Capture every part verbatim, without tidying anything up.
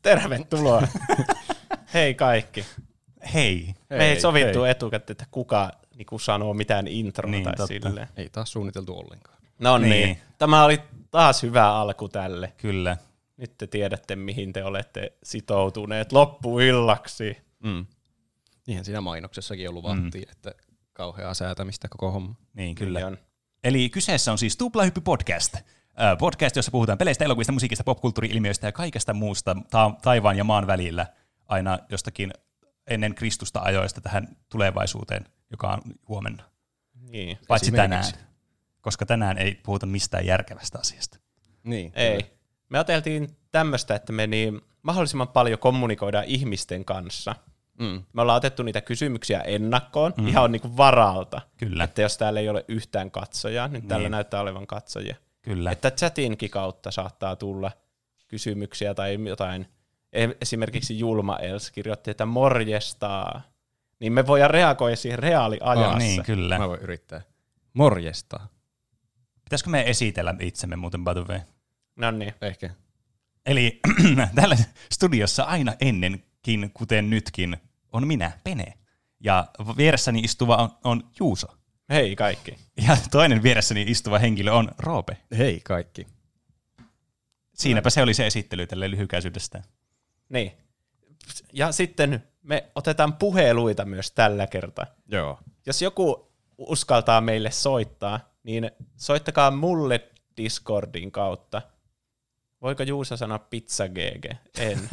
Tervetuloa. Hei kaikki. Hei. Me ei sovittu hei. etukäteen, että kuka niinku sanoo mitään introa niin, tai totta. silleen. Ei taas suunniteltu ollenkaan. No niin. niin. Tämä oli taas hyvä alku tälle. Kyllä. Nyt te tiedätte, mihin te olette sitoutuneet loppuillaksi. Mm. Niinhän siinä mainoksessakin jo luvattiin, mm. että kauheaa säätämistä koko homma. Niin, kyllä. Niin on. Eli kyseessä on siis Tuplahyppy podcast. Podcast, jossa puhutaan peleistä, elokuvista, musiikista, popkulttuuri-ilmiöistä ja kaikesta muusta ta- taivaan ja maan välillä aina jostakin ennen Kristusta ajoista tähän tulevaisuuteen, joka on huomenna. Niin. Paitsi tänään, koska tänään ei puhuta mistään järkevästä asiasta. Niin. Ei. Kyllä. Me ajateltiin tämmöistä, että me niin mahdollisimman paljon kommunikoidaan ihmisten kanssa. Mm. Me ollaan otettu niitä kysymyksiä ennakkoon, mm. ihan niin kuin varalta. Kyllä. Että jos täällä ei ole yhtään katsojaa, niin, niin. täällä näyttää olevan katsojia. Kyllä. Että chatinkin kautta saattaa tulla kysymyksiä tai jotain. Esimerkiksi Julma Els kirjoitti, että morjestaa. Niin me voidaan reagoida siihen reaaliajassa. Oh, niin, kyllä. Mä voin yrittää. Morjestaa. Pitäisikö me esitellä itsemme muuten, by the way? No niin. Ehkä. Eli täällä studiossa aina ennenkin, kuten nytkin, on minä, Pene. Ja vieressäni istuva on, on Juuso. Hei kaikki. Ja toinen vieressäni istuva henkilö on Roope. Hei kaikki. Siinäpä se oli se esittely tälle lyhykäisyydestään. Niin. Ja sitten me otetaan puheluita myös tällä kertaa. Joo. Jos joku uskaltaa meille soittaa, niin soittakaa mulle Discordin kautta. Voiko Juusa sanoa pizza G G? En.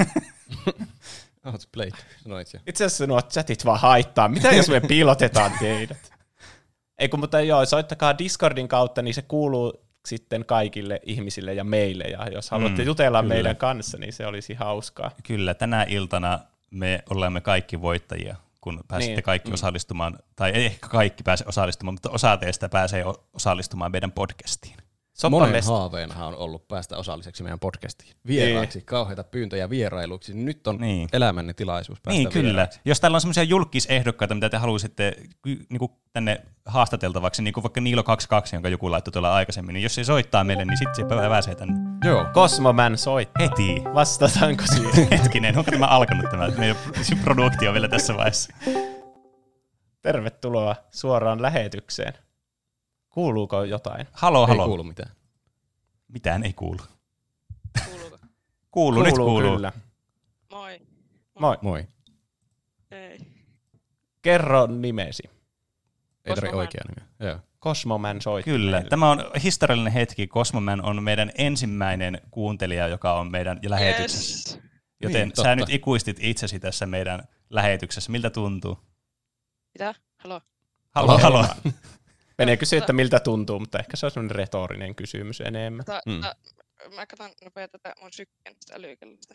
Oletko played? Sanoit jo. Itse asiassa nuo chatit vaan haittaa. Mitä jos me piilotetaan teidät? Ei kun, mutta joo, soittakaa Discordin kautta, niin se kuuluu sitten kaikille ihmisille ja meille. Ja jos haluatte mm, jutella kyllä. meidän kanssa, niin se olisi hauskaa. Kyllä, tänä iltana me olemme kaikki voittajia, kun pääsette niin. kaikki mm. osallistumaan, tai ei ehkä kaikki pääse osallistumaan, mutta osa teistä pääsee osallistumaan meidän podcastiin. Monen mest- haaveenahan on ollut päästä osalliseksi meidän podcastiin. Vieraaksi, kauheita pyyntöjä vierailuksi. Nyt on niin. elämänne tilaisuus päästä Niin, kyllä. vieraaksi. Jos täällä on semmoisia julkisehdokkaita, mitä te haluaisitte niin tänne haastateltavaksi, niin kuin vaikka Niilo kaksikymmentäkaksi, jonka joku laittoi tuolla aikaisemmin, niin jos se soittaa meille, niin sitten se pääsee tänne. Joo. Cosmoman soittaa. Heti. Vastataanko siihen? Hetkinen, onko tämä alkanut tämä? Meidän produktio vielä tässä vaiheessa. Tervetuloa suoraan lähetykseen. Kuuluuko jotain? Halo, halo. Ei kuulu mitään. Mitään ei kuulu. Kuuluuko? Kuuluu, nyt kuuluu. Kyllä. Moi. Moi. Moi. Ei. Kerro nimesi. Ei tarvitse oikea nimi. Joo. Cosmoman soittaa. Kyllä. meille. Tämä on historiallinen hetki. Cosmoman on meidän ensimmäinen kuuntelija, joka on meidän lähetyksessä. Yes. Joten niin, sä nyt ikuistit itsesi tässä meidän lähetyksessä. Miltä tuntuu? Mitä? Halo? Halo, halo. Pene kysyy, että miltä tuntuu, mutta ehkä se on sellainen retorinen kysymys enemmän. Ta, Mm. ta, mä katson nopeaa tätä mun sykkenestä älykellosta.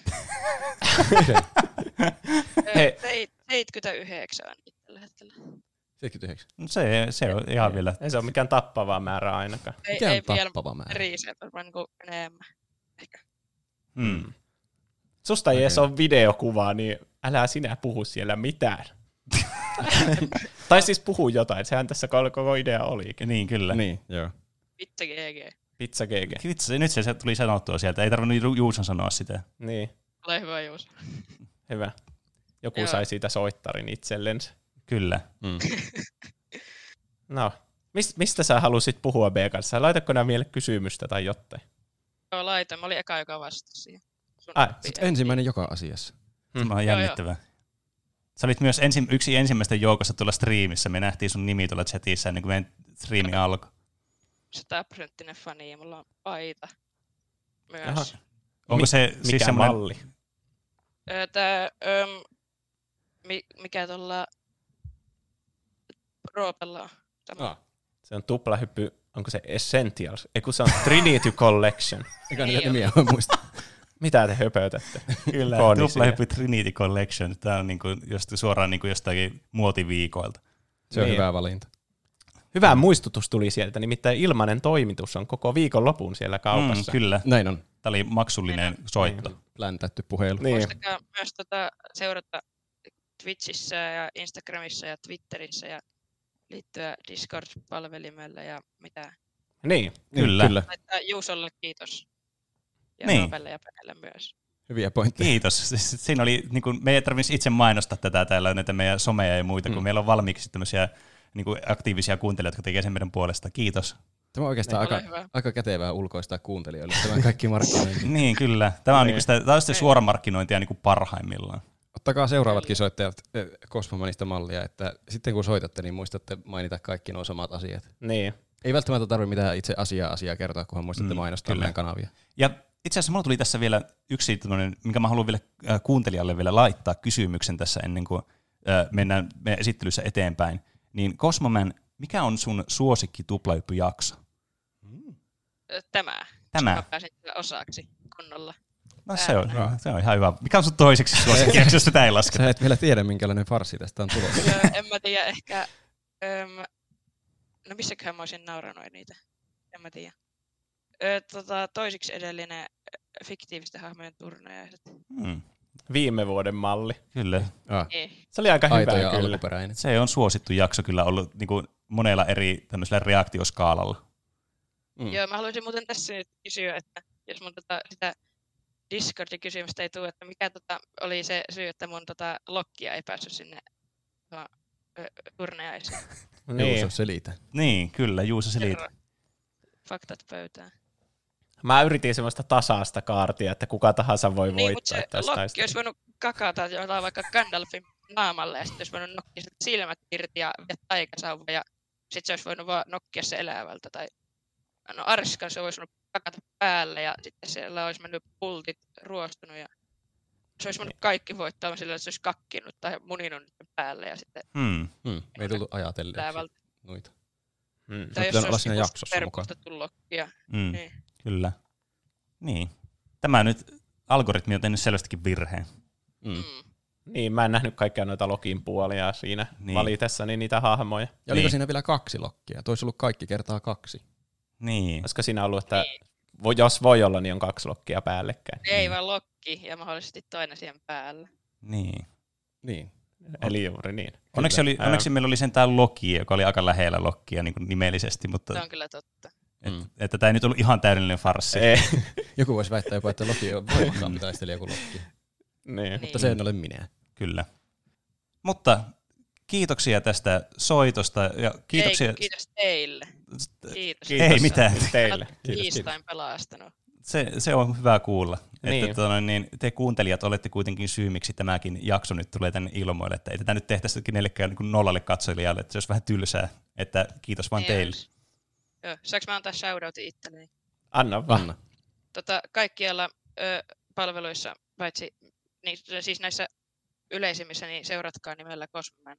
Hei. seitsemänkymmentäyhdeksän on nyt tällä hetkellä. seitsemänkymmentäyhdeksän. No se, se on ihan vielä. Ei se ole mikään tappava määrä ainakaan. Ei, Mikä on ei vielä tappava määrä? reset, vaan niinku enemmän. Ehkä. Hmm. Susta ei edes ole videokuvaa, niin älä sinä puhu siellä mitään. Tai siis puhu jotain, sehän tässä koko idea olikin. Niin, kyllä. Niin, joo. Pizza G G. Pizza G G. Vitsi, nyt se tuli sanottua sieltä. Ei tarvinnut Ju- Juuson sanoa sitä. Niin, Ole hyvä, Juus. hyvä. Joku Joo. sai siitä soittarin itsellensä. Kyllä. Mm. No, mist, mistä sä halusit puhua B kanssa? Laitatko nää vielä kysymystä tai jotain? Joo, laita. Mä olin eka, joka vastasi siihen. Sun Ai, appiin. Sitten ensimmäinen joka asiassa. Tämä on Joo, jännittävää. Sä olit myös ensi, yksi ensimmäistä joukossa tuolla striimissä. Me nähtiin sun nimi tuolla chatissa ennen kuin meidän striimi alkoi. Sataprosenttinen fani ja mulla on paita myös. Aha. Onko Mi- se Mikä siis semmoinen... malli? Öö, Tää, öm, mi, mikä tuolla Roopella on? Tämä. Ah. Se on tuplahyppy, onko se Essentials? Ei kun se on Trinity Collection. Eikä Niin niitä on. nimiä voi muistaa. Mitä te höpötätte? Kyllä, Koonisia. Tuplahyppy Trinity Collection. Tämä on niinku just, suoraan niinku jostakin muotiviikoilta. Se on Niin. hyvä valinta. Hyvä muistutus tuli sieltä, nimittäin ilmainen toimitus on koko viikon lopun siellä kaupassa. Mm, kyllä. Näin on. Tämä oli maksullinen soitto. Pläntätty puhelu. Niin. Muistakaa myös tota seurata Twitchissä ja Instagramissa ja Twitterissä ja liittyä Discord-palvelimelle ja mitä. Niin. Kyllä. Kyllä. Laittaa Juusolle kiitos. Ja Niin. Roopelle ja Penelle myös. Hyviä pointteja. Kiitos. Siinä oli, niin kuin, me ei tarvitsisi itse mainostaa tätä täällä, näitä meidän someja ja muita, mm. kun meillä on valmiiksi tämmöisiä niin kuin aktiivisia kuuntelijoita, jotka tekee sen meidän puolesta. Kiitos. Tämä on oikeastaan aika, aika kätevää ulkoistaa kuuntelijoille tämän kaikki markkinointi. Niin, kyllä. Tämä on, niin. niin sitä, tämä on sitä suoramarkkinointia niin kuin parhaimmillaan. Ottakaa seuraavatkin soittajat Cosmomanista mallia, että sitten kun soitatte, niin muistatte mainita kaikki nuo samat asiat. Niin. Ei välttämättä tarvitse mitään itse asiaa asiaa kertoa, kunhan muistatte mm, mainostaa meidän kanavia. Ja itse asiassa mulla tuli tässä vielä yksi, minkä mä haluan vielä kuuntelijalle vielä laittaa kysymyksen tässä ennen kuin mennään meidän esittelyssä eteenpäin. Niin Cosmoman, mikä on sun suosikki tuplahyppyjakso? Tämä. Tämä. Mä pääsin osaksi kunnolla. No se on, no, se on ihan hyvä. Mikä on sun toiseksi suosikkijakso, jos sitä ei lasketa? Sä et vielä tiedä, minkälainen farssi tästä on tulossa. En mä tiedä, ehkä... Öm, no missäköhän mä olisin nauranut niitä? En mä tiedä. Ö, tota, toisiksi edellinen fiktiivisten hahmojen turnajaiset. Hmm. Viime vuoden malli. Kyllä. Ah. Se oli aika Aito hyvä ja kyllä. alkuperäinen. Se on suosittu jakso kyllä ollut niin kuin monella eri tämmöisellä reaktioskaalalla. Mm. Joo, mä haluaisin muuten tässä nyt kysyä, että jos mun tota, sitä Discord-kysymystä ei tule, että mikä tota, oli se syy, että mun tota, lokkia ei päässyt sinne no, turneaisiin. Niin. Juuso selitä. Niin, kyllä, Juuso selitä. Faktat pöytään. Mä yritin semmoista tasaista kaartia, että kuka tahansa voi niin, voittaa mutta tästä. Lokki taista. olisi voinut kakata jotain vaikka Gandalfin naamalle ja sitten olisi voinut nokkia silmät irti ja taikasauva ja sitten se olisi voinut vaan nokkia se elävältä. Tai no Arskan se olisi voinut kakata päälle ja sitten siellä olisi mennyt pultit ruostunut ja se olisi voinut kaikki voittaa sillä, että se olisi kakkinut tai muninut päälle ja sitten... Hmm. Hmm. Me ei tultu ajatelleeksi noita. Hmm. Tai jos se olisi perkustettu lokkia. Hmm. Niin. Kyllä. Niin. Tämä nyt algoritmi on tehnyt selvästikin virheen. Mm. Mm. Niin, mä en nähnyt kaikkia noita lokin puolia siinä niin. valitessani niitä hahmoja. Ja oliko niin. siinä vielä kaksi lokkia? Toisi ollut kaikki kertaa kaksi. Niin. Olisiko siinä ollut, että niin. voi, jos voi olla, niin on kaksi lokkia päällekkäin. Ei niin. vaan lokki ja mahdollisesti toinen siihen päällä. Niin. Niin. Eli juuri niin. Onneksi, oli, onneksi meillä oli sentään Loki, joka oli aika lähellä Lokkia niin kuin nimellisesti. Mutta se on kyllä totta. Et, mm. Että tämä ei nyt ollut ihan täydellinen farssi. Joku voisi väittää jopa, että Loki on voimakkaampi taistelija kuin Lokki. Niin. Mutta se en ole minä. Kyllä. Mutta kiitoksia tästä soitosta. Ja kiitoksia... Ei, kiitos teille. Kiitos. Ei mitään. Teille. Kiistain pelastanut. Se, se on hyvä kuulla. Niin. Että tuota, niin te kuuntelijat olette kuitenkin syy, miksi tämäkin jakso nyt tulee tänne ilmoille. Että ei tätä nyt tehtäisi kenellekään niin kuin nollalle katsojille, että se olisi vähän tylsää. Että kiitos vaan niin teille. Olisi. Joo, saanko mä antaa shoutoutin itselleni? Anna vaan. Tota, kaikkialla ö, palveluissa, paitsi niin, siis näissä yleisimmissä, niin seuratkaa nimellä Cosmoman.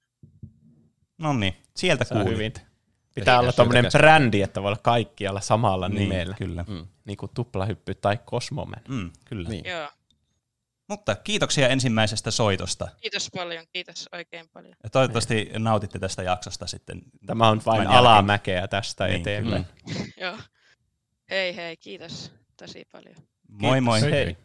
No niin, sieltä kuulit. Pitää olla tommonen brändi, että voi olla kaikkialla samalla niin, nimellä. Kyllä. Mm. Niin kuin Tuplahyppy tai Cosmoman. Mm, kyllä. Niin. Joo. Mutta kiitoksia ensimmäisestä soitosta. Kiitos paljon, kiitos oikein paljon. Ja toivottavasti niin. nautitte tästä jaksosta sitten. Tämä on vain alamäkeä tästä niin, eteenpäin. Joo. Hei hei, kiitos tosi paljon. Moi moi. Hei. Hei.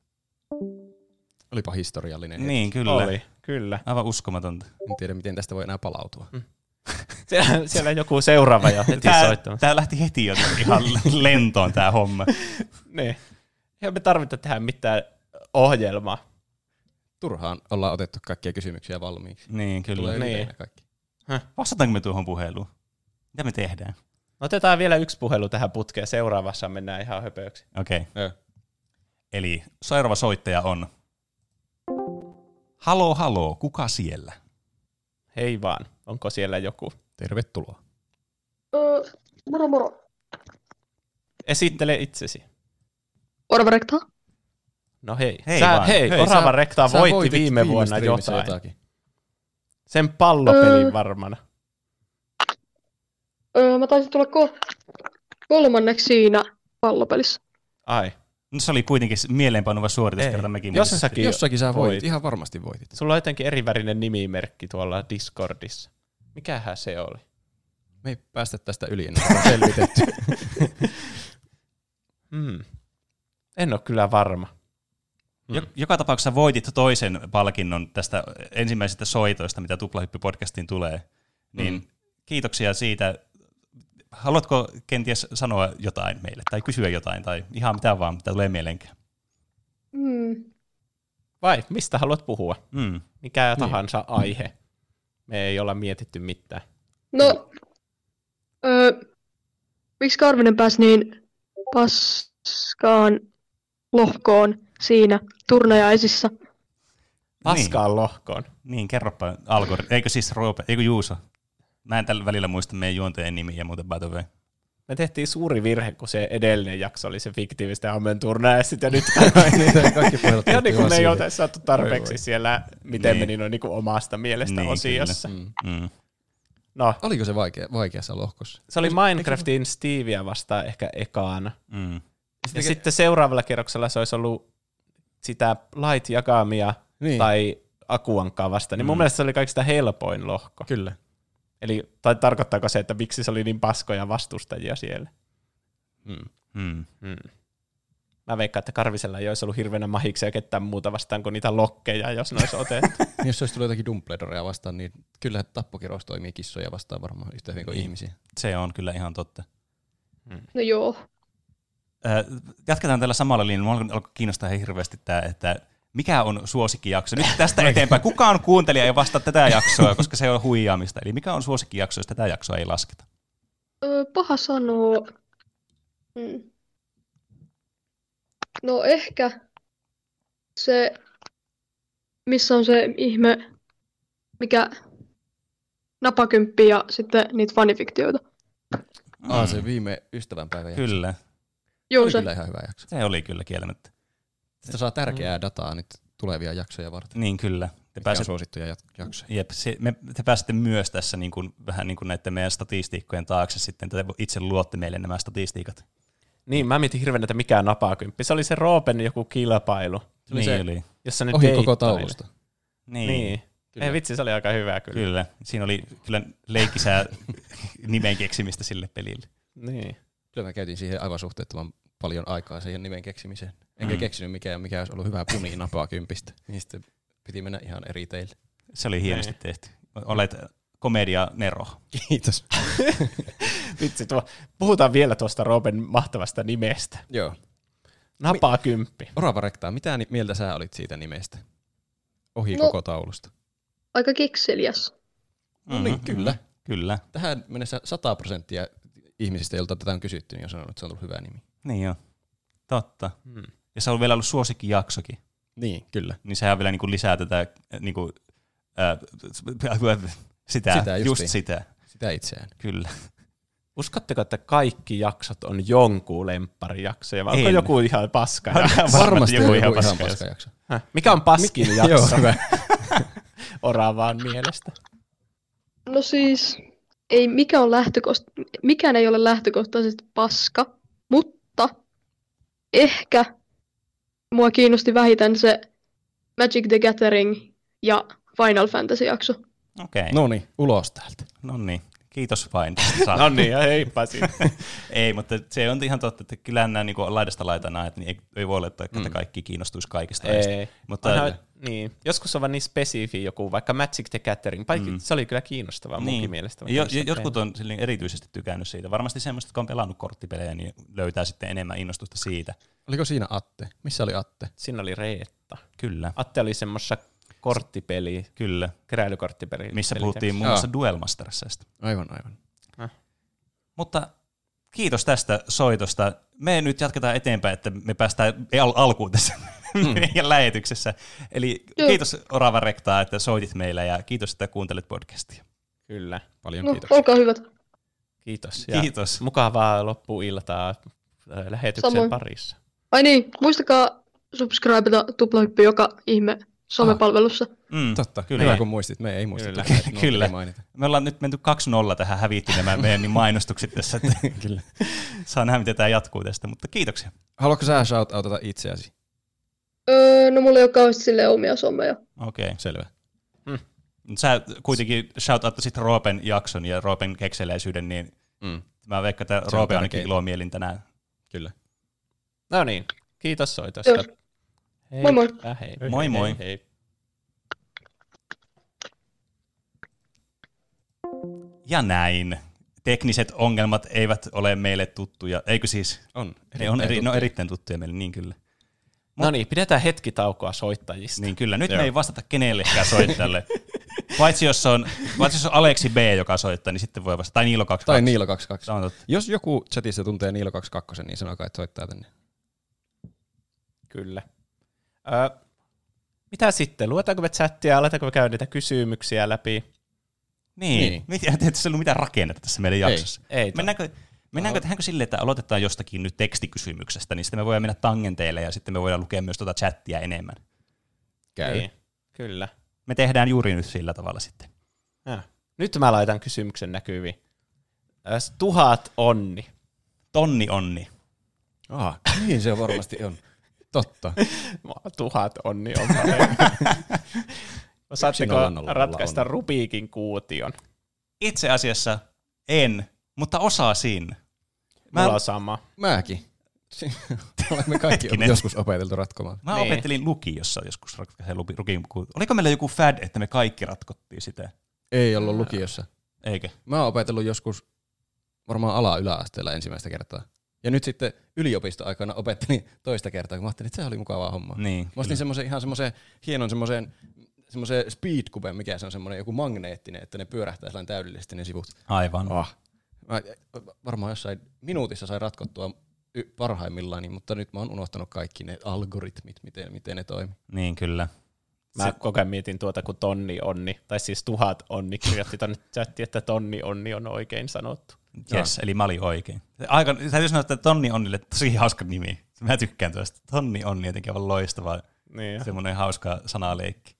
Olipa historiallinen. Niin, kyllä. Oli, kyllä. Aivan uskomatonta. En tiedä, miten tästä voi enää palautua. Mm. Siellä, siellä joku seuraava jo heti tää, soittamassa. Tää lähti heti jo ihan lentoon tää homma. Niin. Eihän me tarvitse tehdä mitään ohjelmaa. Turhaan ollaan otettu kaikkia kysymyksiä valmiiksi. Niin, kyllä. Tulee niin. kaikki. Vastataanko me tuohon puheluun? Mitä me tehdään? Otetaan vielä yksi puhelu tähän putkeen. Seuraavassa mennään ihan höpöksi. Okei. Okay. Eli seuraava soittaja on... Halo, halo, kuka siellä? Hei vaan, onko siellä joku? Tervetuloa. Öö, moro moro. Esittele itsesi. Orava Rekta. No hei. Hei, sä, hei, hei Orava Rekta voitti viime vuonna jotain. Jotakin. Sen pallopelin öö, varmana. Öö, mä taisin tulla ko- kolmanneksi siinä pallopelissä. Ai. No se oli kuitenkin mieleenpainuva suoritus, kerta mekin. Jossakin, Jossakin sä voitit, voit. Ihan varmasti voitit. Sulla on jotenkin erivärinen nimimerkki tuolla Discordissa. Mikähän se oli? Me ei päästä tästä yli, ennen kuin on selvitetty. hmm. En ole kyllä varma. Hmm. Joka tapauksessa voitit toisen palkinnon tästä ensimmäisestä soitoista, mitä Tuplahyppy-podcastiin tulee. Niin hmm. kiitoksia siitä. Haluatko kenties sanoa jotain meille, tai kysyä jotain, tai ihan mitä vaan, mitä tulee mieleenkään? Mm. Vai, mistä haluat puhua? Mm. Mikä tahansa niin. aihe. Me ei olla mietitty mitään. No, öö, miksi Karvinen pääsi niin paskaan lohkoon siinä turnajaisissa? Paskaan niin. lohkoon? Niin, kerropa Algor. Eikö siis Roope, eikö Juuso? Mä en tällä välillä muista meidän juonteen nimiä muuten by the way. Me tehtiin suuri virhe, kun se edellinen jakso oli se fiktiivistä Hammen turnajaiset, ja nyt kaikki, kaikki pohjat ja niin kuin me ei ole saatu tarpeeksi siellä, miten niin. meni noin niin kuin omasta mielestä niin, osiossa. Mm. Mm. No. Oliko se vaikea, vaikeassa lohkossa? Se oli Minecraftin Stevia vastaan ehkä ekaana. Mm. Ja sitten, sitten seuraavalla kierroksella se olisi ollut sitä Light Yagamia niin. tai Akuankkaa vastaan. Niin mun mm. mielestä se oli kaikista helpoin lohko. Kyllä. Eli tai tarkoittaako se, että miksi se oli niin paskoja vastustajia siellä? Mm. Mm. Mm. Mä veikkaan, että Karvisella ei olisi ollut hirveänä mahiksi ja ketään muuta vastaan kuin niitä lokkeja, jos ne olisi otettu. Jos se olisi tullut jotakin Dumbledorea vastaan, niin kyllä tappokirous toimii kissoja vastaan varmaan yhtä hyvin kuin niin. ihmisiä. Se on kyllä ihan totta. Mm. No joo. Äh, jatketaan tällä samalla linjalla. Mua alkoi kiinnostaa hirveästi tämä, että mikä on suosikkijakso? Nyt tästä eteenpäin. Kukaan kuuntelija ei vastaa tätä jaksoa, koska se on huijaamista. Eli mikä on suosikkijakso, jos tätä jaksoa ei lasketa? Öö, paha sanoa. Hmm. No ehkä se, missä on se ihme, mikä napakymppi ja sitten niitä fanifiktioita. Mm. Ah, se viime ystävänpäivän jakso. Kyllä. Joo, oli se. Kyllä ihan hyvä jakso. Se oli kyllä kieltämättä. Sitä saa tärkeää dataa nyt tulevia jaksoja varten. Niin kyllä. Te pääset suosittuja jaksoja. Jep, se, me, te pääsette myös tässä niin kuin, vähän niin kuin näiden meidän statistiikkojen taakse sitten. Te itse luotte meille nämä statistiikat. Niin, mä mietin hirveän, että mikä napakymppi. Se oli se Roopen joku kilpailu. Se oli niin se, oli. Jossa ne ohi koko taulusta. Niin. niin. Ei vitsi, se oli aika hyvä kyllä. Kyllä. Siinä oli kyllä leikkisää nimen keksimistä sille pelille. Niin. Kyllä mä käytin siihen aivan suhteettoman paljon aikaa siihen nimen keksimiseen. Enkä mm. keksinyt mikään, mikä olisi ollut hyvä puni napaa kympistä. Niin sitten piti mennä ihan eri teille. Se oli hienosti niin. tehty. Olet komedia Nero. Kiitos. Vitsi, tuo, puhutaan vielä tuosta Roopen mahtavasta nimestä. Joo. Napaa kymppi. Orava rektaa, mitä mieltä sä olit siitä nimestä? Ohi no, koko taulusta. Aika kikseliäs. No mm-hmm. niin, kyllä. Kyllä. Tähän mennessä sata prosenttia ihmisistä, joilta tätä on kysytty, niin on sanonut, että se on ollut hyvä nimi. Niin joo. Totta. Hmm. Ja se on vielä ollut suosikkijaksokin. Niin, kyllä. Niin sehän vielä niin kuin lisää tätä, niin kuin, äh, sitä, sitä just sitä. Sitä itseään. Kyllä. Uskotteko, että kaikki jaksot on jonkun lempparijaksoja, vai onko joku ihan paska jakso? Varmasti joku, joku ihan paska jakso. Häh? Mikä on paskin Mi- jakso? Joo, hyvä. Oravaan mielestä. No siis, ei mikä on lähtökohta, mikään ei ole lähtökohtaisesti paska, mutta ehkä mua kiinnosti vähiten se Magic the Gathering ja Final Fantasy jakso. Okei. Okay. No niin, ulos täältä. No niin. Kiitos vain. No niin, ja heippa sinne. Ei, mutta se on ihan totta, että kyllä nämä niin laidasta laitana, että ei, ei voi olettaa, että mm. kaikki kiinnostuisi kaikista. Ei. Mutta Onhan, niin. Joskus on vaan niin spesifi joku, vaikka Magic the Gathering. Mm. Se oli kyllä kiinnostavaa niin. munkin mielestä. Jo, jotkut on erityisesti tykännyt siitä. Varmasti semmoista, jotka on pelannut korttipelejä, niin löytää sitten enemmän innostusta siitä. Oliko siinä Atte? Missä oli Atte? Siinä oli Reetta. Kyllä. Atte oli semmoisessa korttipeli. Kyllä. Keräilykorttipeli. Missä puhuttiin muun muassa Duel Mastersista. Aivan, aivan. Häh. Mutta kiitos tästä soitosta. Me nyt jatketaan eteenpäin, että me päästään al- alkuun tässä mm. meidän lähetyksessä. Eli Joo. kiitos Orava Rektaa, että soitit meille ja kiitos, että kuuntelit podcastia. Kyllä. Paljon no, kiitoksia. Olkaa hyvät. Kiitos. Ja kiitos. Mukavaa loppuiltaa lähetyksen Samoin. parissa. Ai niin, muistakaa subscribeta Tuplahyppy joka ihme somepalvelussa. Mm, Totta, kyllä. Hyvä kun muistit, me ei muistettu. Kyllä, kyllä. Me ollaan nyt menty kaksi nolla tähän, hävitty nämä meidän niin mainostukset tässä. Että kyllä. Saa nähdä, miten tämä jatkuu tästä, mutta kiitoksia. Haluatko sä shout-outata itseäsi? Öö, no mulla ei ole kauheasti silleen omia someja. Okei. Okay. Selvä. Hmm. Sä kuitenkin shout-outasit Roopen jakson ja Roopen kekseleisyyden, niin mm. mä veikkaan, että Roope ainakin ilomielin tänään. Kyllä. No niin, kiitos soitosta. Joo. Hei. Moi moi. Äh, hei. Moi moi. Hei, hei. Ja näin. Tekniset ongelmat eivät ole meille tuttuja. Eikö siis? On. Ne on eri, no erittäin tuttuja meille, niin kyllä. No niin, pidetään hetki taukoa soittajista. Niin kyllä, nyt Joo. me ei vastata kenellekään soittajalle. Paitsi jos on, paitsi jos on Aleksi B, joka soittaa, niin sitten voi vastata. Tai Niilo kaksikymmentäkaksi. Tai Niilo kaksikymmentäkaksi. Se on totta. Jos joku chatissa tuntee Niilo kaksikymmentäkaksi, niin sanokaa, että soittaa tänne. Kyllä. Ö, mitä sitten? Luetaanko me chattia, aletaanko me käydä niitä kysymyksiä läpi? Niin. Niin. Mitä, ei tässä ollut mitään rakennetta tässä meidän jaksossa. Ei. Mennäänkö, mennäänkö tehdäänkö silleen, että aloitetaan jostakin nyt tekstikysymyksestä, niin sitten me voidaan mennä tangenteille ja sitten me voidaan lukea myös tuota chattia enemmän. Käy. Niin, kyllä. Me tehdään juuri nyt sillä tavalla sitten. Ja. Nyt mä laitan kysymyksen näkyviin. Ö, Tuhat onni. Tonni onni. Ah, niin se varmasti on. Totta. Tuhat onni on parempi. Osaatteko nolla nolla ratkaista on. Rubikin kuution? Itse asiassa en, mutta osasin. Mä, Mulla on sama. Mäkin. Olemme kaikki Hetkinen. joskus opeteltu ratkomaan. mä Niin. opettelin lukiossa joskus ratkaisen Rubikin kuution. Oliko meillä joku fad, että me kaikki ratkottiin sitä? Ei ollut lukiossa. Eikö? Mä oon opetellut joskus varmaan ala-yläasteella ensimmäistä kertaa. Ja nyt sitten yliopistoaikana opettelin toista kertaa, kun mä ajattelin, että se oli mukavaa hommaa. Niin. Mä ostin semmoisen ihan semmoisen hienon semmoisen semmoisen speedcuben, mikä se on semmoinen joku magneettinen, että ne pyörähtää sellainen täydellisesti ne sivut. Aivan. Ah. Mä varmaan jossain minuutissa sai ratkottua y- parhaimmillaan, mutta nyt mä oon unohtanut kaikki ne algoritmit, miten, miten ne toimii. Niin kyllä. Mä Se- koko ajan mietin tuota, kun tonni onni, tai siis tuhat onni, kirjoitti tonne chattiin, että tonni onni on oikein sanottu. Yes, eli mä olin oikein. Aika, täytyy sanoa, että Tonni Onnille tosi hauska nimi. Mä tykkään tuosta. Tonni Onni jotenkin on loistava. Niin, Semmoinen hauska sanaleikki.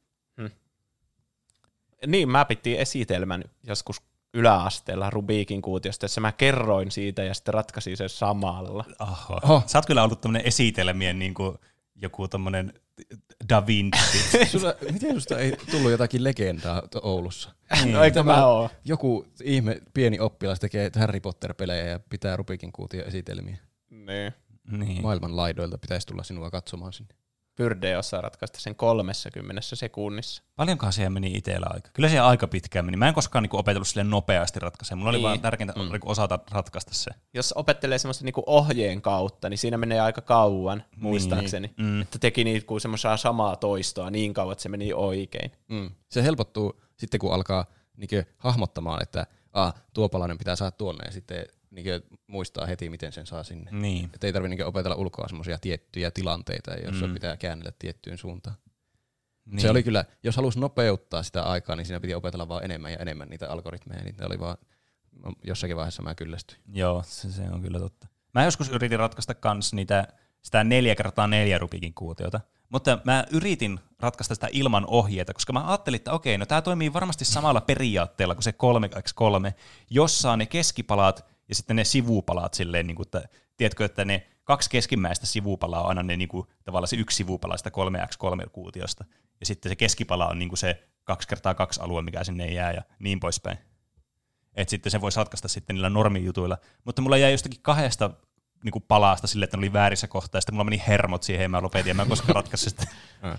niin mä pidin esitelmän joskus yläasteella Rubikin kuutiosta, jossa mä kerroin siitä ja sitten ratkaisin sen samalla. Oho. Oho. Sä oot kyllä ollut tämmönen esitelmien niin kuin joku tommonen Da Vinci. Sulla, miten susta ei tullut jotakin legendaa to- Oulussa? No eikö mä oo? Joku ihme pieni oppilas tekee Harry Potter-pelejä ja pitää Rubikin kuution esitelmiä. Niin. niin. Maailman laidoilta pitäisi tulla sinua katsomaan sinne. Pyrde osaa ratkaista sen kolmessakymmenessä sekunnissa. Paljonkohan siihen meni itsellä aika? Kyllä siihen aika pitkään meni. Mä en koskaan niinku opetellut silleen nopeasti ratkaisemaan. Mulla Niin. oli vaan tärkeintä Mm. mm. osata ratkaista se. Jos opettelee semmoista niinku ohjeen kautta, niin siinä menee aika kauan, muistaakseni. Mm. Että teki niinku semmoista samaa toistoa niin kauan, että se meni oikein. Mm. Se helpottuu sitten, kun alkaa niinkö hahmottamaan, että ah, tuo palanen pitää saada tuonne ja sitten niinkö muistaa heti, miten sen saa sinne. Niin. Että ei tarvitse niinkö opetella ulkoa semmoisia tiettyjä tilanteita, joissa Mm. pitää käännellä tiettyyn suuntaan. niin. Se oli kyllä, jos halusi nopeuttaa sitä aikaa, niin siinä piti opetella vaan enemmän ja enemmän niitä algoritmeja. Niitä oli vaan, jossakin vaiheessa mä kyllästyin. Joo, se, se on kyllä totta. Mä joskus yritin ratkaista kans niitä, sitä neljä kertaa neljä Rubikin kuutiota, mutta mä yritin ratkaista sitä ilman ohjeita, koska mä ajattelin, että okei, no tää toimii varmasti samalla periaatteella kuin se kolme kertaa kolme, jossa on ne keskipalat ja sitten ne sivupalaat silleen, niin kuin, että tiedätkö, että ne kaksi keskimmäistä sivupalaa on aina ne, niin kuin, tavallaan se yksi sivupala sitä kolme kertaa kolme kuutiosta, ja sitten se keskipala on niin kuin se kaksi kertaa kaksi alue, mikä sinne jää ja niin poispäin. Että sitten se voisi ratkaista sitten niillä normijutuilla. Mutta mulla jäi jostakin kahdesta niin kuin palasta sille, että ne oli väärissä kohtaa, ja sitten mulla meni hermot siihen, ja mä lopetin, ja mä en koskaan ratkaisi sitä.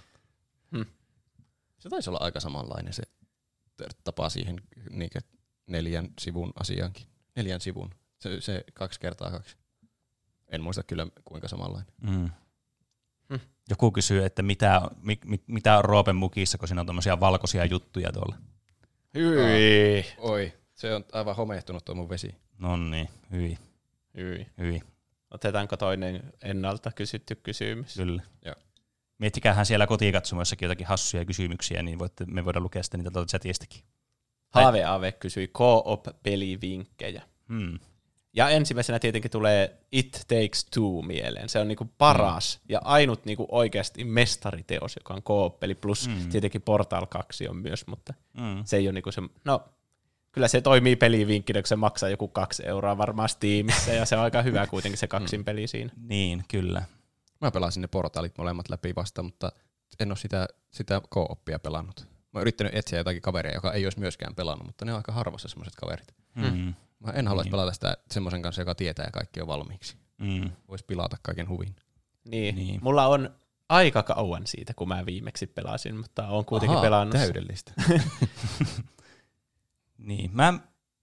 Se taisi olla aika samanlainen se tapa siihen niinkö neljän sivun asiaankin. Neljän sivun. Se, se kaksi kertaa kaksi. En muista kyllä kuinka samanlainen. Mm. Hmm. Joku kysyy, että mitä, mi, mi, mitä on Roopen mukissa, kun siinä on tommosia valkoisia juttuja tuolla. Hyi. Oi, se on aivan homehtunut tuo mun vesi. No niin, hyi, Hyi. hyi, Otetaanko toinen ennalta kysytty kysymys? kyllä. Joo. Miettikäähän siellä kotikatsomoissakin jotakin hassuja kysymyksiä, niin voitte, me voidaan lukea sitten niitä tuolta chatistakin. Haave Ave kysyi co-op-pelivinkkejä. Hmm. Ja ensimmäisenä tietenkin tulee It Takes Two mieleen. Se on niinku paras mm. ja ainut niinku oikeasti mestariteos, joka on co-op-peli. Plus Mm. tietenkin Portal kaksi on myös, mutta Mm. se ei ole niinku se... No, kyllä se toimii pelivinkkinä, kun se maksaa joku kaksi euroa varmaan Steamissa, ja se on aika hyvä kuitenkin se kaksin peli siinä. Niin, kyllä. Mä pelasin ne portaalit molemmat läpi vasta, mutta en ole sitä, sitä co-oppia pelannut. Mä oon yrittänyt etsiä jotakin kaveria, joka ei olisi myöskään pelannut, mutta ne on aika harvassa semmoiset kaverit. Mm. Mä en haluaisi Niin. pelata sitä semmoisen kanssa, joka tietää ja kaikki on valmiiksi. Mm. Voisi pilata kaiken huvin. Niin. Niin. Mulla on aika kauan siitä, kun mä viimeksi pelasin, mutta oon kuitenkin Ahaa, pelannut. täydellistä. Niin, mä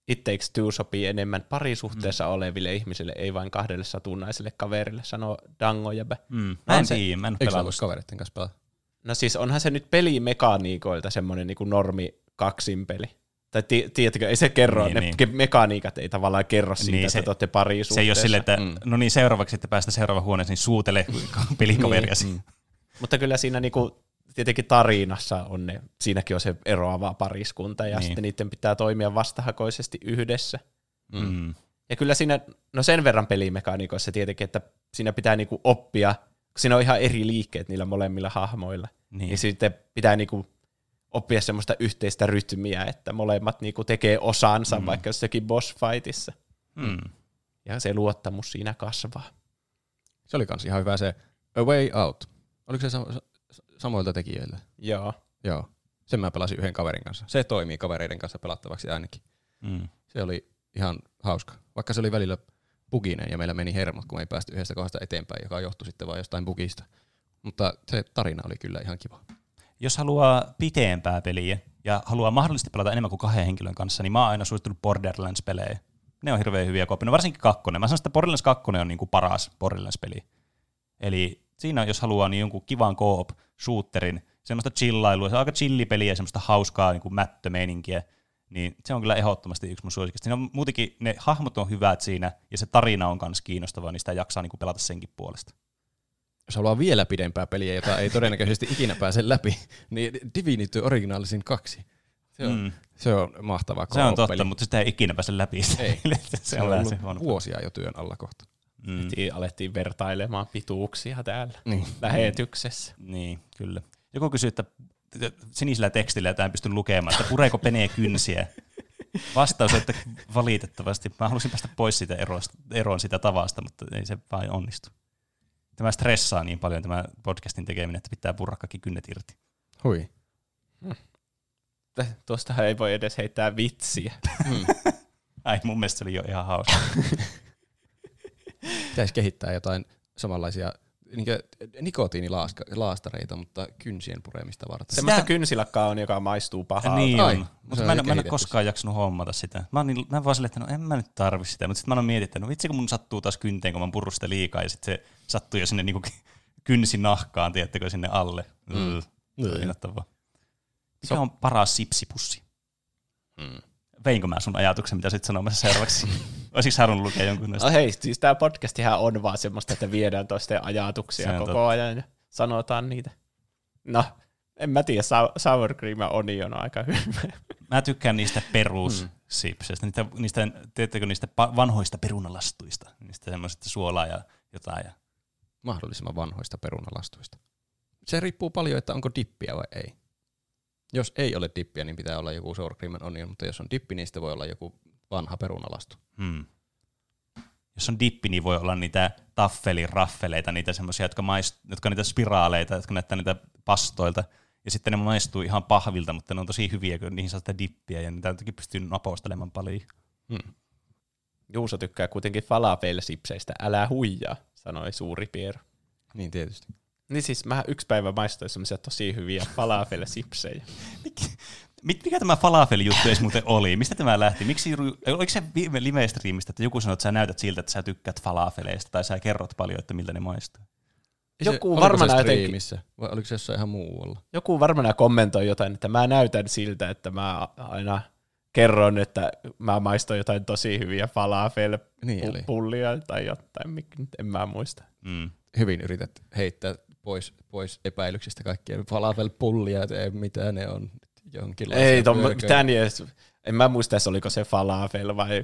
It Takes Two sopii enemmän parisuhteessa mm. oleville ihmisille, ei vain kahdelle satunnaiselle kaverille, sanoo Dango Jäbä. Mm. Mä en tiedä, mä en Eikö sä pelannut. vois kavereiden kanssa pelata? No siis onhan se nyt pelimekaniikoilta semmoinen niinku normi kaksin peli. Tai ti- tiedätkö, ei se kerro, Niin, ne niin. mekaniikat ei tavallaan kerro siitä, Niin, että se- te olette parisuhteessa. Se ei ole silleen, että Mm. no niin, seuraavaksi sitten päästä seuraava huoneeseen, niin suutele pelikaveriasi. Niin, Mutta kyllä siinä niinku, tietenkin tarinassa on ne, siinäkin on se eroava pariskunta, ja Niin. sitten niiden pitää toimia vastahakoisesti yhdessä. Mm. Mm. Ja kyllä siinä, no sen verran pelimekaniikoissa tietenkin, että siinä pitää niinku oppia, kun siinä on ihan eri liikkeet niillä molemmilla hahmoilla, niin, niin sitten pitää niinku oppia semmoista yhteistä rytmiä, että molemmat niinku tekee osansa mm. vaikka jossakin boss fightissa. Mm. Ja se luottamus siinä kasvaa. Se oli kans ihan hyvä se A Way Out. Oliko se sam- samoilta tekijöiltä? Joo. Joo. Sen mä pelasin yhden kaverin kanssa. Se toimii kavereiden kanssa pelattavaksi ainakin. Mm. Se oli ihan hauska. Vaikka se oli välillä buginen ja meillä meni hermot, kun me ei päästy yhdestä kohdasta eteenpäin, joka johtui sitten vaan jostain bugista. Mutta se tarina oli kyllä ihan kiva. Jos haluaa pitempää peliä ja haluaa mahdollisesti pelata enemmän kuin kahden henkilön kanssa, niin mä oon aina suosittanut Borderlands-pelejä. Ne on hirveän hyviä koopia. No varsinkin kakkonen. Mä sanon, että Borderlands kaksi on niinku paras Borderlands-peli. Eli siinä, jos haluaa, niin jonkun kivan co-op-shooterin, semmoista chillailua, se on aika chillipeliä, semmoista hauskaa niin kuin mättömeininkiä, niin se on kyllä ehdottomasti yksi mun suosikista. Siinä on muutenkin, ne hahmot on hyvät siinä, ja se tarina on myös kiinnostavaa, niin sitä jaksaa niin kuin pelata senkin puolesta. Jos haluaa vielä pidempää peliä, jota ei todennäköisesti ikinä pääse läpi, niin Divinity Original Sin kaksi. Se on, mm. se on mahtava Se on co-op-peli. totta, mutta sitä ei ikinä pääse läpi. Ei. se, se on ollut se vuosia jo työn alla kohta. Mm. Alettiin vertailemaan pituuksia täällä niin. lähetyksessä. Niin, kyllä. Joku kysyy, että sinisellä tekstillä tämä en pysty lukemaan, että pureeko penee kynsiä. Vastaus on, että valitettavasti. Mä halusin päästä pois siitä erosta, eroon sitä tavasta, mutta ei se vain onnistu. Tämä stressaa niin paljon tämä podcastin tekeminen, että pitää purra kaikki kynnet irti. Hui. Hmm. Tuostahan ei voi edes heittää vitsiä. Hmm. Ai, mun mielestä se oli jo ihan hauska. Pitäisi kehittää jotain samanlaisia niin nikotiinilaastareita, mutta kynsien puremista varten. Semmoista kynsilakkaa on, joka maistuu pahalta. Niin Ai, on, mutta mä en, mä en ole koskaan jaksanut hommata sitä. Mä oon, niin, mä oon vaan silleen, että no en mä nyt tarvi sitä, mutta sitten mä oon miettinyt, että no vitsi kun mun sattuu taas kynteen, kun mä purrun sitä liikaa, ja sitten se sattuu jo sinne niinku kynsin nahkaan, tiedättekö, sinne alle. Mm. Mikä so. on paras sipsipussi? Mm. Veinkö mä sun ajatuksen, mitä sit sanomassa seuraavaksi? Olisiko halunnut lukea jonkun noista? Oh, hei, siis tää podcastihan on vaan semmoista, että viedään toisten ajatuksia koko totta. ajan ja sanotaan niitä. No, en mä tiedä, sour cream ja onion on aika hyvä. Mä tykkään niistä perussipseistä, niistä, niistä, teettekö niistä vanhoista perunalastuista, niistä semmoisista suolaa ja jotain. Ja... Mahdollisimman vanhoista perunalastuista. Se riippuu paljon, että onko dippiä vai ei. Jos ei ole dippiä, niin pitää olla joku sour cream and onion, mutta jos on dippi, niin sitten voi olla joku vanha perunalastu. Hmm. Jos on dippi, niin voi olla niitä taffeliraffeleita, niitä semmoisia, jotka, maist- jotka on niitä spiraaleita, jotka näyttää niitä pastoilta. Ja sitten ne maistuu ihan pahvilta, mutta ne on tosi hyviä, kun niihin saa sitä dippiä, ja niitä jotenkin pystyy napostelemaan paljon. Hmm. Juuso tykkää kuitenkin falafel-sipseistä. Älä huijaa, sanoi suuri Piero. Niin tietysti. Niin siis mä yksi päivä maistoin semmoisia tosi hyviä falafel-sipsejä. Mikä tämä falafel-juttu edes muuten oli? Mistä tämä lähti? Miksi, oliko se viime live-streamistä, että joku sanoi, että sä näytät siltä, että sä tykkäät falafeleista, tai sä kerrot paljon, että miltä ne maistuu? Joku se, varmana se striimissä, vai oliko se jossain ihan muualla? Joku varmana kommentoi jotain, että mä näytän siltä, että mä aina kerron, että mä maistoin jotain tosi hyviä falafel-pullia niin tai jotain, en mä muista. Mm. Hyvin yrität heittää pois, pois epäilyksistä kaikkia falafel-pullia, että ei mitään ne on jonkinlaisia. Ei, mitään edes. En mä muista, oliko se falafel vai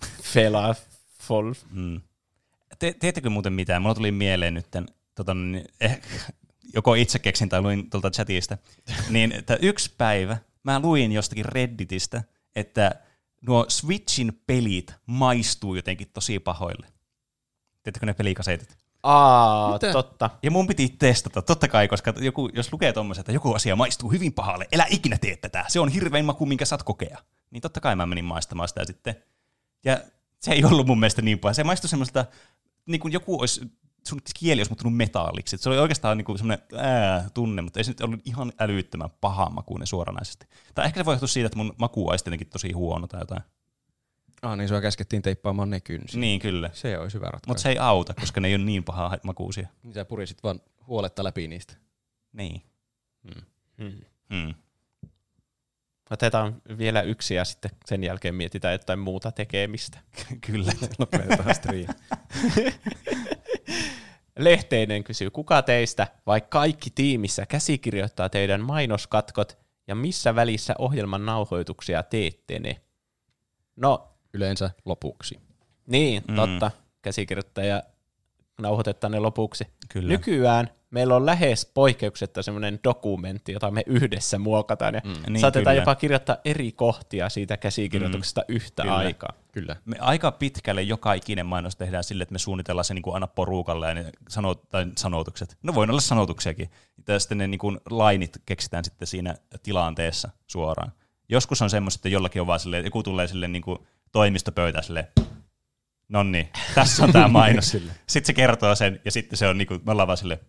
felafol. Mm. Te, teettekö muuten mitään? Mulla tuli mieleen nyt, tota, eh, joko itse keksin tai luin tuolta chatista, niin että yksi päivä mä luin jostakin Redditistä, että nuo Switchin pelit maistuu jotenkin tosi pahoille. Teettekö ne pelikasetit? Aa, mitä? Totta. Ja mun piti testata, totta kai, koska joku, jos lukee tommoisen, että joku asia maistuu hyvin pahalle, älä ikinä tee tätä, se on hirvein maku, minkä saat kokea. Niin totta kai mä menin maistamaan sitä sitten. Ja se ei ollut mun mielestä niin paha. Se maistui semmoista, niin kuin joku olisi, sun kieli olisi muuttunut metalliksi. Se oli oikeastaan niin kuin semmoinen ää, tunne, mutta ei se nyt ollut ihan älyttömän paha makuinen suoranaisesti. Tai ehkä se voi johtua siitä, että mun makuaisti jotenkin tosi huono tai jotain. Ah niin, sua käskettiin teippaamaan ne kynsiin. Niin, kyllä. Se olisi hyvä ratkaisu. Mutta se ei auta, koska ne ei ole niin pahaa makuusia. Niin sä purisit vaan huoletta läpi niistä. Niin. Hmm. Hmm. Hmm. Otetaan vielä yksi ja sitten sen jälkeen mietitään jotain muuta tekemistä. Kyllä. Lopetetaan striimi. Lehteinen kysyy, kuka teistä vai kaikki tiimissä käsikirjoittaa teidän mainoskatkot ja missä välissä ohjelman nauhoituksia teette ne? No, Yleensä lopuksi. niin, Mm. totta. Käsikirjoittaja nauhoitetaan ne lopuksi. Kyllä. Nykyään meillä on lähes poikkeuksetta semmoinen dokumentti, jota me yhdessä muokataan. Ja Mm. Niin, saatetaan kyllä. jopa kirjoittaa eri kohtia siitä käsikirjoituksesta mm. yhtä Kyllä. aikaa. Kyllä. Me aika pitkälle joka ikinen mainos tehdään sille, että me suunnitellaan se niin kuin aina porukalle ja ne sano, tai sanotukset. No voi olla sanotuksiakin. Ja sitten ne niin kuin lainit keksitään sitten siinä tilanteessa suoraan. Joskus on semmoista, että jollakin on vaan silleen, joku tulee silleen niin kuin toimistopöytä silleen, nonni, tässä on tämä mainos. Sitten se kertoo sen ja sitten se on niin kuin, me ollaan vaan silleen,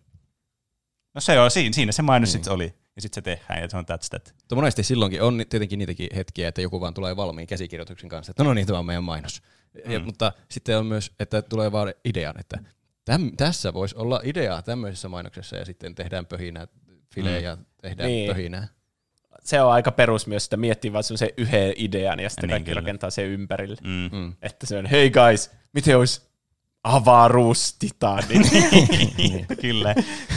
no se on, siinä, siinä se mainos Niin. sitten oli. Ja sitten se tehdään ja se on that's that. Mutta monesti silloinkin on tietenkin niitäkin hetkiä, että joku vaan tulee valmiin käsikirjoituksen kanssa, että no niin, tämä on meidän mainos. Ja, Mm. mutta sitten on myös, että tulee vaan idean, että täm, tässä voisi olla ideaa tämmöisessä mainoksessa ja sitten tehdään pöhinää, filejä ja tehdään Niin. pöhinää. Se on aika perus myös, että miettii vaan semmoisen yhden idean ja sitten Niin, kaikki kyllä. rakentaa sen ympärille. Mm. Mm. Että se on, hei guys, miten olisi avaruustitaani? Kyllä.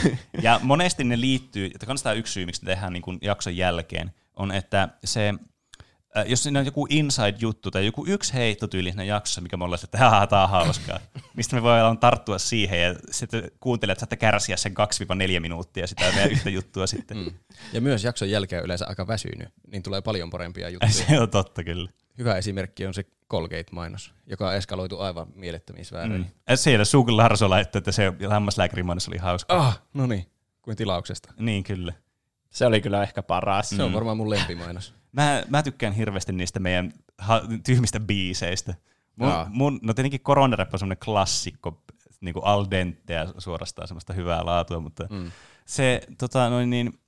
Ja monesti ne liittyy, että kannattaa yksi syy, miksi ne tehdään niin kuin jakson jälkeen, on, että se, äh, jos siinä on joku inside-juttu tai joku yksi heitto tyyli siinä jaksossa, mikä me ollaan, että haha, tää on hauskaa, mistä me voidaan tarttua siihen ja sitten kuuntelijat saatte kärsiä sen kaksi neljä minuuttia sitä meidän yhtä juttua sitten. Mm. Ja myös jakson jälkeen yleensä aika väsynyt, niin tulee paljon parempia juttuja. Se on totta kyllä. Hyvä esimerkki on se Colgate-mainos, joka eskaloitu aivan mielettömiin sfääreihin. Mm. Siellä Suukun Larso laittoi, että se hammaslääkärimainos oli hauska. Ah, no niin, kuin tilauksesta. Niin kyllä. Se oli kyllä ehkä paras. Se on varmaan mun lempimainos. Mä, mä tykkään hirveästi niistä meidän ha- tyhmistä biiseistä. Mun, Jaa. mun, no tietenkin Koronarap on semmoinen klassikko, niin kuin al dente ja suorastaan semmoista hyvää laatua, mutta Mm. se, tota, noin niin,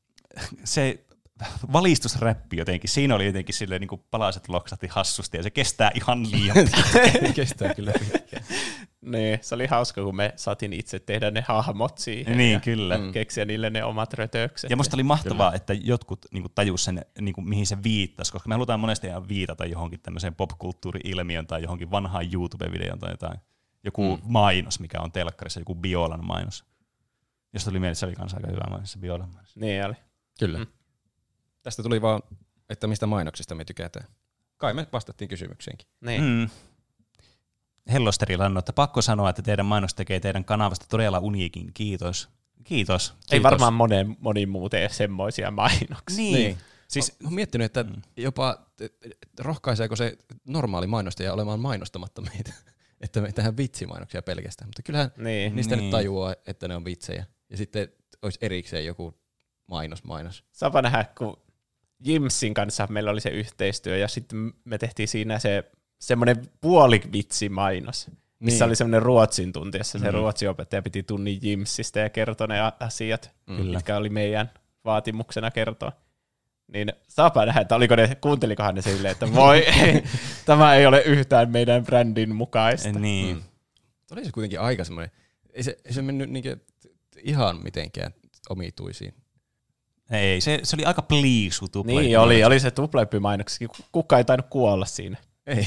se valistusräppi jotenkin, siinä oli jotenkin silleen niin kuin palaset loksahti hassusti ja se kestää ihan liian pitkään. Kestää kyllä pitkään. Niin, se oli hauska, kun me saatiin itse tehdä ne hahmot siihen. Niin, ja kyllä. Mm. keksiä niille ne omat rötökset. Ja musta oli mahtavaa, että jotkut niin kuin, tajus sen, niin kuin, mihin se viittasi, koska me halutaan monesti ihan viitata johonkin tämmöiseen popkulttuuri-ilmiön tai johonkin vanhaan YouTube-videoon tai jotain. Joku mm. mainos, mikä on telkkarissa, joku Biolan mainos. Josta tuli mieleen, että se oli kanssa aika hyvä mainos, se Biolan mainos. Niin oli. Kyllä. Mm. Tästä tuli vaan, että mistä mainoksista me tykätään. Kai me vastattiin kysymykseenkin. Niin. Mm. Hellosteri lannoi, että pakko sanoa, että teidän mainos tekee teidän kanavasta todella uniikin. Kiitos. Kiitos. Ei Kiitos. varmaan monen, moni muu tee semmoisia mainoksia. Niin. niin. Siis Siis, olen miettinyt, että Mm. jopa rohkaiseeko se normaali mainostaja olemaan mainostamatta meitä, että me tehdään vitsimainoksia pelkästään. Mutta kyllähän Niin. niistä Niin. nyt tajuaa, että ne on vitsejä. Ja sitten olisi erikseen joku mainos mainos. Saapa nähdä, kun Jimsin kanssa meillä oli se yhteistyö ja sitten me tehtiin siinä se semmoinen puolivitsimainos, missä Niin. oli semmoinen ruotsin tunti, jossa se Mm. ruotsin opettaja piti tunnin Jimsistä ja kertoi ne a- asiat, Kyllä. mitkä oli meidän vaatimuksena kertoa. Niin saapa nähdä, että oliko ne, kuuntelikohan ne silleen, että voi, tämä ei ole yhtään meidän brändin mukaista. niin. Mm. Oli se kuitenkin aika semmoinen, ei se, ei se mennyt niinkö ihan mitenkään omituisiin. Ei, se, se oli aika pliisu tupla. Niin oli, oli se tuplahyppymainoksessakin. Kuka ei tainnut kuolla siinä. Ei.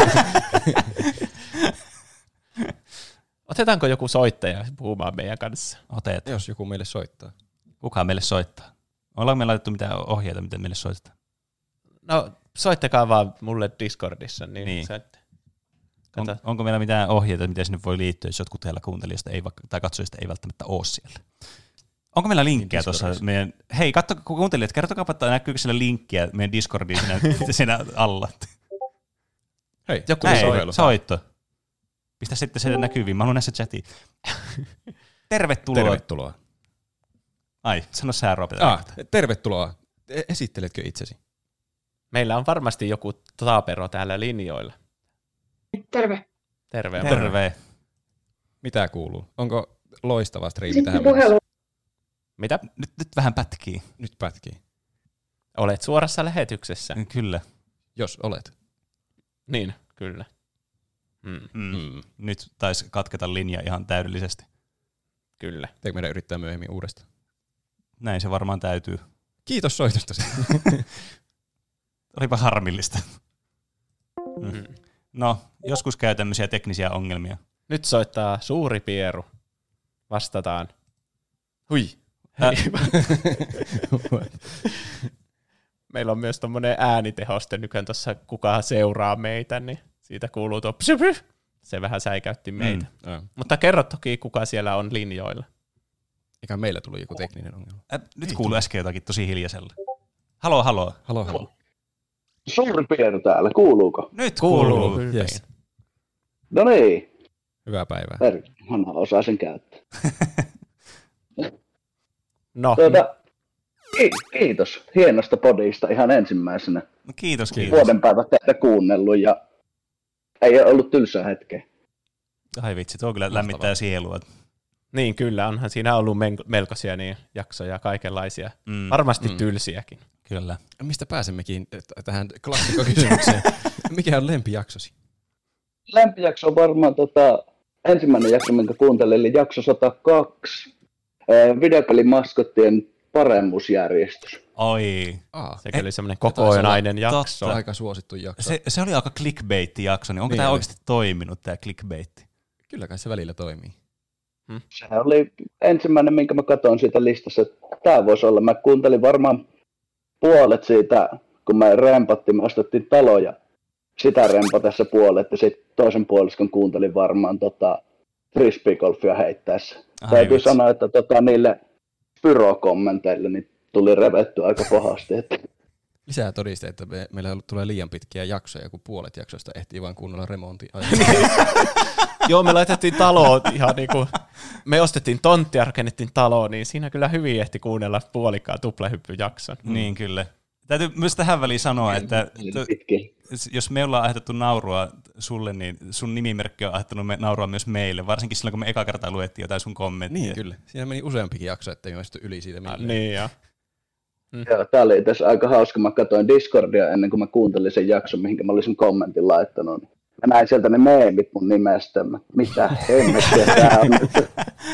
Otetaanko joku soittaja puhumaan meidän kanssa? Otet. Jos joku meille soittaa. Kuka meille soittaa? Ollaanko me laitettu mitään ohjeita, miten meille soitetaan? No soittakaa vaan mulle Discordissa. Niin, Niin. Se, On, kato. onko meillä mitään ohjeita, miten sinne voi liittyä, jos jotkut teillä kuuntelijasta ei, vaikka- tai katsojista ei välttämättä ole siellä? Onko meillä linkkiä Niin, tuossa Discordissa. meidän... Hei, katso, kun kuuntelijat, kertokaapa, että näkyykö siellä linkkiä meidän Discordiin siinä, siinä alla. Hei, Joku Hei, soittaa. soitto. Pistä sitten sen näkyviin. Mä haluan nähdä se chatiin. Tervetuloa. Tervetuloa. Ai, sano sä, Roope. Ah, tervetuloa. E- Esitteletkö itsesi? Meillä on varmasti joku taapero täällä linjoilla. Terve. Terve. Terve. Mitä kuuluu? Onko loistava striimi tähän Sitten mennessä? puhelu. Mitä? Nyt, nyt vähän pätkii. Nyt pätkii. Olet suorassa lähetyksessä. Kyllä. Jos olet. Niin. Kyllä. Mm. Mm. Mm. Nyt taisi katketa linja ihan täydellisesti. Kyllä. Pitääkö meidän yrittää myöhemmin uudestaan? Näin se varmaan täytyy. Kiitos soitosta. Olipa harmillista. Mm. Mm. No, joskus käy tämmöisiä teknisiä ongelmia. Nyt soittaa suuri pieru. Vastataan. Hui. Hä? Meillä on myös tommonen äänitehoste nykyään tuossa, kuka seuraa meitä, niin siitä kuuluu tuo psy, psy. Se vähän säikäytti meitä. Mm. Ja. Mutta kerro toki, kuka siellä on linjoilla. Eikä meillä tuli joku tekninen ongelma. Äh, nyt kuuluu äsken jotakin tosi hiljaisella. Halo, halo. Halo, halo. Suuri Pieru täällä, kuuluuko? Nyt Kuuluu. kuuluu. Kyllä. Yes. No niin, Hyvää päivää. Hanna osaa sen käyttää. No, Tuota, ki- kiitos hienosta podista ihan ensimmäisenä. No, kiitos, kiitos. Vuoden päivät teitä kuunnellut ja ei ole ollut tylsää hetkeä. Ai vitsi, tuo kyllä lämmittää sielua. niin kyllä, onhan siinä ollut men- melkoisia niin jaksoja, kaikenlaisia. Mm, Varmasti Mm. tylsiäkin. kyllä. Mistä pääsemmekin t- tähän klassikkokysymykseen? Mikä on lempijaksosi? Lempijakso on varmaan tota, ensimmäinen jakso, minkä kuuntelin, eli jakso sata kaksi. Ää, videopelimaskottien paremmuusjärjestys. Oi. Aa, Sekin oli semmoinen taisi kokonainen olla jakso. totta. aika suosittu jakso. Se, se oli aika clickbait-jakso, niin onko Niin tämä oli. oikeasti toiminut, tämä clickbait? Kyllä kai se välillä toimii. Se oli ensimmäinen, minkä mä katsoin siitä listassa, että tämä voisi olla. Mä kuuntelin varmaan puolet siitä, kun me rempattiin, me ostettiin taloja. Sitä rempatessa puolet ja sitten toisen puoliskon kuuntelin varmaan tota, frisbeegolfia heittäessä. Ai Täytyy vitsi. sanoa, että tota, niille pyrokommenteille niin tuli revetty aika pahasti. Että Lisää todiste, että me, meillä tulee liian pitkiä jaksoja, kun puolet jaksoista ehtii vaan kuunnella remontin. Joo, me laitettiin taloon ihan niinku, me ostettiin tonttia, rakennettiin taloon, niin siinä kyllä hyvin ehti kuunnella puolikkaan tuplahyppyjakson. Niin kyllä. Täytyy myös tähän väliin sanoa, että to, pitkin. jos me ollaan aiheutettu naurua sulle, niin sun nimimerkki on aiheuttanut me naurua myös meille, varsinkin silloin, kun me eka kertaa luettiin jotain sun kommenttia. Niin, kyllä. Siinä meni useampikin jakso, ettei me istu yli siitä millään. Niin, ja. Joo, tää oli tässä aika hauska. Mä katsoin Discordia ennen kuin mä kuuntelin sen jakson, mihinkä mä olisin kommentin laittanut. Mä näin sieltä ne meemit mun nimestä. Mä, mitä hemmettiä tää on nyt?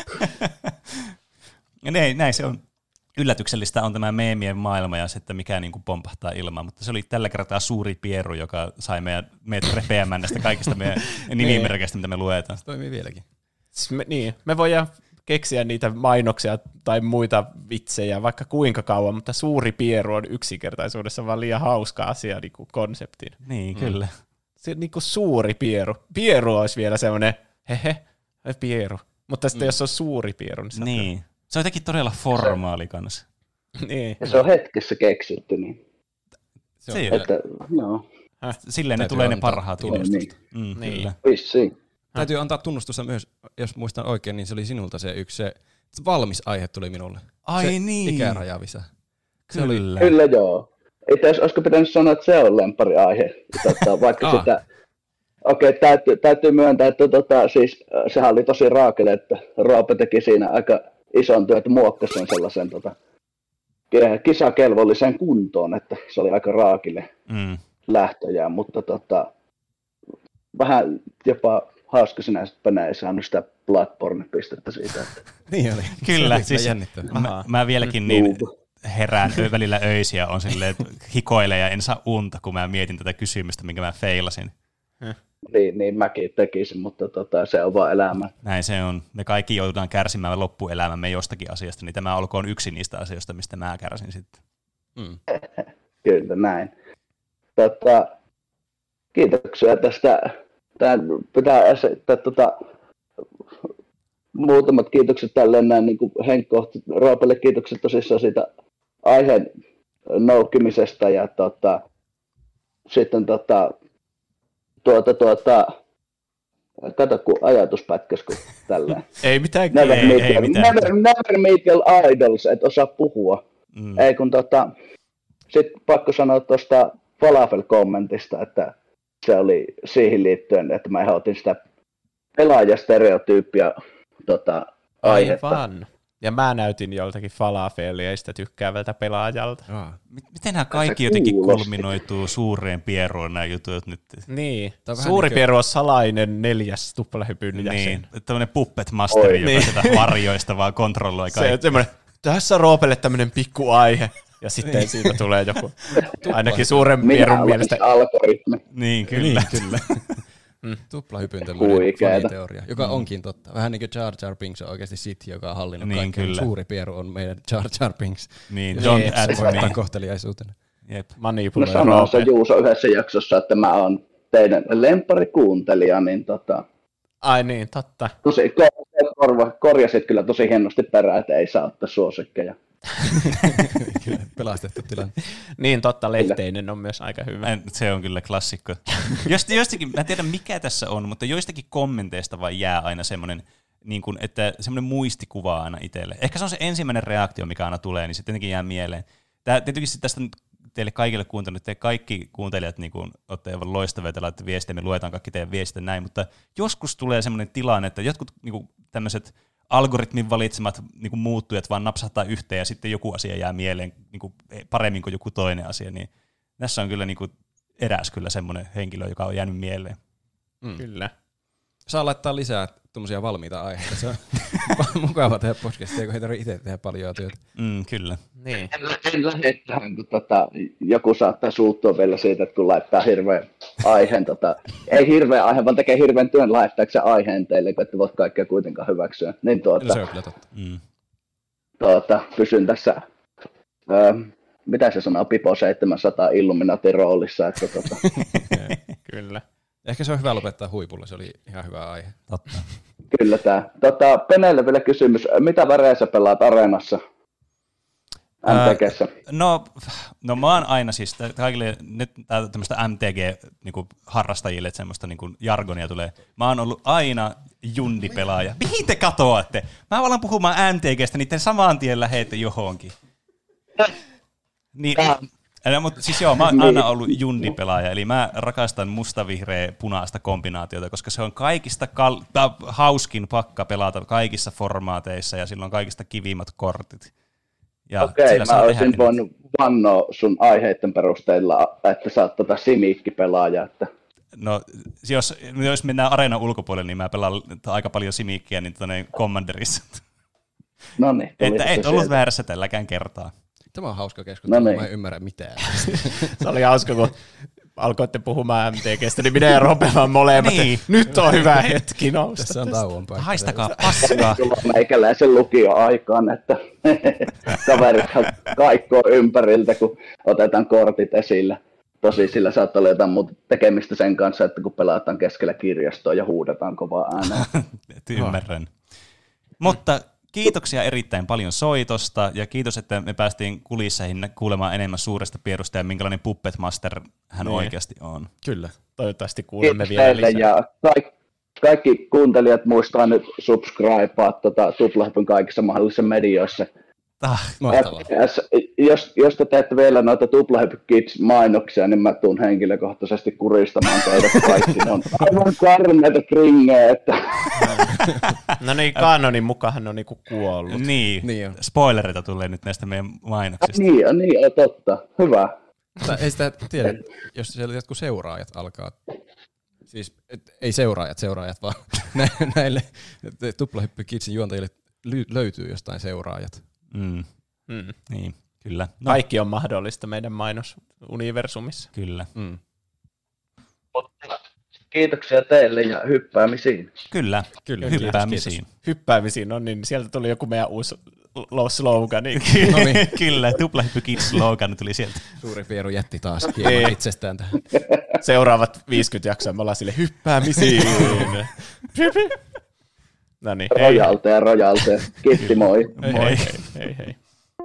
Ja näin, näin se on. Yllätyksellistä on tämä meemien maailma ja se, että mikä niin kuin pompahtaa ilmaan, mutta se oli tällä kertaa suuri pieru, joka sai meidän, meidät repeämään näistä kaikista meidän nimimerkeistä, mitä me luetaan. Se toimii vieläkin. Siis me, niin, me voidaan keksiä niitä mainoksia tai muita vitsejä vaikka kuinka kauan, mutta suuri pieru on yksinkertaisuudessa vaan liian hauska asia niin kuin konseptin. Niin, kyllä. Se niin kuin suuri pieru. Pieru olisi vielä semmoinen, hehe, pieru. Mutta sitten mm. jos on suuri pieru, niin se on Niin. Se on jotenkin todella formaali kanssa. niin. Ja se on hetkessä keksitty, niin Se on Se- kyllä. että joo, Silleen ne Täytyy tulee ne antaa parhaat tunnustusta. ilmestystä. Mm, Niin. kyllä. vissiin. Täytyy antaa tunnustusta myös, jos muistan oikein, niin se oli sinulta se yksi se valmis aihe tuli minulle. Ai se niin. Ikärajavisa. Se oli Kyllä. Kyllä joo. Itse asiassa olisiko pitänyt sanoa, että se on lemppariaihe. Tota, vaikka Ah. sitä, okei, okay, täytyy, täytyy myöntää, että tota, siis, äh, sehän oli tosi raakele, että Roope teki siinä aika ison työn, että muokkasi sen sellaisen tota, kisakelvolliseen kuntoon, että se oli aika raakille Mm. lähtöjään, mutta tota, vähän jopa hauska sinänsä, että Pene ei saanut sitä Bloodborne-pistettä siitä. Että Niin oli. Kyllä, Se oli siis jännittävää. mä, mä vieläkin niin Noob. herään ö- välillä öisiä, on silleen, että hikoilee ja en saa unta, kun mä mietin tätä kysymystä, minkä mä feilasin. Niin, niin mäkin tekisin, mutta tota, se on vaan elämä. Näin se on. Me kaikki joudutaan kärsimään loppuelämämme jostakin asiasta, niin tämä olkoon yksi niistä asioista, mistä mä kärsin sitten. Mm. Kyllä, näin. Tota, kiitoksia tästä. Tää pitää esittää tota, muutamat kiitokset tälleen näin niin kuin Henkko, Roopelle kiitokset tosissaan siitä aiheen noukkimisesta ja tota, sitten tota, tuota, tuota, kato kun ajatus pätkäs kun tälleen. Ei mitään. Never, Ei, meet, ei your, mitään. never, never meet your idols, et osaa puhua. Mm. Ei kun tota, sit pakko sanoa tuosta falafel-kommentista, että se oli siihen liittyen, että mä ehdotin sitä pelaajastereotyyppiä tota, aihetta. Aivan. Ja mä näytin joltakin falafeliaista tykkäävältä pelaajalta. Jaa. Miten nämä kaikki jotenkin kulminoituu suureen pieruun nämä jutut nyt? Niin, Suuri suuri niin pieru on salainen neljäs tuplahypyn jäsen. Niin, tämmöinen puppet masteri, joka niin. sitä varjoista vaan kontrolloi Se kaikki. on semmoinen, tässä on Roopelle tämmöinen pikku aihe. Ja sitten siitä tulee joku, ainakin suuren Minä pierun olen mielestä. algoritmi. Niin, kyllä. Niin, kyllä. Tuplahypyn tämmöinen Huikeeta. faniteoria, joka onkin totta. Vähän niin kuin Jar Jar Binks on oikeasti Sith, joka on hallinnut Niin, kaikkea. kyllä. Suuri pieru on meidän Jar Jar Binks. Niin, Jep, don't add se for Tämän me. kohteliaisuutena. Jep. No Manipuloi sanoin se Roope. Juuso yhdessä jaksossa, että mä oon teidän lempparikuuntelija, niin tota, Ai niin, totta. tosi korva, korjasit kyllä tosi hienosti perään, että ei saa ottaa suosikkeja. Kyllä, pelastettu tilanne. Niin totta, Lehteinen on myös aika hyvä. En- Se on kyllä klassikko. Jost, jostakin, mä en tiedä mikä tässä on, mutta joistakin kommenteista vaan jää aina semmoinen, niin kuin, että semmoinen muistikuva aina itselle. Ehkä se on se ensimmäinen reaktio, mikä aina tulee, niin se tietenkin jää mieleen. Tää, tietenkin sit tästä teille kaikille kuuntelut, te kaikki kuuntelijat niin kuin, olette aivan loistavia, te laittatte viestiä, me luetaan kaikki teidän viestit näin, mutta joskus tulee semmoinen tilanne, että jotkut niin kuin, tämmöiset algoritmin valitsemat niin kuin muuttujat vaan napsahtaa yhteen ja sitten joku asia jää mieleen niin kuin paremmin kuin joku toinen asia, niin tässä on kyllä niin kuin eräs kyllä semmoinen henkilö, joka on jäänyt mieleen. Mm. Kyllä. Saa laittaa lisää tuommoisia valmiita aiheita. Se on mukava tehdä podcastia, kun ei tarvitse itse tehdä paljon työtä. Mm, kyllä. Niin. En, en lähde tähän, kun tota, joku saattaa suuttua vielä siitä, että kun laittaa hirveän aiheen, tota, ei hirveän aiheen, vaan tekee hirveän työn laittaakseen aiheen teille, kun ette voi kaikkea kuitenkaan hyväksyä. Niin tuota, No, se on kyllä totta. Mm. tuota, pysyn tässä, öö, mitä se sanoo, Pipo seitsemänsataa Illuminatin roolissa, että tota, Kyllä. Ehkä se on hyvä lopettaa huipulla, se oli ihan hyvä aihe. Totta. kyllä tämä. Tota, Penelle vielä kysymys, mitä värejä sä pelaat Areenassa? M T G:ssä? No, no mä oon aina siis kaikille nyt tämmöistä M T G-harrastajille, että semmoista niinku jargonia tulee. Mä oon ollut aina jundipelaaja. Mihin te katoatte? Mä alan puhumaan M T G:stä, niin te saman tien lähette johonkin. Niin, no, mutta siis joo, mä oon aina ollut jundipelaaja, eli mä rakastan mustavihreä punaista kombinaatiota, koska se on kaikista kal- hauskin pakka pelata kaikissa formaateissa ja sillä on kaikista kivimmat kortit. Ja Okei, sillä mä saa olisin tehdä voinut vannoa sun aiheiden perusteella, että sä oot tota Simiikki-pelaaja. Että... No, jos, jos mennään areenan ulkopuolelle, niin mä pelaan aika paljon Simiikkiä niin tuonne Commanderissa. No niin. Että et ollut väärässä tälläkään kertaa. Tämä on hauska keskustelu, No niin. mä en ymmärrä mitään. Se oli hauska, kun alkoitte puhumaan M T G:stä, niin minä ja Rope vaan molemmat. Niin. Nyt on hyvä hetki nousta. Tässä on tauon paikka. Haistakaa paskaa. Sulla on meikäläisen lukioaikaan, että kaverithan kaikkoo ympäriltä, kun otetaan kortit esille. Tosi sillä saattaa olla jotain muuta tekemistä sen kanssa, että kun pelataan keskellä kirjastoa ja huudetaan kovaa ääneen. Ymmärrän. Mutta kiitoksia erittäin paljon soitosta ja kiitos, että me päästiin kulisseihin kuulemaan enemmän suuresta pierusta ja minkälainen Puppet Master hän Niin. oikeasti on. Kyllä. Toivottavasti kuulemme Kiitos vielä teille lisää. ja kaikki, kaikki kuuntelijat muistaa nyt subscribea tota, Tuplahypyn kaikissa mahdollisissa medioissa. Ah, Mahtavaa. Jos, jos, jos te teette vielä noita Tuplahypy Kids-mainoksia, niin mä tuun henkilökohtaisesti kuristamaan teidät kaikki. Ne on aivan karmeita kringejä, että No niin, kanonin mukaan hän on niinku kuollut. niin, Niin on. spoilereita tulee nyt näistä meidän mainoksista. niin, on, niin on totta. Hyvä. Mutta ei sitä tiedä, jos siellä jotkut seuraajat alkaa. Siis et, ei seuraajat, seuraajat, vaan nä, näille Tuplahyppy Kidsin juontajille ly, löytyy jostain seuraajat. Mm, Hmm. niin, kyllä. No, Kaikki on mahdollista meidän mainosuniversumissa. Kyllä, Mm. Kiitoksia teille ja hyppäämisiin. kyllä, Kyllä, hyppäämisiin. kiitos, Hyppäämisiin on, niin sieltä tuli joku meidän uusi l- slogan. No niin. Kyllä, Tuplahyppy Kids slogan tuli sieltä. Suuri pieru jätti taas hieman itsestään tähän. Seuraavat viisikymmentä jaksoa me ollaan sille hyppäämisiin. No niin, hei, Rojalta ja rojalta. Kiitti, moi. hei, hei, hei, hei.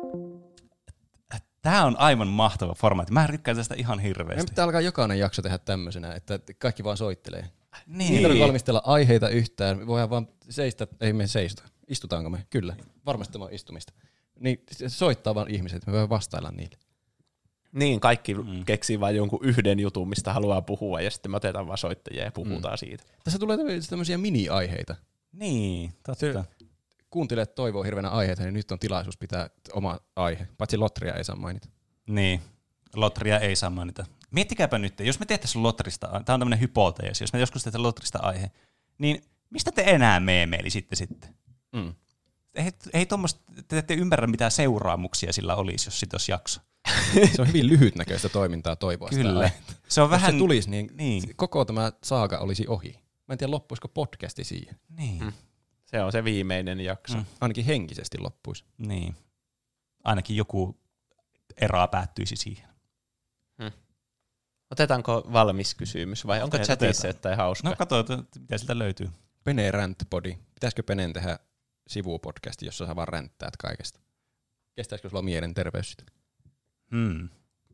Tämä on aivan mahtava formaatti. Mä rikkään tästä ihan Meidän hirveästi. pitää alkaa jokainen jakso tehdä tämmöisenä, että kaikki vaan soittelee. Niin. Ei tarvitse valmistella aiheita yhtään. Me voidaan vaan seistä, ei me seisto. Istutaanko me? Kyllä. Varmasti tämä on istumista. Niin soittaa vaan ihmiset, me voidaan vastailla niille. Niin, kaikki Mm. keksii vain jonkun yhden jutun, mistä haluaa puhua, ja sitten me otetaan vaan soittajia ja puhutaan mm. siitä. Tässä tulee tämmöisiä mini-aiheita. Niin, totta. kuuntelijat toivoo hirveänä aiheita, niin nyt on tilaisuus pitää oma aihe. Paitsi Lotria ei saa mainita. Niin, Lotria ei saa mainita. Miettikääpä nyt, jos me tehtäisiin Lotrista, tämä on tämmöinen hypoteesi, jos me joskus tehdään Lotrista aihe, niin mistä te enää meemeili sitten sitten? Mm. Ei, ei tuommoista, te ette ymmärrä mitä seuraamuksia sillä olisi, jos sit olisi jakso. Se on hyvin lyhytnäköistä toimintaa toivoa sitä. Kyllä. Se on Jos vähän... se tulisi, niin, niin. koko tämä saaga olisi ohi. Mä en tiedä, loppuisiko podcasti siihen. Niin. Mm. Se on se viimeinen jakso. Mm. Ainakin henkisesti loppuisi. Niin. Ainakin joku eraa päättyisi siihen. Mm. Otetaanko valmis kysymys vai onko Otetaan. chatissa jotain hauskaa? No katsotaan, mitä sieltä löytyy. Pene Rant-podi. Pitäisikö Peneen tehdä sivupodcasti, jossa sä vaan ränttäät kaikesta? Kestääkö sulla mielenterveys sitä? Hmm.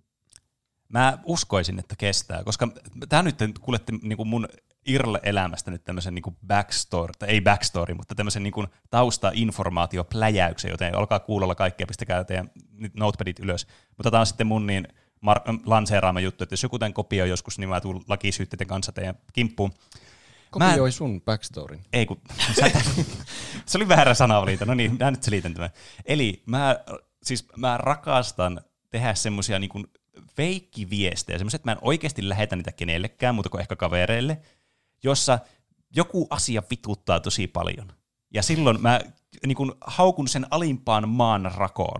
Mä uskoisin, että kestää, koska tää nyt kuulette niinku mun Irle-elämästä nyt tämmöisen niinku backstory, tai ei backstory, mutta tämmöisen niinku tausta-informaatiopläjäyksen, joten olkaa kuulolla kaikkea, pistäkää teidän notepadit ylös. Mutta tää on sitten mun niin mar- lanseeraama juttu, että jos joku tämän kopioi joskus, niin mä tuun lakisyytteiden kanssa teidän kimppuun. Kopioi sun backstoryn. Ei kun, se oli väärä sanavalinta, no niin, mä nyt selitän tämän. Eli mä, siis mä rakastan tehdä semmosia niinku feikkiviestejä, semmoisia, että mä en oikeasti lähetä niitä kenellekään, muuta kuin ehkä kavereille, jossa joku asia vituttaa tosi paljon. Ja silloin mä niin kuin haukun sen alimpaan maan rakoon.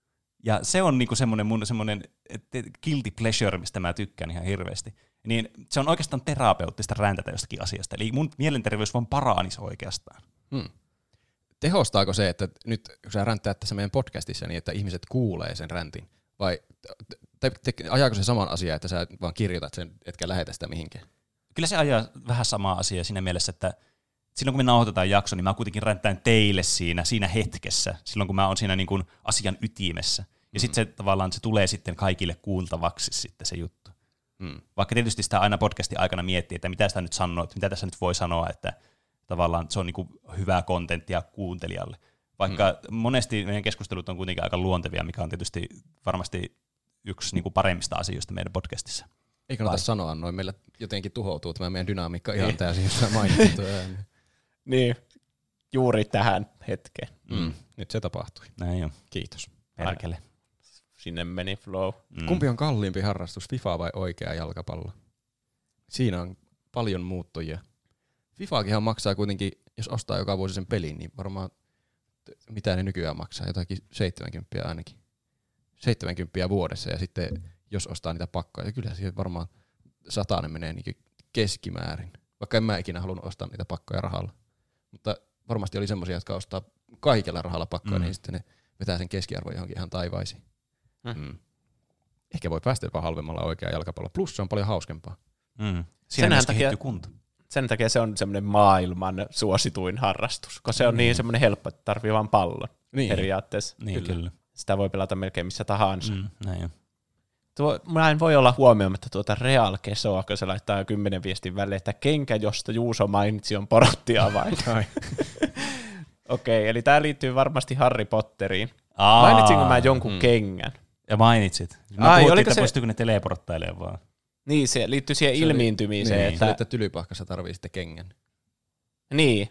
Ja se on niin kuin semmoinen mun semmoinen guilty pleasure, mistä mä tykkään ihan hirveästi. Niin se on oikeastaan terapeuttista räntätä jostakin asiasta. Eli mun mielenterveys vaan paranisi oikeastaan. Hmm. Tehostaako se, että nyt kun sä ränttäät tässä meidän podcastissa, niin että ihmiset kuulee sen räntin? Vai te, te, te, ajaako se saman asian, että sä vaan kirjoitat sen, etkä lähetä sitä mihinkään? Kyllä se ajaa vähän samaa asiaa siinä mielessä, että silloin kun me nauhoitetaan jakso, niin mä kuitenkin ränttään teille siinä, siinä hetkessä, silloin kun mä oon siinä niin kuin asian ytimessä. Ja mm. sitten se tavallaan se tulee sitten kaikille kuultavaksi sitten se juttu. Mm. Vaikka tietysti sitä aina podcastin aikana miettii, että mitä sitä nyt sanoo, että mitä tässä nyt voi sanoa, että tavallaan se on niin kuin hyvää kontenttia kuuntelijalle. Vaikka mm. monesti meidän keskustelut on kuitenkin aika luontevia, mikä on tietysti varmasti yksi niin kuin paremmista asioista meidän podcastissa. Ei kannata Vai? sanoa noin, meillä jotenkin tuhoutuu tämä meidän dynamiikka ihan täysin, jos sä mainitsit tuo ääni. Niin, juuri tähän hetkeen. Mm. Nyt se tapahtui. Näin on. Kiitos. Perkele. Sinne meni flow. Mm. Kumpi on kalliimpi harrastus, FIFA vai oikea jalkapallo? Siinä on paljon muuttujia. FIFAakinhan maksaa kuitenkin, jos ostaa joka vuosi sen pelin, niin varmaan mitä ne nykyään maksaa, jotakin seitsemänkymmentä ainakin. seitsemänkymmentä vuodessa ja sitten jos ostaa niitä pakkoja, ja kyllä siihen varmaan satainen menee niin keskimäärin. Vaikka en mä ikinä halunnut ostaa niitä pakkoja rahalla. Mutta varmasti oli semmoisia, jotka ostaa kaikella rahalla pakkoja, mm. niin sitten ne vetää sen keskiarvon johonkin ihan taivaisiin. Mm. Mm. Ehkä voi päästä jopa halvemmalla oikea jalkapallo. Plus se on paljon hauskempaa. Mm. Siinä myös kehittyy kunto. Sen takia se on semmoinen maailman suosituin harrastus, koska se on mm. niin semmoinen helppo, että tarvii vaan pallon niin. periaatteessa. Niin, kyllä. kyllä. Sitä voi pelata melkein missä tahansa. Mm, näin on. Tuo, mä en voi olla huomioimatta tuota Real Kesoa, kun se laittaa kymmenen viestin välein, että kenkä, josta Juuso mainitsi, on porottia vai? Okei, okay, eli tää liittyy varmasti Harry Potteriin. Aa, Mainitsinko mä jonkun mm. kengän? Ja mainitsit. Mä Ai, puhuttiin, että se... pystyykö ne teleporttailemaan vaan. Niin, se liittyy siihen se ilmiintymiseen. Niin, että... että Tylypahkassa tarvii sitten kengän. Niin,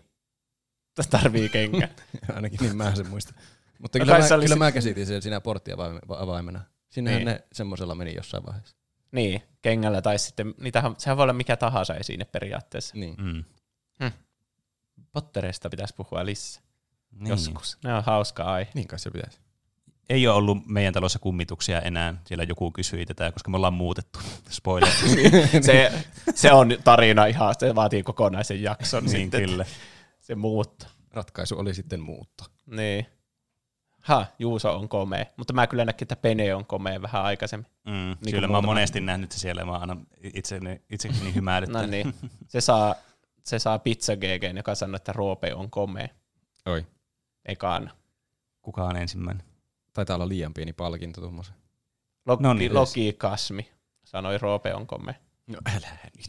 tarvii kengän. Ainakin niin mä sen muistan. Mutta kyllä, mä, kyllä mä käsitin sen siinä porttiavaimena. Sinnehän niin. Ne semmoisella meni jossain vaiheessa. Niin, kengällä tai sitten, niitähän, sehän voi olla mikä tahansa esine periaatteessa. Niin. Mm. Hm. Pottereista pitäisi puhua lisää. Niin. Joskus. Ne on hauska aihe. Niin kai se pitäisi. Ei ole ollut meidän talossa kummituksia enää. Siellä joku kysyi tätä, koska me ollaan muutettu. Spoiler. se, se on tarina ihan, se vaatii kokonaisen jakson. Niin sitten, kyllä. Se muutto. Ratkaisu oli sitten muutto. Niin. Ha, Juuso on komea. Mutta mä kyllä näkin, että Pene on komea vähän aikaisemmin. Mm, niin kyllä mä oon monesti nähnyt se siellä, mä aina itseni, itsekseni hymäädyttää. No niin. Se saa, se saa Pizza G G, joka sanoo, että Roope on komea. Oi. Ekaan. Kuka on ensimmäinen? Taitaa olla liian pieni palkinto tuommoisen. Logi, no niin, Logi Kasmi sanoi, Roope on komea. No älä nyt.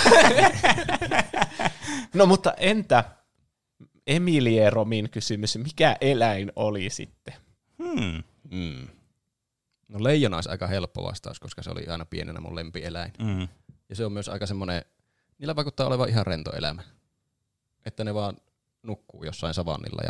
No mutta entä Emilie Romin kysymys, mikä eläin oli sitten? Hmm. Mm. No leijona olisi aika helppo vastaus, koska se oli aina pienenä mun lempieläin. Mm. Ja se on myös aika semmoinen, niillä vaikuttaa olevan ihan rento elämä. Että ne vaan nukkuu jossain savannilla ja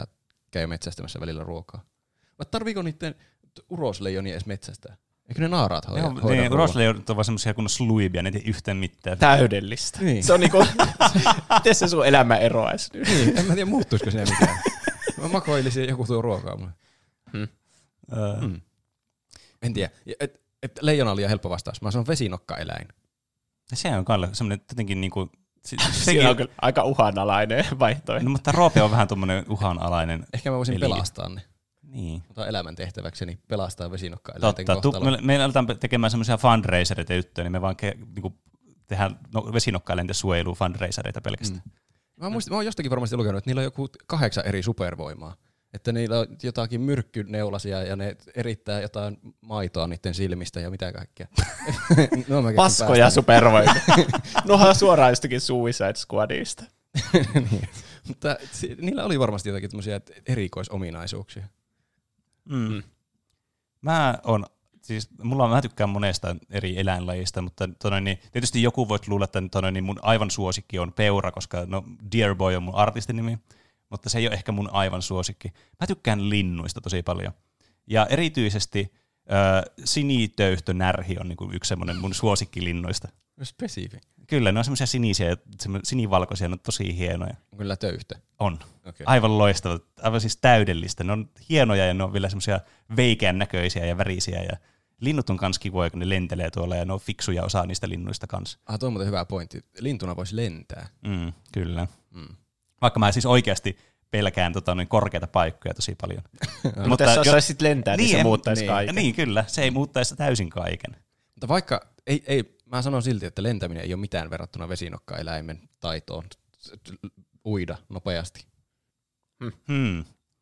käy metsästämässä välillä ruokaa. Vai tarviiko niiden urosleijonia edes metsästää? Eikö ne naaraat hoida? Ne, hoida ne urosleijonit on vaan semmosia kunnon sluibia, ne ei tee yhtään mitään. Täydellistä. Niin. Se on niinku, miten se sun elämä eroaisi nyt? Niin, en mä tiedä muuttuisiko siinä mitään. Mä makoilisin ja joku tuo ruokaa mulle. Hmm. Uh. Hmm. En tiedä. Et, et leijona oli liian helppo vastaus. Mä sanon vesinokkaeläin. Se on kyllä semmoinen jotenkin niinku... Siinä on kyllä aika uhanalainen vaihtoehto. No, mutta Roope on vähän tommonen uhanalainen. Ehkä mä voisin eli... pelastaa ne. Niin. Otan elämän tehtäväkseni pelastaa vesinokkaeläinten Totta. Tu- me, me aletaan tekemään semmoisia fundraisereita juttuja, niin me vaan ke, niinku, tehdään no, vesinokkaeläinten suojelua fundraisereita pelkästään. Mm. Mä, muistin, mä oon jostakin varmasti lukenut, että niillä on joku kahdeksan eri supervoimaa. Että niillä on jotakin myrkkyneulasia ja ne erittää jotain maitoa niiden silmistä ja mitä kaikkea. No, paskoja supervoimia. Nohan suoraan jostakin Suicide Squadista. Niin. Mutta niillä oli varmasti jotakin tämmöisiä erikoisominaisuuksia. Mm. Mä on, siis mulla on, mä tykkään monesta eri eläinlajista, mutta tonne, niin, tietysti joku voit luulla, että tonne, niin mun aivan suosikki on peura, koska no, Dear Boy on mun artistinimi, mutta se ei ole ehkä mun aivan suosikki. Mä tykkään linnuista tosi paljon. Ja erityisesti äh, sinitöyhtönärhi on niinku yksi semmoinen mun suosikkilinnuista. Spesifi. Kyllä, ne on semmoisia sinisiä ja sinivalkoisia, ne on tosi hienoja. On kyllä töyhtö. On. Okay. Aivan loistavat, aivan siis täydellistä. Ne on hienoja ja ne on vielä semmoisia veikeän näköisiä ja värisiä. Ja linnut on kans kivoja, kun ne lentelee tuolla ja ne on fiksuja osa niistä linnuista kanssa. Ah, tuo on muuten hyvä pointti. Lintuna voisi lentää. Mm, kyllä. Mm. Vaikka mä siis oikeasti pelkään tota, noin korkeita paikkoja tosi paljon. Mutta, mutta jos sä osaisit lentää, niin, niin se muuttaisi niin, kaiken. Niin, kyllä. Se ei muuttaisi täysin kaiken. Mutta vaikka, ei, ei, mä sanon silti, että lentäminen ei ole mitään verrattuna vesinokkaeläimen taitoon uida nopeasti. Hmm. Hmm.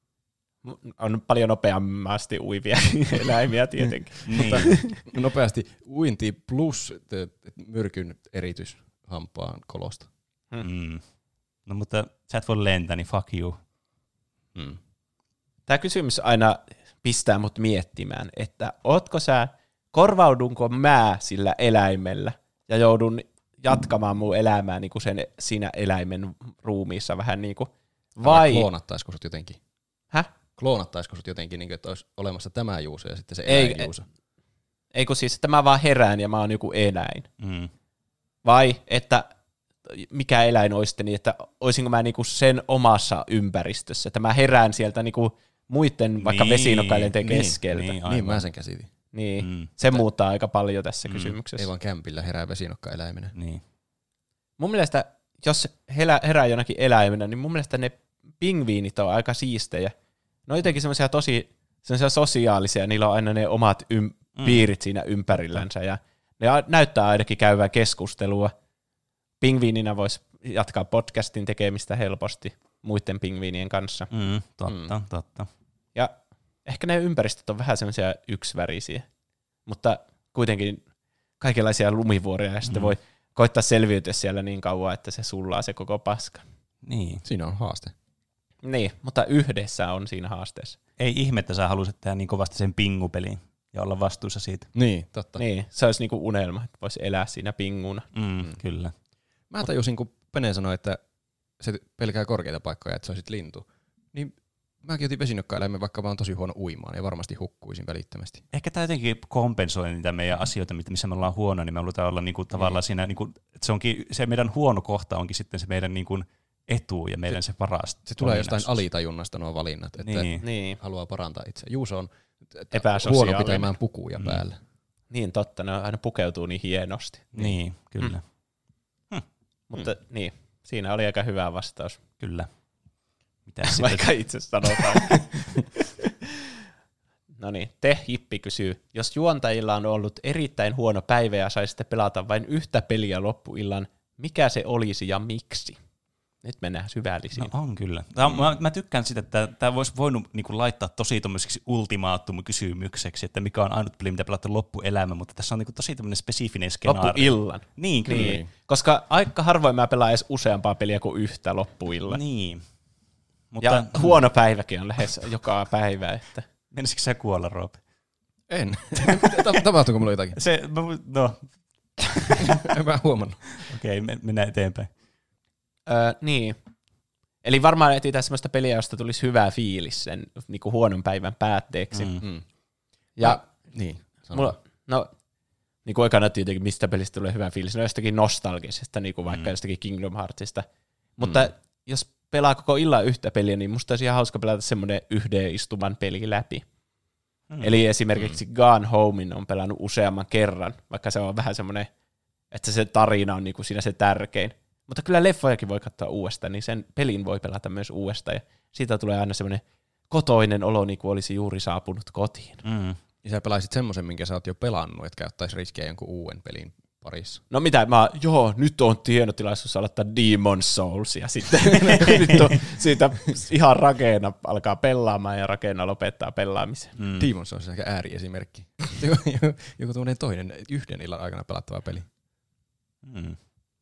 On paljon nopeammasti uivia eläimiä tietenkin. Niin. Mutta nopeasti uinti plus myrkyn eritys hampaan kolosta. Hmm. No mutta sä et voi lentää, niin fuck you. Hmm. Tämä kysymys aina pistää mut miettimään, että ootko sä, korvaudunko mä sillä eläimellä ja joudun jatkamaan mun elämää niin kuin sen siinä eläimen ruumiissa vähän niin kuin, vai... Kloonattaisiko sut jotenkin? Häh? Kloonattaisiko sut jotenkin, niin kuin, että olisi olemassa tämä Juuso ja sitten se ei, eläin Juuso? Ei kun siis, että mä vaan herään ja mä oon joku eläin. Mm. Vai että mikä eläin olisi sitten niin, että olisinko mä niinku sen omassa ympäristössä, että mä herään sieltä niinku muiden vaikka niin, vesinokkaeläinten niin, keskeltä. Niin, niin mä sen käsitin. Niin, Mm. se muuttaa aika paljon tässä Mm. kysymyksessä. Ei vaan kämpillä herää vesinokkaeläimenä. Niin. Mun mielestä, jos herää, herää jonakin eläimenä, niin mun mielestä ne pingviinit on aika siistejä. Ne on jotenkin semmoisia tosi semmoisia sosiaalisia, niillä on aina ne omat ym- Mm. piirit siinä ympärillänsä, ja ne a- näyttää ainakin käyvää keskustelua. Pingviininä voisi jatkaa podcastin tekemistä helposti muiden pingviinien kanssa. Mm, totta, mm. totta. Ja ehkä ne ympäristöt on vähän semmoisia yksivärisiä, mutta kuitenkin kaikenlaisia lumivuoria, ja sitten Mm. voi koittaa selviytyä siellä niin kauan, että se sullaa se koko paska. Niin. Siinä on haaste. Niin, mutta yhdessä on siinä haasteessa. Ei ihme, että sä halusit tehdä niin kovasti sen pingupeliin ja olla vastuussa siitä. Niin, totta. Niin, se olisi niinku unelma, että voisi elää siinä pinguna. Mm, Mm. Kyllä. Mä tajusin, kun Pene sanoi, että se pelkää korkeita paikkoja, että se olisi lintu. Niin mäkin otin vesinokkaeläimen, vaikka mä oon tosi huono uimaan ja varmasti hukkuisin välittömästi. Ehkä tämä jotenkin kompensoi niitä meidän asioita, missä me ollaan huono, niin me halutaan olla niinku tavallaan mm. siinä, niinku, että se, onkin, se meidän huono kohta onkin sitten se meidän niinku etu ja meidän se, se paras. Se tulee jostain alitajunnasta nuo valinnat, että niin. Niin, haluaa parantaa itse. Juuso on epäsosiaalinen. huono pitämään pukuja Mm. päällä. Niin totta, ne aina pukeutuu niin hienosti. Niin, kyllä. Mm. Mutta niin, siinä oli aika hyvä vastaus. Kyllä. Mitäs sitten? Vaikka itse sanotaan. No niin, te Jippi kysyy, jos juontajilla on ollut erittäin huono päivä ja saisitte pelata vain yhtä peliä loppuillan, mikä se olisi ja miksi? Nyt mennään syvällisiin. No on kyllä. Tää, mm. mä, mä tykkään sitä, että tämä voisi voinut niinku laittaa tosi tommoiseksi ultimaattumikysymykseksi, että mikä on ainut peli, mitä pelata loppuelämä, mutta tässä on niinku tosi tämmöinen spesifinen skenaario. Loppuillan. Niin, kyllä. Niin. Koska aika harvoin mä pelaan edes useampaa peliä kuin yhtä loppuillan. Niin. Mutta ja huono päiväkin on lähes joka päivä. Että. Menisikö sä kuolla, Roope? En. Tapahtuuko mulla jotakin? Se, no. En mä huomannut. Okei, okay, mennään eteenpäin. Öö, niin. Eli varmaan etsitään semmoista peliä, josta tulisi hyvä fiilis sen niin kuin huonon päivän päätteeksi. Mm. Mm. Ja ja niin, mulla, no, niin kuin ekana tietenkin, mistä pelistä tulee hyvä fiilis, no jostakin nostalgisesta, niin kuin vaikka mm. jostakin Kingdom Heartsista. Mutta mm. jos pelaa koko illan yhtä peliä, niin musta olisi ihan hauska pelata semmoinen yhden istuman peli läpi. Mm. Eli esimerkiksi mm. Gone Homein on pelannut useamman kerran, vaikka se on vähän semmoinen, että se tarina on niin kuin siinä se tärkein. Mutta kyllä leffojakin voi katsoa uudestaan, niin sen pelin voi pelata myös uudestaan. Ja siitä tulee aina semmoinen kotoinen olo, niin kuin olisi juuri saapunut kotiin. Mm. Ja sä pelaisit semmoisen, minkä sä oot jo pelannut, etkä ottaisi riskejä jonkun uuden pelin parissa. No mitä, mä, joo, nyt on hieno tilaisuus aloittaa Demon's Souls, ja sitten nyt on siitä ihan rakeena alkaa pelaamaan, ja rakeena lopettaa pelaamisen. Mm. Demon's Souls on aika ääriesimerkki. joku joku tuollainen toinen yhden illan aikana pelattava peli. Mm.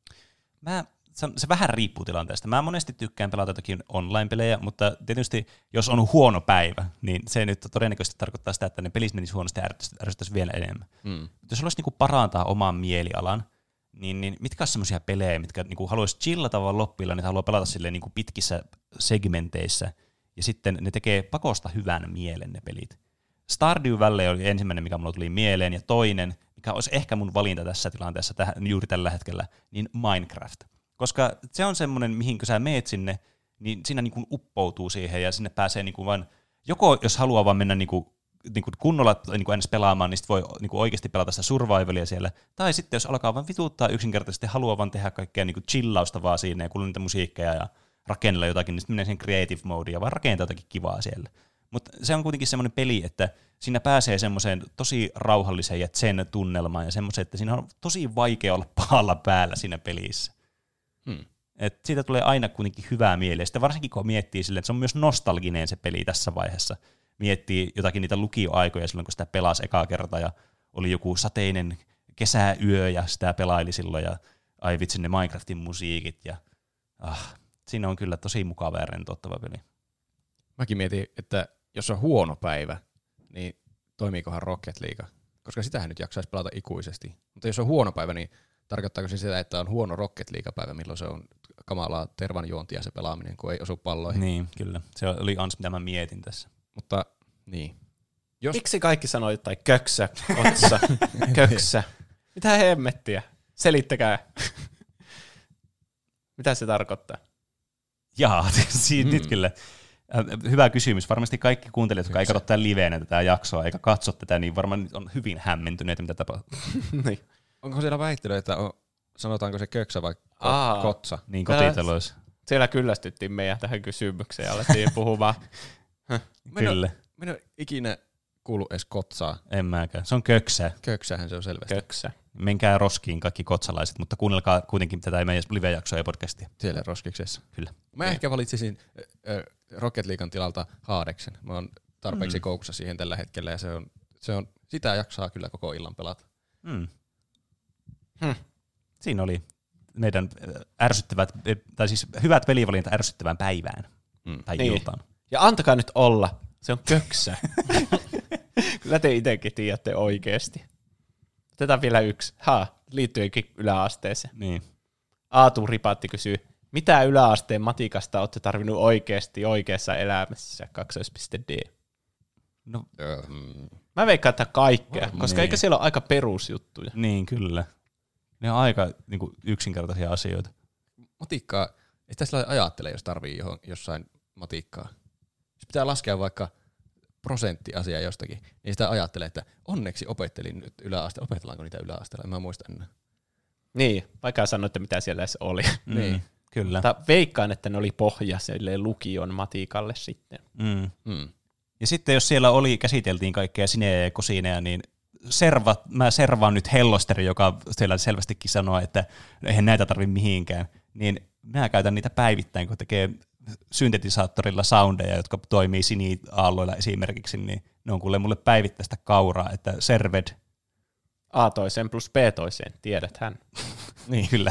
Mä, se, se vähän riippuu tilanteesta. Mä monesti tykkään pelata jotakin online-pelejä, mutta tietysti jos on huono päivä, niin se nyt todennäköisesti tarkoittaa sitä, että ne pelit menisi huonosti ja ärsyttäisi vielä enemmän. Mm. Jos haluaisi niinku parantaa oman mielialan, niin, niin mitkä on semmoisia pelejä, mitkä niinku haluaisi chillata vaan loppuilla, niitä haluaa pelata silleen niinku pitkissä segmenteissä, ja sitten ne tekee pakosta hyvän mielen ne pelit. Stardew Valley oli ensimmäinen, mikä mulla tuli mieleen, ja toinen, mikä olisi ehkä mun valinta tässä tilanteessa täh- juuri tällä hetkellä, niin Minecraft. Koska se on semmoinen, mihin kun sä meet sinne, niin siinä niin kuin uppoutuu siihen, ja sinne pääsee niin kuin vain, joko jos haluaa vaan mennä niin kuin, niin kuin kunnolla niin kuin edes pelaamaan, niin sit voi niin kuin oikeasti pelata sitä survivalia siellä, tai sitten jos alkaa vaan vituuttaa yksinkertaisesti, haluaa vaan tehdä kaikkea niin kuin chillausta vaan siinä, ja kuulla niitä musiikkeja, ja rakennella jotakin, niin sitten menee sen creative mode, ja vaan rakentaa jotakin kivaa siellä. Mutta se on kuitenkin semmoinen peli, että siinä pääsee semmoiseen tosi rauhalliseen ja zen tunnelmaan, ja semmoiseen, että siinä on tosi vaikea olla pahalla päällä siinä pelissä. Hmm. Et siitä tulee aina kuitenkin hyvää mieleen. Sitten varsinkin kun miettii silleen, että se on myös nostalginen se peli tässä vaiheessa. Miettii jotakin niitä lukioaikoja silloin, kun sitä pelasi ekaa kertaa ja oli joku sateinen kesäyö ja sitä pelaili silloin ja ai vitsi ne Minecraftin musiikit ja ah, siinä on kyllä tosi mukava ja rentouttava peli. Mäkin mietin, että jos on huono päivä, niin toimiikohan Rocket League? Koska sitähän nyt jaksaisi pelata ikuisesti. Mutta jos on huono päivä, niin tarkoittaako se sitä, että on huono Rocket League-päivä, milloin se on kamalaa tervanjuontia se pelaaminen, kun ei osu palloihin? Niin, kyllä. Se oli ans, mitä mä mietin tässä. Mutta niin. Jos... Miksi kaikki sanoo jotain köksä, otsa, köksä? Mitä hemmettiä? Selittäkää. Mitä se tarkoittaa? Jaa, siitä mm. nyt kyllä. Hyvä kysymys. Varmasti kaikki kuuntelijat, jotka ei katso tämän liveenä tätä jaksoa eikä katso tätä, niin varmaan on hyvin hämmentyneitä, mitä tapahtuu. Niin. Onko siellä väittely, että on, sanotaanko se köksä vai Aa, kotsa? Niin kotiteloissa. Siellä kyllästyttiin meidän tähän kysymykseen ja alettiin puhumaan. Kyllä. Minä en ikinä kuullut edes kotsaa. En mäkään. Se on köksä. Köksähän se on selvästi. Köksä. Menkää roskiin kaikki kotsalaiset, mutta kuunnelkaa kuitenkin tätä meidän live-jaksoa ja podcastia. Siellä roskiksessa. Kyllä. Mä ehkä valitsisin äh, Rocket Leaguean tilalta Haadeksen. Mä oon tarpeeksi mm. koukussa siihen tällä hetkellä ja se on, se on, sitä jaksaa kyllä koko illan pelata. Mm. Hmm. Siinä oli meidän ärsyttävät, tai siis hyvät pelivalinta ärsyttävään päivään mm. tai niin. iltaan. Ja antakaa nyt olla, se on köksä. Kyllä te itsekin tiedätte oikeasti. Otetaan vielä yksi. Ha, liittyenkin yläasteeseen. Niin. Aatu Ripatti kysyy, mitä yläasteen matikasta olette tarvinnut oikeasti oikeassa elämässä? kaksoispiste D. No, mm. Mä veikkaan, että kaikkea, oh, koska niin. Eikö siellä ole aika perusjuttuja? Niin, kyllä. Ne on aika niin kuin, yksinkertaisia asioita. Matikkaa, ei sitä sillä ajattele, jos tarvii johon, jossain matikkaa. Jos pitää laskea vaikka prosenttiasiaa jostakin, niin sitä ajattelee, että onneksi opettelin nyt yläasteella. Opetellaanko niitä yläasteella? En mä muista enää. Niin, vaikka sanoitte, mitä siellä edes oli. Mm, niin, kyllä. Mutta veikkaan, että ne oli pohja lukion matikalle sitten. Mm. Mm. Ja sitten jos siellä oli, käsiteltiin kaikkea sineja ja kosineja, niin serva, mä servaan nyt Hellosteri, joka siellä selvästikin sanoo, että eihän näitä tarvitse mihinkään, niin mä käytän niitä päivittäin, kun tekee syntetisaattorilla soundeja, jotka toimii siniaalloilla esimerkiksi, niin ne on kuule mulle päivittäistä kauraa, että served. A toiseen plus B toiseen, tiedäthän. Niin, kyllä.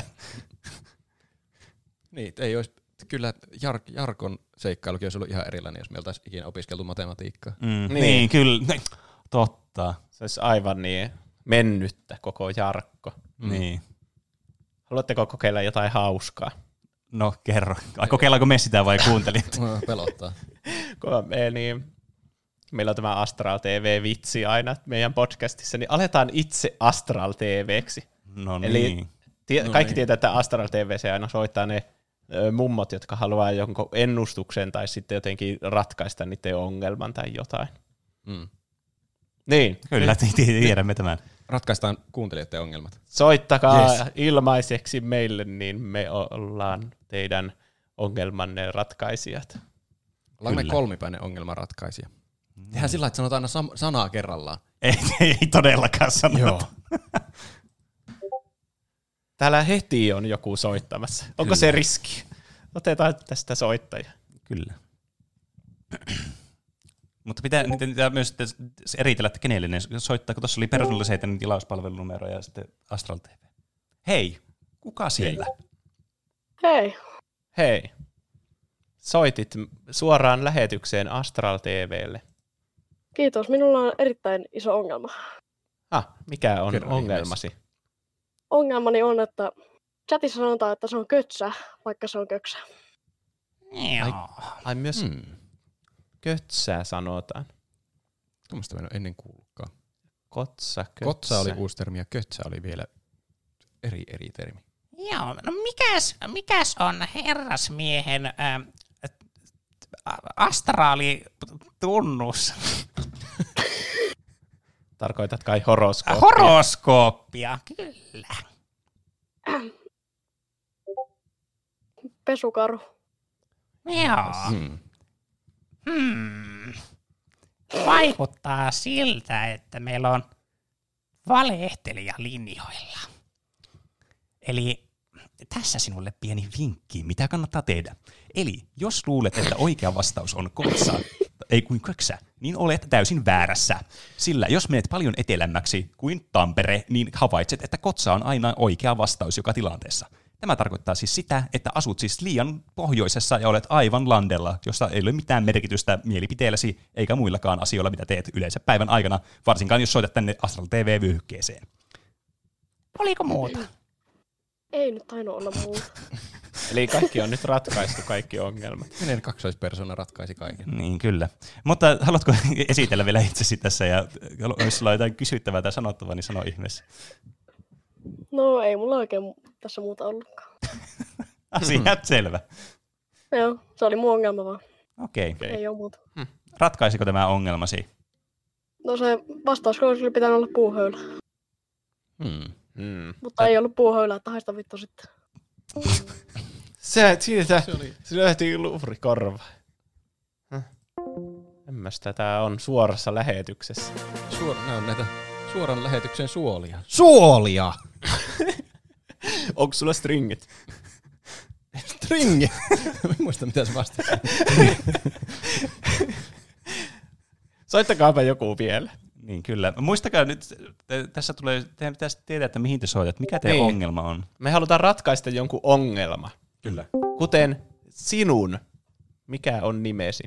Niin, ei olisi, kyllä Jar- Jarkon seikkailukin olisi ollut ihan erilainen, jos me oltaisiin ikinä opiskeltu matematiikkaa. Mm, niin. niin, kyllä, totta. Se olisi aivan niin mennyttä koko Jarkko. Mm. Niin. Haluatteko kokeilla jotain hauskaa? No kerro. Kokeillaanko me sitä vai kuuntelijat? Pelottaa. Kun me, niin, meillä on tämä Astral T V-vitsi aina meidän podcastissa, niin aletaan itse Astral T V:ksi. No niin. Eli tie, No kaikki niin. tietää, että Astral T V se aina soittaa ne ö, mummot, jotka haluaa jonkun ennustuksen tai sitten jotenkin ratkaista niiden ongelman tai jotain. Mm. Niin. Kyllä, tiedämme tämän. Ratkaistaan kuuntelijoiden ongelmat. Soittakaa Yes. ilmaiseksi meille, niin me ollaan teidän ongelmanne ratkaisijat. Ollaan me Kyllä. kolmipäinen ongelmanratkaisija. Tehdään sillä, että sanotaan aina sam- sanaa kerrallaan. Ei, ei todellakaan sanota. Täällä heti on joku soittamassa. Onko Kyllä. se riski? Otetaan tästä soittaja. Kyllä. Mutta pitää, niitä, niitä myös sitten eritellä, että kenelle ne soittaa, kun tuossa oli personaliseiden tilauspalvelunumero ja sitten Astral T V. Hei, kuka siellä? Hei. Hei, soitit suoraan lähetykseen Astral T V:lle. Kiitos. Minulla on erittäin iso ongelma. Ah, mikä on Kerro ongelmasi? Ongelmani on, että chatissa sanotaan, että se on kötsä, vaikka se on köksä. Ai myös Hmm. kötsää sanotaan. Tuommoista mä en ole ennen kuullutkaan. Kotsa, kötsä. Kotsa oli uusi termi ja kötsä oli vielä eri eri termi. Joo, no mikäs, mikäs on herrasmiehen ää, astraalitunnus? Tarkoitat kai horoskooppia? Horoskooppia, kyllä. Pesukaru. Joo. Hmm. Hmm. Vaikuttaa siltä, että meillä on valehtelija linjoilla. Eli tässä sinulle pieni vinkki, mitä kannattaa tehdä. Eli jos luulet, että oikea vastaus on kotsa, ei kuin köksä, niin olet täysin väärässä. Sillä jos menet paljon etelämmäksi kuin Tampere, niin havaitset, että kotsa on aina oikea vastaus joka tilanteessa. Tämä tarkoittaa siis sitä, että asut siis liian pohjoisessa ja olet aivan landella, jossa ei ole mitään merkitystä mielipiteelläsi eikä muillakaan asioilla, mitä teet yleensä päivän aikana, varsinkaan jos soitat tänne Astral T V-vyöhykkeeseen. Oliko muuta? Ei nyt tainnut olla muuta. Eli kaikki on nyt ratkaistu, kaikki ongelmat. Kenen kaksoispersona ratkaisi kaiken? Niin, kyllä. Mutta haluatko esitellä vielä itsesi tässä ja jos sulla on jotain kysyttävää tai sanottavaa, niin sano ihmeessä. No ei mulla oikein tässä muuta ollutkaan. Asiat selvä. Joo, se oli mun ongelma vaan. Okei. Okay. Ei oo muuta. Ratkaisiko tämä ongelmasi? No se vastaus olisi pitänyt olla puuhöylä. Hmm. Hmm. Mutta ei ollut puuhöylä, että haista vittu sitten. Se, siitä, se, oli... se löyhti luuri korva. Tämmöistä tää on suorassa lähetyksessä. Suor- nämä on näitä suoran lähetyksen suolia. Suolia! Onko sulla stringit? Stringi! Mä en muista, mitä se vastasi. Soittakaapa joku vielä. Niin, kyllä. Muistakaa nyt, te, tässä tulee, teidän pitäisi tietää, että mihin te soitat, mikä teidän Niin. ongelma on. Me halutaan ratkaista jonkun ongelma. Kyllä. Kuten sinun. Mikä on nimesi?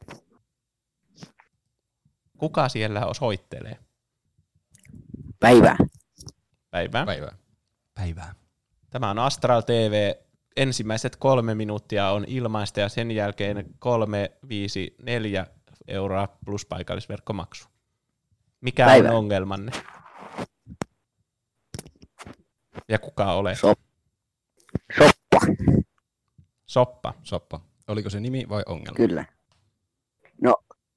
Kuka siellä soittelee? Päivää. Päivää. Päivää. Päivää. Tämä on Astral T V. Ensimmäiset kolme minuuttia on ilmaista ja sen jälkeen kolme, viisi, neljä euroa plus paikallisverkkomaksu. Mikä Päivää. on ongelmanne? Ja kuka olet? Sop. Soppa. Soppa. Soppa. Oliko se nimi vai ongelma? Kyllä. No,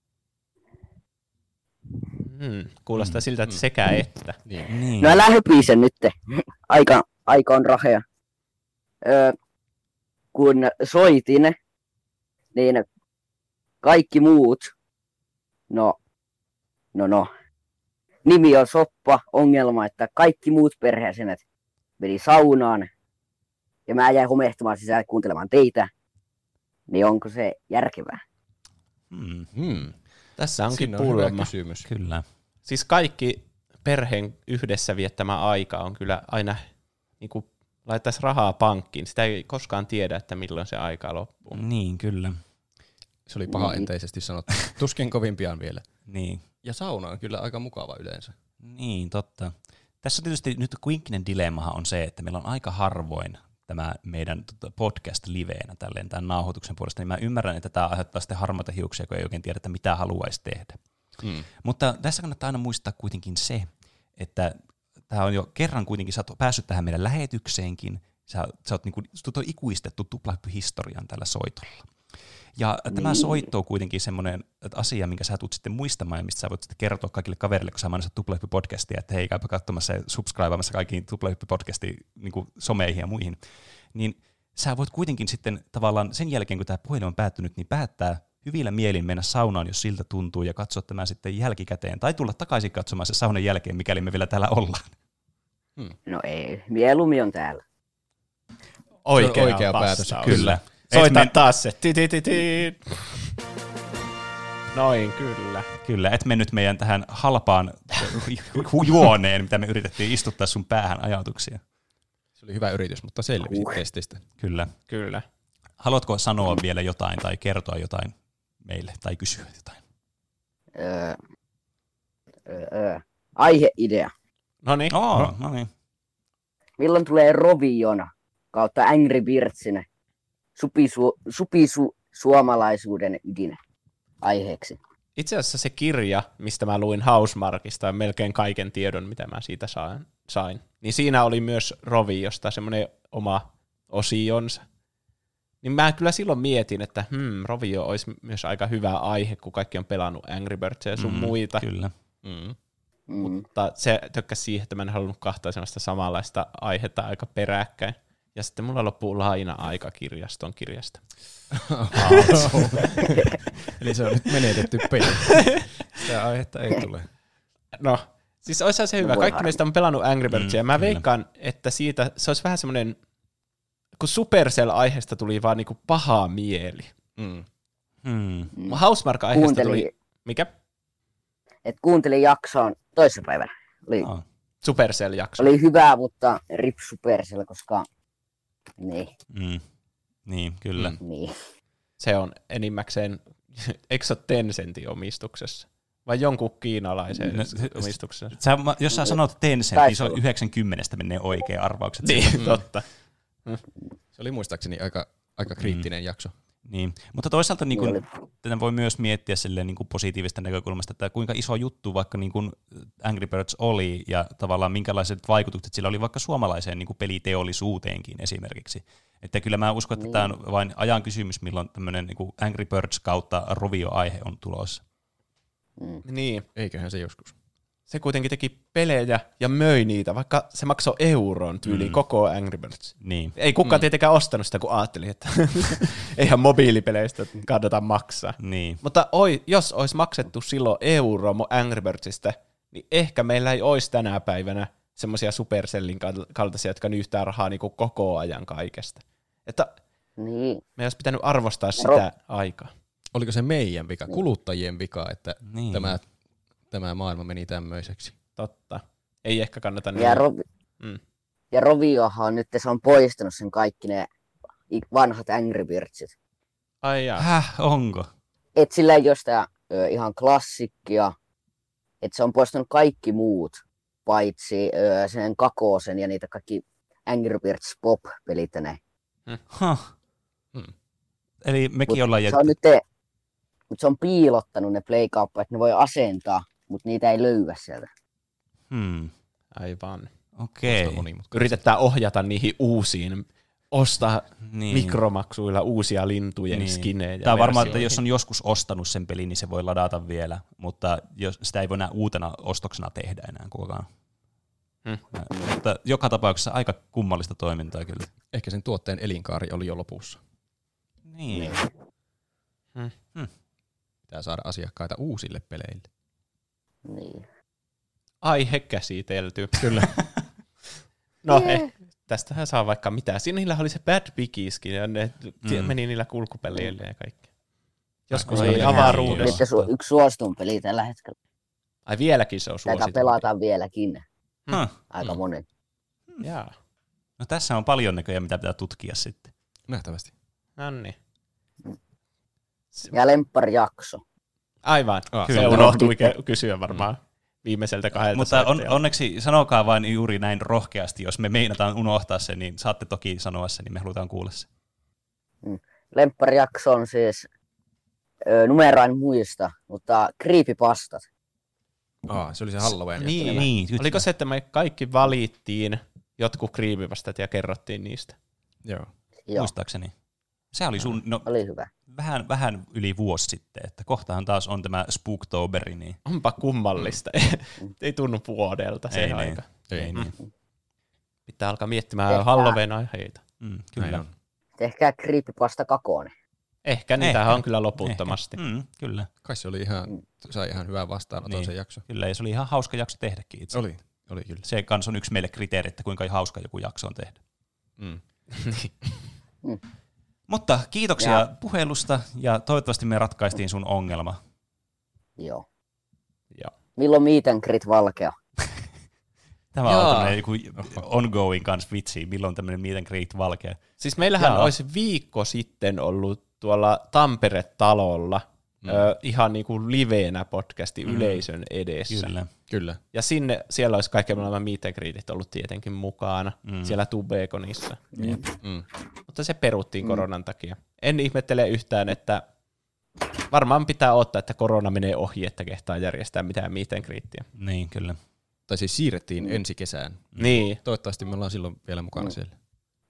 Hmm, kuulostaa Mm, siltä, että mm. sekä että. Niin. Niin. no älä höpise nyt. Aika, aika on rahea. Öö, kun soitin, niin kaikki muut, no, no no, nimi on Soppa, ongelma, että kaikki muut perheenjäsenet meni saunaan ja mä jäin homehtumaan sisään kuuntelemaan teitä, niin onko se järkevää? Hmm, Hmm. Tässä onkin Siinä on hyvä pulma. kysymys. kyllä. Siis kaikki perheen yhdessä viettämä aika on kyllä aina, niin kuin laittaisi rahaa pankkiin. Sitä ei koskaan tiedä, että milloin se aika loppuu. Niin, kyllä. Se oli pahaenteisesti sanottu. Tuskin kovin pian vielä. Niin. Ja sauna on kyllä aika mukava yleensä. Niin, totta. Tässä tietysti nyt kuinkkinen dilemmahan on se, että meillä on aika harvoin tämä meidän tota, podcast liveenä tälleen tämän nauhoituksen puolesta, niin mä ymmärrän, että tämä aiheuttaa sitten harmaita hiuksia, kun ei oikein tiedä, että mitä haluaisi tehdä. Hmm. Mutta tässä kannattaa aina muistaa kuitenkin se, että tämä on jo kerran kuitenkin, sä oot päässyt tähän meidän lähetykseenkin, sä, sä oot niinku, sut on ikuistettu tuplahyppyhistorian tällä soitolla. Ja niin. Tämä soitto on kuitenkin semmoinen asia, minkä sä tulet sitten muistamaan ja mistä sä voit sitten kertoa kaikille kaverille, kun sä mainostat Tuplahyppy-podcastia, että hei, käypä katsomassa ja subscribeamassa kaikkiin Tuplahyppy-podcastiin niin kuin someihin ja muihin. Niin sä voit kuitenkin sitten tavallaan sen jälkeen, kun tämä puhelin on päättynyt, niin päättää hyvillä mielin mennä saunaan, jos siltä tuntuu, ja katsoa tämä sitten jälkikäteen. Tai tulla takaisin katsomaan se saunan jälkeen, mikäli me vielä täällä ollaan. Hmm. No ei, mieluummin on täällä. Oikea, oikea päätös. Kyllä. Soita me... taas se. Ti-ti-ti-ti. Noin, kyllä. Kyllä, et mennyt meidän tähän halpaan juoneen, mitä me yritettiin istuttaa sun päähän ajatuksia. Se oli hyvä yritys, mutta selvisi uh. testistä. Kyllä. Kyllä. Haluatko sanoa vielä jotain tai kertoa jotain meille tai kysyä jotain? Öö, öö, aiheidea. Noniin. Oh, no niin. Milloin tulee Rovion kautta Angry Birdsin supisu, supisu suomalaisuuden ydin aiheeksi? Itse asiassa se kirja, mistä mä luin Housemarquesta ja melkein kaiken tiedon, mitä mä siitä sain, sain, niin siinä oli myös Roviosta semmoinen oma osionsa. Niin mä kyllä silloin mietin, että hmm, Rovio olisi myös aika hyvä aihe, kun kaikki on pelannut Angry Birdsia ja sun mm, muita. Kyllä. Mm. Mm. Mutta se tökkäsi siihen, että mä en halunnut kahtaa sellaista samanlaista aihetta aika peräkkäin. Ja sitten mulla loppuu laina-aika kirjaston kirjasta. Eli se on nyt menetetty peli. Sitä aihetta ei tule. No, siis olisihan se hyvä. Kaikki meistä on pelannut Angry Birdsia. Ja mä kyllä. veikkaan, että siitä se olisi vähän semmoinen, kun Supercell-aiheesta tuli vaan niinku paha mieli. Mm. Hmm. Housemarque-aiheesta tuli... Mikä? Et kuuntelin jaksoon toissapäivänä. Oli... Oh. Supercell-jakso. Oli hyvä, mutta rip Supercell, koska... Niin. Mm. Niin, kyllä. Mm. Niin. Se on enimmäkseen, eikö se ole Tencentin omistuksessa? Vai jonkun kiinalaisen no, omistuksessa? Sä, jos sä sanot Tencent, niin se on yhdeksänkymmentä menee oikea arvaukset. Niin, totta. Mm. Se oli muistaakseni aika, aika kriittinen mm. jakso. Niin, mutta toisaalta niin kun, tätä voi myös miettiä silleen, niin kuin positiivista näkökulmasta, että kuinka iso juttu vaikka niin kuin Angry Birds oli ja tavallaan minkälaiset vaikutukset sillä oli vaikka suomalaiseen niin kuin peliteollisuuteenkin esimerkiksi. Että kyllä mä uskon, että niin. Tämä on vain ajan kysymys, milloin tämmöinen niin kuin Angry Birds kautta Rovio-aihe on tulossa. Mm. Niin. Eiköhän se joskus. Se kuitenkin teki pelejä ja möi niitä, vaikka se maksoi euron tyyliin mm. koko Angry Birds. Niin. Ei kukaan mm. tietenkään ostanut sitä, kun ajatteli, että eihän mobiilipeleistä kannata maksaa. Niin. Mutta oi, jos olisi maksettu silloin euro Angry Birdsistä, niin ehkä meillä ei olisi tänä päivänä semmoisia Supercellin kaltaisia, jotka nyyhtää rahaa niin kuin koko ajan kaikesta. Että niin. Me olisi pitänyt arvostaa sitä Ro- aikaa. Oliko se meidän vika, kuluttajien vika, että niin. tämä... Tämä maailma meni tämmöiseksi. Totta. Ei ehkä kannata... Ja, Rovi... mm. ja Roviohan nyt se on poistanut sen kaikki ne vanhat Angry Birdsit. Ai jaa. Häh, onko? Et sillä ei ole sitä ö, ihan klassikkia. Et se on poistanut kaikki muut, paitsi ö, sen kakosen ja niitä kaikki Angry Birds Pop-pelit ja ne. Huh. Hmm. Eli mekin Mut ollaan jätty... Mutta se on piilottanut ne Play-kauppaa, että ne voi asentaa, mutta niitä ei löyä sieltä. Hmm. Aivan. Okei. Okay. Yritetään ohjata niihin uusiin, ostaa niin. mikromaksuilla uusia lintujen niin. skinejä. Tämä on varmaan, että jos on joskus ostanut sen pelin, niin se voi ladata vielä, mutta jos sitä ei voi enää uutena ostoksena tehdä enää kukaan. Hmm. Mutta joka tapauksessa aika kummallista toimintaa kyllä. Ehkä sen tuotteen elinkaari oli jo lopussa. Niin. Hmm. Hmm. Pitää saada asiakkaita uusille peleille. Niin. Aihe käsitelty. Kyllä. No, yeah. eh, tästähän saa vaikka mitä. Siinä niillä oli se Bad Piggieskin, ja ne mm. meni niillä kulkupeleille ja kaikki. Joskus oli avaruudessa. Su- yksi suosituin peli tällä hetkellä. Ai vieläkin se on suosituin. Tätä pelataan vieläkin. Hmm. Aika monen. Hmm. Jaa. No tässä on paljon näköjä, mitä pitää tutkia sitten. Nähtävästi. Nonni. Ja lempparijakso. Aivan. Ah, se unohtui kysyä varmaan. viimeiseltä kahdelta Mutta on, soittajalta. onneksi sanokaa vain juuri näin rohkeasti, jos me meinataan unohtaa sen, niin saatte toki sanoa sen, niin me halutaan kuulla se. Lempparijakso on siis ö, numeroa en muista, mutta creepypastat. Aa, se oli se Halloween. Niin, niin oliko se, että me kaikki valittiin jotkut creepypastat ja kerrottiin niistä? Joo. Joo, Muistaakseni. Se oli sun, no, oli hyvä. vähän, vähän yli vuosi sitten, että kohtahan taas on tämä Spooktoberi, niin Onpa kummallista. Ei tunnu vuodelta se ei aika. Niin. Ei niin. Mm. Pitää alkaa miettimään Ehkä- Halloween-aiheita. Mm, kyllä. Näin on. Tehkää creepypasta kakone. Ehkä niitä on kyllä loputtomasti. Ehkä. Mm, kyllä. Kai se oli ihan, sai ihan hyvää vastaanoton Niin. se jakso. Kyllä, ja se oli ihan hauska jakso tehdäkin itse. Oli, oli kyllä. Se kans on yksi meille kriteeri, että kuinka hauska joku jakso on tehdä. Mm. Mutta kiitoksia Ja- puhelusta, ja toivottavasti me ratkaistiin sun ongelma. Joo. Joo. Milloin meet and greet valkea? Tämä Jaa. on tämmöinen joku ongoing kans vitsi, milloin tämmöinen meet and greet valkea. Siis meillähän Jaa. olisi viikko sitten ollut tuolla Tampere-talolla mm. ö, ihan niin kuin liveenä podcasti Mm. yleisön edessä. Kyllä. Kyllä. Ja sinne, siellä olisi kaiken maailman meet and greetit ollut tietenkin mukana, Mm. siellä Tubekonissa. Jep. Mm. Mutta se peruttiin koronan takia. En ihmettele yhtään, että varmaan pitää odottaa, että korona menee ohi, että kehtaa järjestää mitään meet and greetia. Niin, kyllä. Tai siis siirrettiin mm. ensi kesään. Niin. Toivottavasti me ollaan silloin vielä mukana Mm. siellä.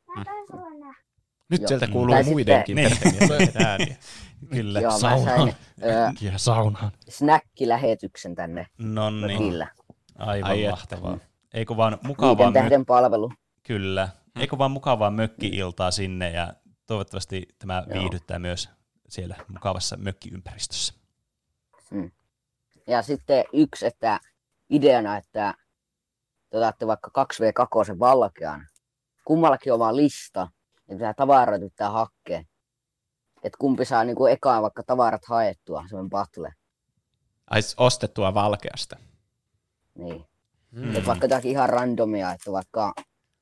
Nyt Joo. sieltä Mm. kuuluu Tai muidenkin sitten- perhemiesten ääniä. Kyllä. Joo, mä sain ö, Ja saunaan. snäkkilähetyksen tänne No niin, mökillä. aivan Ai et. mahtavaa. Eikö vaan mukavaa, Viiden mö- tähden palvelu. kyllä. Eikö vaan mukavaa mökki-iltaa sinne, ja toivottavasti tämä Joo. viihdyttää myös siellä mukavassa mökkiympäristössä. Ja sitten yksi, että ideana, että te otatte vaikka kaksi vastaan kaksi valkean. Kummallakin oma lista, niin pitää tavaroita pitää hakkea. Että kumpi saa niinku ekaan vaikka tavarat haettua, semmoinen battle. Ai ostettua valkeasta. Niin. Mm. Et vaikka jotakin ihan randomia, että vaikka,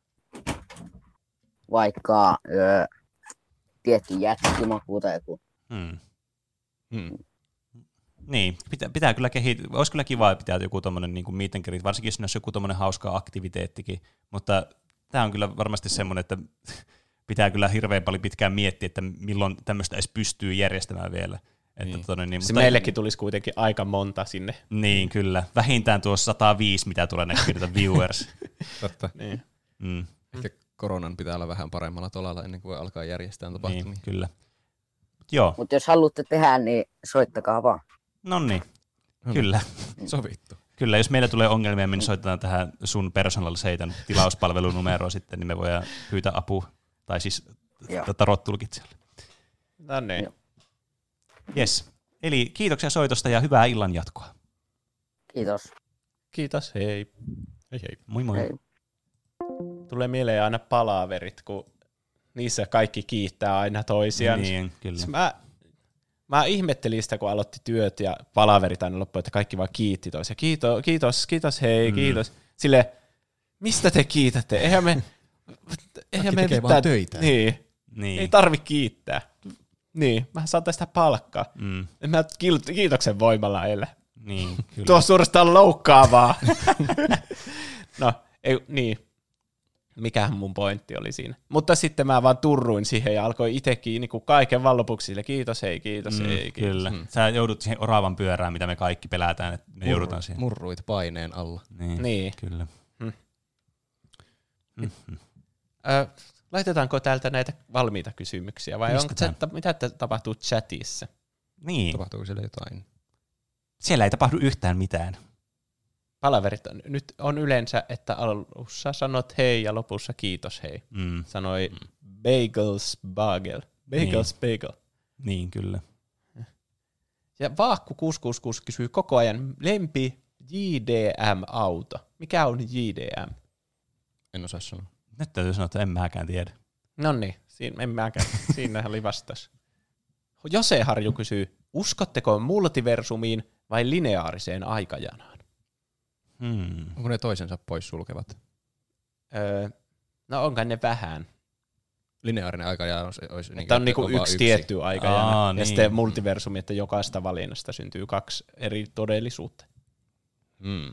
vaikka öö, tietty jättimaku tai joku. Hmm. Mm. Niin, pitää, pitää kyllä kehittyä. Olisi kyllä kiva pitää joku tommonen niin meet and greet, varsinkin jos olisi joku tommonen hauska aktiviteettikin, mutta tämä on kyllä varmasti semmoinen, että pitää kyllä hirveän paljon pitkään miettiä, että milloin tämmöistä edes pystyy järjestämään vielä. Että Niin. tonne, niin, Se meillekin tulisi kuitenkin aika monta sinne. Niin, kyllä. Vähintään tuo sata viisi, mitä tulee näkyä viewers. Totta. Niin. Mm, Ehkä koronan pitää olla vähän paremmalla tolalla ennen kuin alkaa järjestää tapahtumia. niin, kyllä. Mut joo, Mutta jos haluatte tehdä, niin soittakaa vaan. no niin, No niin. kyllä. Sovittu. Kyllä, jos meillä tulee ongelmia, niin soitetaan tähän sun Personal Satan tilauspalvelunumeroon sitten, niin me voidaan pyytää apua. Tai siis Joo. tarot-tulkit siellä. No niin. Joo. Yes. Eli kiitoksia soitosta ja hyvää illan jatkoa. Kiitos. Kiitos, hei. Hei hei. Moi moi. Hei. Tulee mieleen aina palaverit, kun niissä kaikki kiittää aina toisiaan. Niin, kyllä. Mä, mä ihmettelin sitä, kun aloitti työt ja palaverit aina loppuun, että kaikki vaan kiitti toisia. Kiitos, kiitos, kiitos, hei, Mm. kiitos. Sille, mistä te kiitätte? Eihän me... Eihän me tekee vaan töitä. Niin, Niin. ei tarvi kiittää. Niin, mä saan tästä palkkaa. Mm, En mä kiil- kiitoksen voimalla elä. niin, kyllä. Tuo on suorastaan loukkaavaa. No, ei, niin. Mikähän mun pointti oli siinä. Mutta sitten mä vaan turruin siihen ja alkoin itsekin niin kuin kaiken vaan lopuksi sille, kiitos, hei, kiitos, Mm, hei, kiitos. kyllä. Mm. Sä joudut siihen oravan pyörään, mitä me kaikki pelätään, että me joudutaan siihen. Murruit paineen alla. Niin, Niin. kyllä. Mm. Mm-hmm. Ö, laitetaanko täältä näitä valmiita kysymyksiä vai onko Pistetään. se, mitä t- tapahtuu chatissa? Niin, Tapahtuuko siellä jotain? siellä ei tapahdu yhtään mitään. Palaverit on, nyt on yleensä, että alussa sanot hei ja lopussa kiitos hei. Mm. Sanoi Bagels Bagel. Bagels Bagel. Niin, kyllä. Ja Vaakku kuusi kuusi kuusi kysyy koko ajan, lempi J D M-auto. Mikä on J D M? En osaa sanoa. Nyt täytyy sanoa, että en mäkään tiedä. No niin, siinä, en mäkään. Siinä oli vastaus. Jose Harju kysyy, uskotteko multiversumiin vai lineaariseen aikajanaan? Hmm. Onko ne toisensa pois sulkevat? Öö, no onko ne vähän? Lineaarinen aikajana olisi, olisi Että on niinku vaan yksi tietty aikajana. Aa, ja niin. sitten multiversumi, että jokaista valinnasta syntyy kaksi eri todellisuutta. Mm.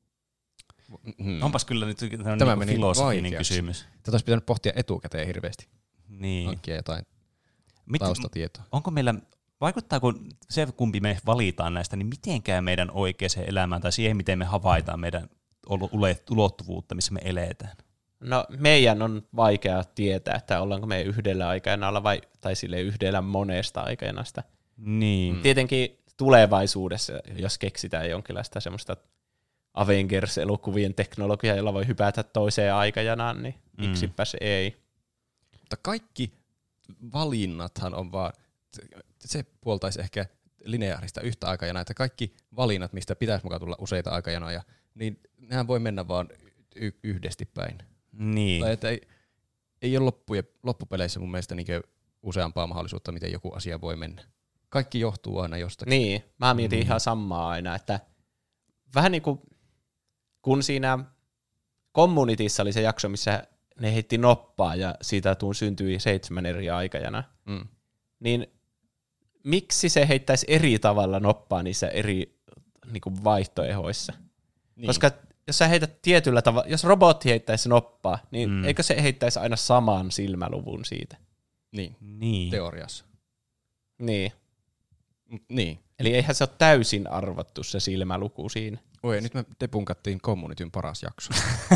Hmm. Onpas kyllä nyt Tämä niin filosofinen kysymys. Tätä olisi pitänyt pohtia etukäteen hirveästi. Niin. Hankkia jotain Mit, taustatietoa. Onko meillä, vaikuttaako se, kumpi me valitaan näistä, niin mitenkään meidän oikeaan elämään tai siihen, miten me havaitaan meidän ulottuvuutta, missä me eletään? No meidän on vaikea tietää, että ollaanko me yhdellä aikajanalla vai tai sille yhdellä monesta aikajanasta. Niin. Tietenkin tulevaisuudessa, jos keksitään jonkinlaista semmoista Avengers-elokuvien teknologiaa, jolla voi hypätä toiseen aikajanaan, niin mm. miksipäs ei. Mutta kaikki valinnathan on vaan, se puoltaisi ehkä lineaarista yhtä aikajanaa, että kaikki valinnat, mistä pitäisi mukaan tulla useita aikajanoja, niin nehän voi mennä vaan y- yhdesti päin. Niin. Tai että ei, ei ole loppuja, loppupeleissä mun mielestä niin useampaa mahdollisuutta, miten joku asia voi mennä. Kaikki johtuu aina jostakin. Niin, mä mietin Mm. ihan samaa aina, että vähän niin kuin kun siinä Communityssä oli se jakso, missä ne heitti noppaa ja siitä tuun syntyi seitsemän eri aikajana, Mm. niin miksi se heittäisi eri tavalla noppaa niissä eri niin kuin vaihtoehoissa? Niin. Koska jos sä heität tietyllä tavalla, jos robotti heittäisi noppaa, niin Mm. mm. eikö se heittäisi aina saman silmäluvun siitä? Niin, Niin. teoriassa. Niin. Mut niin. Eli eihän se ole täysin arvattu se silmäluku siinä. Oi, nyt me depunkattiin Communityn paras jakso.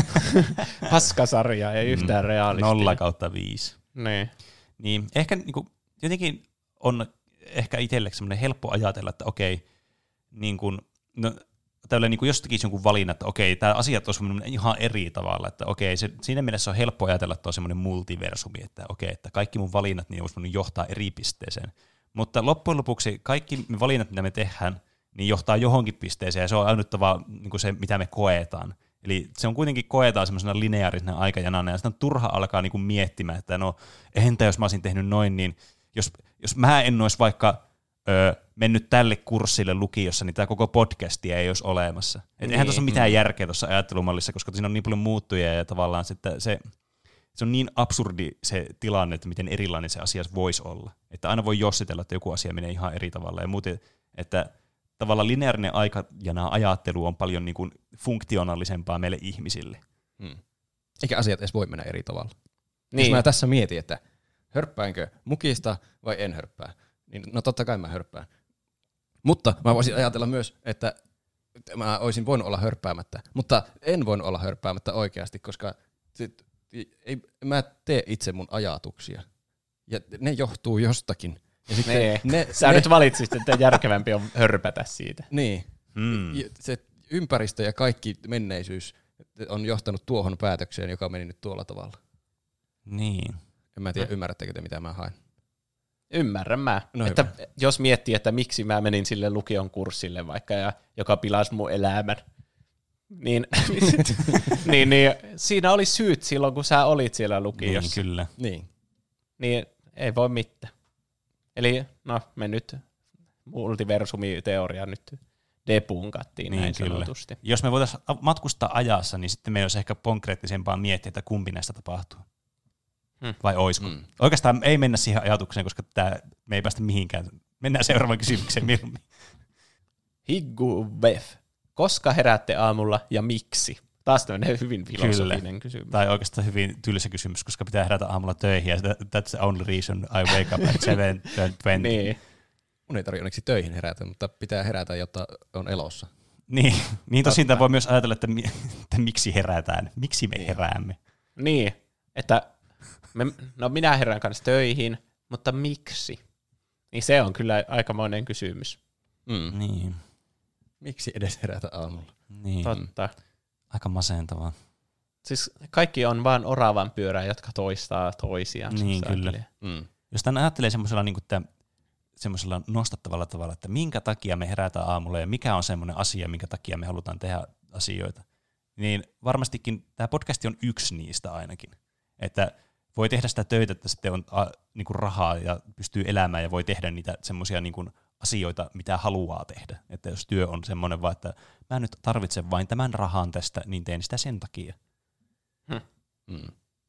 Paskasarja, ei yhtään realistia. Nolla kautta viisi. Niin. Niin, ehkä niinku, jotenkin on ehkä itselle semmoinen helppo ajatella, että okei, niin kun, no, tällä niin jostakin jonkun valinnan, että okei, tämä asiat on semmoinen ihan eri tavalla, että okei, se, siinä mielessä on helppo ajatella, että on semmoinen multiversumi, että okei, että kaikki mun valinnat niin olisi johtaa eri pisteeseen. Mutta loppujen lopuksi kaikki valinnat, mitä me tehdään, niin johtaa johonkin pisteeseen, ja se on ainut tavalla niin kuin se, mitä me koetaan. Eli se on kuitenkin koetaan semmoisena lineaarisena aikajanana, ja sitä on turha alkaa niin kuin miettimään, että no, entä jos mä olisin tehnyt noin, niin jos, jos mä en olisi vaikka ö, mennyt tälle kurssille lukiossa, niin tämä koko podcastia ei olisi olemassa. Et Niin. eihän tuossa ole mitään järkeä tuossa ajattelumallissa, koska siinä on niin paljon muuttuja, ja tavallaan se, että se, se on niin absurdi se tilanne, että miten erilainen se asia voisi olla. Että aina voi jossitella, että joku asia menee ihan eri tavalla, ja muuten, että tavallaan lineaarinen aikajana ajattelu on paljon niin kuin funktionaalisempaa meille ihmisille. Hmm. Eikä asiat edes voi mennä eri tavalla. Niin. Jos mä tässä mietin, että hörppäänkö mukista vai en hörppää, niin no totta kai mä hörppään. Mutta mä voisin ajatella myös, että mä olisin voinut olla hörppäämättä, mutta en voinut olla hörppäämättä oikeasti, koska sit, ei, mä tee itse mun ajatuksia. Ja ne johtuu jostakin. Ja sitten Nee. ne, Sä ne, nyt valitsit, että järkevämpi on hörpätä siitä. Niin. Mm. Se ympäristö ja kaikki menneisyys on johtanut tuohon päätökseen, joka meni nyt tuolla tavalla. Niin. En mä tiedä, no. Ymmärrättekö te, mitä mä haen? Ymmärrän mä. No että hyvä. jos miettii, että miksi mä menin sille lukion kurssille vaikka, ja joka pilasi mun elämän, niin, niin, niin siinä oli syyt silloin, kun sä olit siellä lukiossa. Niin, kyllä. Niin. Niin ei voi mitään. Eli no me nyt multiversumiteoria nyt depunkattiin Niin, näin kyllä. sanotusti. Jos me voitaisiin matkustaa ajassa, niin sitten meillä olisi ehkä konkreettisempaa miettiä, että kumpi näistä tapahtuu. Hmm. Vai oisko? Mm. Oikeastaan ei mennä siihen ajatukseen, koska tää, me ei päästä mihinkään. Mennään seuraavaan kysymykseen mieluummin. Higgu Beth. Koska heräätte aamulla ja miksi? Taas tämmöinen hyvin filosofinen kysymys. Tai oikeastaan hyvin tylsä kysymys, koska pitää herätä aamulla töihin, ja that's the only reason I wake up at seven twenty. Niin. Mun ei tarvitse onneksi töihin herätä, mutta pitää herätä, jotta on elossa. Niin, niin tosin voi myös ajatella, että, mi- että miksi herätään, miksi me heräämme. Niin, että me, no minä herään kanssa töihin, mutta miksi? Niin se on kyllä aikamoinen kysymys. Mm. Niin, Miksi edes herätä aamulla? niin. Totta. Aika masentavaa. Siis kaikki on vaan oravan pyörää, jotka toistaa toisiaan. Niin, kyllä. Mm. Jos tämän ajattelee semmoisella, niin kuin, semmoisella nostattavalla tavalla, että minkä takia me herätään aamulla ja mikä on semmoinen asia, minkä takia me halutaan tehdä asioita, niin varmastikin tämä podcast on yksi niistä ainakin. Että voi tehdä sitä töitä, että sitten on a, niin kuin rahaa ja pystyy elämään ja voi tehdä niitä semmoisia niin kuin asioita, mitä haluaa tehdä. Että jos työ on semmoinen vaan, että mä nyt tarvitsen vain tämän rahan tästä, niin teen sitä sen takia. Hmm. Mm.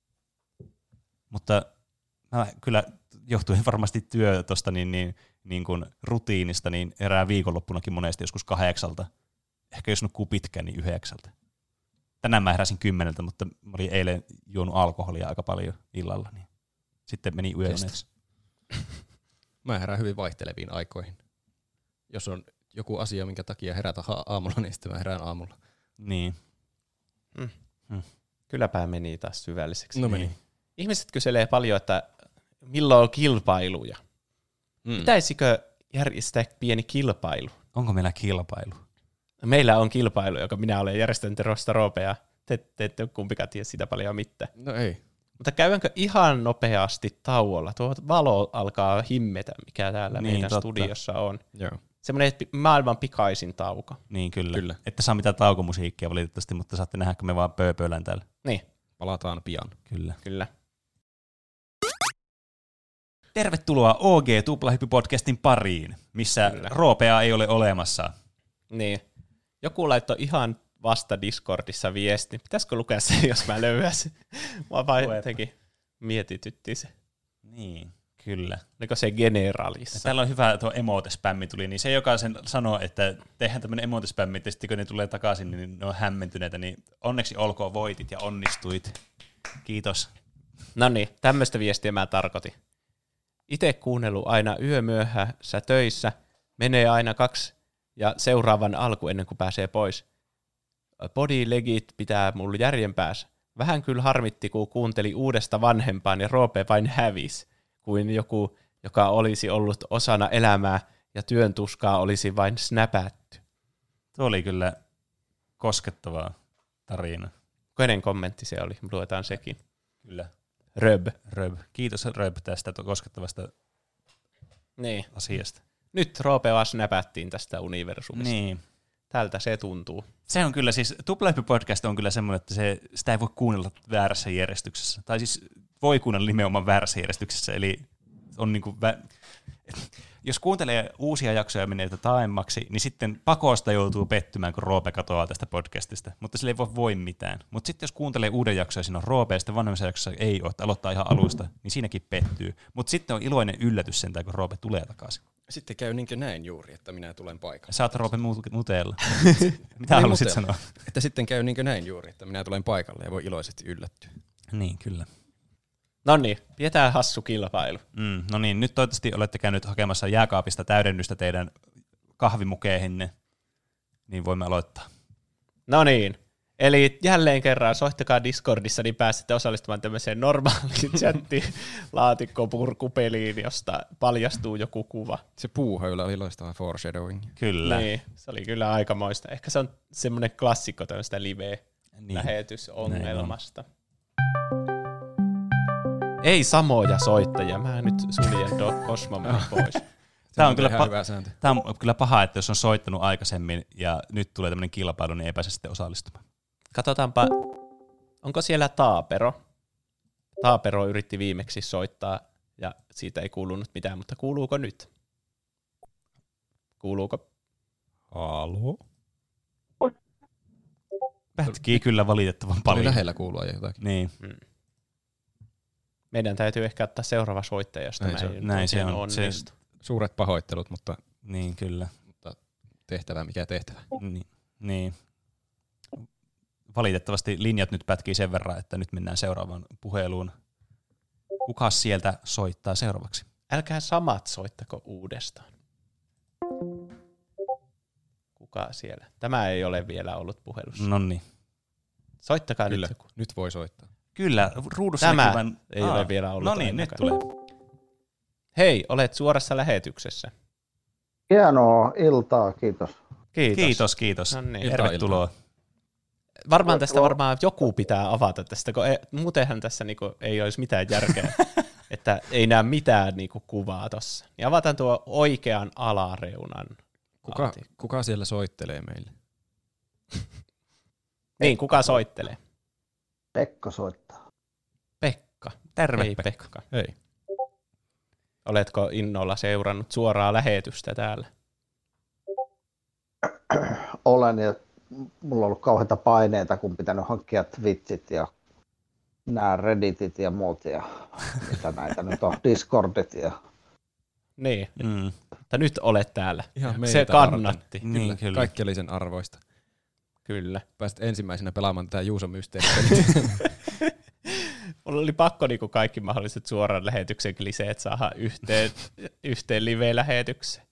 Mutta mä kyllä johtuen varmasti työ tuosta niin, niin, niin kuin rutiinista, niin erää viikonloppunakin monesti joskus kahdeksalta ehkä jos nukkuu pitkään, niin yhdeksältä. Tänään mä heräsin kymmeneltä, mutta mä olin eilen juonut alkoholia aika paljon illalla, niin sitten meni yöuneeksi. Mä herään hyvin vaihteleviin aikoihin. Jos on joku asia, minkä takia herätä aamulla, niin sitten mä herään aamulla. Niin. Mm. Mm. Kylläpä meni taas syvälliseksi. No meni. Niin. Ihmiset kyselee paljon, että milloin on kilpailuja. Mm. Pitäisikö järjestää pieni kilpailu? Onko meillä kilpailu? Meillä on kilpailu, joka minä olen järjestänyt Rosta Roopea. Te, te ette kumpikaan tiedä sitä paljon mitään. No ei. Mutta käydäänkö ihan nopeasti tauolla? Tuo valo alkaa himmetä, mikä täällä niin, meidän totta. studiossa on. Joo. Semmoinen maailman pikaisin tauko. Niin, kyllä. kyllä. Ette saa mitään taukomusiikkia valitettavasti, mutta saatte nähdä, kun me vaan pööpöillään täällä. Niin. Palataan pian. Kyllä. Kyllä. Tervetuloa O G-tuplahyppy-podcastin pariin, missä Kyllä. Roopea ei ole olemassa. Niin. Joku laittoi ihan vasta Discordissa viesti. Pitäisikö lukea se, jos mä löyäisin? Mua vaan jotenkin mietitytti se. Niin, kyllä. Oliko se generalissa? Ja täällä on hyvä, tuo emote-spämmi tuli, niin se joka sen sanoo, että tehdään tämmöinen emote-spämmi, ja sitten kun ne tulee takaisin, niin ne on hämmentyneitä, niin onneksi olkoon voitit ja onnistuit. Kiitos. No niin, tämmöistä viestiä mä tarkoitin. Itse kuunnellut aina yömyöhässä töissä, menee aina kaksi ja seuraavan alku ennen kuin pääsee pois. Body legit pitää mulla järjen päässä. Vähän kyllä harmitti, kun kuunteli uudesta vanhempaan ja Roope vain hävisi, kuin joku, joka olisi ollut osana elämää ja työn tuskaa olisi vain snäpätty. Tuo oli kyllä koskettavaa tarina. Kenen kommentti se oli? Luetaan sekin. Kyllä. Röb. Röb. Kiitos Röb tästä koskettavasta niin. asiasta. Nyt Roope vaan snäpättiin tästä universumista. Niin. Tältä se tuntuu. Se on kyllä siis, Tuplahyppy-podcast on kyllä semmoinen, että se, sitä ei voi kuunnella väärässä järjestyksessä. Tai siis voi kuunnella nimenomaan väärässä järjestyksessä, eli on niinku vä- jos kuuntelee uusia jaksoja ja menee taaemmaksi, niin sitten pakosta joutuu pettymään, kun Roope katoaa tästä podcastista. Mutta sille ei voi voi mitään. Mutta sitten jos kuuntelee uuden jakson ja siinä on Roope ja sitten vanhemmassa jaksossa ei ole, että aloittaa ihan alusta, niin siinäkin pettyy. Mutta sitten on iloinen yllätys sentään, kun Roope tulee takaisin. Sitten käy niinkö näin juuri, että minä tulen paikalle. Sä oot Roope muteella. Mitä niin halusit mutella. sanoa? Että sitten käy niinkö näin juuri, että minä tulen paikalle ja voi iloisesti yllättyä. Niin, kyllä. No niin, pidetään hassu kilpailu. Mm, no niin, nyt toivottavasti olette käynyt hakemassa jääkaapista täydennystä teidän kahvimukeihinne, niin voimme aloittaa. No niin, eli jälleen kerran soittakaa Discordissa, niin pääsette osallistumaan tämmöiseen normaaliin chattilaatikko-purkupeliin, josta paljastuu joku kuva. Se puuhöylä oli loistava foreshadowing. Kyllä. Niin, se oli kyllä aikamoista. Ehkä se on semmoinen klassikko tämmöistä live-lähetysongelmasta. Niin Ei samoja soittajia, mä nyt suljen Do- Cosmomen pois. Tämä on, kyllä ihan pa- hyvä sääntö. tämä on kyllä paha, että jos on soittanut aikaisemmin ja nyt tulee tämmöinen kilpailu, niin ei pääse sitten osallistumaan. Katsotaanpa, onko siellä Taapero? Taapero yritti viimeksi soittaa ja siitä ei kuulunut mitään, mutta kuuluuko nyt? Kuuluuko? Halo? Pätkii kyllä valitettavan paljon. Oli lähellä kuulua jo jotakin. Niin. Hmm. Meidän täytyy ehkä ottaa seuraava soittaja, jos Näin tämä se ei on. Näin se on. onnistu. Suuret pahoittelut, mutta, Niin, kyllä. mutta tehtävä mikä tehtävä. Niin. niin. Valitettavasti linjat nyt pätkii sen verran, että nyt mennään seuraavaan puheluun. Kuka sieltä soittaa seuraavaksi? Älkää samat soittako uudestaan. Kuka siellä? Tämä ei ole vielä ollut puhelussa. No niin. Soittakaa Kyllä, nyt joku. nyt voi soittaa. Kyllä, ruudussa Tämä näkyvän... ei ole vielä ollut No niin, nyt ainakaan. tulee. Hei, olet suorassa lähetyksessä. Hienoa iltaa, kiitos. Kiitos. Kiitos, kiitos. No niin. Iltaa, Tervetuloa. Varmaan tästä varmaan joku pitää avata tästä, kun ei, muutenhan tässä niinku ei olisi mitään järkeä, että ei näe mitään niinku kuvaa tossa. Niin avataan tuo oikean alareunan. Kuka, laatikko. kuka siellä soittelee meille? Niin, kuka soittelee? Pekka soittaa. Pekka. Terve, Hei Pekka. Pekka. Hei. Oletko innolla seurannut suoraa lähetystä täällä? Olen ja mulla on ollut kauheita paineita, kun pitänyt hankkia Twitchit ja nämä Redditit ja muut ja mitä näitä nyt on, Discordit ja Niin, Mm. mutta nyt olet täällä. Ihan Se meitä kannatti. varten. Niin, Kyllä, kyllä. kaikki oli sen arvoista. Kyllä. Pääsit ensimmäisenä pelaamaan tätä Juuson mysteeriä. Mulla oli pakko niinku kaikki mahdolliset suoran lähetyksen kliseet saada yhteen, yhteen live-lähetykseen.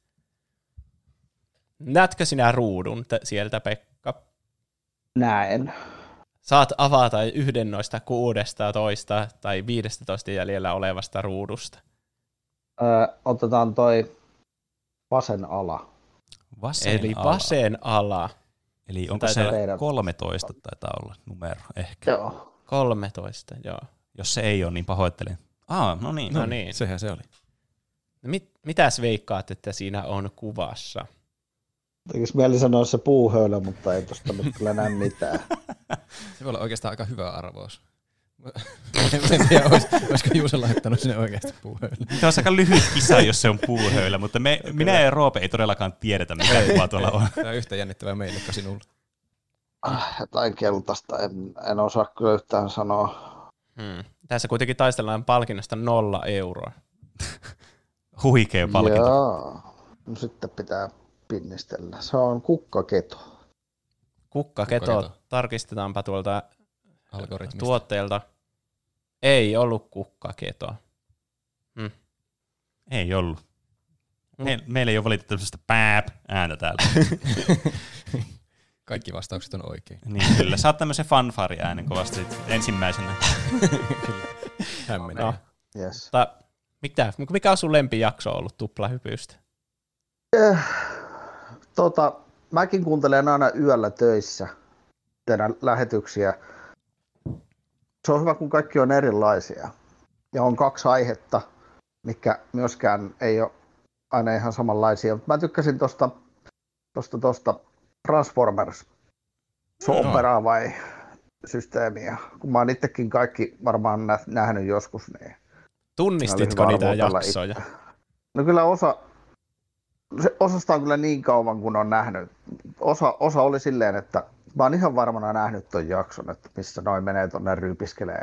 Näetkö sinä ruudun t- sieltä, Pekka? Näen. Saat avata yhden noista kuudesta toista tai viidestätoista jäljellä olevasta ruudusta. Öö, otetaan toi vasen ala. Vasen Eli ala. vasen ala. Eli onko Se se taitaa- kolmetoista taitaa olla numero ehkä? Joo. kolmetoista, joo. Jos se ei ole, niin pahoittelen. Aa, no niin. No niin. Sehän se oli. Mit, mitäs veikkaat, että siinä on kuvassa? Tekis mieli sanoa se puuhöylä, mutta ei tosta nyt kyllä näe mitään. Se voi olla oikeastaan aika hyvä arvaus. En tiedä, olis, olisiko Juuso laittanut sinne oikeasti puuhöylä. Se on aika lyhyt kisa, jos se on puuhöylä, mutta me, minä ja Roope ei todellakaan tiedetä, mikä kuva tuolla on. Tämä on yhtä jännittävää meille kuin sinulle. Ah, jotain keltaista, en, en osaa kyllä yhtään sanoa. Hmm. Tässä kuitenkin taistellaan palkinnosta nolla euroa. Huikea palkinto. Joo. No sitten pitää pinnistellä. Se on kukkaketo. Kukkaketo, Kukkaketo. tarkistetaanpa tuolta Algoritmista. tuotteelta. Ei ollut kukkaketo. Hmm. Ei ollut. Me, meillä ei ole valitettavasti sitä pääp ääntä täällä. Kaikki vastaukset on oikein. Niin kyllä. Saat tämmöisen fanfari-äänen kovasti ensimmäisenä. Kyllä. Hämmenee. No. Yes. Mutta mitä, mikä on sun lempijakso ollut tuplahypystä? Eh, tota, mäkin kuuntelen aina yöllä töissä teidän lähetyksiä. Se on hyvä, kun kaikki on erilaisia. Ja on kaksi aihetta, mitkä myöskään ei ole aina ihan samanlaisia. Mutta mä tykkäsin tosta, tosta, tosta Transformers. Se on operaa vai systeemiä? Kun mä oon itsekin kaikki varmaan nä- nähnyt joskus. Niin Tunnistitko niitä jaksoja? Itse. No kyllä osa, se, osasta on kyllä niin kauan kun on nähnyt. Osa, osa oli silleen, että mä oon ihan varmana nähnyt ton jakson, että missä noin menee tonne ryypiskelee.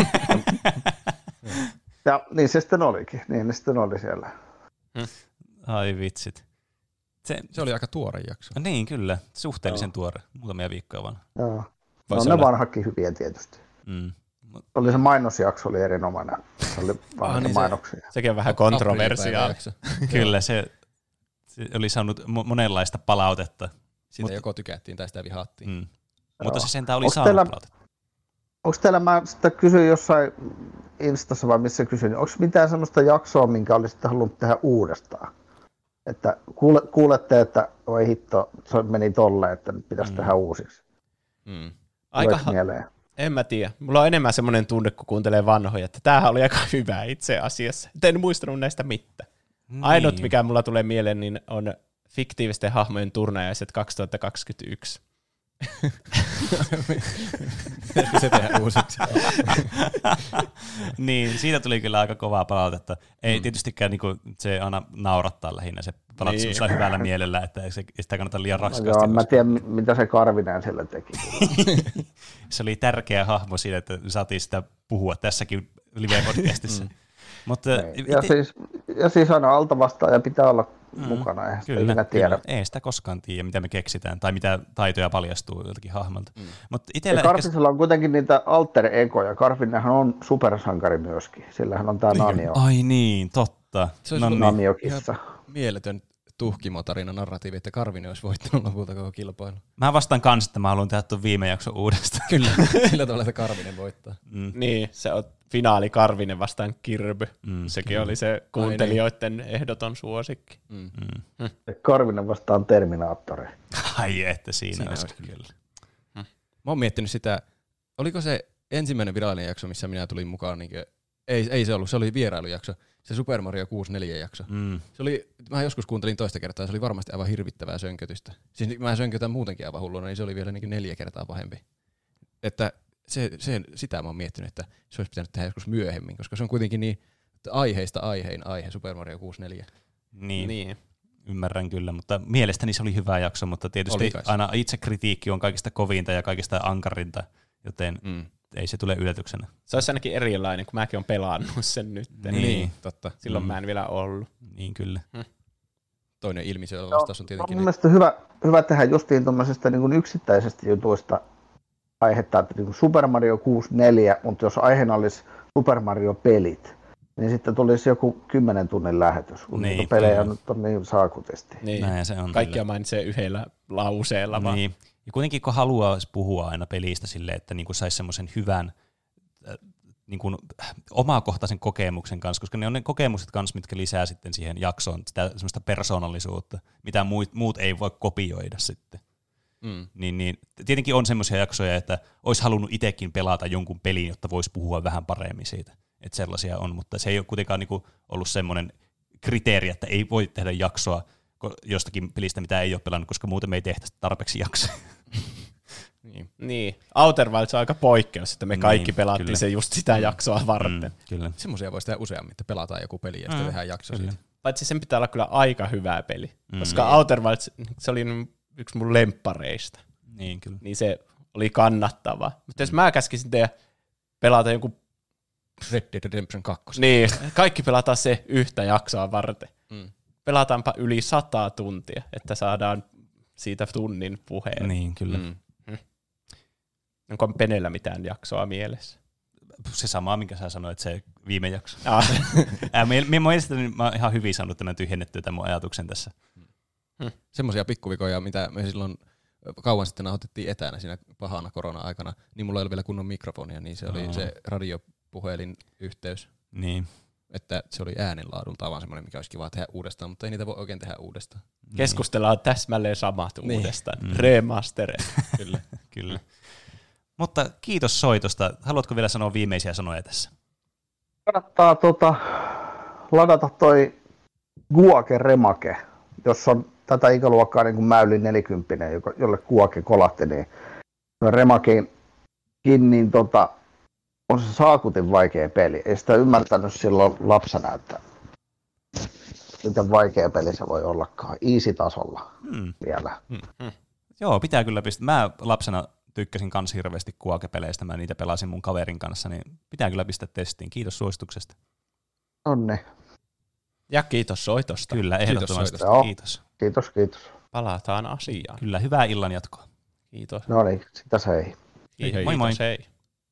Ja niin se sitten olikin, niin ne sitten oli siellä. Ai vitsit. Se, Se oli aika tuore jakso. no niin, kyllä. Suhteellisen no. tuore. Muutamia viikkoja vaan. Joo. No Voisi ne olla. vanhatkin hyviä tietysti. Mm. Oli se mainosjakso oli erinomainen. Se oli vanhoja niin se- mainoksia. Sekin on vähän Aprillipäivän kontroversiaa. jakso. Kyllä, se, se oli saanut mo- monenlaista palautetta. Siitä Mut- joko tykättiin tai sitä vihattiin. Mm. Mutta se sentään oli Onks saanut teillä- palautetta. Onko teillä, mä sitä kysyin jossain Instassa vai missä kysyin, onko mitään sellaista jaksoa, minkä olisitte halunnut tehdä uudestaan? Että kuule, kuulette, että oi hitto, se meni tolle, että nyt pitäisi Mm. tehdä uusiksi. Mm. Aika, Tuleeko mieleen? en mä tiedä. Mulla on enemmän semmoinen tunne, kun kuuntelee vanhoja, että tämähän oli aika hyvä itse asiassa. En muistanut näistä mitään. Niin. Ainut, mikä mulla tulee mieleen, niin on fiktiivisten hahmojen turnajaiset kaksituhattakaksikymmentäyksi. Pitäisikö se tehdä uusiksi? Niin, siitä tuli kyllä aika kovaa palautetta. Ei Mm. tietystikään niinku, se aina naurattaa lähinnä, se palauttaa Niin. semmoisella hyvällä mielellä, että ei se, ei sitä kannata liian No, raskaasti. joo, mä uskoa. tiedän, mi- mitä se Karvinen sille teki. Se oli tärkeä hahmo siinä, että saatiin sitä puhua tässäkin live-podcastissa. Mutta Niin. ja, siis, ja siis aina alta vastaan ja pitää olla mm, mukana, eihän sitä kyllä, ikinä tiedä. kyllä. Ei sitä koskaan tiedä, mitä me keksitään, tai mitä taitoja paljastuu joltakin hahmolta. Mm. Mutta Ja itsellä ehkä... Karvisella on kuitenkin niitä alter egoja. Karvinenhan on supersankari myöskin. Sillähän on tää Nanio. Ai niin, totta. Se olisi No ollut niin. Naniokissa. Mieletön tuhkimotarina narratiivi, että Karvinen olisi voittanut lopulta koko kilpailu. Mä vastaan kans, että mä haluan tehdä tuon viime jakson uudestaan. Kyllä, sillä tavalla, että Karvinen voittaa. Mm. Niin, se on finaali Karvinen vastaan Kirby. Mm, Sekin kyllä. oli se kuuntelijoiden ehdoton suosikki. Mm. Mm. Karvinen vastaan Terminaattori. Ai että siinä, Siinä olisi olisi kyllä. Mä oon miettinyt sitä, oliko se ensimmäinen virallinen jakso, missä minä tulin mukaan, niin kuin, ei, ei se ollut, se oli vierailujakso, se Super Mario kuusikymmentäneljä jakso. Mm. Se oli, mä joskus kuuntelin toista kertaa, se oli varmasti aivan hirvittävää sönkötystä. Siis mä sönkötän muutenkin aivan hulluna, niin se oli vielä niin kuin neljä kertaa pahempi. Että se, se, sitä mä oon miettinyt, että se olisi pitänyt tehdä joskus myöhemmin, koska se on kuitenkin niin aiheista aihein aihe Super Mario kuusikymmentäneljä. Niin. Niin. Ymmärrän kyllä, mutta mielestäni se oli hyvä jakso, mutta tietysti Oli kai se. aina itse kritiikki on kaikista kovinta ja kaikista ankarinta, joten Mm. ei se tule yllätyksenä. Se olisi ainakin erilainen, kun mäkin olen pelannut sen nyt. Niin. Niin, totta. Silloin Mm. mä en vielä ollut. Niin kyllä. Hmm. toinen ilmiselvä vastaus on tietenkin... Mun mielestä hyvä, hyvä tehdä justiin tuommoisesta niin yksittäisestä jutuista aihetta, että niin Super Mario kuusikymmentäneljä, mutta jos aiheena olisi Super Mario-pelit, niin sitten tulisi joku kymmenen tunnin lähetys, kun niin, pelejä nyt on niin saakutisti. Niin. Näin se on. Kaikkia mainitsee yhdellä lauseella. Niin. Ja kuitenkin kun haluaa puhua aina pelistä silleen, että niin saisi semmoisen hyvän äh, niin kuin, omakohtaisen kokemuksen kanssa, koska ne on ne kokemukset kanssa, mitkä lisää sitten siihen jaksoon sitä semmoista persoonallisuutta, mitä muut, muut ei voi kopioida sitten. Mm. Niin, niin, tietenkin on semmoisia jaksoja, että olisi halunnut itsekin pelata jonkun pelin, jotta voisi puhua vähän paremmin siitä. Että sellaisia on, mutta se ei ole kuitenkaan niinku ollut semmoinen kriteeri, että ei voi tehdä jaksoa jostakin pelistä, mitä ei ole pelannut, koska muuten me ei tehtäisi tarpeeksi jaksoa. niin. niin. Outer Wilds on aika poikkeus, että me kaikki niin, pelattiin kyllä. se just sitä jaksoa varten. Mm, kyllä. Semmoisia voisi tehdä useammin, että pelataan joku peli ja sitten mm, tehdään jakso siitä. Paitsi sen pitää olla kyllä aika hyvä peli, mm, koska niin. Outer Wilds, se oli yksi mun lemppareista. Niin, kyllä. Niin se oli kannattava. Mutta jos mä käskisin tehdä pelata joku Red Dead Redemption kaksi. Niin, kaikki pelataan se yhtä jaksoa varten. Mm. Pelataanpa yli sata tuntia, että saadaan siitä tunnin puheen. Niin, kyllä. Mm. Mm. Onko Penellä mitään jaksoa mielessä? Se sama, minkä sä sanoit, se viime jakso. Ah. Mielestäni mä oon ihan hyvin saanut tämän tyhjennettyä tämän mun ajatuksen tässä. Hmm. Semmoisia pikkuvikoja, mitä me silloin kauan sitten nauhoitettiin etänä siinä pahana korona-aikana, niin mulla ei ole vielä kunnon mikrofonia, niin se oli oh. se radiopuhelin-yhteys. Niin. Että se oli äänenlaadulta vaan semmoinen, mikä olisi kiva tehdä uudestaan, mutta ei niitä voi oikein tehdä uudestaan. Keskustellaan täsmälleen samat niin. uudestaan. Mm. Remaster. Kyllä, kyllä. Mutta kiitos soitosta. Haluatko vielä sanoa viimeisiä sanoja tässä? Kannattaa tota, ladata toi Guake Remake, jos on tätä ikäluokkaa niin kuin mä yli nelikymppinen, jolle Guake kolahti, niin Remakekin niin tota, on se saakutin vaikea peli. Ei sitä ymmärtänyt silloin lapsena, että miten vaikea peli se voi ollakaan. Easy-tasolla hmm. vielä. Hmm. Hmm. Joo, pitää kyllä pistää. Mä lapsena tykkäsin kans hirveästi Guake-peleistä. Mä niitä pelasin mun kaverin kanssa, niin pitää kyllä pistää testiin. Kiitos suosituksesta. Onne. Ja kiitos soitosta. Kyllä, ehdottomasti. Kiitos, kiitos. Kiitos, kiitos. Palataan asiaan. Kyllä, hyvää illan jatkoa. Kiitos. No niin, sitä se ei. Hei, hei. Moi moi. Hei.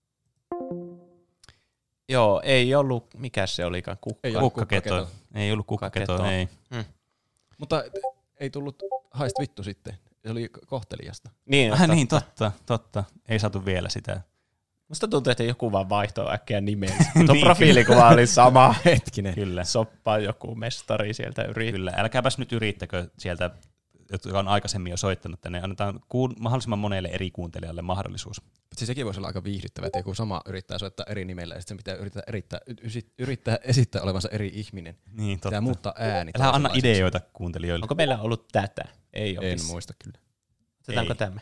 Joo, ei ollut, mikä se olikaan, kukka. Ei ollut kukkaketo. Ei ollut kukkaketo, ei. Hmm. Mutta ei tullut haist vittu sitten. Se oli kohteliasta. Niin, ah, totta. niin totta, totta. Ei saatu vielä sitä. Musta tuntuu, että joku vaan vaihtoi äkkiä nimen. Tuo niin, profiilikuva oli sama. Hetkinen. Kyllä. Soppaa joku mestari sieltä yrittää. Kyllä, älkääpäs nyt yrittäkö sieltä, jotka on aikaisemmin jo soittanut tänne. Annetaan kuun, mahdollisimman monelle eri kuuntelijalle mahdollisuus. Siis sekin voisi olla aika viihdyttävä, että joku sama yrittää soittaa eri nimellä ja sitten sen pitää yrittää, yrittää, yrittää esittää olevansa eri ihminen. Niin, totta. Pitää muuttaa ääni. Älä anna ideoita kuuntelijoille. Onko meillä ollut tätä? Ei ole. En muista kyllä. Otetaanko tämä?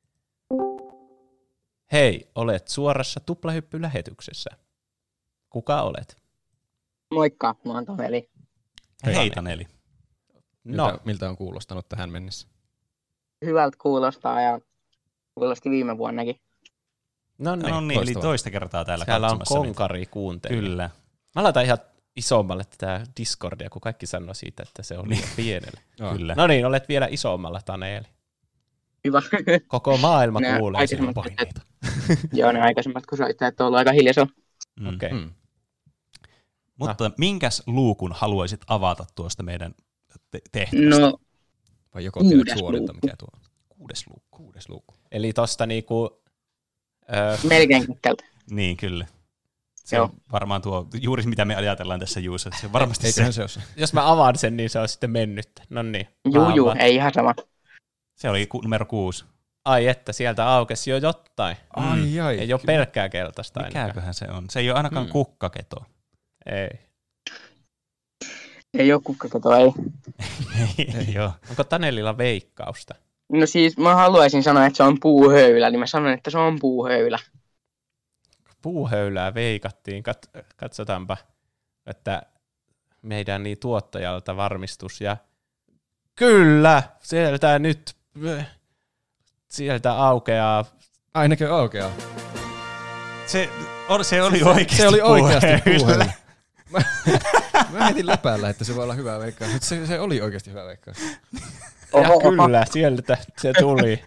Hei, olet suorassa tuplahyppylähetyksessä. Kuka olet? Moikka, mä oon Taneli. Hei, Hei Taneli. No. Miltä, miltä on kuulostanut tähän mennessä? Hyvältä kuulostaa ja kuulosti viime vuonnakin. No niin, no niin eli toista kertaa täällä siellä katsomassa. Siellä on konkari kuuntelija. Kyllä. Mä laitan ihan isommalle tätä Discordia, kun kaikki sanoo siitä, että se on liian pienellä. No. Kyllä. No niin, olet vielä isommalla, Taneli. Hyvä. Koko maailma ne kuulee sinun paineita. Joo, ne aikaisemmat kun soittajat on ollut aika hiljaisella. Mm. Okei. Okay. Mm. Mutta ah. minkäs luukun haluaisit avata tuosta meidän te- tehtävästä? No, vai joko tiedät suorilta, mikä tuo on? Kuudes luukku. Kuudes luukku. Eli tosta niinku... Öö... Melkein keskeltä. Niin, kyllä. Se Joo. on varmaan tuo, juuri mitä me ajatellaan tässä Juussa. Se on varmasti ei, se. se, se Jos mä avaan sen, niin se on sitten mennyt. No niin. Juu, juu, ei ihan sama. Se oli ku- numero kuusi. Ai että, sieltä aukesi jo jotain. Ai, ai. Ei ole pelkkää keltaista. Mikäköhän se on? Se ei ole ainakaan hmm. kukkaketo. Ei. Ei ole kukkaketo, ei. ei, ei ole. Onko Tanelilla veikkausta? No siis mä haluaisin sanoa, että se on puuhöylä, niin mä sanon, että se on puuhöylä. Puuhöylää veikattiin. Kat- katsotaanpa, että meidän niin tuottajalta varmistus. Ja kyllä, sieltä nyt, sieltä aukeaa. Ainakin aukeaa. Se, se oli oikeasti Se oli oikeasti puuhöylä. Mä heitin läpäällä, että se voi olla hyvä veikkaus, mutta se, se oli oikeasti hyvä veikkaus. Ja kyllä, sieltä se tuli.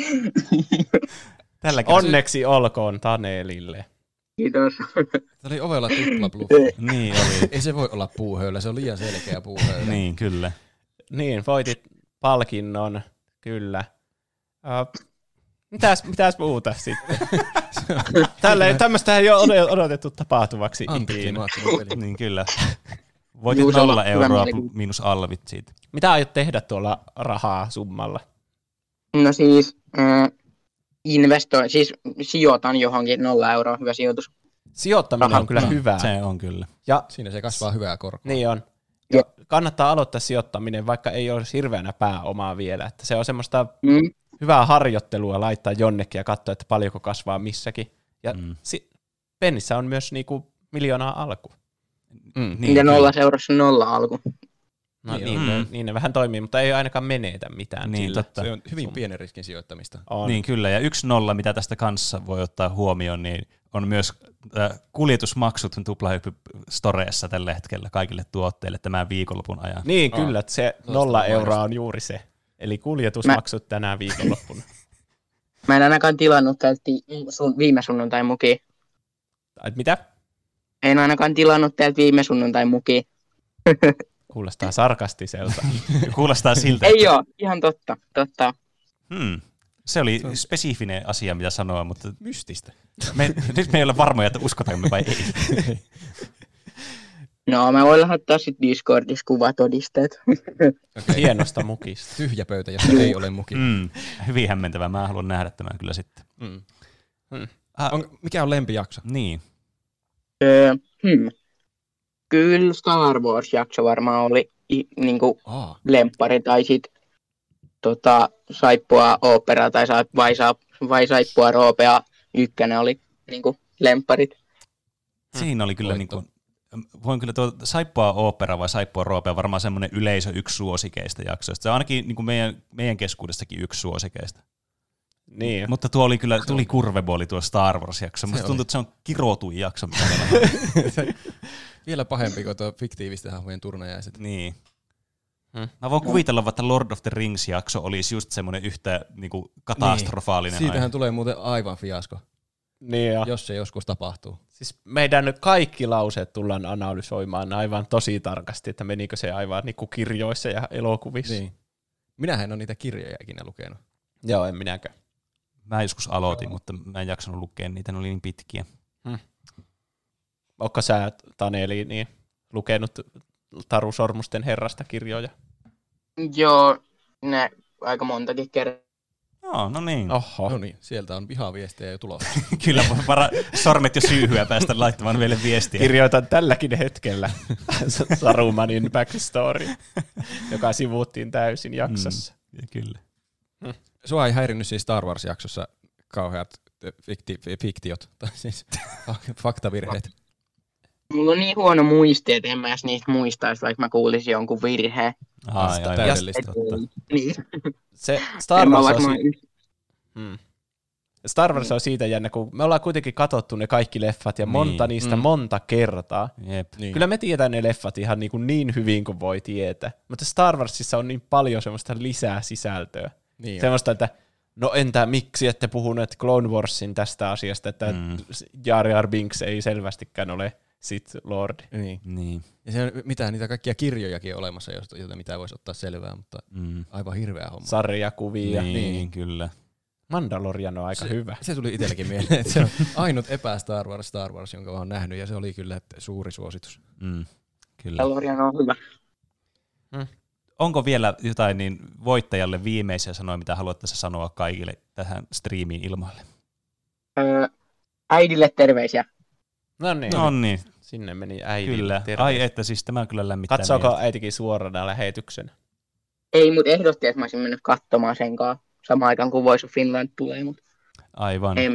Tällä Onneksi olkoon Tanelille. Kiitos. Se oli ovella tuplabluffi. Niin oli. Ei se voi olla puuhöylä, se on liian selkeä puuhöylä. Niin, kyllä. Niin, voitit palkinnon, kyllä. Uh, mitäs, mitäs muuta sitten? Tämmöistä ei ole odotettu tapahtuvaksi ikinä. Niin, kyllä. Voitit nolla euroa miinus alvit siitä. Mitä aiot tehdä tuolla rahaa summalla? No siis äh, investoin, siis sijoitan johonkin nolla euroa, hyvä sijoitus. Sijoittaminen Rahat. on kyllä hyvä. Se on kyllä. Ja siinä se kasvaa hyvää korkoa. Niin on. Ja kannattaa aloittaa sijoittaminen, vaikka ei ole hirveänä pääomaa vielä. Että se on semmoista mm. hyvää harjoittelua laittaa jonnekin ja katsoa, että paljonko kasvaa missäkin. Ja mm. si- pennissä on myös niinku miljoonaa alku. Mm, niin, ja nolla eurossa nolla alku. No niin, mm. ne, niin ne vähän toimii, mutta ei ainakaan menetä mitään. Niin, totta. Se on hyvin Sun. pienen riskin sijoittamista. On. Niin kyllä, ja yksi nolla, mitä tästä kanssa voi ottaa huomioon, niin on myös äh, kuljetusmaksut Tuplahyppy-storeessa tällä hetkellä kaikille tuotteille tämän viikonlopun ajan. Niin, kyllä, että se nolla euroa on juuri se. Eli kuljetusmaksut Mä... tänään viikonloppuna. Mä en ainakaan tilannut täältä sun viime sunnuntain mukiin. Mitä? En ainakaan tilannut täältä viime sunnuntain mukiin. Kuulostaa sarkastiselta. Kuulostaa siltä. Ei oo, ihan totta. totta. Hmm. Se oli se on spesifinen asia, mitä sanoa, mutta mystistä. Me, nyt me ei ole varmoja, että uskotaanko vai ei. No, mä voin lähettää sitten Discordissa kuvatodisteet. Okay. Hienosta mukista. Tyhjä pöytä, jossa ei ole muki. Mm. Hyvin hämmentävää. Mä haluan nähdä tämän kyllä sitten. Mm. Mm. Ah. On, mikä on lempijakso? Niin. Öö, hmm. Kyllä Star Wars-jakso varmaan oli niinku oh. lemppari, tai sit tota, Saippua Opera, tai vai, vai Saippua Roopea ykkönen oli niinku lempparit. Siinä oli kyllä niinku, voin kyllä tuo Saippua Opera vai Saippua Roopea varmaan semmoinen yleisö yksi suosikeista jaksoista. Se on ainakin niinku meidän, meidän keskuudestakin yksi suosikeista. Niin. Mutta tuo oli kyllä, tuli kurveboli tuo Star Wars-jakso. Musta tuntuu, että se on kirotuin jakso. Vielä pahempi kuin tuo fiktiivisten hahmojen turnajaiset. Niin. Hmm. Mä voin kuvitella, että Lord of the Rings-jakso olisi just semmoinen yhtä niinku katastrofaalinen niin. Siitähän aihe. tulee muuten aivan fiasko. Niin jo. Jos se joskus tapahtuu. Siis meidän kaikki lauseet tullaan analysoimaan aivan tosi tarkasti, että menikö se aivan niinku kirjoissa ja elokuvissa. Niin. Minähän en ole niitä kirjoja ikinä lukenut. Joo, en minäkään. Mä joskus aloitin, mutta mä en jaksanut lukea niitä, ne oli niin pitkiä. Hmm. Ootko sä, Taneli, niin lukenut Taru Sormusten herrasta kirjoja? Joo, ne aika montakin kertaa. Joo, no niin. Oho. No niin, sieltä on vihaviestejä jo tulossa. Kyllä, vara sormet jo syyhyä päästä laittamaan vielä viestiä. Kirjoitan tälläkin hetkellä Sarumanin backstory, joka sivuuttiin täysin jaksossa. Mm, kyllä. Hmm. Sua ei häirinnyt siis Star Wars-jaksossa kauheat fikti- fiktiot, tai siis faktavirheet. Mulla on niin huono muisti, että en mä edes niistä muistaisi, vaikka mä kuulisin jonkun virheen. Ai, ai, täydellistä. Niin. Se Star Wars on, si- hmm. Star Wars on siitä jännä, kun me ollaan kuitenkin katsottu ne kaikki leffat ja monta niin. niistä mm. monta kertaa. Jep. Niin. Kyllä me tiedetään ne leffat ihan niin, kuin niin hyvin kuin voi tietää, mutta Star Warsissa on niin paljon semmoista lisää sisältöä. Niin semmoista, että no entä miksi ette puhuneet Clone Warsin tästä asiasta, että mm. Jar Jar Binks ei selvästikään ole Sith Lord. Niin. niin. Ja se on mitään niitä kaikkia kirjojakin olemassa, joita mitä voisi ottaa selvää, mutta mm. aivan hirveä homma. Sarjakuvia. Niin, niin. kyllä. Mandalorian on aika se, hyvä. Se tuli itsellekin mieleen, että se on ainut epä Star Wars, Star Wars, jonka mä oon nähnyt, ja se oli kyllä suuri suositus. Mm. Kyllä. Mandalorian on hyvä. Mm. Onko vielä jotain niin voittajalle viimeisiä sanoja, mitä haluat tässä sanoa kaikille tähän striimiin ilmoille? Öö, äidille terveisiä. No niin. No niin. Sinne meni äidille kyllä. terveisiä. Ai että, siis tämä kyllä lämmittää. Katsoako mieltä. äitikin suorana lähetyksen? Ei, mutta ehdotti, että mä olisin mennyt katsomaan sen kanssa samaan aikaan, kun Voice of Finland tulee. Mutta aivan. En,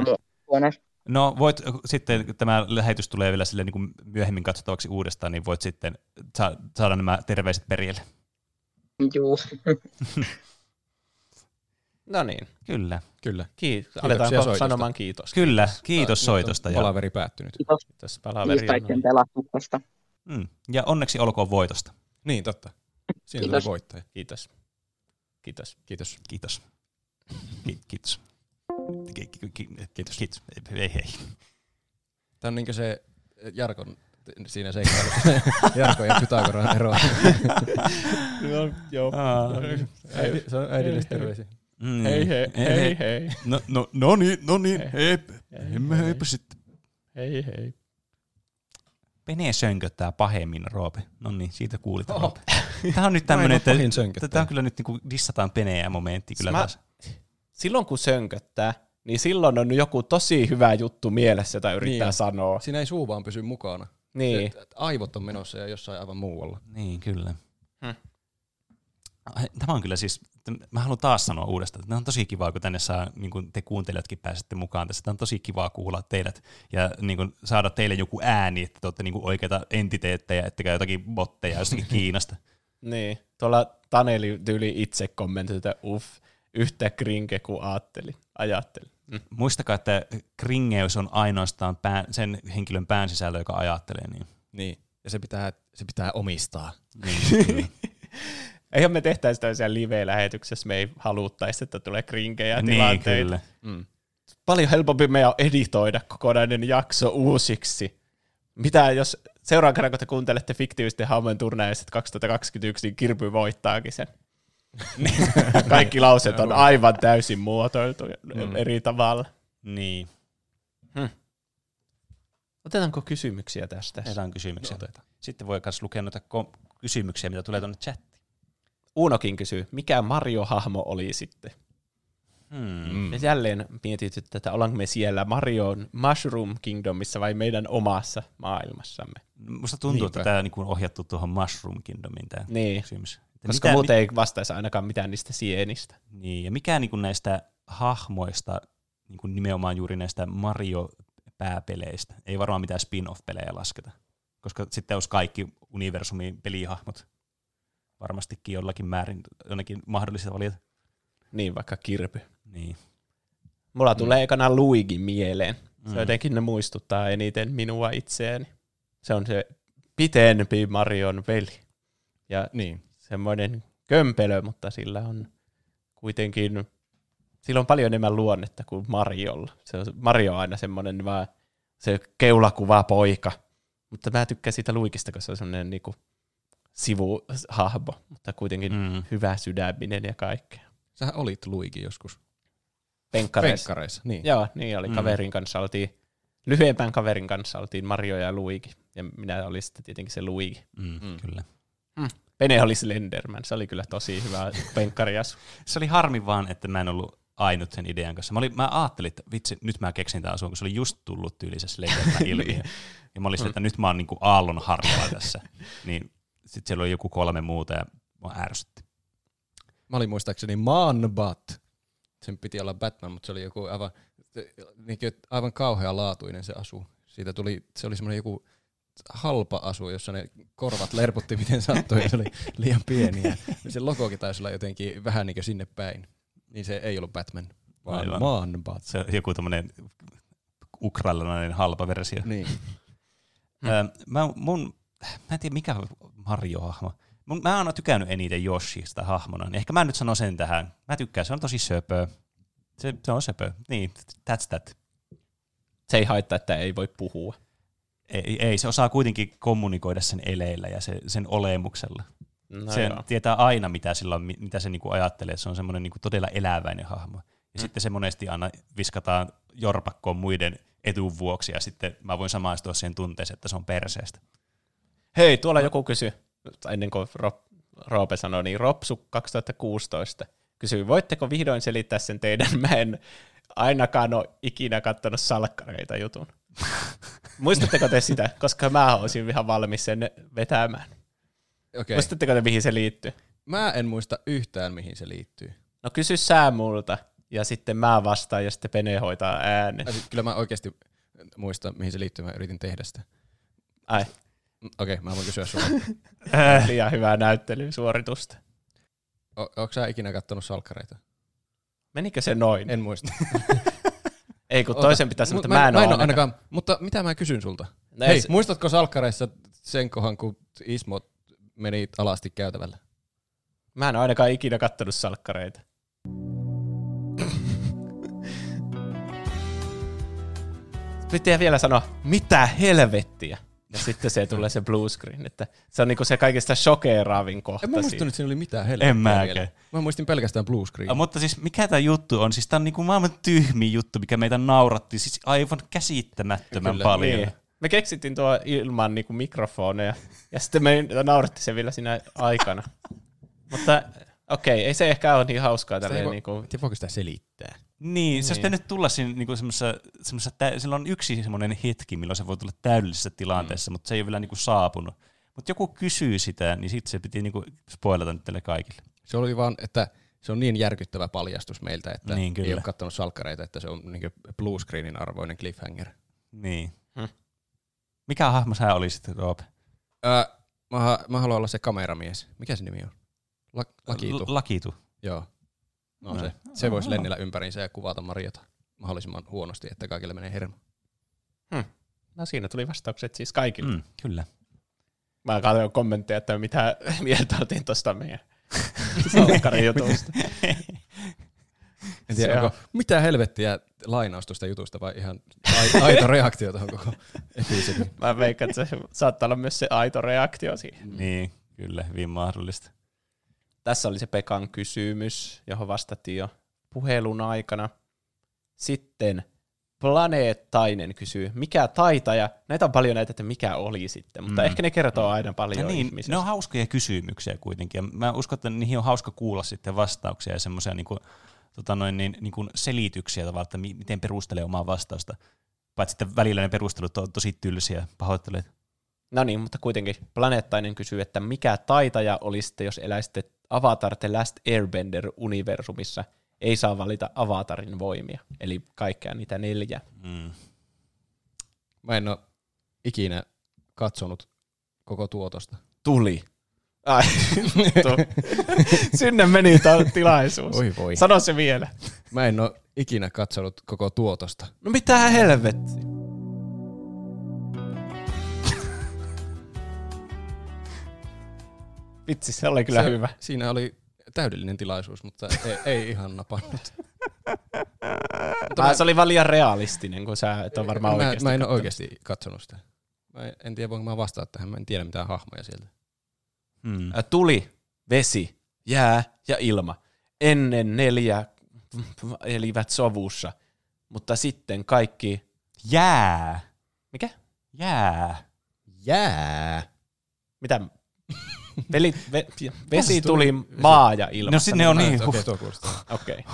no voit sitten, kun tämä lähetys tulee vielä sille niin kuin myöhemmin katsottavaksi uudestaan, niin voit sitten sa- saada nämä terveiset perille. Juu. No niin. Kyllä. Kyllä. Kiitos. Aletaanko sanomaan kiitos? Kyllä, kiitos Nyt soitosta. on palaveri päättynyt. Kiitos. Kiitos Kiitos palaveri. kaikkien pelastuksesta. Mm. Ja onneksi olkoon voitosta. Niin, totta. Siinä Kiitos. tuli voittaja. Kiitos. Kiitos. Kiitos. Kiitos. Ki- kiitos. Ki- ki- ki- kiitos. Kiitos. Ei, hei. Tämä on niinkö se Jarkon siinä seikkailussa. Jarkon ja Pythagoran ero. No, joo. Äidi, se on äidille terveisiä. Mm. Hei hei, hei hei. No, no, no niin, no niin, hei. Emme heipä sitten. Hei hei. Pene sönköttää pahemmin, Roope. No niin, siitä kuulit, Roope. Tämä on nyt tämmöinen, että tämä on kyllä nyt niinku dissataan Peneä momentti kyllä Mä, taas. silloin kun sönköttää, niin silloin on joku tosi hyvä juttu mielessä, jota yrittää Niin. sanoa. Siinä ei suu vaan pysy mukana. Niin. Se, aivot on menossa ja jossain aivan muualla. Niin, kyllä. Hmm. Tämä on kyllä siis, mä haluan taas sanoa uudestaan, että tämä on tosi kivaa, kun tänne saa, niin kuin te kuuntelijatkin pääsette mukaan tässä. Tämä on tosi kivaa kuulla teidät ja niin kuin, saada teille joku ääni, että te olette niin kuin oikeita entiteettejä, ettekä jotakin botteja jostakin Kiinasta. Niin. Tuolla Taneli tyyli itse kommentoi, että uff, yhtä krinke kuin ajattelin. Ajattelin. Mm. Muistakaa, että kringeys on ainoastaan pää, sen henkilön pään sisällä, joka ajattelee niin. Niin. Ja se pitää, se pitää omistaa. Niin, kyllä. Eihän me tehtäisi tällaisia live-lähetyksessä, me ei haluttaisi, että tulee krinkejä Niin, tilanteita. kyllä. Mm. Paljon helpompi meidän on editoida kokonainen jakso uusiksi. Mitä jos seuraavan kerran, kun te kuuntelette fiktiivisten hahmojen turnajaiset kaksituhattakaksikymmentäyksi, niin Kirby voittaakin sen. Kaikki lauseet on aivan täysin muotoiltu mm. eri tavalla. Niin. Hmm. Otetaanko kysymyksiä tästä? Otetaan kysymyksiä. No, otetaan. Sitten voi myös lukea noita ko- kysymyksiä, mitä tulee tuonne chattiin. Uunokin kysyy, mikä Mario-hahmo oli sitten? Hmm. Ja jälleen mietitty tätä, ollaanko me siellä Marion Mushroom Kingdomissa vai meidän omassa maailmassamme. Musta tuntuu, Niinpä. että tämä on niin ohjattu tuohon Mushroom Kingdomiin tämä Niin. kysymys. Että Koska mitä, muuten ei vastaisi ainakaan mitään niistä sienistä. Niin, ja mikä niin näistä hahmoista, niin nimenomaan juuri näistä Mario-pääpeleistä, ei varmaan mitään spin-off-pelejä lasketa, koska sitten olisi kaikki universumin pelihahmot varmastikin jollakin määrin jonnekin mahdollista valita. Niin, vaikka Kirby. Niin. Mulla tulee mm. ekana Luigi mieleen. Se Mm. jotenkin ne muistuttaa eniten minua itseäni. Se on se pitempi Marion veli. Ja Niin. semmoinen kömpelö, mutta sillä on kuitenkin, sillä on paljon enemmän luonnetta kuin Mariolla. Se on, Mario on aina semmoinen vaan se keulakuva poika. Mutta mä tykkään siitä Luigista, koska se on semmoinen niinku sivuhahmo, mutta kuitenkin Mm. hyvä sydäminen ja kaikkea. Sähän olit Luigi joskus. Penkkareissa. Penkkareissa, niin. Joo, niin oli. Mm. Kaverin kanssa oltiin, lyhyempään kaverin kanssa oltiin Mario ja Luigi. Ja minä olin sitten tietenkin se Luigi. Mm, mm. Kyllä. Mm. Pene oli Slenderman. Se oli kyllä tosi hyvä penkkariasu. Se oli harmi vaan, että mä en ollut ainut sen idean kanssa. Mä, olin, mä ajattelin, että vitsi, nyt mä keksin tämän asuun, kun se oli just tullut tyylisessä Slenderman-ilmiö. Ja mä olin se, että nyt mä oon niinku aallon harjalla tässä. Niin sitten siellä oli joku kolme muuta ja mua ärsytti. Mä olin muistaakseni Manbat. Sen piti olla Batman, mutta se oli joku aivan, niin aivan kauhea laatuinen se asu. Siitä tuli, se oli semmoinen joku halpa asu, jossa ne korvat lerputti miten sattui ja se oli liian pieniä. Se logokin taisi olla jotenkin vähän niin kuin sinne päin. Niin se ei ollut Batman, vaan Aivan. Manbat. Se on joku tämmöinen ukrainalainen halpa versio. Niin. Öö, mä, mun, mä en tiedä mikä Mario-hahmo. Mun, mä oon tykännyt eniten Yoshista hahmona. Niin ehkä mä nyt sanon sen tähän. Mä tykkään, se on tosi söpö. Se, se on söpö. Niin, that's that. Se ei haittaa, että ei voi puhua. Ei, ei, se osaa kuitenkin kommunikoida sen eleillä ja se, sen olemuksella. No se joo. tietää aina, mitä, sillä on, mitä se niinku ajattelee. Se on semmoinen niinku todella eläväinen hahmo. Ja mm. sitten se monesti aina viskataan jorpakkoon muiden etun vuoksi, ja sitten mä voin samaistua siihen tunteeseen, että se on perseestä. Hei, tuolla joku kysyi, ennen kuin Roope sanoi, niin Ropsu kaksituhattakuusitoista kysyy, voitteko vihdoin selittää sen teidän? Mä en ainakaan ole ikinä katsonut salkkareita jutun. Muistatteko te sitä? Koska mä olisin ihan valmis sen vetämään. Okay. Muistatteko te, mihin se liittyy? Mä en muista yhtään, mihin se liittyy. No kysy sä multa, ja sitten mä vastaan, ja sitten Pene hoitaa äänen. Kyllä mä oikeasti muistan, mihin se liittyy. Mä yritin tehdä sitä. Ai. Okei, okay, mä voin kysyä sulle. Liian hyvää näyttelysuoritusta. O- Ootko sä ikinä kattonut salkkareita? Menikö se noin? En muista. Ei, kun toisen pitää sanoa, että mä, mä en mä ole en ainakaan. ainakaan. Mutta mitä mä kysyn sulta? No Hei, se... muistatko salkkareissa sen kohan, kun Ismo meni alasti käytävällä? Mä en ole ainakaan ikinä kattonut salkkareita. Pitää vielä sanoa, mitä helvettiä. Ja sitten se tulee se blue screen, että se on niinku se kaikista shokeraavin kohta. En mä muistanut, että siinä oli mitään helvettiä. En mäkään. Mä muistin pelkästään blue screen. Ah, mutta siis mikä tämä juttu on? Siis tää on niinku maailman tyhmin juttu, mikä meitä nauratti siis aivan käsittämättömän Kyllä, paljon. Niin. Me keksittiin tuo ilman niinku mikrofoneja, ja sitten me nauratti se vielä siinä aikana. Mutta okei, okay, ei se ehkä ole niin hauskaa. Tälleen, voi, niinku... voiko sitä selittää? Niin, se olisi pitänyt tulla siinä niinku semmoisessa, semmoisessa tä- sillä on yksi semmoinen hetki, milloin se voi tulla täydellisessä tilanteessa, mm. mutta se ei ole vielä niinku saapunut. Mutta joku kysyy sitä, niin sitten se piti niinku spoilata nyt teille kaikille. Se oli vaan, että se on niin järkyttävä paljastus meiltä, että niin, ei ole katsonut salkkareita, että se on niinku blue screenin arvoinen cliffhanger. Niin. Hmm. Mikä hahmo sä olisit, Rob? Öö, mä, mä haluan olla se kameramies. Mikä se nimi on? La- Lakitu. L- Lakitu. Joo. No, no se. Se voisi lennellä ympäriinsä ja kuvata Mariota mahdollisimman huonosti, että kaikille menee hermo. Hmm. No siinä tuli vastaukset siis kaikille. Mm, kyllä. Mä katsoin kommentteja, että mitä mieltä oltiin tuosta meidän salkkarijutusta. En tiedä, onko mitä helvettiä lainaus tuosta jutusta vai ihan aito reaktio tuohon koko episodiin. Mä veikkaan, että se saattaa olla myös se aito reaktio siihen. Niin, kyllä, hyvin mahdollista. Tässä oli se Pekan kysymys, johon vastattiin jo puhelun aikana. Sitten Planeettainen kysyy, mikä taitaja, näitä on paljon näitä, että mikä oli sitten, mutta mm. ehkä ne kertoo aina paljon niin, ihmisistä. Ne on hauskoja kysymyksiä kuitenkin, ja mä uskon, että niihin on hauska kuulla sitten vastauksia ja semmoisia niinku, tota noin, niin, niinku selityksiä tavallaan, että miten perustelee omaa vastausta. Paitsi sitten välillä ne perustelut on tosi tylsiä, pahoittelet. No niin, mutta kuitenkin Planeettainen kysyy, että mikä taitaja olisitte, jos eläisitte Avatar The Last Airbender-universumissa, ei saa valita Avatarin voimia, eli kaikkea niitä neljä. Mm. Mä en ole ikinä katsonut koko tuotosta. Tuli. Ai, sinne meni tämä tilaisuus. Oi voi. Sano se vielä. Mä en ole ikinä katsonut koko tuotosta. No mitä helvetti? Vitsi, se oli kyllä se, hyvä. Siinä oli täydellinen tilaisuus, mutta ei, ei ihan napannut. Mä, mä, se oli vaan liian realistinen, kun sä et ole varmaan mä, oikeasti Mä en ole oikeasti katsonut sitä. Mä en tiedä, voinko mä vastata tähän. Mä en tiedä mitään hahmoja sieltä. Hmm. Tuli, vesi, jää ja ilma. Ennen neljä elivät sovussa, mutta sitten kaikki... Jää. Mikä? Jää. Jää. Mitä? Veli, ve, vesi tuli maa ja ilma. No sinne on niin. Okei, tuo kuulostaa. Okei.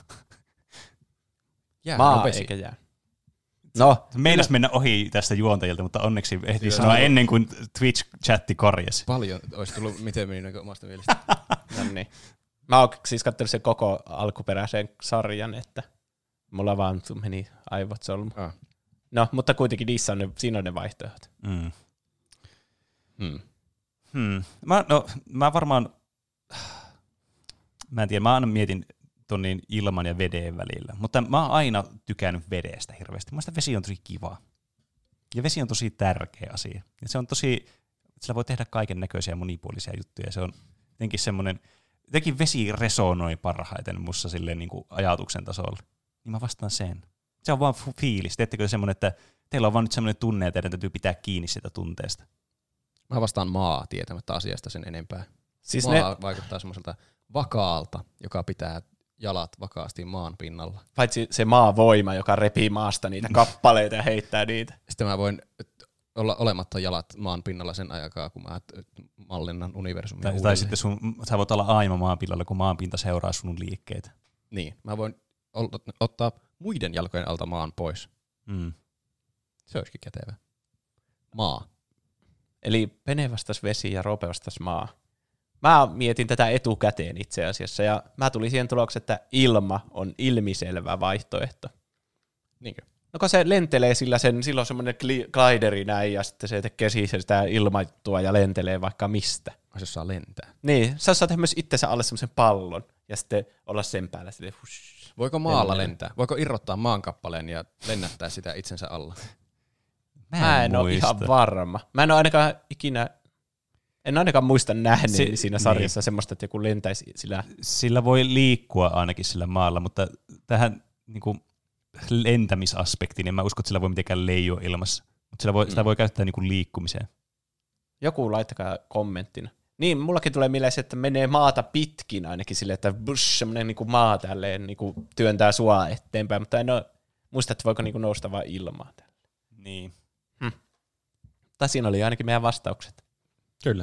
Jää, maa no vesi. eikä jää. No. Meinas mennä ohi tästä juontajilta, mutta onneksi ehtii sanoa ennen kuin Twitch-chatti korjasi. Paljon olisi tullut miten meni niin omasta mielestä. No niin. Mä oon siis katsellut sen koko alkuperäisen sarjan, että mulla vaan meni aivot solmu. Ah. No, mutta kuitenkin niissä on ne, siinä on ne vaihtoehdot. Mm. Hmm. Hmm. Mä, no, mä varmaan, mä en tiedä, mä aina mietin ton niin ilman ja veden välillä, mutta mä oon aina tykännyt vedestä hirveästi. Mielestäni vesi on tosi kiva. Ja vesi on tosi tärkeä asia. Ja se on tosi, sillä voi tehdä kaiken näköisiä monipuolisia juttuja. Se on jotenkin semmoinen, jotenkin vesi resonoi parhaiten mussa silleen niin kuin ajatuksen tasolla. Niin mä vastaan sen. Se on vaan fiilis. Teettekö semmoinen, että teillä on vaan nyt semmoinen tunne, ja teidän täytyy pitää kiinni sitä tunteesta? Mä vastaan maa tietämättä asiasta sen enempää. Siis maa ne... vaikuttaa semmoiselta vakaalta, joka pitää jalat vakaasti maan pinnalla. Paitsi se maavoima, joka repii maasta niitä kappaleita ja heittää niitä. Sitten mä voin olla olematta jalat maan pinnalla sen aikaa, kun mä mallinnan universumia tai, tai sitten sun, sä voit olla aima maan pinnalla, kun maan pinta seuraa sun liikkeitä. Niin, mä voin ottaa muiden jalkojen alta maan pois. Mm. Se olisikin kätevä. Maa. Eli Pene vastasi vesi ja Roope vastasi maa. Mä mietin tätä etukäteen itse asiassa, ja mä tulin siihen tulokseen, että ilma on ilmiselvä vaihtoehto. Niinkö? No kun se lentelee sillä sen, silloin semmoinen glideri näin, ja sitten se tekee siis sitä ilmaittua ja lentelee vaikka mistä. Se saa lentää. Niin, sä saat tehdä myös itsensä alle semmoisen pallon, ja sitten olla sen päällä silleen hush. Voiko maalla lentää? Voiko irrottaa maankappaleen ja lennättää sitä itsensä alla? Mä en, Mä en ole ihan varma. Mä en ole ainakaan ikinä, en ainakaan muista nähneeni si- siinä sarjassa niin. semmoista, että joku lentäisi sillä. Sillä voi liikkua ainakin sillä maalla, mutta tähän niin kuin lentämisaspektiin, niin mä uskon, että sillä voi mitenkään leijua ilmassa. Mutta sillä voi, mm. sitä voi käyttää niin kuin liikkumiseen. Joku laittakaa kommenttina. Niin, mullakin tulee mieleen se, että menee maata pitkin ainakin silleen, että bush, semmoinen niin kuin maa tälleen niin kuin työntää sua eteenpäin, mutta en ole muista, että voiko niin kuin nousta vaan ilmaa tälle. Niin. Hm. Tai siinä oli ainakin meidän vastaukset. Kyllä.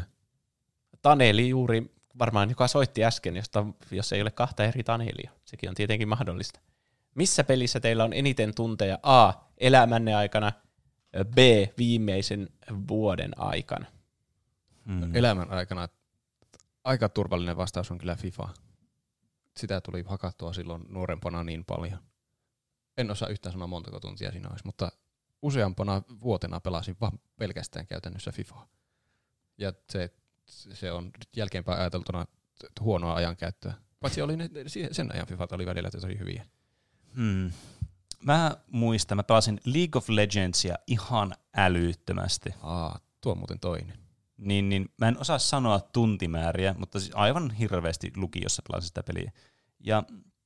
Taneli juuri varmaan, joka soitti äsken, josta, jos ei ole kahta eri Tanelia. Sekin on tietenkin mahdollista. Missä pelissä teillä on eniten tunteja A. elämänne aikana, B. viimeisen vuoden aikana? Hmm. Elämän aikana aika turvallinen vastaus on kyllä FIFA. Sitä tuli hakattua silloin nuorempana niin paljon. En osaa yhtään sanoa montako tuntia siinä olisi, mutta useampana vuotena pelasin vaan pelkästään käytännössä FIFAa. Ja se, se on jälkeenpäin ajateltuna huonoa ajankäyttöä. Paitsi oli ne, sen ajan FIFAt oli välillä tosi hyviä. Hmm. Mä muistan, mä pelasin League of Legendsia ihan älyttömästi. Aa, tuo on muuten toinen. Niin, niin mä en osaa sanoa tuntimääriä, mutta siis aivan hirveästi lukiossa pelasin sitä peliä. Ja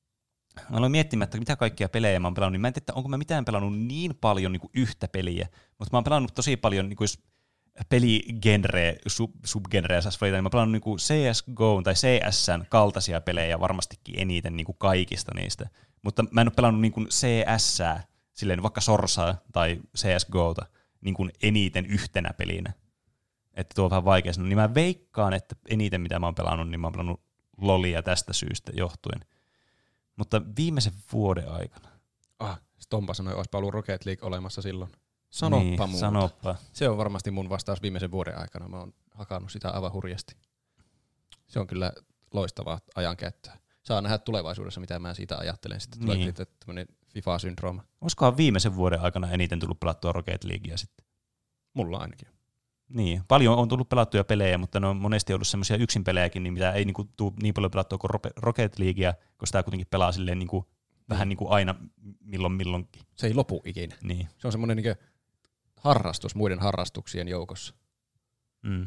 mä aloin miettimään, että mitä kaikkia pelejä mä oon pelannut, niin mä en tiedä, onko mä mitään pelannut niin paljon niin kuin yhtä peliä, mutta mä oon pelannut tosi paljon, niin kuin jos peligenreä, sub, subgenreä saisi valita, niin mä oon pelannut niin kuin C S G O tai C S:n kaltaisia pelejä varmastikin eniten niin kuin kaikista niistä. Mutta mä en ole pelannut niin kuin C S:ää, silleen vaikka Sorsaa tai C S G Ota, niin kuin eniten yhtenä pelinä. Että tuo on vähän vaikea sanoa. Niin mä veikkaan, että eniten mitä mä oon pelannut, niin mä oon pelannut LOLia tästä syystä johtuen. Mutta viimeisen vuoden aikana. Ah, Stompa sanoi, olisipa ollut Rocket League olemassa silloin. Sanoppa niin, muuta. Sanoppa. Se on varmasti mun vastaus viimeisen vuoden aikana. Mä oon hakannut sitä aivan hurjasti. Se on kyllä loistavaa ajankäyttöä. Saa nähdä tulevaisuudessa, mitä mä siitä ajattelen. Sitten tulee niin. Tämmöinen FIFA-syndrooma. Olisikohan viimeisen vuoden aikana eniten tullut pelattua Rocket Leaguea sitten? Mulla ainakin. Niin, paljon on tullut pelattuja pelejä, mutta ne on monesti ollut semmoisia yksin pelejäkin, niin mitä ei niinku tule niin paljon pelattua kuin Rocket Leaguea, kun sitä kuitenkin pelaa silleen niinku, mm. vähän niin kuin aina milloin milloinkin. Se ei lopu ikinä. Niin. Se on semmoinen niinku harrastus muiden harrastuksien joukossa. Mm.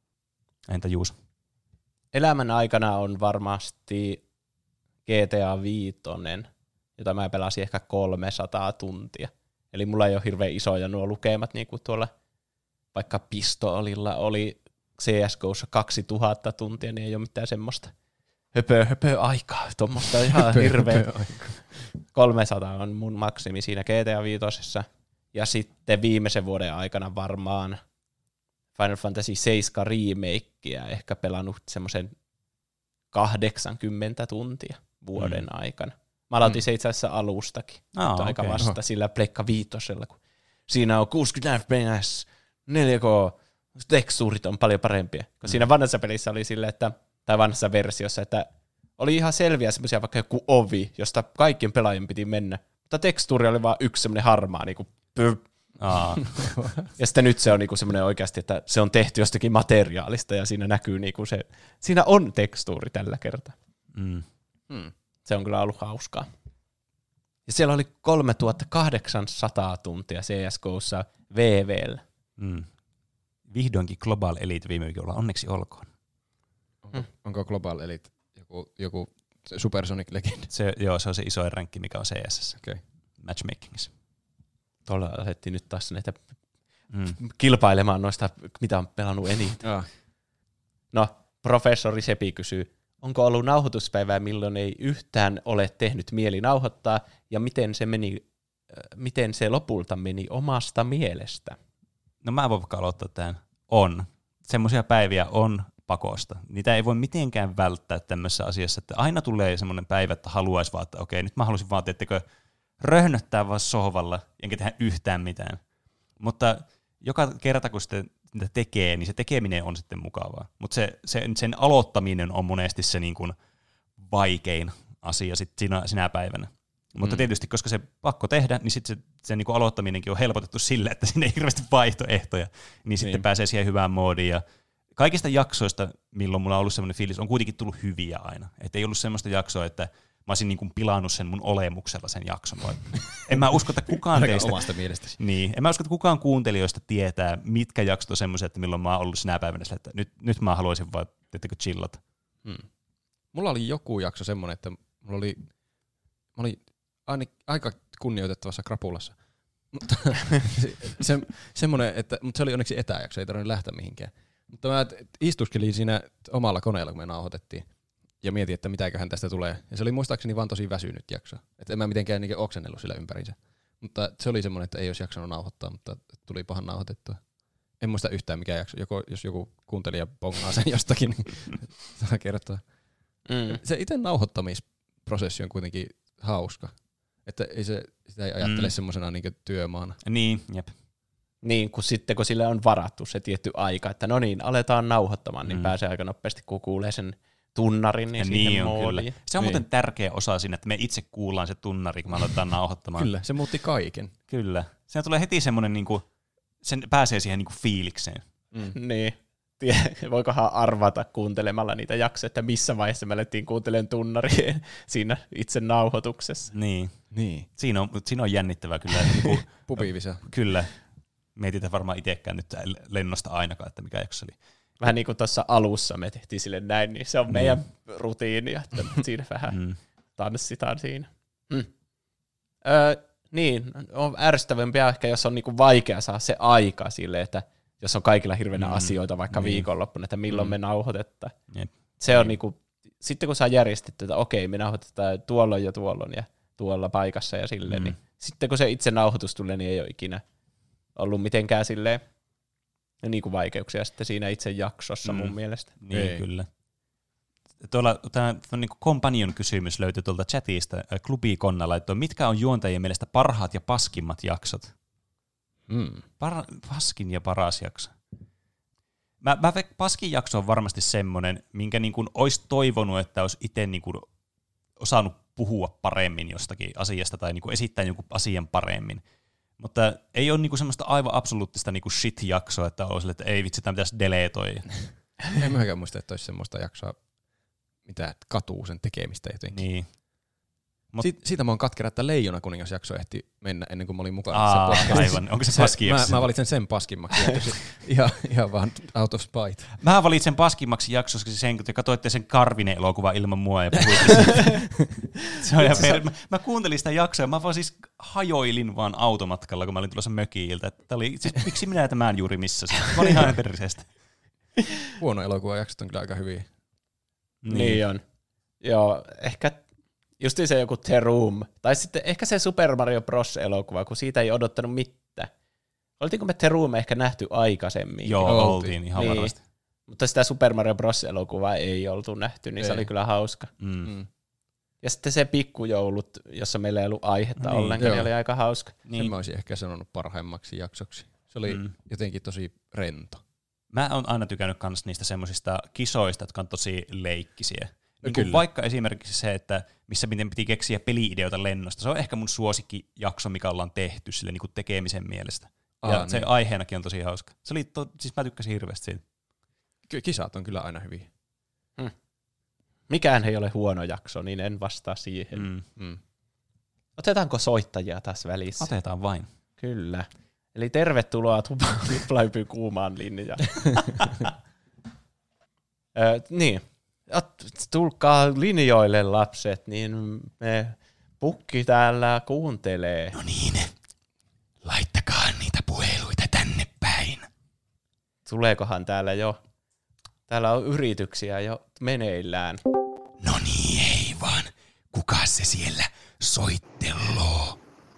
Entä Juus? Elämän aikana on varmasti G T A viisi, jota mä pelasin ehkä kolmesataa tuntia. Eli mulla ei ole hirveän isoja nuo lukemat, niin kuin tuolla vaikka Pistoolilla oli C S G O:ssa kaksituhatta tuntia, niin ei ole mitään semmoista höpö, höpö aikaa. Tuommoista ihan hirveä. kolmesataa on mun maksimi siinä G T A viisi. Ja sitten viimeisen vuoden aikana varmaan Final Fantasy seitsemän remakea ehkä pelannut semmoisen kahdeksankymmentä tuntia vuoden mm. aikana. Mä aloitin mm. se itse asiassa alustakin, oh, aika okay. vasta sillä Pleikka viitosella, kun siinä on kuusikymmentä F P S, neljä K, tekstuurit on paljon parempia. Kun mm. siinä vanhassa pelissä oli sille, että, tai vanhassa versiossa, että oli ihan selviä semmoisia vaikka joku ovi, josta kaikkien pelaajien piti mennä, mutta tekstuuri oli vaan yksi semmoinen harmaa, niin kuin Aa. Ja sitten nyt se on niinku semmoinen oikeasti, että se on tehty jostakin materiaalista ja siinä näkyy niinku se, siinä on tekstuuri tällä kertaa. Mm. Hmm. Se on kyllä ollut hauskaa. Ja siellä oli kolmetuhattakahdeksansataa tuntia C S G O:ssa V V:llä. Mm. Vihdoinkin Global Elite viime viikolla, onneksi olkoon. Onko, hmm. onko Global Elite joku, joku Supersonic Legend? Se, joo, se on se isoin rankki, mikä on C S. Okay. Matchmakingissa. Tuolla asettiin nyt taas näitä mm. kilpailemaan noista, mitä on pelannut eniten. Ja. No, professori Sepi kysyy, onko ollut nauhoituspäivää, milloin ei yhtään ole tehnyt mieli nauhoittaa, ja miten se, meni, äh, miten se lopulta meni omasta mielestä? No mä voin vaikka aloittaa tämän. On. Semmoisia päiviä on pakosta. Niitä ei voi mitenkään välttää tämmöisessä asiassa, että aina tulee semmoinen päivä, että haluaisi vaan, että okei, nyt mä haluaisin vaan, tiettekö, röhnöttää vaan sohvalla, enkä tehdä yhtään mitään. Mutta joka kerta, kun sitä tekee, niin se tekeminen on sitten mukavaa. Mutta se, se, sen aloittaminen on monesti se niin kuin vaikein asia sit sinä, sinä päivänä. Mutta mm. tietysti, koska se pakko tehdä, niin sitten se, se niin kuin aloittaminenkin on helpotettu sille, että sinne ei hirveästi vaihtoehtoja, niin sitten niin. pääsee siihen hyvään moodiin. Ja kaikista jaksoista, milloin mulla on ollut semmoinen fiilis, on kuitenkin tullut hyviä aina. Että ei ollut semmoista jaksoa, että mä olisin niin kuin pilannut sen mun olemuksella sen jakson. En mä usko, että kukaan teistä... omasta mielestäsi. Niin, en mä usko, että kukaan kuuntelijoista tietää, mitkä jaksot on semmoisia, että milloin mä oon ollut sinä päivänä sillä, että nyt, nyt mä haluaisin vaan, teettekö chillata. Hmm. Mulla oli joku jakso semmoinen, että mulla oli, mä olin aina, aika kunnioitettavassa krapulassa. Mutta se, se, semmoinen, että, mutta se oli onneksi etäjakso, ei tarvinnut lähteä mihinkään. Mutta mä istuskelin siinä omalla koneella, kun me nauhoitettiin, ja mietin, että mitäköhän tästä tulee. Ja se oli muistaakseni vaan tosi väsynyt jakso. Että en mä mitenkään niin oksennellut sillä ympärinsä. Mutta se oli semmoinen, että ei olisi jaksanut nauhoittaa, mutta tuli pahan nauhoitettua. En muista yhtään mikä jakso. Joko, jos joku kuuntelija bongaa sen jostakin, niin saa kertoa. Mm. Se itse nauhoittamisprosessi on kuitenkin hauska. Että ei se, sitä ei ajattele mm. semmoisena niin työmaana. Niin, jep. Niin, kun sitten kun sille on varattu se tietty aika, että no niin, aletaan nauhoittamaan, niin mm. pääsee aika nopeasti, kun kuulee sen tunnarin, niin siihen niin moodiin. Se on niin. muuten tärkeä osa siinä, että me itse kuullaan se tunnari, kun me aletaan nauhoittamaan. Kyllä, se muutti kaiken. Kyllä. Siinä tulee heti semmoinen, niin kuin, sen pääsee siihen niin kuin fiilikseen. Mm. Niin. Voikohan arvata kuuntelemalla niitä jaksoja, että missä vaiheessa me alettiin kuuntelemaan tunnaria siinä itse nauhoituksessa. Niin. niin. Siinä, on, siinä on jännittävää kyllä. Pupiivisa. Kyllä. Mietitään varmaan itsekään nyt lennosta ainakaan, että mikä jakso oli. Vähän niin kuin tuossa alussa me tehtiin sille näin, niin se on mm. meidän rutiini, että siinä vähän mm. tanssitaan siinä. Mm. Öö, niin, on ärsyttävämpiä ehkä, jos on niinku vaikea saada se aika sille, että jos on kaikilla hirveänä mm. asioita vaikka mm. viikonloppuna, että milloin mm. me nauhoitetaan. Yep. Se on mm. niinku, sitten kun saa järjestetty, että okei, me nauhoitetaan tuolloin ja tuolloin ja tuolla paikassa ja silleen, mm. niin sitten kun se itse nauhoitus tulee, niin ei ole ikinä ollut mitenkään silleen niinku vaikeuksia sitten siinä itse jaksossa mm. mun mielestä. Niin, ei. Kyllä. Tuolla tämä niinku companion-kysymys löytyi tuolta chatista. Klubikonna laittoi, mitkä on juontajien mielestä parhaat ja paskimmat jaksot? Mm. Par- paskin ja paras jakso. Mä, mä paskin jakso on varmasti semmoinen, minkä niin kuin olisi toivonut, että olisi itse niin kuin osannut puhua paremmin jostakin asiasta tai niin kuin esittää jonkun asian paremmin. Mutta ei ole niin kuin semmoista aivan absoluuttista niin kuin shit-jaksoa, että olisi, että ei vitsi, tämä pitäisi deletoida. En mäkään muista, että olisi semmoista jaksoa, mitä katuu sen tekemistä jotenkin. Niin. Mut, Siit, siitä mä oon katkera, että Leijona kuningasjakso ehti mennä ennen kuin mä olin mukana. Aa, se aivan. Onko se, se paski jakso? Mä, mä valitsen sen paskimmaksi jaksoksi. ihan, ihan vaan out of spite. Mä valitsen paskimmaksi jaksoksi sen, kun te katsoitte sen Karvinen-elokuva ilman mua ja puhuitte siitä. Se on ihan per... mä, mä kuuntelin sitä jaksoa, mä vaan siis hajoilin vaan automatkalla, kun mä olin tulossa mökiiltä. Tämä oli, siis, miksi minä tämän juuri missasin? Mä olin ihan perisestä. Huono elokuva jaksot on kyllä aika hyviä. Niin, niin on. Joo, ehkä justiin se joku The Room, tai sitten ehkä se Super Mario Bros-elokuva, kun siitä ei odottanut mitään. Oltiinko me The Room ehkä nähty aikaisemmin? Joo, oltiin, oltiin ihan niin. varmasti. Mutta sitä Super Mario Bros-elokuvaa ei oltu nähty, niin ei. Se oli kyllä hauska. Mm. Mm. Ja sitten se pikkujoulut, jossa meillä ei ollut aihetta niin. ollenkaan, niin oli aika hauska. Niin. Sen mä olisin ehkä sanonut parhaimmaksi jaksoksi. Se oli mm. jotenkin tosi rento. Mä oon aina tykännyt kans niistä semmosista kisoista, jotka on tosi leikkisiä. Niin vaikka esimerkiksi se, että missä miten piti keksiä peli-ideoita lennosta. Se on ehkä mun suosikkijakso, mikä ollaan tehty sille niin kuin tekemisen mielestä. Aa, ja niin. Se aiheenakin on tosi hauska. Se oli to, siis mä tykkäsin hirveästi siitä. Kisat on kyllä aina hyviä. Hmm. Mikään ei ole huono jakso, niin en vastaa siihen. Mm. Mm. Otetaanko soittajia tässä välissä? Otetaan vain. Kyllä. Eli tervetuloa Tuplahypyn kuumaan linjaan. Ö, niin. Tulkaa linjoille lapset, niin me Pukki täällä kuuntelee. No niin, laittakaa niitä puheluita tänne päin. Tuleekohan täällä jo? Täällä on yrityksiä jo meneillään. No niin, ei vaan. Kuka se siellä soitteloo?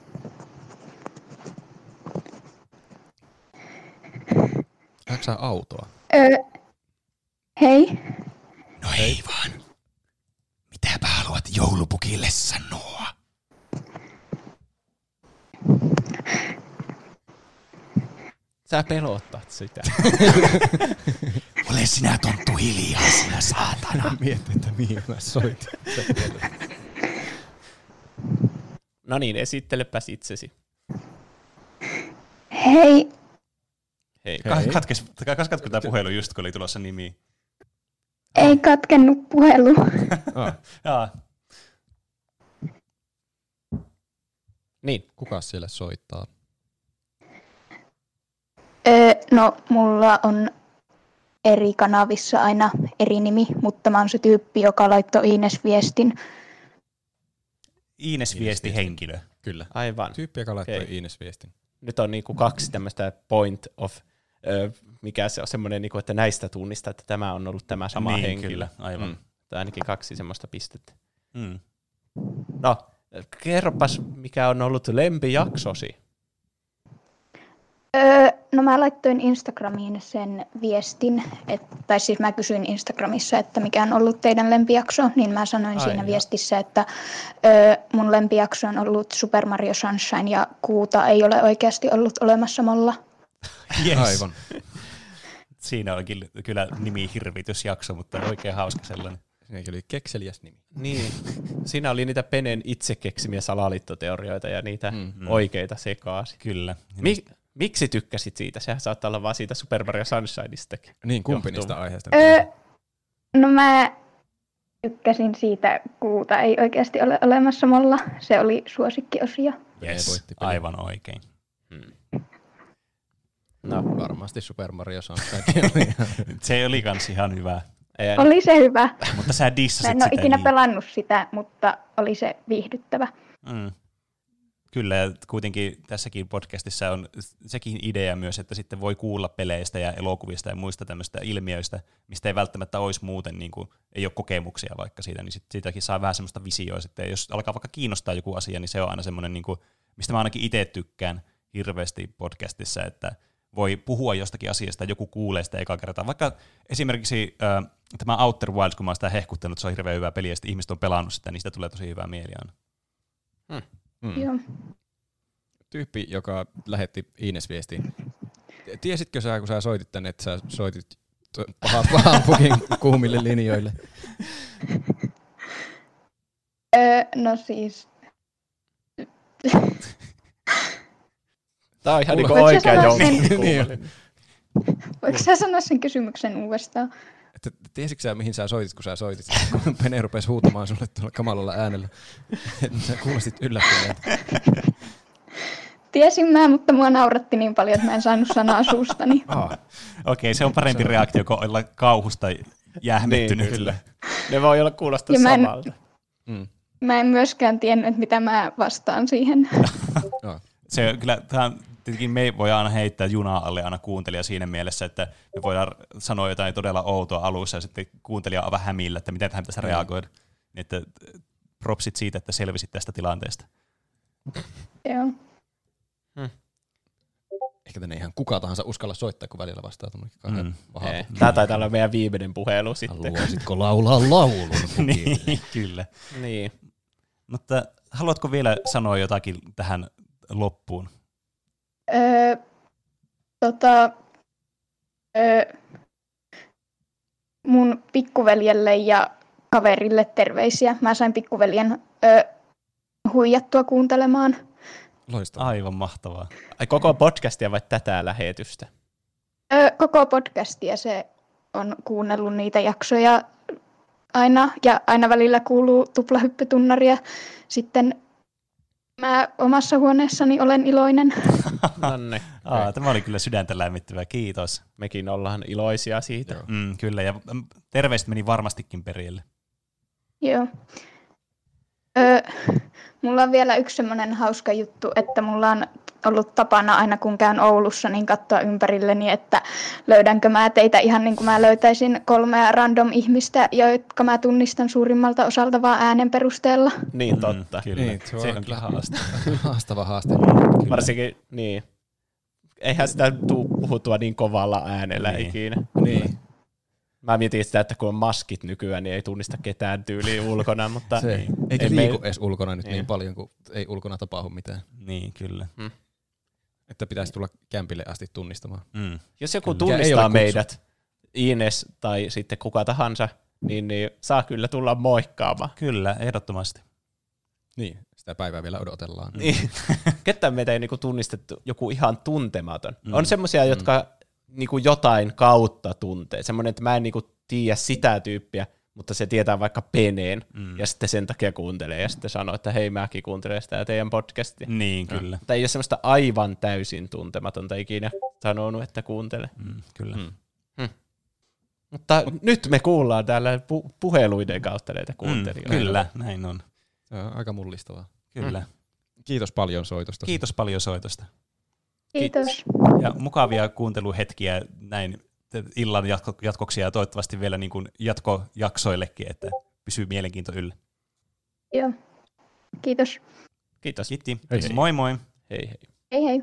Saatko sä autoa? Öö, hei. No hei. ei vaan. Mitäpä haluat joulupukille sanoa? Sä pelottat sitä. Ole sinä tonttu hiljaa, sinä saatana. Mietin, että mihin mä soitin. No niin, esittelepäs itsesi. Hei. Hei. Hei. Katkes, katkatko tämä puhelu just, kun oli tulossa nimi? Ei katkennut puhelu. ah. Niin. Kuka siellä soittaa? Öö, no, mulla on eri kanavissa aina eri nimi, mutta mä oon se tyyppi, joka laittoi Iines-viestin. Iines-viesti henkilö. Kyllä. Aivan. Tyyppi, joka laittoi Okei. Iines-viestin. Nyt on niinku kaksi tämmöistä point of, ö, mikä se on semmoinen, niinku, että näistä tunnistaa, että tämä on ollut tämä sama Niin, henkilö. kyllä, aivan. Mm. Tai ainakin kaksi semmoista pistettä. Mm. No, kerropas, mikä on ollut lempijaksosi. Öö, no mä laittoin Instagramiin sen viestin, et, tai siis mä kysyin Instagramissa, että mikä on ollut teidän lempijakso, niin mä sanoin Ai siinä joo. viestissä, että öö, mun lempijakso on ollut Super Mario Sunshine ja kuuta ei ole oikeasti ollut olemassa molla. Yes. Aivan. Siinä onkin kyllä nimihirvitysjakso, mutta oikein hauska sellainen. Siinäkin oli kekseliäs nimi. Niin, siinä oli niitä Penen itse keksimiä salaliittoteorioita ja niitä Mm. oikeita sekaisin. Kyllä. Mi- miksi tykkäsit siitä? Sehän saattaa olla vaan siitä Super Mario Sunshinistakin. Niin, kumpi johtuva. niistä aiheista? Öö, no mä tykkäsin siitä, kuuta ei oikeasti ole olemassa molla. Se oli suosikkiosio. Yes, aivan oikein. Hmm. No. Varmasti Super Mario Sunshine oli. Se oli kans ihan hyvä. Ei, Oli se hyvä. Mutta sä dissasit Mä en ole sitä ikinä niin. pelannut sitä, mutta oli se viihdyttävä. Mm. Kyllä, ja kuitenkin tässäkin podcastissa on sekin idea myös, että sitten voi kuulla peleistä ja elokuvista ja muista tämmöistä ilmiöistä, mistä ei välttämättä olisi muuten, niin kuin, ei ole kokemuksia vaikka siitä, niin sit, siitäkin saa vähän semmoista visioa sitten. Ja jos alkaa vaikka kiinnostaa joku asia, niin se on aina semmoinen, niin kuin, mistä mä ainakin itse tykkään hirveästi podcastissa, että voi puhua jostakin asiasta, joku kuulee sitä eka kertaa. Vaikka esimerkiksi äh, tämä Outer Wilds, kun mä oon sitä hehkuttanut, se on hirveän hyvä peli, ja sitten ihmiset on pelannut sitä, niin sitä tulee tosi hyvää mieli aina. Mm. Joo. Tyyppi, joka lähetti Iines-viestin. Tiesitkö sä, kun sä soitit tänne, että sä soitit pahan, pahan pukin kuumille linjoille? Öö, no siis... Tää on ihan niinku Voitko oikea sä sanoa jonkun sen- kuullinen. Voitko sä sanoa sen kysymyksen uudestaan? Että tiesitkö sä, mihin sä soitit, kun sä soitit? Kun Pene rupesi huutamaan sulle tuolla kamalalla äänellä. Että sä kuulostit yllättyneeltä. Tiesin mä, mutta mua nauratti niin paljon, että mä en saanut sanaa suustani. Ah. Okei, okay, se on parempi reaktio kuin olla kauhusta jähmettynyt. Niin, kyllä. Ne voi olla kuulostaa Ja mä en- samalta. Mm. Mä en myöskään tiennyt, että mitä mä vastaan siihen. Se on kyllä, tämä on, tietenkin me ei voi aina heittää junaa alle aina kuuntelija siinä mielessä, että me voidaan sanoa jotain todella outoa alussa ja sitten kuuntelija on aivan hämillä, että miten tähän pitäisi Mm. reagoida. Niin että propsit siitä, että selvisit tästä tilanteesta. Joo. Ehkä tänne ihan kuka tahansa uskalla soittaa, kun välillä vastaa tuommoinen kauhean Mm. paha. Ei. Tää taitaa olla meidän viimeinen puhelu sitten. Haluaisitko laulaa laulun? Niin, kyllä. Niin. Mutta haluatko vielä sanoa jotakin tähän loppuun? Öö, tota, öö, mun pikkuveljelle ja kaverille terveisiä. Mä sain pikkuveljen öö, huijattua kuuntelemaan. Loistavaa. Aivan mahtavaa. Ai koko podcastia vai tätä lähetystä? Öö, koko podcastia se on kuunnellut niitä jaksoja aina, ja aina välillä kuuluu tuplahyppytunnaria. Sitten mä omassa huoneessani olen iloinen. Nonne. Aa, tämä oli kyllä sydäntä lämmittävää, kiitos. Mekin ollaan iloisia siitä. Mm, kyllä, ja mm, terveiset meni varmastikin perille. Joo. Öö, mulla on vielä yksi semmoinen hauska juttu, että mulla on ollut tapana aina kun käyn Oulussa, niin katsoa ympärilleni, että löydänkö mä teitä ihan niin kuin mä löytäisin kolmea random ihmistä, jotka mä tunnistan suurimmalta osalta vaan äänen perusteella. Niin totta. Mm, kyllä. Niin, se on se kyllä onkin haastava. haastava haaste. Varsinkin, niin. Eihän sitä tuu puhuttua niin kovalla äänellä Niin. ikinä. Niin. Mä mietin sitä, että kun on maskit nykyään, niin ei tunnista ketään tyyliin ulkona, mutta Se, niin. eikä Ei liiku me- edes ulkona nyt Niin. niin paljon, kun ei ulkona tapahdu mitään. Niin, kyllä. Mm. Että pitäisi tulla kämpille asti tunnistamaan. Mm. Jos joku Kyllä. Ja ei tunnistaa ole kutsu. meidät, Ines tai sitten kuka tahansa, niin, niin saa kyllä tulla moikkaamaan. Kyllä, ehdottomasti. Niin, sitä päivää vielä odotellaan. Niin. Ketään meitä ei niinku tunnistettu joku ihan tuntematon. Mm. On semmoisia, jotka niinku jotain kautta tuntee. Semmoinen, että mä en niinku tiedä sitä tyyppiä, mutta se tietää vaikka Peneen, Mm. ja sitten sen takia kuuntelee, ja sitten sanoo, että hei, mäkin kuuntelen sitä teidän podcastia. Niin, kyllä. Mutta ei ole semmoista aivan täysin tuntematonta ikinä sanonut, että kuuntele. Mm, kyllä. Mm. Hmm. Mutta Mut, nyt me kuullaan täällä pu- puheluiden kautta näitä kuuntelijoita. Mm, kyllä, näin on. Se on aika mullistavaa. Kyllä. Mm. Kiitos paljon soitosta. Kiitos paljon soitosta. Kiitos. Ja mukavia kuunteluhetkiä näin illan jatko- jatkoksi ja toivottavasti vielä niin kuin jatkojaksoillekin, että pysyy mielenkiinto yllä. Joo. Kiitos. Kiitos. Kiitti. Hei, hei. Moi moi. Hei hei. Hei hei.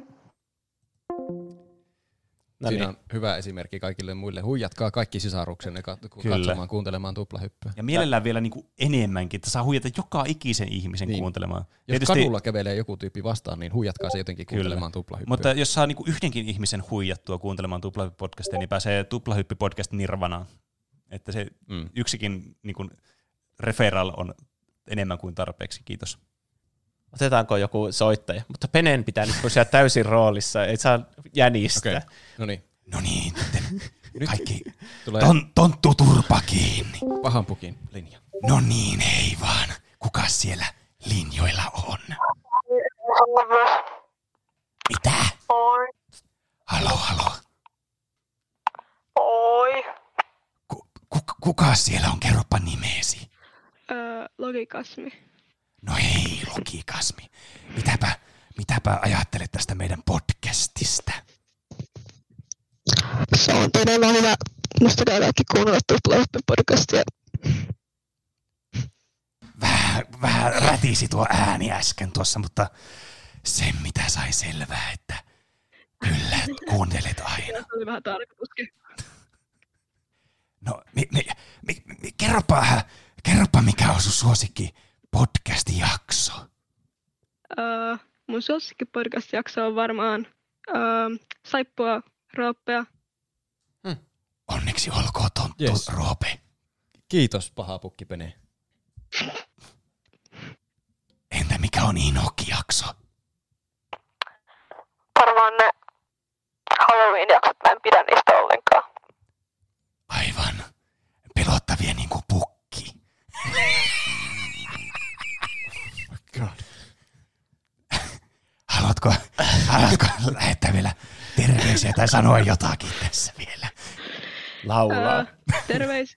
No Siinä niin. on hyvä esimerkki kaikille muille. Huijatkaa kaikki sisaruksenne kat- Kyllä. katsomaan, kuuntelemaan tuplahyppyä. Ja mielellään vielä niin kuin enemmänkin, että saa huijata joka ikisen ihmisen niin. kuuntelemaan. Jos Tietysti, kadulla kävelee joku tyyppi vastaan, niin huijatkaa se jotenkin kuuntelemaan tuplahyppyä. Mutta jos saa niin kuin yhdenkin ihmisen huijattua kuuntelemaan tuplahyppy-podcastia, niin pääsee tuplahyppy-podcast nirvanaan. Että se mm. yksikin niin kuin referral on enemmän kuin tarpeeksi. Kiitos. Otetaanko joku soittaja? Mutta Penen pitää nyt pysyä täysin roolissa, ei saa jänistä. Okei, no niin. No niin, nyt kaikki tulee ton, tonttu turpa kiinni. pahan pukin linja. No niin, hei vaan. Kuka siellä linjoilla on? Mitä? Oi. Halo, halo. Oi. Ku, kuka siellä on? Kerropa nimeesi. Öö, logikasmi. No hei, Logikasmi. Mitäpä, mitäpä ajattelet tästä meidän podcastista? Se on todella hyvä. Musta käy kaikki kuunnella tuplahyppy-podcastia. Vähän, vähän rätisi tuo ääni äsken tuossa, mutta sen mitä sai selvää, että kyllä kuuntelet aina. Se oli vähän tarkoituskin. No, mi, mi, mi, mi, kerropa, kerropa, mikä on sun suosikki podcast-jakso? Öö, mun suosikki podcast-jakso on varmaan öö, Saippua, Rooppea. Hmm. Onneksi olkoon tonttu, Yes. Roope. Kiitos, paha pukki Pene. Entä mikä on Inoki-jakso? Varmaan ne Halloween-jaksot, mä en pidä niistä ollenkaan. Aivan. Pelottavia niin kuin pukki. God. Haluatko, haluatko lähettää vielä terveisiä tai sanoa jotakin tässä vielä? Laulaa. Öö, terveis.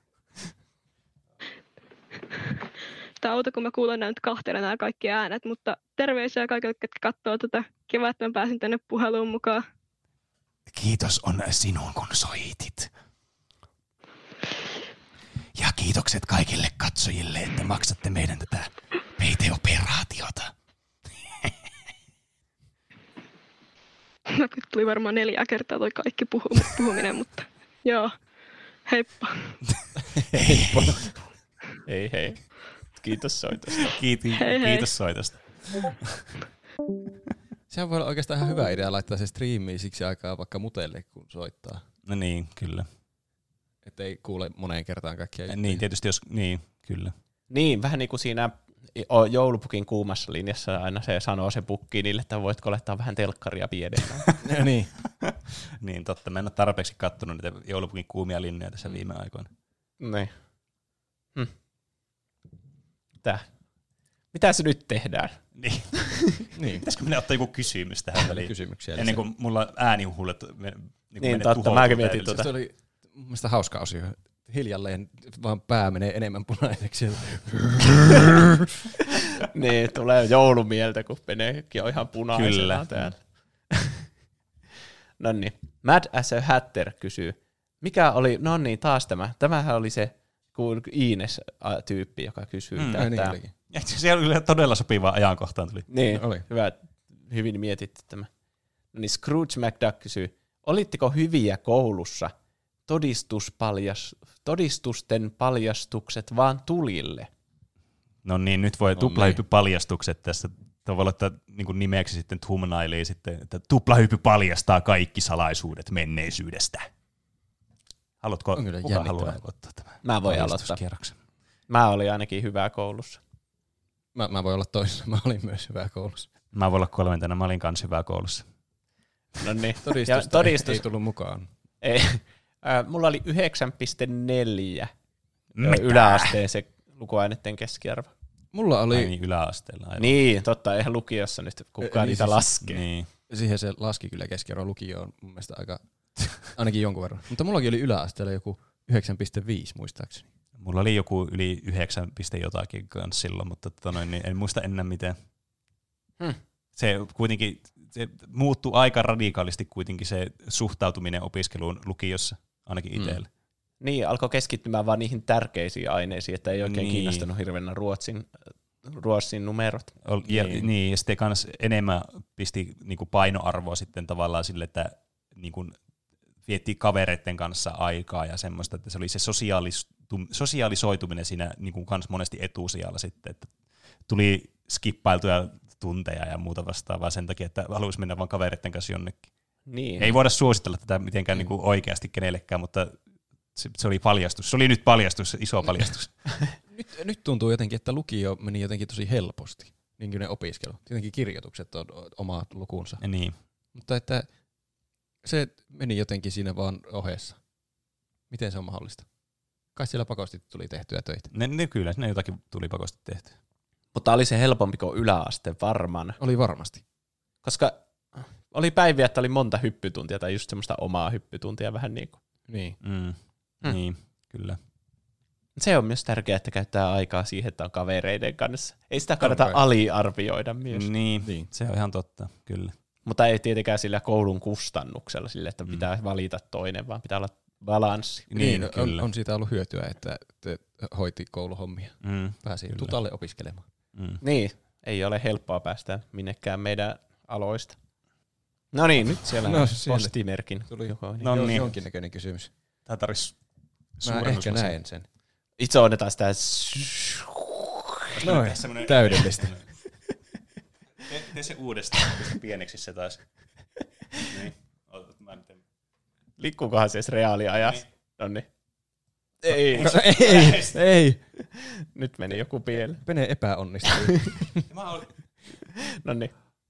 Tää auto, kun mä kuulen näin nyt kahtena nämä kaikki äänet, mutta terveisiä kaikille, jotka katsoo tätä. Kiva, että mä pääsin tänne puheluun mukaan. Kiitos on sinun, kun soitit. Ja kiitokset kaikille katsojille, että maksatte meidän tätä peiteoperaatiota. No, tuli varmaan neljä kertaa toi kaikki puhu- puhuminen, mutta joo. Heippa. Heippa. Ei hei. Kiitos soitosta. Kiiti, Hei, hei. kiitos soitosta. Sehän voi olla oikeastaan ihan hyvä idea laittaa se striimiin siksi aikaa vaikka mutelle, kun soittaa. No niin, kyllä. Että ei kuule moneen kertaan kaikkia juttuja. Niin, tietysti jos, niin, kyllä. Niin, vähän niin kuin siinä joulupukin kuumassa linjassa aina se sanoo se pukki niille, että voitko laittaa vähän telkkaria pienemmän. Ja niin. Niin, totta. Mä en ole tarpeeksi kattonut niitä joulupukin kuumia linjoja tässä viime aikoina. Niin. Hm. Mitä? Mitä se nyt tehdään? Niin. Niin. Pitäisikö minä ottaa joku kysymys tähän väliin? Kysymyksiä. Ennen kuin mulla äänihuulet niin Niin, totta. Mäkin mietin tuota. Se oli mun mielestä hauska osio. Hiljalleen vaan pää menee enemmän punaiseksi. Niin, tulee joulumieltä, kun Penekin on ihan punaisena Kyllä. täällä. No niin. Mad as a Hatter kysyy, mikä oli, no niin, taas tämä. Tämähän oli se kun Ines-tyyppi, joka kysyy Mm, tätä. niin olikin. Ja se oli todella sopivaa ajankohtaan tuli. Niin, oli. Hyvä, hyvin mietitty tämä. No niin, Scrooge McDuck kysyy, olitteko hyviä koulussa? Todistuspaljas, todistusten paljastukset vaan tulille. No niin, nyt voi No tuplahyppy paljastukset tässä. Tämä voi laittaa niin kuin nimeksi sitten thumbnailiin sitten, että tuplahyppy paljastaa kaikki salaisuudet menneisyydestä. Haluatko, On kyllä kuka haluaa jännittävää. ottaa tämän Mä voin aloittaa. paljastuskierroksen? Mä olin ainakin hyvä koulussa. Mä, mä voin olla toisessa. Mä olin myös hyvä koulussa. Mä voin olla kolmantena, mä olin kans hyvä koulussa. No niin. Todistusta Ja todistus. ei tullut mukaan. Ei. Äh, mulla oli yhdeksän pilkku neljä. Mitä? yläasteen se lukuaineiden keskiarvo. Mulla oli... Ai niin, yläasteella. Aivan. Niin, totta, eihän lukiossa nyt kukaan Niin niitä siis- laskee. Niin. Siihen se laski kyllä keskiarvo lukioon mun mielestä aika, ainakin jonkun verran. Mutta mullakin oli yläasteella joku yhdeksän pilkku viisi muistaakseni. Mulla oli joku yli yhdeksän piste jotakin kanssa silloin, mutta tota noin, niin en muista enää mitään. Hmm. Se kuitenkin se muuttui aika radikaalisti kuitenkin se suhtautuminen opiskeluun lukiossa, ainakin itselle. Niin, alkoi keskittymään vaan niihin tärkeisiin aineisiin, että ei oikein Niin. kiinnostanut hirveänä ruotsin, ruotsin numerot. Ol, ja, Niin. niin, ja sitten kans enemmän pisti niinku painoarvoa sitten tavallaan sille, että niinku vietti kavereiden kanssa aikaa ja semmoista, että se oli se sosiaalistu- sosiaalisoituminen siinä niinku kans monesti etusijalla sitten, että tuli skippailtuja tunteja ja muuta vastaavaa sen takia, että haluaisi mennä vaan kavereiden kanssa jonnekin. Niin. Ei voida suositella tätä mitenkään niinku oikeasti kenellekään, mutta se, se oli paljastus. Se oli nyt paljastus, iso paljastus. Nyt, nyt tuntuu jotenkin, että lukio meni jotenkin tosi helposti, niin kuin ne opiskelu. Jotenkin kirjoitukset on oma lukunsa. Ja niin. Mutta että se meni jotenkin siinä vaan ohessa. Miten se on mahdollista? Kai siellä pakosti tuli tehtyä töitä. Ne, ne kyllä, ne jotakin tuli pakosti tehtyä. Mutta oli se helpompi kuin yläaste varmaan. Oli varmasti. Koska oli päiviä, että oli monta hyppytuntia tai just semmoista omaa hyppytuntia vähän niin kuin. Niin. Mm. Hmm. Niin, kyllä. Se on myös tärkeää, että käyttää aikaa siihen, että on kavereiden kanssa. Ei sitä kannata Okay. aliarvioida myös. Niin, niin, se on ihan totta, kyllä. Mutta ei tietenkään sillä koulun kustannuksella, sille, että pitää valita toinen, vaan pitää olla balanssi. Niin, niin on, on siitä ollut hyötyä, että te hoiti kouluhommia. Mm, Pääsi kyllä. tutalle opiskelemaan. Mm. Niin, ei ole helppoa päästä minnekään meidän aloista. No niin, nyt siellä No, on siellä postimerkin. tuli Joko, niin. no, niin. jonkinnäköinen kysymys. Tämä tarvitsisi Mä ehkä näen sen. Itse otetaan sitä... Noin, täydellistä. Tee, tee se uudestaan, pistä pieneksi se taas. Niin. Otat, mä nyt en... Liikkuukohan se edes reaaliajassa? No niin. Ei. No, ei, ei. Nyt meni joku pieleen. Pene epäonnistui. No niin.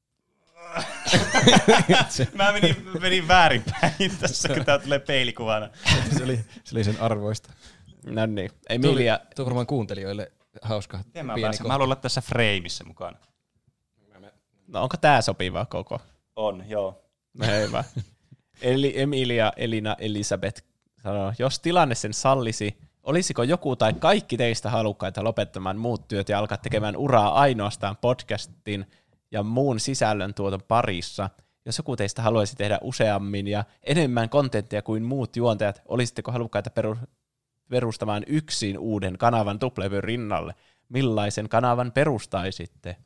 Mä menin, menin väärinpäin tässä, kun tää tulee peilikuvana. se, oli, se oli sen arvoista. No niin. Emilia. Tuo on varmaan kuuntelijoille hauska Mä, pieni mä haluan olla tässä frameissa mukana. No onko tää sopiva koko? On, joo. No hyvä. Eli Emilia Elina Elisabeth sanoo, jos tilanne sen sallisi, olisiko joku tai kaikki teistä halukkaita lopettamaan muut työt ja alkaa tekemään uraa ainoastaan podcastin ja muun sisällön tuoton parissa? Jos joku teistä haluaisi tehdä useammin ja enemmän kontenttia kuin muut juontajat, olisitteko halukkaita peru- perustamaan yksin uuden kanavan Tuplevyn rinnalle? Millaisen kanavan perustaisitte?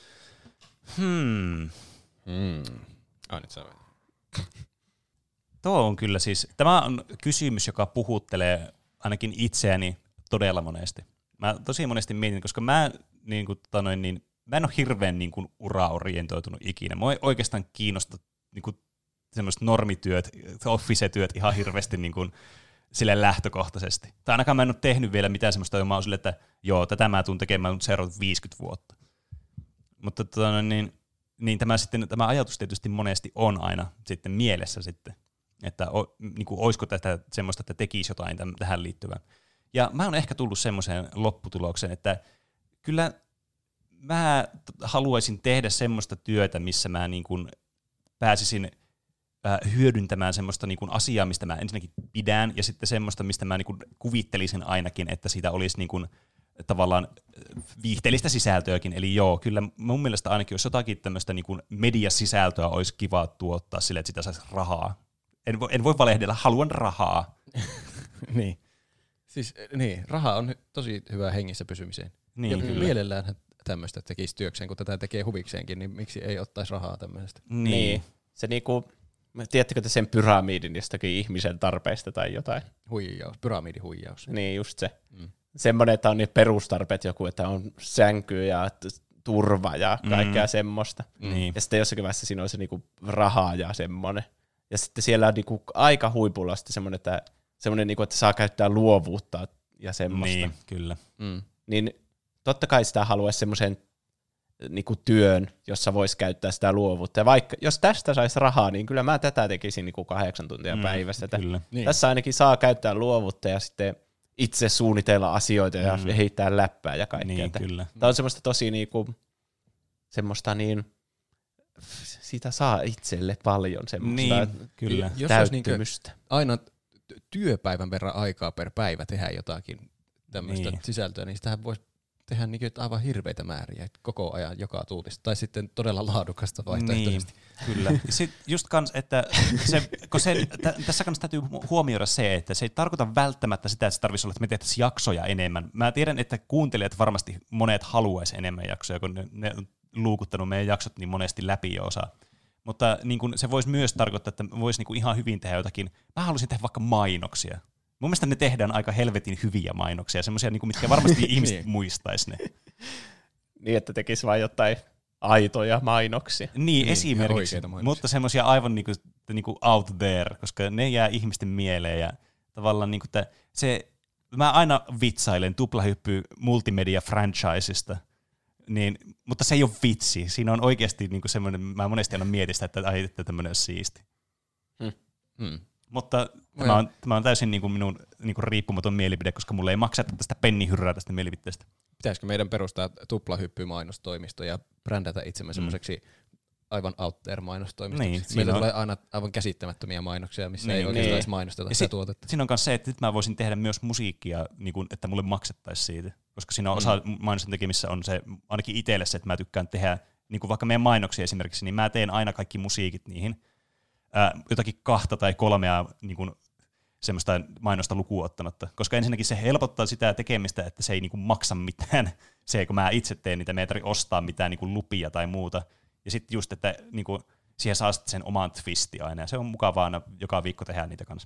Hmm. Hmm. Ai nyt saa. Tuo on kyllä siis, tämä on kysymys, joka puhuttelee ainakin itseäni todella monesti. Mä tosi monesti mietin, koska mä, niin kuin, tanoin, niin, mä en ole hirveän niin kuin, ura-orientoitunut ikinä. Mä oikeastaan kiinnosta niin kuin, semmoiset normityöt, office-työt ihan hirveästi niin kuin, sille lähtökohtaisesti. Tai ainakaan mä en ole tehnyt vielä mitään semmoista, jo mä oon sille, että joo, tätä mä tuun tekemään seuraavat viisikymmentä vuotta. Mutta tanoin, niin, niin tämä, sitten, tämä ajatus tietysti monesti on aina sitten mielessä sitten. Että o, niin kuin, olisiko tätä semmoista, että tekisi jotain tämän, tähän liittyvää. Ja mä oon ehkä tullut semmoiseen lopputulokseen, että kyllä mä haluaisin tehdä semmoista työtä, missä mä niin kuin pääsisin äh, hyödyntämään semmoista niin kuin asiaa, mistä mä ensinnäkin pidän, ja sitten semmoista, mistä mä niin kuin kuvittelisin ainakin, että siitä olisi niin kuin tavallaan viihteellistä sisältöäkin. Eli joo, kyllä mun mielestä ainakin jos jotakin tämmöistä niin kuin mediasisältöä olisi kiva tuottaa sille, että sitä saisi rahaa. En voi, en voi valehdella, haluan rahaa. Niin. Siis niin, raha on tosi hyvä hengissä pysymiseen. Niin, ja kyllä. mielellään tämmöistä tekisi työkseen, kun tätä tekee huvikseenkin, niin miksi ei ottaisi rahaa tämmöisestä? Niin. niin. Se niinku, tiedättekö te sen pyramidin jostakin ihmisen tarpeista tai jotain? Huijaus, pyramidihuijaus. Niin, just se. Mm. Semmoinen, että on niitä perustarpeet joku, että on sänky ja turva ja kaikkea mm. semmoista. Mm. Ja sitten jossakin vaiheessa siinä on se niinku rahaa ja semmoinen. Ja sitten siellä on niinku aika huipulla sitten semmoinen, että, semmoinen niinku, että saa käyttää luovuutta ja semmoista. Niin, kyllä. Mm. Niin totta kai sitä haluaisi semmoisen niinku työn, jossa voisi käyttää sitä luovuutta. Ja vaikka, jos tästä saisi rahaa, niin kyllä mä tätä tekisin niinku kahdeksan tuntia Mm, päivästä. kyllä. Niin. Tässä ainakin saa käyttää luovuutta ja sitten itse suunnitella asioita ja Mm. heittää läppää ja kaikkea. Niin, Että kyllä. Tämä on semmoista tosi niinku, semmoista niin, siitä saa itselle paljon semmoista Niin, kyllä. Jos olisi niinku täyttymystä. aina t- työpäivän verran aikaa per päivä tehdä jotakin tämmöistä Niin. sisältöä, niin sitähän voisi tehdä niinku aivan hirveitä määriä koko ajan joka tuutista. Tai sitten todella laadukasta vaihtoehtoisesti. Niin, kyllä. Sitten just kans, että se, kun se, t- tässä kanssa täytyy huomioida se, että se ei tarkoita välttämättä sitä, että se tarvitsisi olla, että me tehtäisiin jaksoja enemmän. Mä tiedän, että kuuntelijat varmasti monet haluaisi enemmän jaksoja, kun ne, ne on luukuttanut meidän jaksot niin monesti läpi jo osa. Mutta niin kun se voisi myös tarkoittaa, että voisi niin kun ihan hyvin tehdä jotakin. Mä haluaisin tehdä vaikka mainoksia. Mun mielestä ne tehdään aika helvetin hyviä mainoksia, semmoisia, niin mitkä varmasti ihmiset Niin. muistaisi ne. Niin, että tekisi vain jotain aitoja mainoksia. Niin, niin esimerkiksi, mutta semmoisia aivan niinku, niinku out there, koska ne jää ihmisten mieleen ja tavallaan niinku te, se, mä aina vitsailen tuplahyppy multimedia-franchisesta, niin, mutta se ei ole vitsi, siinä on oikeasti niinku semmoinen, mä monesti aina mietin sitä, että ai, että tämmöinen on siisti. Hmm. Hmm. Mutta tämä on, tämä on täysin niinku minun niinku riippumaton mielipide, koska mulle ei makseta tästä pennihyrrää tästä mielipiteestä. Pitäisikö meidän perustaa tuplahyppy-mainostoimisto ja brändätä itsemme Mm. semmoiseksi aivan out there mainostoimistoksi? Niin, Meillä siinä on- tulee aina aivan käsittämättömiä mainoksia, missä Niin, ei oikeastaan niin. edes mainosteta Ja sitä si- tuotetta. Siinä on myös se, että nyt mä voisin tehdä myös musiikkia, niin kuin, että mulle maksettaisiin siitä. Koska siinä on osa Mm. mainosten tekemissä on se, ainakin itselle se, että mä tykkään tehdä, niin kuin vaikka meidän mainoksia esimerkiksi, niin mä teen aina kaikki musiikit niihin. Ää, jotakin kahta tai kolmea niin kuin, semmoista mainosta lukuun ottamatta. Koska ensinnäkin se helpottaa sitä tekemistä, että se ei niin kuin, maksa mitään. Se, kun mä itse teen niitä, me ei tarvitse ostaa mitään niin kuin, lupia tai muuta. Ja sitten just, että niin kuin, siihen saa sitten sen oman twisti aina, ja se on mukavaa aina joka viikko tehdä niitä kanssa.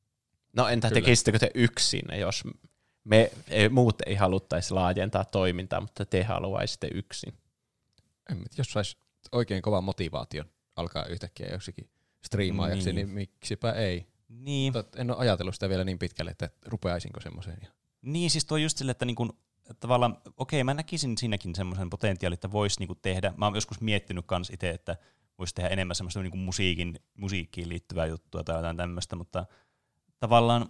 No entä Kyllä. tekisittekö te yksin, jos me ei, muut ei haluttaisi laajentaa toimintaa, mutta te haluaisitte yksin? En, mä tiedä, jos saisi oikein kovan motivaation alkaa yhtäkkiä joksikin striimaajaksi, Niin. niin, niin miksipä ei. Niin. Mutta en ole ajatellut sitä vielä niin pitkälle, että rupeaisinko semmoiseen. Niin, siis tuo just sille, että niin kun, että tavallaan, okei, mä näkisin siinäkin semmoisen potentiaalin, että voisi niin kun tehdä. Mä oon joskus miettinyt kans itse, että voisi tehdä enemmän semmoista niin kun musiikin, musiikkiin liittyvää juttua tai jotain tämmöistä, mutta tavallaan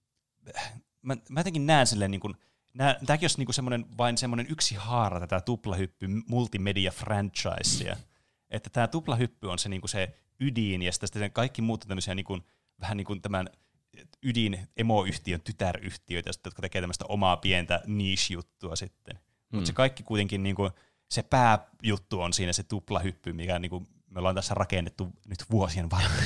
mä, mä jotenkin näen silleen, niin kun, nää, tämäkin olisi niin kun semmoinen, vain semmoinen yksi haara tätä tuplahyppy multimedia-franchisea, että tämä tuplahyppy on se, niin kun se ydin, ja sitten kaikki muut on tämmöisiä niin kun, vähän niin kuin tämän ydin emoyhtiön tytäryhtiöitä, jotka tekee tämmöistä omaa pientä niche-juttua sitten. Hmm. Mutta se kaikki kuitenkin, niin kuin, se pääjuttu on siinä se tuplahyppy, mikä niin kuin, me ollaan tässä rakennettu nyt vuosien varrella.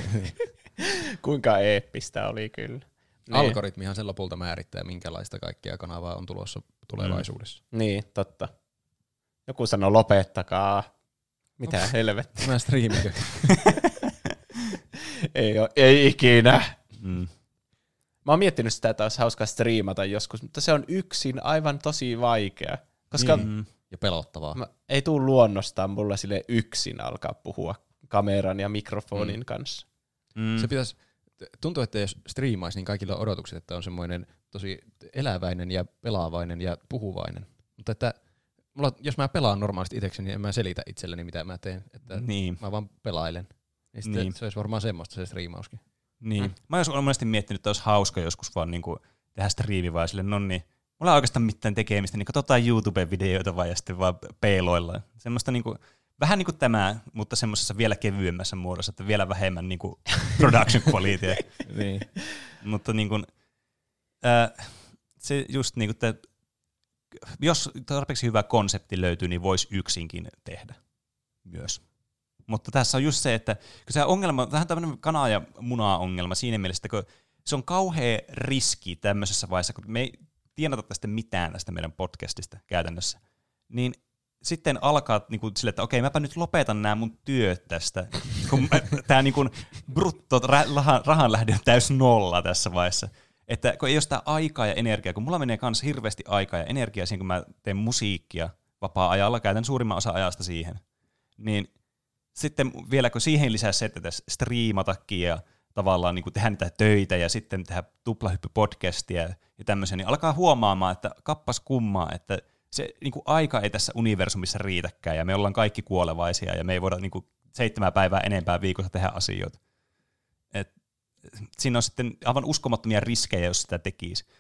Kuinka eeppistä oli kyllä. Niin. Algoritmihan sen lopulta määrittää, minkälaista kaikkea kanavaa on tulossa tulevaisuudessa. Mm. Niin, totta. Joku sanoo lopettakaa. Mitä Ops. helvettiä. Mä striimikö? ei, oo, ei ikinä. Mm. Mä oon miettinyt sitä, että olisi hauska striimata joskus, mutta se on yksin aivan tosi vaikea. Koska Niin. Ja pelottavaa. mä, ei tule luonnostaan mulla sille yksin alkaa puhua kameran ja mikrofonin Mm. kanssa. Mm. Se pitäisi, tuntuu, että jos striimaisi, niin kaikilla on odotukset, että on semmoinen tosi eläväinen ja pelaavainen ja puhuvainen. Mutta että mulla, jos mä pelaan normaalisti itsekseni, niin en mä selitä itselleni, mitä mä teen. Että Niin. mä vaan pelailen. Ja sitten Niin. se olisi varmaan semmoista se striimauskin. Niin. Mm. Mä olen monesti miettinyt, että olisi hauska joskus vaan niin kuin tehdä striimi vaan silleen, no niin, mulla ei oikeastaan mitään tekemistä, niin katsotaan YouTube-videoita vaan ja sitten vaan peiloillaan. Semmoista niin kuin, vähän niin kuin tämä, mutta semmoisessa vielä kevyemmässä muodossa, että vielä vähemmän niin kuin production quality. Niin. Mutta niin kuin, äh, se just niin kuin, että jos tarpeeksi hyvä konsepti löytyy, niin voisi yksinkin tehdä myös. Mutta tässä on just se, että kun se ongelma, vähän tämmöinen kana- ja muna-ongelma siinä mielessä, että kun se on kauhea riski tämmöisessä vaiheessa, kun me ei tienata tästä mitään tästä meidän podcastista käytännössä, niin sitten alkaa niin kuin sille, että okei, mäpä nyt lopetan nämä mun työt tästä, kun tämä niin kuin brutto rahan, rahan lähde on täys nolla tässä vaiheessa. Että kun ei ole sitä aikaa ja energiaa, kun mulla menee myös hirveästi aikaa ja energiaa siihen, kun mä teen musiikkia vapaa-ajalla, käytän suurimman osa ajasta siihen, niin sitten vielä kun siihen lisää se, että tässä striimatakin ja tavallaan niin kuin tehdä niitä töitä ja sitten tehdä tuplahyppy-podcastia ja tämmöisiä, niin alkaa huomaamaan, että kappas kummaa, että se niin kuin aika ei tässä universumissa riitäkään ja me ollaan kaikki kuolevaisia ja me ei voida niin kuin seitsemän päivää enempää viikossa tehdä asioita. Et siinä on sitten aivan uskomattomia riskejä, jos sitä tekisi.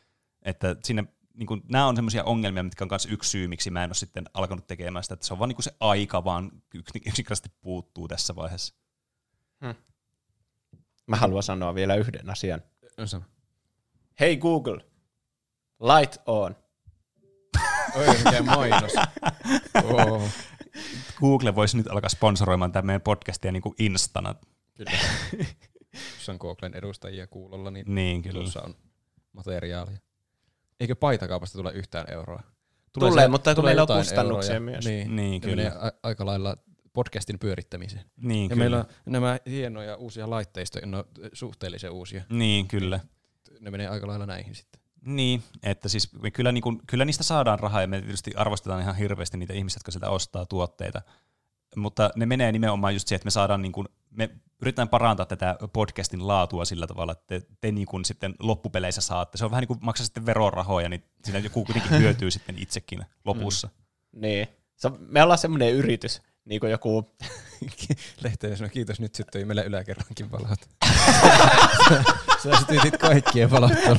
Että sinne, niin kuin, nämä on semmoisia ongelmia, mitkä on myös yksi syy, miksi mä en ole sitten alkanut tekemään sitä, että se on vaan niin kuin se aika vaan yksinkertaisesti puuttuu tässä vaiheessa. Hmm. Mä haluan sanoa vielä yhden asian. No sano. Hei Google, light on. Oi, mikä mainos. Oh. Google voisi nyt alkaa sponsoroimaan tämän meidän podcastia niin kuin instana. Kyllä. Jos on Googlen edustajia kuulolla, niin, niin kyllä. tuossa on materiaalia. Eikö paitakaupasta tule yhtään euroa? Tulee, tulee se, mutta tulee meillä on kustannuksia euroja. myös. Niin, niin kyllä. Menee a- aika lailla podcastin pyörittämiseen. Niin, ja kyllä. meillä on nämä hienoja uusia laitteistoja, no suhteellisen uusia. Niin, kyllä. Ne menee aika lailla näihin sitten. Niin, että siis me kyllä, niin kuin, kyllä niistä saadaan rahaa ja me tietysti arvostetaan ihan hirveästi niitä ihmisiä, jotka sieltä ostaa tuotteita. Mutta ne menee nimenomaan just siihen, että me saadaan, niin kuin, me yritetään parantaa tätä podcastin laatua sillä tavalla, että te, te niin kuin sitten loppupeleissä saatte. Se on vähän niin kuin maksaa sitten verorahoja, niin siinä joku kuitenkin hyötyy sitten itsekin lopussa. Mm. Niin. Se on, me ollaan semmoinen yritys, niin kuin joku... Lehteen sanoi, kiitos, nyt syttyi meille yläkerrankin valot. Sä sytytit kaikkien valot tuolla.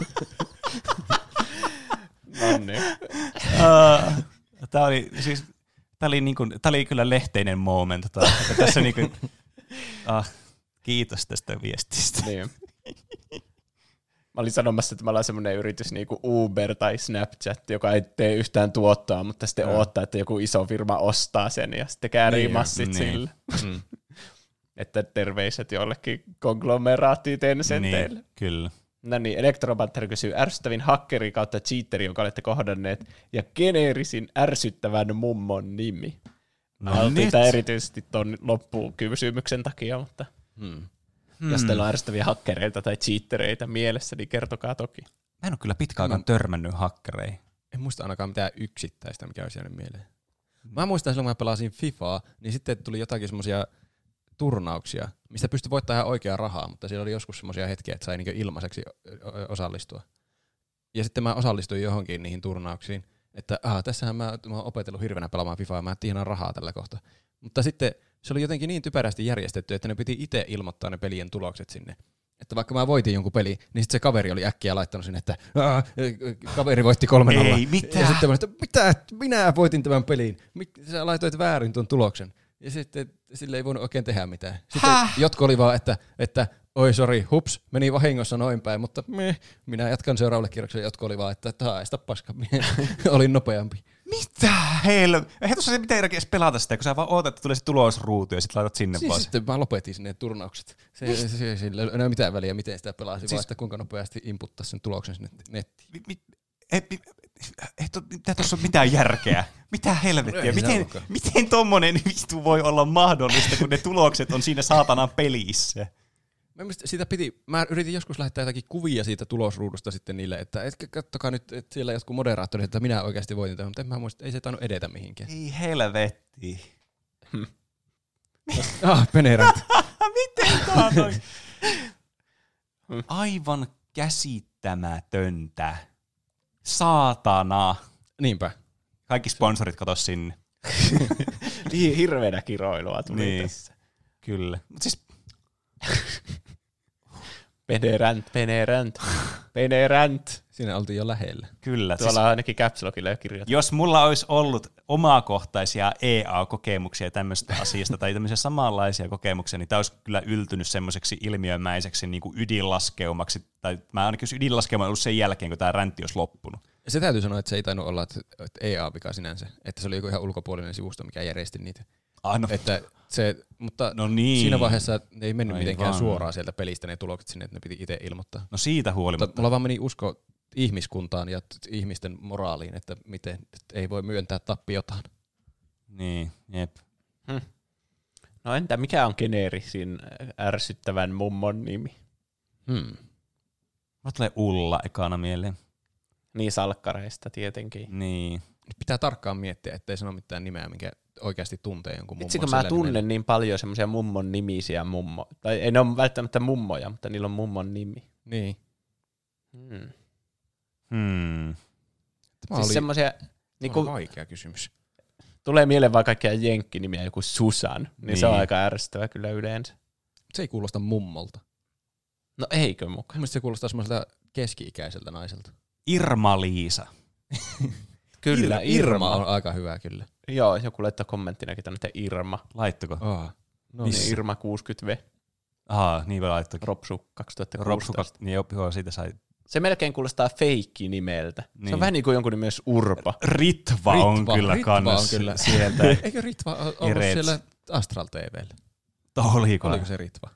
No niin. Uh, Tämä oli, siis, tää oli, niinku, tää oli kyllä lehteinen moment. Tää, tässä niinku, uh, kiitos tästä viestistä. Niin. Mä olin sanomassa, että me ollaan semmoinen yritys niin kuin Uber tai Snapchat, joka ei tee yhtään tuottoa, mutta sitten no. odottaa, että joku iso firma ostaa sen ja sitten käärii niin, massit niin. sille. Mm. Että terveiset jollekin konglomeraattiin Tencenteille. Niin, kyllä. No niin, Electrobanter kysyy, ärsyttävin hakkeri kautta cheateri, jonka olette kohdanneet, ja geneerisin ärsyttävän mummon nimi. No Altiin tämä erityisesti tuon loppukysymyksen takia, mutta hmm. Hmm. jos teillä on ärsyttäviä hakkereita tai cheatereita mielessä, niin kertokaa toki. Mä en ole kyllä pitkään aikaan törmännyt hakkereihin. En muista ainakaan mitään yksittäistä, mikä olisi jäänyt mieleen. Mä muistan silloin, kun mä pelasin Fifaa, niin sitten tuli jotakin semmoisia turnauksia, mistä pystyi voittamaan ihan oikeaa rahaa, mutta siellä oli joskus semmoisia hetkiä, että sai niinku ilmaiseksi osallistua. Ja sitten mä osallistuin johonkin niihin turnauksiin, että aha, tässähän mä, mä oon opetellut hirveänä pelaamaan Fifaa, mä tienaan rahaa tällä kohtaa. Mutta sitten se oli jotenkin niin typerästi järjestetty, että ne piti itse ilmoittaa ne pelien tulokset sinne. Että vaikka mä voitin jonkun peli, niin sitten se kaveri oli äkkiä laittanut sinne, että kaveri voitti kolme nolla. Ei, mitä? Ja sitten mä että mitä, minä voitin tämän pelin. Sä laitoit väärin tuon tuloksen. Ja sitten sille ei voinut oikein tehdä mitään. Sitten Häh? jotkut oli vaan, että, että oi sori, hups, meni vahingossa noin päin, mutta meh, minä jatkan seuraavalle kierrokselle. Jotkut oli vaan, että haista paska, olin nopeampi. Mitä hel... Eihän tuossa mitään järkeä edes pelata sitä, kun sä vaan ootat, että tulee se tulosruutu ja sitten laitat sinne siis vaan. Sitten mä lopetin sinne turnaukset. Se, se, se, sillä ei ole mitään väliä, miten sitä pelasi, siis... vaan että kuinka nopeasti inputtaa sen tuloksen sinne nettiin. Mi, mi, et, mi, ei tuossa ole mitään järkeä. Mitä helvettiä? Miten, miten tommonen vittu voi olla mahdollista, kun ne tulokset on siinä saatanan pelissä? Mä, siitä piti, mä yritin joskus lähettää jotakin kuvia siitä tulosruudusta sitten niille, että et, kattokaa nyt, että siellä jotkut moderaattorit, että minä oikeasti voitin tämän, mutta en mä muista, ei se tainnut edetä mihinkään. Ei helvetti. Hmm. ah, Penerant. Miten tää on noin? Aivan käsittämätöntä. Saatana. Niinpä. Kaikki sponsorit kato sinne. Niin hirveänä kiroilua tuli niin. tässä. Kyllä. Mut siis Penerant, Penerant, Penerant. Siinä oltiin jo lähellä. Kyllä. Tuolla siis, on ainakin Caps Lockilla jo kirjoitettu. Jos mulla olisi ollut omakohtaisia E A-kokemuksia tämmöistä asiasta tai tämmöisiä samanlaisia kokemuksia, niin tämä olisi kyllä yltynyt semmoiseksi ilmiömäiseksi niin kuin ydinlaskeumaksi. Tai mä ainakin ydinlaskeuma on ollut sen jälkeen, kun tämä räntti olisi loppunut. Se täytyy sanoa, että se ei tainnut olla että E A-vika sinänsä. Että se oli joku ihan ulkopuolinen sivusto, mikä järjesti niitä. Ah, no. Että se, mutta no niin. siinä vaiheessa ne ei mennyt Aivan. mitenkään suoraan sieltä pelistä ne tulokset sinne, että ne piti itse ilmoittaa. No siitä huolimatta. Mutta mulla vaan meni usko ihmiskuntaan ja ihmisten moraaliin, että miten että ei voi myöntää tappiotaan. Niin, jep. Hm. No entä mikä on geneerisin ärsyttävän mummon nimi? Hmm. Mä tulee Ulla ekana mieleen. Niin salkkareista tietenkin. Niin. Pitää tarkkaan miettiä, ettei sano mitään nimeä, minkä oikeasti tuntee jonkun mummon. Itse kun mä tunnen nimellä. Niin paljon semmoisia mummon nimisiä mummo. Tai ei ne ole välttämättä mummoja, mutta niillä on mummon nimi. Niin. Hmm. Hmm. Tämä siis oli, semmoisia niinku, vaikea kysymys. Tulee mieleen vaan kaikkia jenkkinimiä, joku Susan. Niin, niin se on aika ärsyttävä kyllä yleensä. Se ei kuulosta mummolta. No eikö mukaan? Mielestäni se kuulostaa semmoiselta keski-ikäiseltä naiselta. Irma-Liisa. Kyllä, Ir- Irma. Irma on aika hyvä kyllä. Joo, joku laittoi kommenttinakin tänne, että Irma. Laittako? Oh. No niin, Irma kuusikymmentä V. Aha, niin voi laittaa. Ropsu kaksituhattakuusitoista. Ropsu, niin joo, siitä sai. Se melkein kuulostaa feikki nimeltä. Niin. Se on vähän niin kuin jonkun nimen Urpa. Ritva, Ritva on kyllä Ritva kannassa on kyllä. sieltä. Eikö Ritva ollut siellä Astral T V:llä? Oliko? Oliko se Ritva?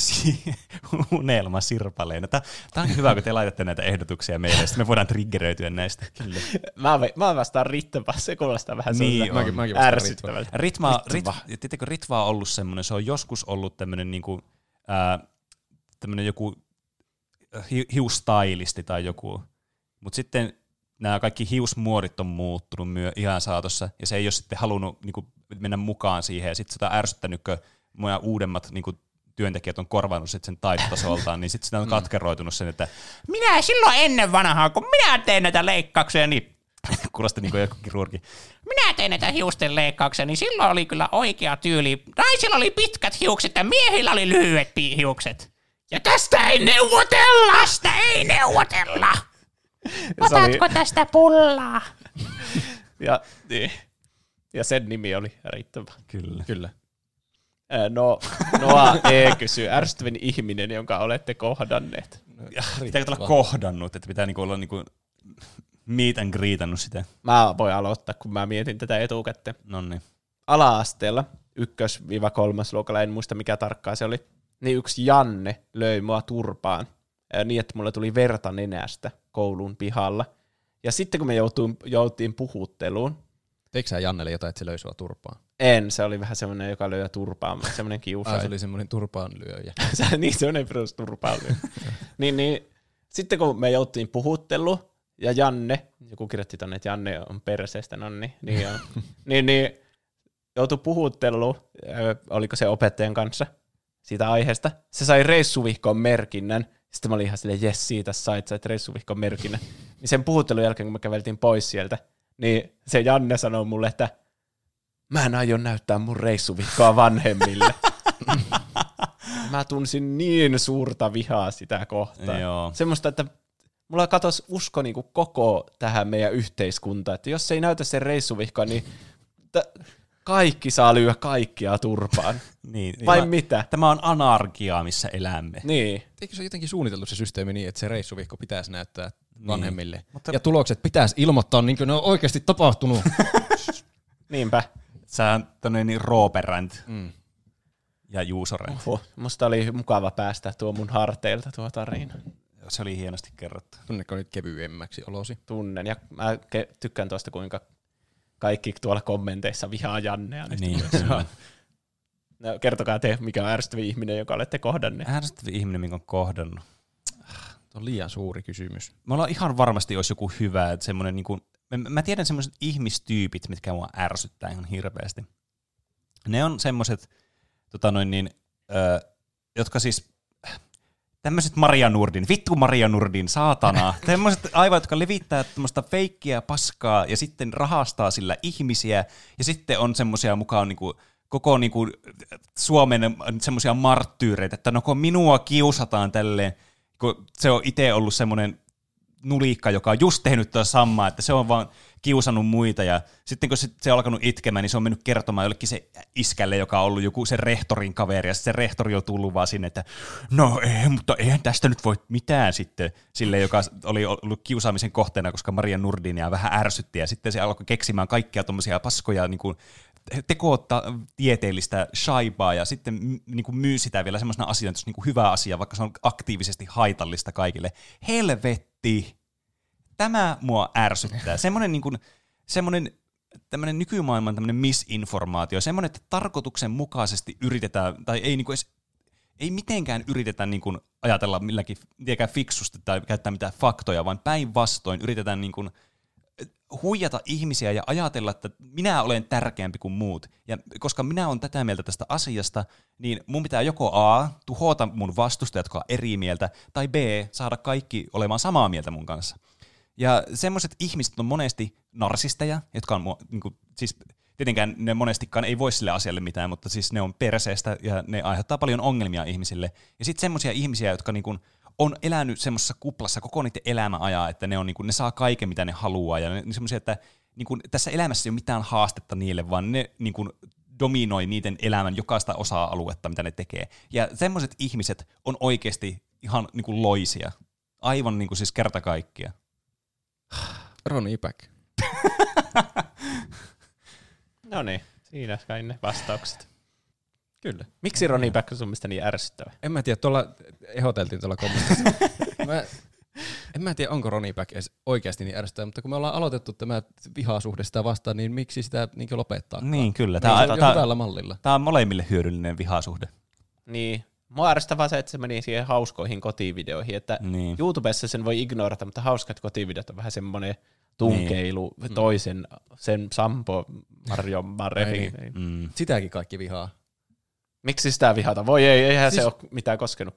Unelma sirpaleena. Tämä on hyvä, kun te laitatte näitä ehdotuksia meille, sitten me voidaan triggeröityä näistä. Kyllä. Mä, mä vastaan Ritva, se kuulostaa vähän niin, mäkin, mäkin ärsyttävältä. Ritva, Ritva, Ritva, Ritva on ollut semmoinen, se on joskus ollut tämmöinen niinku, ää, tämmöinen joku hi, hiustylisti tai joku, mutta sitten nämä kaikki hiusmuodit on muuttunut myö ihan saatossa, ja se ei ole sitten halunnut niinku mennä mukaan siihen, ja sitten sitä on ärsyttänyt, kun moja uudemmat niinku työntekijät on korvannut sit sen taitotasoltaan, niin sitten sitä on katkeroitunut sen, että minä silloin ennen vanhaa, kun minä tein näitä leikkauksia, niin kuulosti niin kuin joku kirurgi. Minä tein näitä hiusten leikkauksia, niin silloin oli kyllä oikea tyyli. Naisilla oli pitkät hiukset ja miehillä oli lyhyet hiukset. Ja tästä ei neuvotella, sitä ei neuvotella. Otatko oli tästä pullaa? ja, niin. ja sen nimi oli riittävä. Kyllä. Kyllä. No, Noa E kysyy, ärsyttävin ihminen, jonka olette kohdanneet. Pitääkö olla kohdannut, että pitää niinku olla niinku meet and greetannut sitä? Mä voin aloittaa, kun mä mietin tätä etukäteen. Noniin. Ala-asteella, ykkös-kolmas luokalla, en muista mikä tarkkaan se oli, niin yksi Janne löi mua turpaan niin, että mulla tuli verta nenästä koulun pihalla. Ja sitten kun me joutuin, joutiin puhutteluun. Teikö sä Jannelle jotain, että se löi sua turpaan? En, se oli vähän semmoinen, joka löi turpaan, semmoinen kiusaaja. Ah, se oli semmoinen turpaanlyöjä. niin, semmoinen perus turpaanlyöjä. niin, niin, sitten kun me joutiin puhutteluun, ja Janne, joku kirjoitti tonne, että Janne on perseestä, no niin, niin on. niin, niin, joutui puhutteluun, oliko se opettajan kanssa siitä aiheesta. Se sai reissuvihkon merkinnän. Sitten mä olin ihan silleen, jes, siitä sait, sait reissuvihkon merkinnän. Niin sen puhuttelun jälkeen, kun me käveltiin pois sieltä, niin se Janne sanoi mulle, että mä en aio näyttää mun reissuvihkoa vanhemmille. Mä tunsin niin suurta vihaa sitä kohtaan. Joo. Semmoista, että mulla katosi usko niinku koko tähän meidän yhteiskuntaan, että jos ei näytä sen reissuvihkoa, niin t- kaikki saa lyödä kaikkia turpaan. niin, Vai tämä, mitä? Tämä on anarkiaa, missä elämme. Niin. Eikö se jotenkin suunniteltu se systeemi niin, että se reissuvihko pitäisi näyttää vanhemmille? Niin. Mutta... Ja tulokset pitäisi ilmoittaa niin kuin ne on oikeasti tapahtunut. Niinpä. Sä on tämmöinen niin rooperant mm. ja juusorant. Oho, musta oli mukava päästä tuo mun harteilta tuo tarina. Se oli hienosti kerrottu. Tunneko nyt kevyemmäksi olosi? Tunnen, ja mä ke- tykkään tuosta, kuinka kaikki tuolla kommenteissa vihaa Jannea. Niin, no, kertokaa te, mikä on ärsyttävä ihminen, joka olette kohdanneet. Ärsyttävä ihminen, minkä on kohdannut. Tuo on liian suuri kysymys. Me ollaan ihan varmasti olisi joku hyvä, että semmoinen niinku, mä, mä tiedän semmoiset ihmistyypit, mitkä mua ärsyttää ihan hirveästi. Ne on semmoiset, tota noin niin, ö, jotka siis, tämmöiset Maria Nurdin, vittu Maria Nurdin, saatana, tämmöiset aivan, jotka levittää tämmöistä feikkiä paskaa ja sitten rahastaa sillä ihmisiä ja sitten on semmoisia mukaan niinku, koko niinku, Suomen semmoisia marttyyreitä, että no kun minua kiusataan tälleen, kun se on itse ollut semmoinen nulikka, joka on just tehnyt tuo samaa, että se on vaan kiusannut muita, ja sitten kun se, se on alkanut itkemään, niin se on mennyt kertomaan jollekin se iskälle, joka on ollut joku se rehtorin kaveri, ja se rehtori on tullut vaan sinne, että no ei, mutta eihän tästä nyt voi mitään sitten sille, joka oli ollut kiusaamisen kohteena, koska Maria Nordinia vähän ärsytti, ja sitten se alkoi keksimään kaikkia tommosia paskoja niin kuin tekoutta tieteellistä shaibaa ja sitten niin kuin myy sitä vielä semmoisena asiana, että se on niin kuin hyvä asia, vaikka se on aktiivisesti haitallista kaikille. Helvetti! Tämä mua ärsyttää. Semmoinen, niin kuin, semmoinen tämmöinen nykymaailman tämmöinen misinformaatio, semmoinen, että tarkoituksenmukaisesti yritetään, tai ei, niin kuin edes, ei mitenkään yritetä niin kuin ajatella milläkin tietenkään fiksusti tai käyttää mitään faktoja, vaan päinvastoin yritetään niin kuin huijata ihmisiä ja ajatella, että minä olen tärkeämpi kuin muut. Ja koska minä olen tätä mieltä tästä asiasta, niin mun pitää joko A, tuhota mun vastustajat, jotka on eri mieltä, tai B, saada kaikki olemaan samaa mieltä mun kanssa. Ja semmoiset ihmiset on monesti narsisteja, jotka on, niin kuin, siis tietenkään ne monestikaan ei voi sille asialle mitään, mutta siis ne on perseestä ja ne aiheuttaa paljon ongelmia ihmisille. Ja sitten semmoisia ihmisiä, jotka niin kuin on elänyt semmoisessa kuplassa koko niiden elämäajan, että ne, on, niin kuin, ne saa kaiken, mitä ne haluaa, ja ne, ne semmoisia, että niin kuin, tässä elämässä ei ole mitään haastetta niille, vaan ne niin kuin, dominoi niiden elämän jokaista osa-aluetta, mitä ne tekee. Ja semmoiset ihmiset on oikeasti ihan niin kuin loisia. Aivan niin kuin siis kerta kaikkia. Ronnie Back. No niin, siinä kai ne vastaukset. Kyllä. Miksi Ronnie Back on sun mielestä niin ärsyttävä? En mä tiedä, tuolla ehdoteltiin tuolla kommentissa. mä, en mä tiedä, onko Ronnie Back edes oikeasti niin ärsyttävä, mutta kun me ollaan aloitettu tämä vihasuhde sitä vastaan, niin miksi sitä niin lopettaa? Niin, kyllä. Tämä on tää, hyvällä mallilla. Tämä on molemmille hyödyllinen vihasuhde. Niin. Mua ärsyttää vaan se, että se meni siihen hauskoihin kotivideoihin, että niin. YouTubessa sen voi ignorata, mutta hauskat kotivideot on vähän semmoinen tunkeilu niin. toisen, sen Sampo, Marjo, Marevi. Mm. Sitäkin kaikki vihaa. Miksi sitä vihata? Voi ei, eihän siis... se ole mitään koskenut.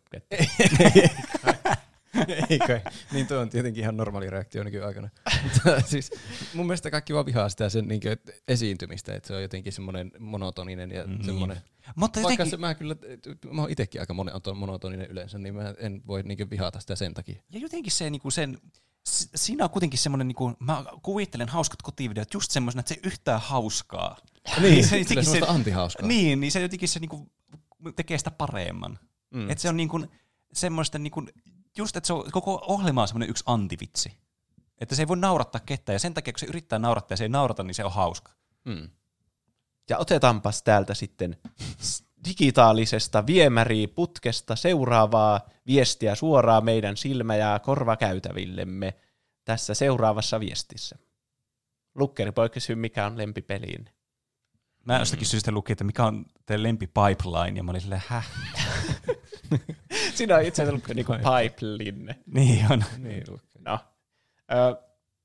Eikö? Niin tuo on tietenkin ihan normaali reaktio nykyaikana. Mutta siis mun mielestä kaikki vaan vihaa sitä sen niin kuin, esiintymistä, että se on jotenkin semmoinen monotoninen ja niin. semmoinen. Mutta vaikka jotenkin... se, mä kyllä, mä oon itsekin aika monotoninen yleensä, niin mä en voi niin kuin, vihata sitä sen takia. Ja jotenkin se niin kuin sen, siinä on kuitenkin semmoinen, niin kuin, mä kuvittelen hauskat kotivideot just semmoisena, että se yhtään hauskaa. Niin, se, se, se antihauskaa. Niin, niin se jotenkin se niin kuin, tekee sitä paremman. Mm. Että se on niin kuin, semmoista niin kuin, just, että se on, koko ohjelma on semmoinen yksi antivitsi. Että se ei voi naurattaa ketään, ja sen takia, kun se yrittää naurattaa ja se ei naurata, niin se on hauska. Hmm. Ja otetaanpas täältä sitten digitaalisesta viemäriputkesta seuraavaa viestiä suoraan meidän silmä- ja korvakäytävillemme tässä seuraavassa viestissä. Lukkeripoika kysyy, mikä on lempipeliin. Mä jostakin syystä lukin, että mikä on teidän lempipipeline, ja mä olin silleen, häh? Siinä on itse asiassa niinku pipeline. Niin on. Niin, no. Ö,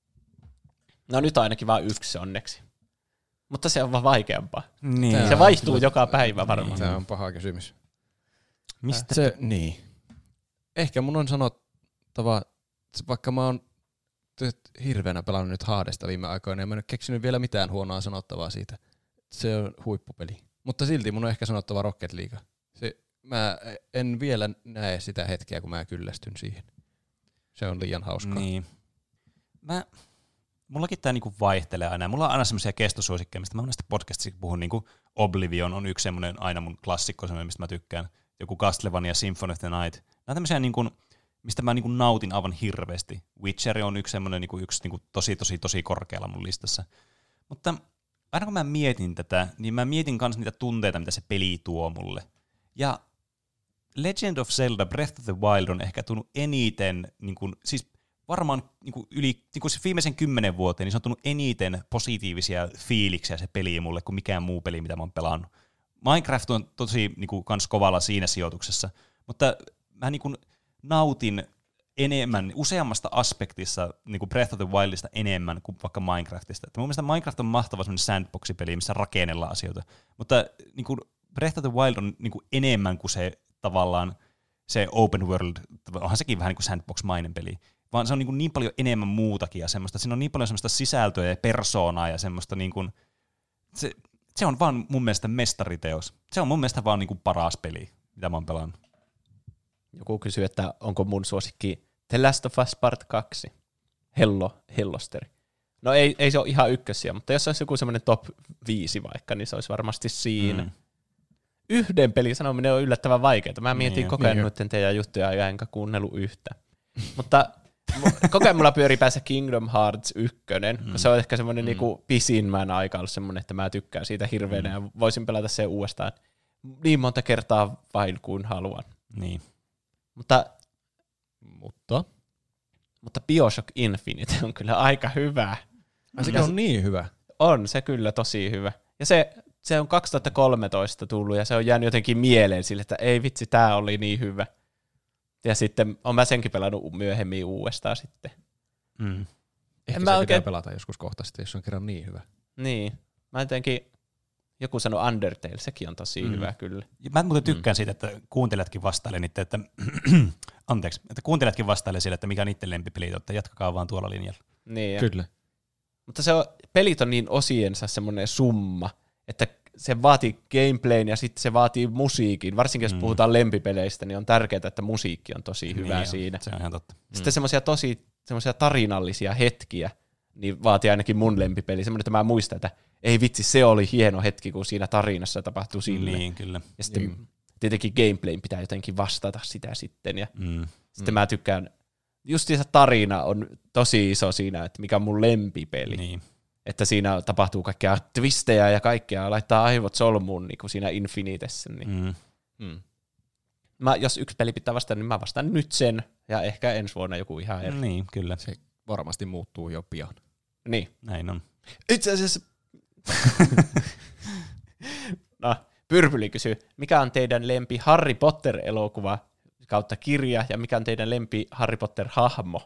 no nyt ainakin vaan yksi onneksi. Mutta se on vaan vaikeampaa. Niin. Se vaihtuu joka päivä varmaan. Se on paha kysymys. Mistä? Se, niin. Ehkä mun on sanottava, vaikka mä oon hirveänä pelannut nyt Hadesta viime aikoina, ja mä en ole keksinyt vielä mitään huonoa sanottavaa siitä. Se on huippupeli. Mutta silti mun on ehkä sanottava Rocket League. Se, mä en vielä näe sitä hetkeä, kun mä kyllästyn siihen. Se on liian hauskaa. Niin. Mä, mullakin tää niinku vaihtelee aina. Mulla on aina semmoisia kestosuosikkeja, mistä mä monesti podcastissa puhun. Niinku Oblivion on yksi semmoinen aina mun klassikko, semmoinen, mistä mä tykkään. Joku Castlevania, Symphony of the Night. Nämä on tämmöisiä, niinku, mistä mä niinku nautin aivan hirveästi. Witcher on yksi semmoinen niinku, yksi niinku, tosi, tosi, tosi korkealla mun listassa. Mutta aina kun mä mietin tätä, niin mä mietin myös niitä tunteita, mitä se peli tuo mulle. Ja Legend of Zelda Breath of the Wild on ehkä tullut eniten, niin kuin, siis varmaan niin kuin yli niin kuin se viimeisen kymmenen vuoteen, niin se on tullut eniten positiivisia fiiliksiä se peli mulle kuin mikään muu peli, mitä mä oon pelannut. Minecraft on tosi niin kuin, kans kovalla siinä sijoituksessa, mutta mä niin kuin, nautin enemmän, useammasta aspektissa niin kuin Breath of the Wildista enemmän kuin vaikka Minecraftista. Että mun mielestä Minecraft on mahtava semmoinen sandbox-peli, missä rakennellaan asioita, mutta niin kuin Breath of the Wild on niin kuin enemmän kuin se tavallaan se open world, onhan sekin vähän niin kuin sandbox-mainen peli, vaan se on niin, kuin niin paljon enemmän muutakin ja semmoista, siinä on niin paljon semmoista sisältöä ja persoonaa ja semmoista niin kuin, se, se on vaan mun mielestä mestariteos. Se on mun mielestä vaan niin kuin paras peli, mitä mä oon pelannut. Joku kysyy, että onko mun suosikki The Last of Us Part kaksi. Hello, Hellosteri. No ei, ei se ole ihan ykkösiä, mutta jos olisi joku semmoinen top viisi vaikka, niin se olisi varmasti siinä. Mm. Yhden pelin sanominen on yllättävän vaikeaa. Mä mietin niin, koko ajan niin noiden teidän juttuja ja enkä kuunnellut yhtä. Mutta koko ajan mulla pyörii päässä Kingdom Hearts yksi, mm. kun se on ehkä semmoinen mm. niinku pisimmän aika ollut semmoinen, että mä tykkään siitä hirveänä mm. ja voisin pelata sen uudestaan niin monta kertaa vain kuin haluan. Niin. Mutta, mutta, mutta Bioshock Infinite on kyllä aika hyvä. Se on niin hyvä. On se kyllä tosi hyvä. Ja se, se on kaksituhattakolmetoista tullut ja se on jäänyt jotenkin mieleen sille, että ei vitsi, tää oli niin hyvä. Ja sitten on mä senkin pelannut myöhemmin uudestaan sitten. Mm. Ehkä en se oikein... pitää pelata joskus kohta sitten, jos se on kerran niin hyvä. Niin. Mä jotenkin, joku sanoi Undertale, sekin on tosi mm. hyvä kyllä. Mä muuten tykkään mm. siitä, että kuuntelijatkin vastailee niitä, että anteeksi, että kuuntelijatkin vastailee sille, että mikä on niiden lempipeli, että jatkakaa vaan tuolla linjalla. Niin. Kyllä. Mutta se on, pelit on niin osiensa semmoinen summa, että se vaatii gameplayn ja sitten se vaatii musiikin. Varsinkin jos Mm. puhutaan lempipeleistä, niin on tärkeää, että musiikki on tosi hyvä Niin on, siinä. se on ihan totta. Sitten Mm. semmoisia tosi semmoisia tarinallisia hetkiä, niin vaatii ainakin mun lempipeli. Semmoinen, että mä muistan, että ei vitsi, se oli hieno hetki, kun siinä tarinassa tapahtui sille. Niin, kyllä. Ja sitten Niin. tietenkin gameplayn pitää jotenkin vastata sitä sitten. Ja Mm. sitten Mm. mä tykkään, justiinsa tarina on tosi iso siinä, että mikä on mun lempipeli. Niin. Että siinä tapahtuu kaikkea twistejä ja kaikkea, laittaa aivot solmuun niin kuin siinä Infinitessä. Niin. Mm. Mm. Mä, jos yksi peli pitää vastata, niin mä vastaan nyt sen, ja ehkä ensi vuonna joku ihan eri. Niin, kyllä. Se varmasti muuttuu jo pian. Niin. Näin on. Itse asiassa... no, Pyrpyli kysyy, mikä on teidän lempi Harry Potter-elokuva kautta kirja, ja mikä on teidän lempi Harry Potter-hahmo?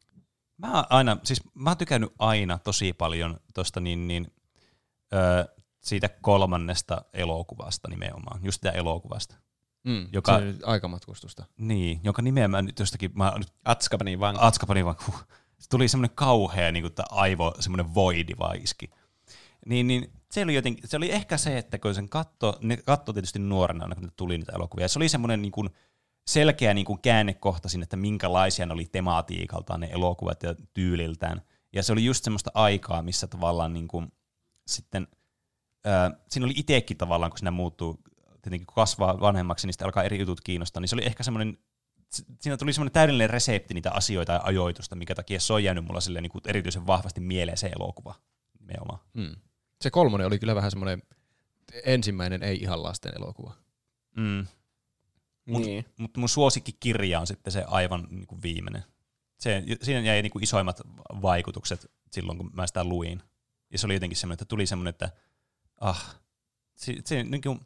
Mä oon aina, siis mä oon tykännyt aina tosi paljon tosta niin, niin öö, siitä kolmannesta elokuvasta nimenomaan, just sitä elokuvasta. Mm, joka, se aikamatkustusta. Niin, jonka nimeä mä nyt jostakin, mä nyt Azkabanin vanki. Azkabanin vanki, huh. Se tuli semmoinen kauhea niin kuin aivo, semmoinen voidi vaan iski. Niin, niin se oli jotenkin, se oli ehkä se, että kun sen katto, ne katto tietysti nuorena aina, kun ne tuli niitä elokuvia, se oli semmoinen niin kuin selkeä niin kuin käännekohta sinne, että minkälaisia ne oli tematiikaltaan ne elokuvat ja tyyliltään. Ja se oli just semmoista aikaa, missä tavallaan niin kuin, sitten, ää, siinä oli itsekin tavallaan, kun siinä muuttuu, tietenkin kun kasvaa vanhemmaksi, niin sitten alkaa eri jutut kiinnostaa, niin se oli ehkä semmoinen, siinä tuli semmoinen täydellinen resepti niitä asioita ja ajoitusta, mikä takia se on jäänyt mulla silleen niin kuin erityisen vahvasti mieleen se elokuva. Hmm. Se kolmonen oli kyllä vähän semmoinen ensimmäinen ei ihan lasten elokuva. Mm. Mutta Niin. mut mun suosikkikirja on sitten se aivan niin kuin viimeinen. Se, siinä jäi niin kuin isoimmat vaikutukset silloin, kun mä sitä luin. Ja se oli jotenkin semmoinen, että tuli semmoinen, että ah, se, se, niin kuin,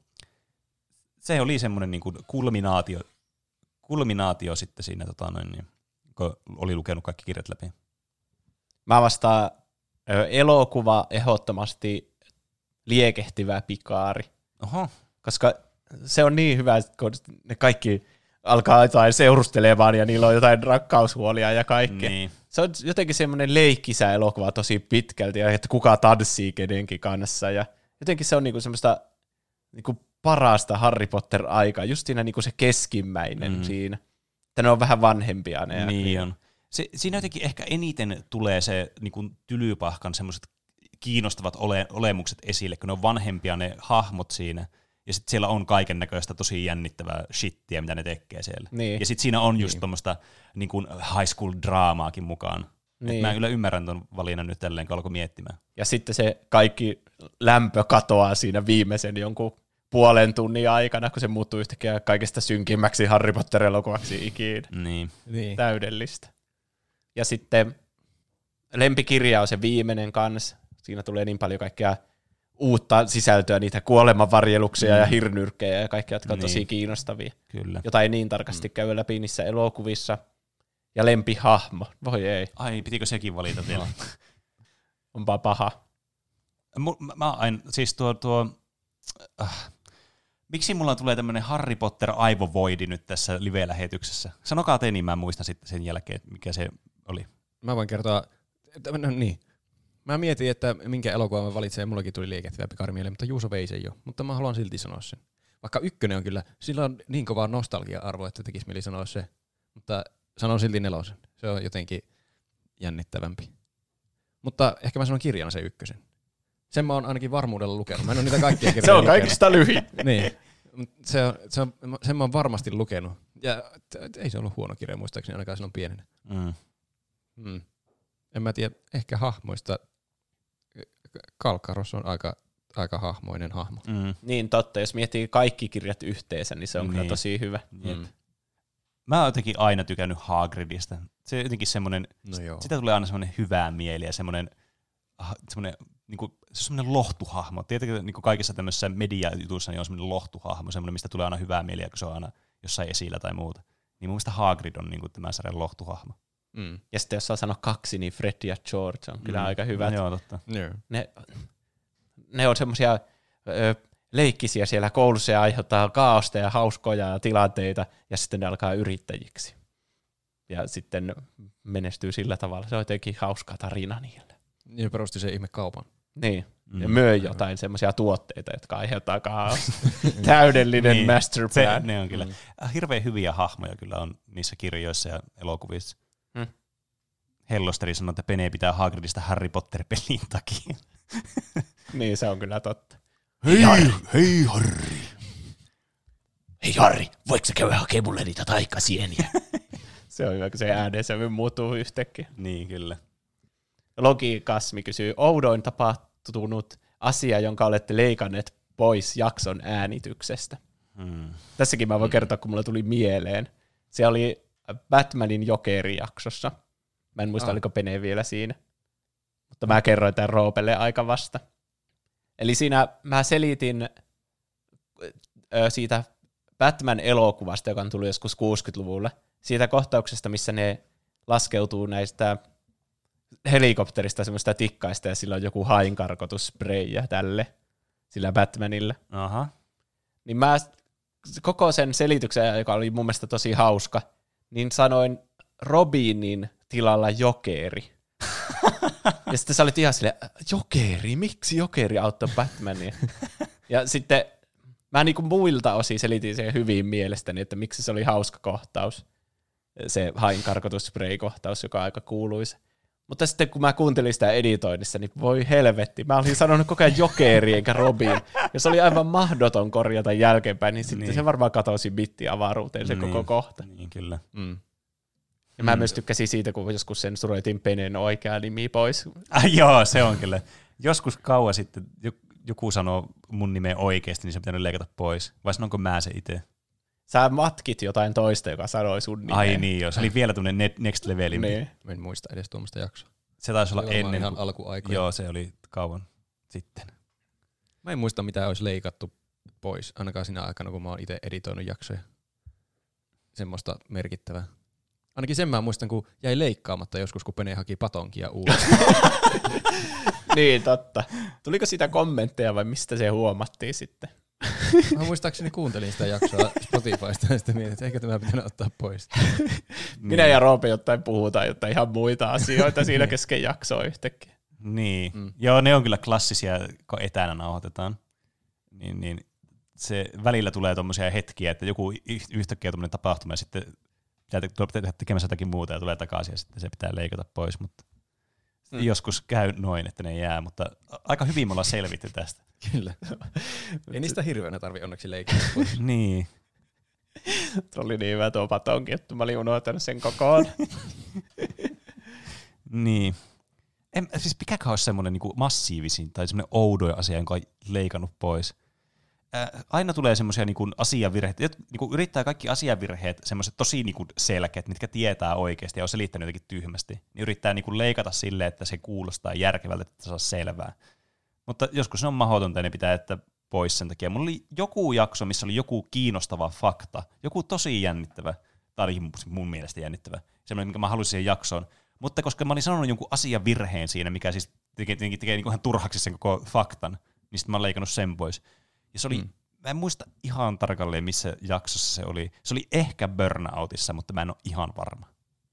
se oli semmoinen niin kuin kulminaatio, kulminaatio sitten siinä, tota noin, niin, kun oli lukenut kaikki kirjat läpi. Mä vastaan ö, elokuva ehdottomasti Liekehtivä Pikaari. Oho. Koska se on niin hyvä, kun ne kaikki alkaa jotain seurustelemaan ja niillä on jotain rakkaushuolia ja kaikkea. Niin. Se on jotenkin semmoinen leikkisä elokuva tosi pitkälti, ja että kuka tanssii kenenkin kanssa. Ja jotenkin se on niinku semmoista niinku parasta Harry Potter-aikaa, just siinä niinku se keskimmäinen Mm. siinä. Että ne on vähän vanhempia ne. Niin niin. on. Se, siinä jotenkin ehkä eniten tulee se niin kuin tylypahkan semmoiset kiinnostavat ole, olemukset esille, kun ne on vanhempia ne hahmot siinä, ja sitten siellä on kaiken näköistä tosi jännittävää shittiä, mitä ne tekee siellä. Niin. Ja sitten siinä on just Niin. tuommoista niin kuin high school draamaakin mukaan. Niin. Et mä kyllä ymmärrän ton valinnan nyt tälleen, kun alkoi miettimään. Ja sitten se kaikki lämpö katoaa siinä viimeisen jonkun puolen tunnin aikana, kun se muuttuu yhtäkkiä kaikista synkimmäksi Harry Potter-elokuvaksi ikinä. Niin. Niin. Täydellistä. Ja sitten lempikirja on se viimeinen kans. Siinä tulee niin paljon kaikkea uutta sisältöä, niitä kuolemanvarjeluksia Mm. ja hirnyrkkejä ja kaikkea, jotka on tosi Niin. kiinnostavia. Kyllä. Jota ei niin tarkasti mm. käy läpi niissä elokuvissa. Ja lempihahmo. Voi ei. Ai, pitikö sekin valita vielä? Onpa paha. Mä, mä aina, siis tuo, tuo äh, miksi mulla tulee tämmönen Harry Potter aivovoidi nyt tässä live-lähetyksessä? Sanokaa te, niin mä muistan sitten sen jälkeen, mikä se oli. Mä voin kertoa, että, no niin. Mä mietin, että minkä elokuvan mä valitsen, ja mullakin tuli Liekehtivä Pikaari mieleen, mutta Juuso vei sen jo. Mutta mä haluan silti sanoa sen. Vaikka ykkönen on kyllä, sillä on niin kova nostalgia-arvo, että tekisi mieli sanoa se. Mutta sanon silti nelosen. Se on jotenkin jännittävämpi. Mutta ehkä mä sanon kirjana se ykkösen. Sen mä oon ainakin varmuudella lukenut. Mä en ole niitä kaikkia kirjoja Se on lukenut. kaikista lyhin. Niin. Se on, se on, sen mä oon varmasti lukenut. Ja t- ei se ollut huono kirja muistaakseni, ainakaan silloin pienenä. Mm. Mm. En mä tiedä, ehkä hahmoista Kalkkaros on aika, aika hahmoinen hahmo. Mm. Niin totta, jos miettii kaikki kirjat yhteensä, niin se on Niin. kyllä tosi hyvä. Mm. Mä oon jotenkin aina tykännyt Hagridista. Se on jotenkin semmoinen, No joo. sitä tulee aina semmoinen hyvää mieli ja semmoinen, semmoinen, niin kuin, se on semmoinen lohtuhahmo. Tietenkin niin kuin kaikissa tämmöisissä mediajutuissa niin on semmoinen lohtuhahmo, semmoinen, mistä tulee aina hyvää mieliä, kun se on aina jossain esillä tai muuta. Niin mun mielestä Hagrid on niin kuin tämän sarjan lohtuhahmo. Mm. Ja sitten jos saa sanoa kaksi, niin Fred ja George on kyllä Mm. aika hyvät. No joo, totta. Yeah. Ne, ne on semmoisia ö, leikkisiä siellä koulussa ja aiheuttaa kaaosta ja hauskoja tilanteita, ja sitten ne alkaa yrittäjiksi. Ja sitten menestyy sillä tavalla. Se on jotenkin hauska tarina niille. Niin perusti se ihme kaupan. Niin. Mm. Ja myö jotain semmoisia tuotteita, jotka aiheuttaa kaaosta. Täydellinen niin, master plan. Se, ne on kyllä. Mm. Hirveän hyviä hahmoja kyllä on niissä kirjoissa ja elokuvissa. Mm. Hellosteri sanoi, että Pene pitää Hagridista Harry Potter-pelin takia. Niin, se on kyllä totta. Hei, Harry. Hei Harry. Hei Harry, voitko sä käydä hakemaan mulle niitä taikasieniä? Se on hyvä, kun se äänensävy muuttuu yhtäkkiä. Niin, kyllä. Logi Kasmi kysyy, oudoin tapahtunut asia, jonka olette leikanneet pois jakson äänityksestä. Hmm. Tässäkin mä voin kertoa, kun mulla tuli mieleen. Se oli Batmanin Jokeri-jaksossa. Mä en muista, ah. oliko Pene vielä siinä. Mutta mä kerroin tämän Roopelle aika vasta. Eli siinä mä selitin ö, siitä Batman-elokuvasta, joka on tullut joskus kuusikymmentäluvulla, siitä kohtauksesta, missä ne laskeutuu näistä helikopterista semmoista tikkaista, ja sillä on joku hainkarkotussprayja tälle, sillä Batmanilla. Aha. Niin mä koko sen selityksen, joka oli mun mielestä tosi hauska, niin sanoin Robinin tilalla Jokeri. Ja sitten sä olit ihan silleen, Jokeri, miksi Jokeri auttoi Batmania? Ja sitten mä niinku muilta osin selitin sen hyvin mielestäni, että miksi se oli hauska kohtaus, se hainkarkotusspray-kohtaus, joka on aika kuuluisa. Mutta sitten kun mä kuuntelin sitä editoinnissa, niin voi helvetti, mä olin sanonut koko ajan Jokeri eikä Robin. Ja se oli aivan mahdoton korjata jälkeenpäin, niin sitten niin. se varmaan katosi bittiavaruuteen se niin. koko kohta. Niin, kyllä. Mm. Ja mä mm. myös tykkäsin siitä, kun joskus sensuroitiin Penen oikea nimi pois. Ah, joo, se on kyllä. Joskus kauan sitten joku sanoo mun nimeä oikeasti, niin se pitää leikata pois. Vai sanonko mä se itse? Sä matkit jotain toista, joka sanoi sun nimeä. Ai niin, joo. Se oli vielä tuonne next levelin. Niin. Mä en muista edes tuommoista jaksoa. Se taisi olla ennen. Ihan alkuaikoja. Joo, se oli kauan sitten. Mä en muista, mitä olisi leikattu pois, ainakaan siinä aikana, kun mä oon itse editoinut jaksoja. Semmoista merkittävää. Ainakin sen mä muistan, kun jäi leikkaamatta joskus, kun Pene haki patonkia uudestaan. Niin, totta. Tuliko siitä kommentteja vai mistä se huomattiin sitten? Mä muistaakseni kuuntelin sitä jaksoa Spotifysta ja sitten mietin, että eikö tämä pitänyt ottaa pois. Minä ja Roope jotain puhutaan jotain ihan muita asioita siinä kesken jaksoa yhtäkkiä. Niin. Mm. Joo, ne on kyllä klassisia, kun etänä nauhoitetaan. Niin, niin se välillä tulee tommosia hetkiä, että joku yhtäkkiä tommoinen tapahtuma ja sitten pitää tehdä tekemässä jotakin muuta ja tulee takaisin ja sitten se pitää leikata pois, mutta mm. joskus käy noin, että ne jää, mutta aika hyvin me ollaan selvitty tästä. Kyllä. Ei niistä hirveänä tarvi onneksi leikata pois. Niin. Se oli niin hyvä tuo patonki, että mä olin unohtanut sen kokoon. Niin. En, siis mikäkään olisi semmoinen niin massiivisin tai semmoinen oudoin asia, jonka on leikannut pois. Aina tulee semmoisia niin asiavirheitä, niin yrittää kaikki asiavirheet, semmoiset tosi niin selkeät, mitkä tietää oikeasti ja on selittänyt jotenkin tyhmästi, niin yrittää niin leikata silleen, että se kuulostaa järkevältä, että saa selvää. Mutta joskus se on mahdotonta ja ne pitää jättää pois sen takia. Mulla oli joku jakso, missä oli joku kiinnostava fakta, joku tosi jännittävä, tai oli mun mielestä jännittävä, semmoinen, minkä mä halusin siihen jaksoon. Mutta koska mä olin sanonut jonkun asiavirheen siinä, mikä siis tekee, tekee, tekee niin ihan turhaksi sen koko faktan, niin sitten mä oon leikannut sen pois. Ja se oli, hmm. mä en muista ihan tarkalleen, missä jaksossa se oli. Se oli ehkä Burnoutissa, mutta mä en ole ihan varma.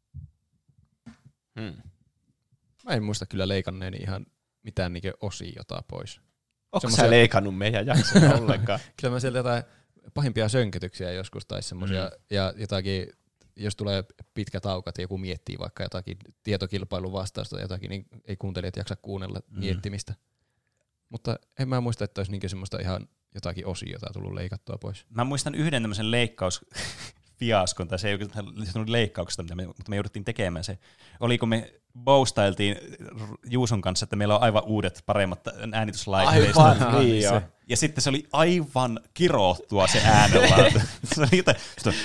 Hmm. Mä en muista kyllä leikanneeni ihan mitään niinkö osiota pois. Onko semmosia... sä leikannut meidän jaksoja ollenkaan? Kyllä mä sieltä jotain pahimpia sönkötyksiä joskus tai semmosia, hmm. ja jotakin, jos tulee pitkä taukat ja joku miettii vaikka jotakin tietokilpailun vastausta tai jotakin, niin ei kuuntelijat jaksa kuunnella hmm. miettimistä. Mutta en mä muista, että olisi niinkö semmoista ihan jotakin osiota tullut leikattua pois. Mä muistan yhden tämmöisen leikkausfiaskon, tai se ei oikeastaan tullut leikkauksesta, mutta me, mutta me jouduttiin tekemään se. Oli kun me boustailtiin Juuson kanssa, että meillä on aivan uudet, paremmat äänityslaitteista. Aivan, niin joo. Ja sitten se oli aivan kirohtua se äänenlaatu. Se oli jotain...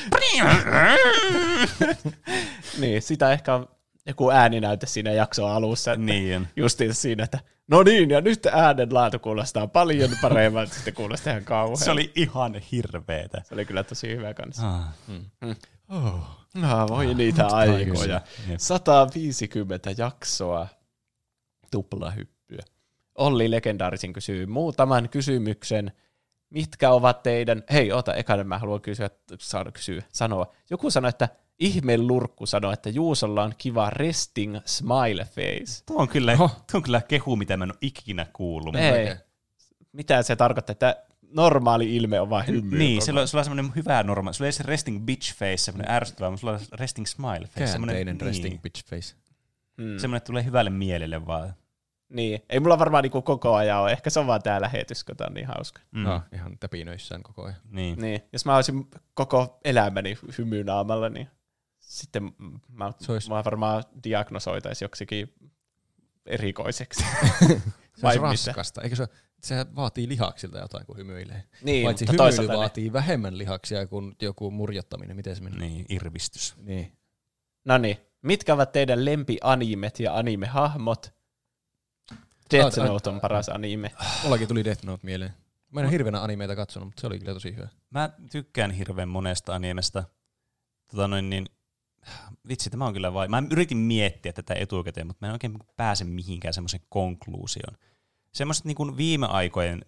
Niin, sitä ehkä on joku ääninäyte siinä jakson alussa. Niin. Justiin siinä, että no niin, ja nyt äänenlaatu kuulostaa paljon paremmin, sitten kuulostaa ihan kauhean. Se oli ihan hirveetä. Se oli kyllä tosi hyvä kanssa. Ah. Mm. Mm. Oh. No, voi ah, niitä aikoja. sata viisikymmentä jaksoa tuplahyppyä. Olli Legendaarisin kysyy muutaman kysymyksen. Mitkä ovat teidän... Hei, ota, ekana mä haluan kysyä, saada kysyä, sanoa. Joku sanoi, että Ihmelurkku sanoi, että Juusolla on kiva resting smile face. Tuo on kyllä, tuo on kyllä kehu, mitä mä en ole ikinä kuullut. Ei. Mitä se tarkoittaa, että normaali ilme on vaan hymyä? Niin, sulla on, sulla on semmoinen hyvä normaali. Sulla ei se resting bitch face, semmoinen ärsyttävä, mutta sulla on resting smile face. Käänteinen resting niin. bitch face. Hmm. Semmoinen tulee hyvälle mielelle vaan. Niin, ei mulla varmaan niinku koko ajan ole. Ehkä se on vaan tää lähetys, kun tää on niin hauska. Mm. No, ihan täpinöissään koko ajan. Niin. niin. Jos mä olisin koko elämäni hymynaamalla, niin sitten mä, mä varmaan diagnosoitaisiin joksikin erikoiseksi. Se on raskasta. Eikö se, se vaatii lihaksilta jotain, kun hymyilee. Niin, paitsi hymyily vaatii ne. vähemmän lihaksia kuin joku murjottaminen. Miten se menee? Niin, irvistys. Niin. No niin, mitkä ovat teidän lempianimet ja animehahmot? Death Note on paras anime. Mullakin tuli Death Note mieleen. Mä en ole hirveänä animeita katsonut, mutta se oli kyllä tosi hyvä. Mä tykkään hirveän monesta animesta. Tota noin niin, vitsi, tämä on kyllä vai. Mä yritin miettiä tätä etukäteen, mutta mä en oikein pääse mihinkään semmoisen konkluusioon. Semmoiset niin kuin viime aikojen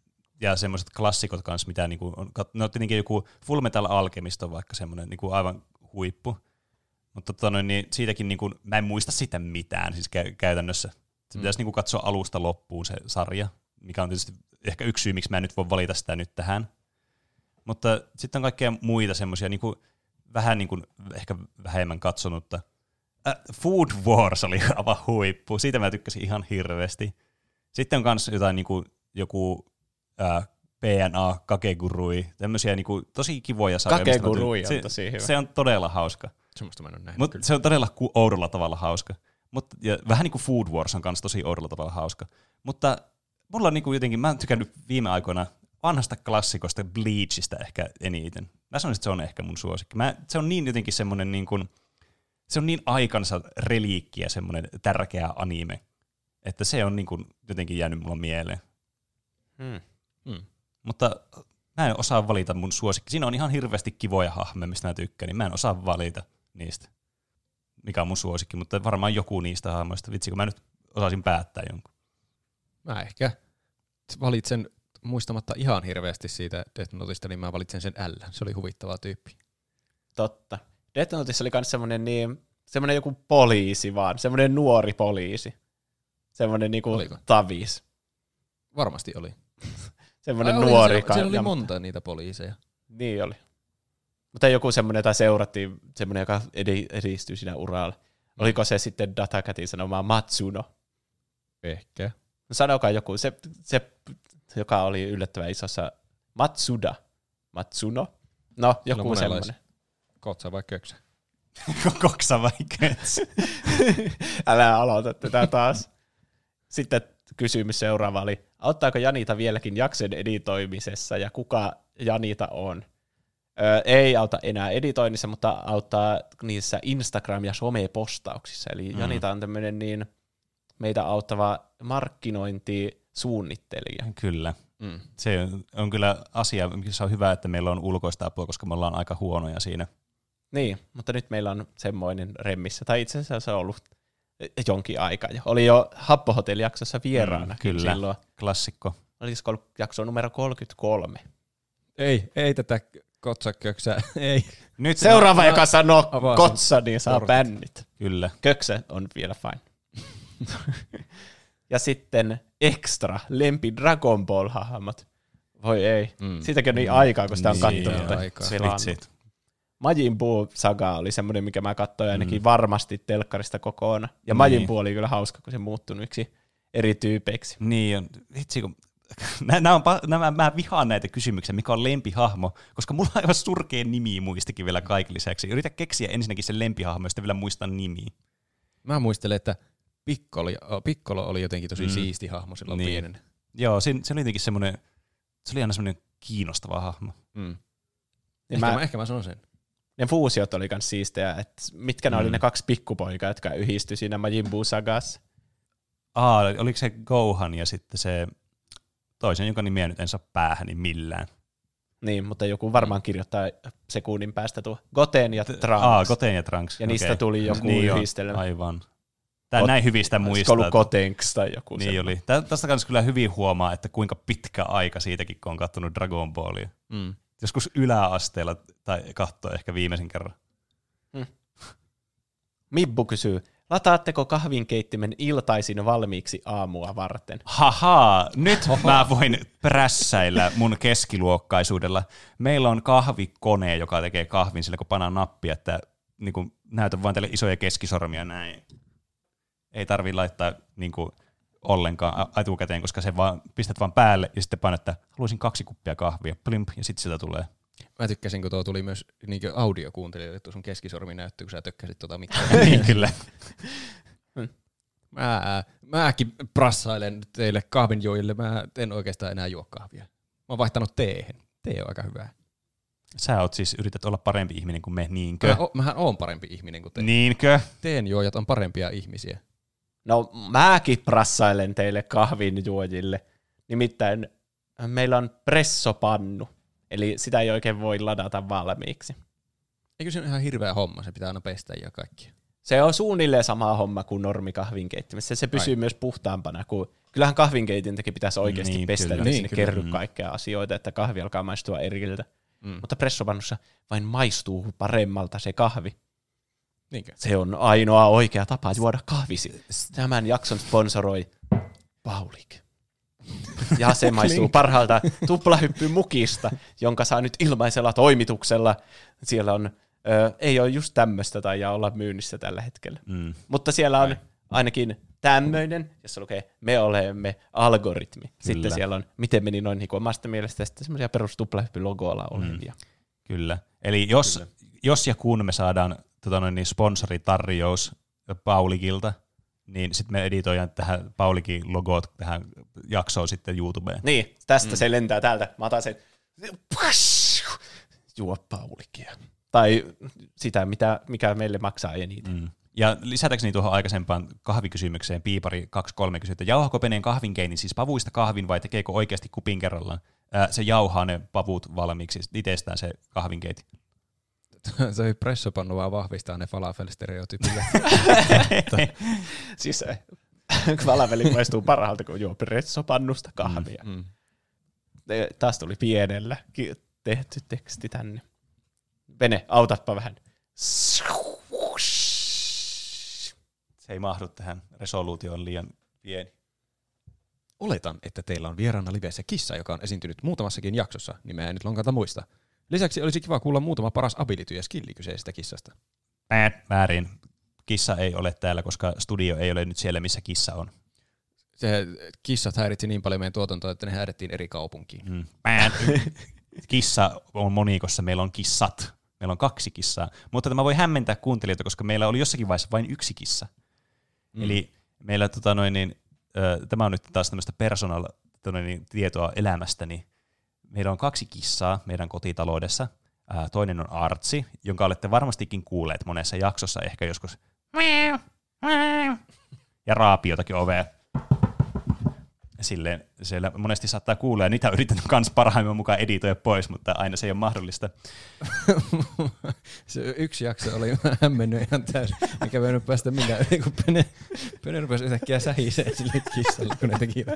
ja semmoiset klassikot kanssa, mitä niin kuin on, no tietenkin joku Full Metal Alchemist on vaikka semmoinen niin kuin aivan huippu. Mutta tota noin, niin siitäkin niin kuin, mä en muista sitä mitään siis kä- käytännössä. Se pitäisi mm. niin kuin katsoa alusta loppuun se sarja, mikä on tietysti ehkä yksi syy, miksi mä en nyt voi valita sitä nyt tähän. Mutta sitten on kaikkea muita semmoisia niin kuin vähän niin kuin ehkä vähemmän katsonutta. Äh, Food Wars oli aivan huippu. Siitä mä tykkäsin ihan hirveästi. Sitten on myös jotain niin kuin joku äh, P N A, Kakegurui, tämmöisiä niin kuin tosi kivoja sarjoja. Kakegurui on se, tosi hyvä. Se on todella hauska. Semmoista mä en ole nähnyt. Mutta se on todella ku- oudolla tavalla hauska. Mut, ja vähän niin kuin Food Wars on myös tosi oudolla tavalla hauska. Mutta mulla on niin kuin jotenkin, mä oon tykännyt viime aikoina vanhasta klassikosta Bleachistä ehkä eniten. Mä sanoisin, että se on ehkä mun suosikki. Mä, se on niin jotenkin semmoinen niin kuin, se on niin aikansa reliikki ja semmoinen tärkeä anime, että se on niin kuin jotenkin jäänyt mulla mieleen. Hmm. Hmm. Mutta mä en osaa valita mun suosikki. Siinä on ihan hirveästi kivoja hahmoja, mistä mä tykkään, niin mä en osaa valita niistä, mikä on mun suosikki, mutta varmaan joku niistä hahmoista. Vitsi, kun mä nyt osaisin päättää jonkun. Mä ehkä valitsen, muistamatta ihan hirveästi siitä Death Notesta, niin mä valitsen sen L. Se oli huvittava tyyppi. Totta. Death Notessa oli myös semmoinen niin, semmoinen joku poliisi vaan, semmoinen nuori poliisi. Semmoinen niinku tavis. Varmasti oli. semmoinen Ai, nuori. Siellä, siellä oli monta niitä poliiseja. Niin oli. Mutta joku semmoinen, jota seurattiin, semmoinen, joka edistyi siinä uralla. Oliko se sitten Datakatin sanomaa Matsuno? Ehkä. No sanokaa joku, se, se, joka oli yllättävän isossa Matsuda. Matsuno? No, joku no, semmoinen. Kotsa vai köksä? Koksa vai köksä? Älä aloita tätä taas. Sitten kysymys seuraava oli, auttaako Janita vieläkin jakson editoimisessa ja kuka Janita on? Öö, ei auta enää editoinnissa, mutta auttaa niissä Instagram- ja some-postauksissa. Eli mm. Janita on tämmöinen niin meitä auttava markkinointisuunnittelija. Kyllä. Mm. Se on, on kyllä asia, missä on hyvä, että meillä on ulkoista apua, koska me ollaan aika huonoja siinä. Niin, mutta nyt meillä on semmoinen remmissä. Tai itse asiassa se on ollut jonkin aikaa jo. Oli jo Happohotelli-jaksossa vieraana. Mm, kyllä, silloin. Klassikko. Olisiko ollut jakso numero kolmekymmentäkolme? Ei, ei tätä kotsaköksää, ei. Nyt seuraava, mä, joka mä sanoo kotsa, niin saa portit. Bännit. Kyllä. Köksä on vielä fine. Ja sitten extra, lempi Dragon Ball-hahmot. Voi ei. Mm. Siitäkin on niin aikaa, kun sitä on niin, katsonut. Majin Buu-saga oli semmoinen, mikä mä katsoin ainakin mm. varmasti telkkarista kokonaan. Ja niin. Majin Buu oli kyllä hauska, kun se muuttunut yksi eri tyypeiksi. Niin on. Vitsi, kun Nämä on, nämä, mä vihaan näitä kysymyksiä, mikä on lempihahmo, koska mulla on aivan surkea nimi muistakin vielä kaikki lisäksi. Yritä keksiä ensinnäkin sen lempihahmo, josta vielä muistan nimi. Mä muistelen, että Piccolo, Piccolo oli jotenkin tosi mm. siisti hahmo silloin niin. pienen. Joo, se, se oli jotenkin semmoinen, se oli aina semmoinen kiinnostava hahmo. Mm. Ehkä, mä, mä, ehkä mä sanon sen. Ne fuusiot oli kans siistejä, että mitkä ne mm. oli ne kaksi pikkupoikaa, jotka yhdistyi siinä Majin Buu-sagassa. Aa, oliko se Gohan ja sitten se toisen, jonka nimiä nyt en saa päähäni millään. Niin, mutta joku varmaan kirjoittaa sekunnin päästä tuo Goten ja Trunks. Aa, Goten ja Trunks. Ja niistä okay. tuli joku niin yhdistelmä. Aivan. Tää Got- näin hyvistä muistaa. Olisiko ollut Gotenks tai joku. Niin oli. Tästä kanssa kyllä hyvin huomaa, että kuinka pitkä aika siitäkin, kun on katsonut Dragon Ballia. Mm. Joskus yläasteella tai katsoi ehkä viimeisen kerran. Hmm. Mibbu kysyy, lataatteko kahvinkeittimen iltaisin valmiiksi aamua varten? Haha, nyt mä voin prässäillä mun keskiluokkaisuudella. Meillä on kahvikone, joka tekee kahvin sillä, kun pannaan nappia, että niin kun, näytän vain teille isoja keskisormia näin. Ei tarvii laittaa niin kuin, ollenkaan etukäteen, koska se vaan pistät vaan päälle ja sitten painat, että haluaisin kaksi kuppia kahvia, plimp, ja sitten sitä tulee. Mä tykkäsin, kun tuo tuli myös niin audiokuuntelijoille, että sun keskisormi näyttyy, kun sä tökkäsit tuota mikkiä. Niin kyllä. Mä, mäkin prassailen teille kahvinjuojille, mä en oikeastaan enää juo kahvia. Mä oon vaihtanut teehen. Tee on aika hyvää. Sä oot siis, yrität olla parempi ihminen kuin me, niinkö? Mä o, mähän oon parempi ihminen kuin te. Niinkö? Teenjuojat on parempia ihmisiä. No mäkin prassailen teille kahvinjuojille. Nimittäin meillä on pressopannu, eli sitä ei oikein voi ladata valmiiksi. Eikö se ole ihan hirveä homma, se pitää aina pestä ja kaikkia. Se on suunnilleen sama homma kuin normi kahvinkeittimessä. Se pysyy Ai. myös puhtaampana, kun kyllähän kahvinkeitintäkin pitäisi oikeasti niin, pestä, niin sinne kerry mm. kaikkea asioita, että kahvi alkaa maistua eriltä. Mm. Mutta pressopannussa vain maistuu paremmalta se kahvi. Niinkö? Se on ainoa oikea tapa juoda kahvisi. Tämän jakson sponsoroi Paulik. Ja se maistuu parhaalta tuplahyppymukista, jonka saa nyt ilmaisella toimituksella. Siellä on, ö, ei ole just tämmöistä taijaa olla myynnissä tällä hetkellä. Mm. Mutta siellä on ainakin tämmöinen, jossa lukee me olemme algoritmi. Kyllä. Sitten siellä on, miten meni noin niin omasta mielestä, sitten semmoisia perus tuplahyppylogoilla olevia. Mm. Kyllä. Eli jos, Kyllä. jos ja kun me saadaan tota noin, niin sponsoritarjous Paulikilta, niin sitten me editoidaan tähän Paulikin logot tähän jaksoon sitten YouTubeen. Niin, tästä mm. se lentää täältä. Mä otan sen, juo Paulikia. Tai sitä, mitä, mikä meille maksaa eniten. Mm. Ja lisätäkseni tuohon aikaisempaan kahvikysymykseen, Piipari kaksi kolme kysyy, että jauhaako Peneen kahvinkeinin siis pavuista kahvin vai tekeekö oikeasti kupin kerrallaan? Ää, se jauhaa ne pavut valmiiksi itsestään se kahvinkeiti. Se pressopannu vaan vahvistaa ne falafel-stereotypille. Siis falafeli maistuu parhaalta, kun juo pressopannusta kahvia. Mm, mm. Taas tuli pienellä tehty teksti tänne. Vene, autatpa vähän. Se ei mahdu tähän, resoluutio on liian pieni. Oletan, että teillä on vieraana livessä kissa, joka on esiintynyt muutamassakin jaksossa, nimeä en nyt lonkata muista. Lisäksi olisi kiva kuulla muutama paras ability ja skilli kyseisestä kissasta. Bad. Väärin. Kissa ei ole täällä, koska studio ei ole nyt siellä, missä kissa on. Se, kissat häiritsi niin paljon meidän tuotantoa, että ne häädettiin eri kaupunkiin. Mm. Kissa on monikossa, meillä on kissat. Meillä on kaksi kissaa. Mutta tämä voi hämmentää kuuntelijoita, koska meillä oli jossakin vaiheessa vain yksi kissa. Mm. Eli meillä, tota noin, niin, äh, tämä on nyt taas tämmöistä personal niin, tietoa elämästäni. Meillä on kaksi kissaa meidän kotitaloudessa. Äh, toinen on Artsi, jonka olette varmastikin kuulleet monessa jaksossa, ehkä joskus. Ja raapii jotakin ovea. Silleen siellä monesti saattaa kuulla, ja niitä on yrittänyt myös parhaimman mukaan editoida pois, mutta aina se ei ole mahdollista. Se yksi jakso oli hämmennyt ihan täysin, mikä me ei nyt päästä millään, kun Pene, Pene rupesi yhtäkkiä sähiseen sille kissalle, kun ne teki.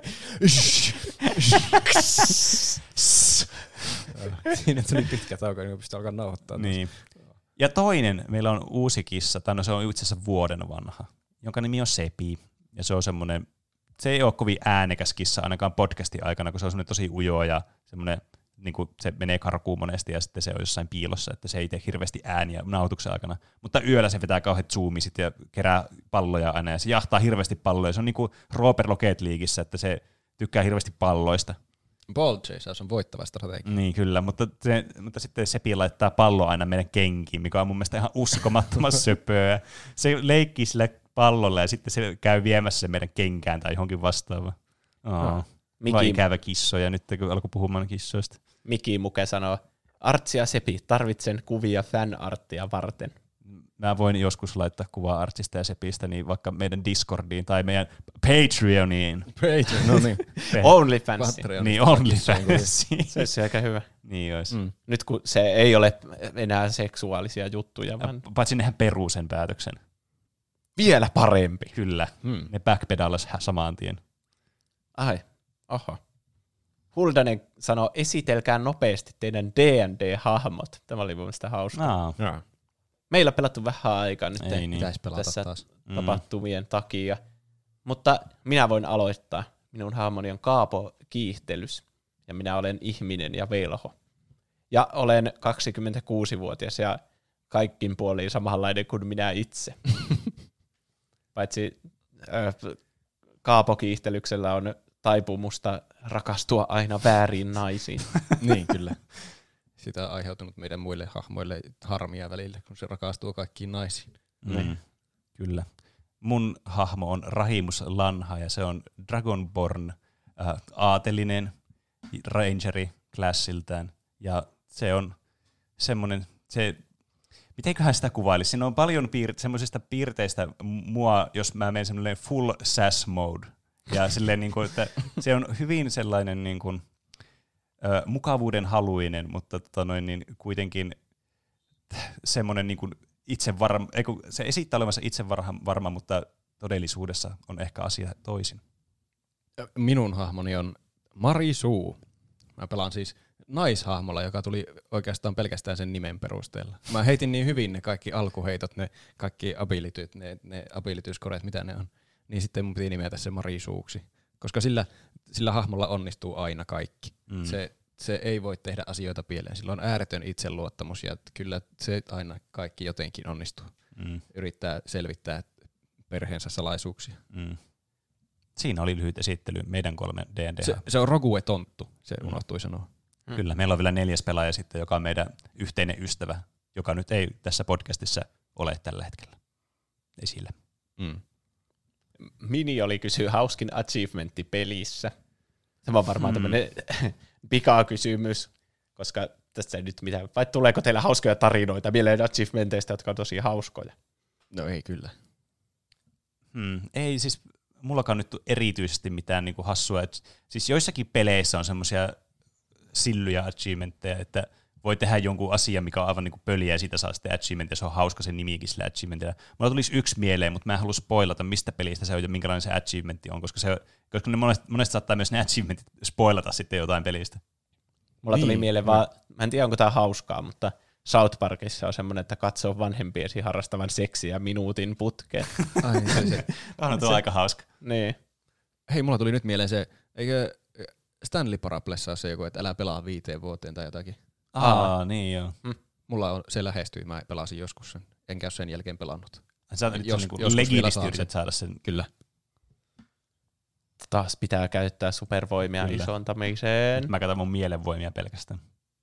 Siinä tuli pitkä tauko, niin me pystyy alkaa nauhoittaa. Niin. Ja toinen, meillä on uusi kissa, tai no se on itse asiassa vuoden vanha, jonka nimi on Sepi, ja se on semmoinen, se ei ole kovin äänekäs kissa ainakaan podcastin aikana, kun se on semmoinen tosi ujo ja semmoinen, niin kuin se menee karkuun monesti ja sitten se on jossain piilossa, että se ei tee hirveästi ääniä nauhoituksen aikana. Mutta yöllä se vetää kauheat zoomisit ja kerää palloja aina ja se jahtaa hirveästi palloja. Se on niin kuin Roper Rocket Leagueissä, että se tykkää hirveästi palloista. Ball chase on voittava strategia. Niin kyllä, mutta, se, mutta sitten Sepi laittaa pallo aina meidän kenkiin, mikä on mun mielestä ihan uskomattoman söpöä. Se leikkii sille pallolle ja sitten se käy viemässä sen meidän kenkään tai johonkin vastaavaan. Oh. No. Miki... ikävä kissoja nyt, kun alkoi puhumaan kissoista. Miki Muke sanoo, Artsi ja Sepi, tarvitsen kuvia fanarttia varten. Mä voin joskus laittaa kuvaa Artsista ja Sepistä niin vaikka meidän Discordiin tai meidän Patreoniin. Patreon, no niin. OnlyFansiin. Niin, OnlyFansiin. Se olisi aika hyvä. Niin olisi. Mm. Nyt kun se ei ole enää seksuaalisia juttuja. Vaan... Paitsi nehän peruu sen päätöksen. Vielä parempi. Kyllä. Hmm. Ne backpedalas samaan tien. Ai, oho. Huldanen sanoo, esitelkää nopeasti teidän D and D-hahmot. Tämä oli mun mielestä hauskaa. No. Meillä on pelattu vähän aikaa nyt Ei niin. tässä taas. tapahtumien mm. takia. Mutta minä voin aloittaa. Minun hahmoni on Kaapo Kiihtelys, ja minä olen ihminen ja velho. Ja olen kaksikymmentäkuusivuotias ja kaikkin puoliin samanlainen kuin minä itse. Paitsi äh, Kaapo Kiihtelyksellä on taipumusta rakastua aina vääriin naisiin. Niin, kyllä. Sitä on aiheutunut meidän muille hahmoille harmia välillä, kun se rakastuu kaikkiin naisiin. Mm. Kyllä. Mun hahmo on Rahimus Lanha, ja se on Dragonborn äh, aatelinen rangeri klassiltään. Ja se on semmoinen, se, mitenköhän sitä kuvailisi? Siinä on paljon piir- semmoisista piirteistä mua, jos mä menen semmoinen full sass mode. Ja silleen, niin kuin, että se on hyvin sellainen niin kuin, ö, mukavuuden haluinen, mutta tota noin, niin kuitenkin semmoinen niin kuin itsevarma, se esittää olevansa itsevarma, mutta todellisuudessa on ehkä asia toisin. Minun hahmoni on Marisu. Mä pelaan siis naishahmolla, joka tuli oikeastaan pelkästään sen nimen perusteella. Mä heitin niin hyvin ne kaikki alkuheitot, ne kaikki abilityt, ne, ne abilityskoreet, mitä ne on. Niin sitten mun piti nimetä se Marisuuksi, koska sillä, sillä hahmolla onnistuu aina kaikki. Mm. Se, se ei voi tehdä asioita pieleen. Sillä on ääretön itseluottamus ja kyllä se aina kaikki jotenkin onnistuu. Mm. Yrittää selvittää perheensä salaisuuksia. Mm. Siinä oli lyhyt esittely meidän kolmen D and D. Se, se on Rogue Tonttu, se mm. unohtui sanoa. Mm. Kyllä, meillä on vielä neljäs pelaaja sitten, joka on meidän yhteinen ystävä, joka nyt ei tässä podcastissa ole tällä hetkellä esillä. Mm. Mini oli kysyä hauskin achievementti pelissä. Tämä on varmaan mm. tämmöinen pikakysymys, koska tässä ei nyt mitään. Vai tuleeko teillä hauskoja tarinoita mieleen achievementeista, jotka on tosi hauskoja? No ei kyllä. Hmm. Ei siis mullakaan nyt erityisesti mitään niinku hassua. Et, siis joissakin peleissä on semmoisia sillyjä achievementteja, että voi tehdä jonkun asian, mikä on aivan niinku pöliä, ja siitä saa sitten achievement, ja se on hauska se nimikin sillä achievementilla. Mulla tulisi yksi mieleen, mutta mä en halua spoilata, mistä pelistä se on ja minkälainen se achievementti on, koska, se, koska ne monesti, monesti saattaa myös ne achievementit spoilata sitten jotain pelistä. Mulla niin. tuli mieleen vaan, mä en tiedä onko tää hauskaa, mutta South Parkissa on semmoinen, että katsoo vanhempiesi harrastavan seksiä minuutin putkeen. Ai, se, se. on tuo aika hauska. Niin. Hei, mulla tuli nyt mieleen se, eikö Stanley Paraplessa ole se joku, että älä pelaa viiteen vuoteen tai jotakin? Aa, niin joo. Mm. Mulla on, se lähestyi, mä pelasin joskus sen, enkä ole sen jälkeen pelannut. Sä oot jos, niin legitisti yrität saada sen. Kyllä. Taas pitää käyttää supervoimia Kyllä. isontamiseen. Mä käytän mun mielenvoimia pelkästään.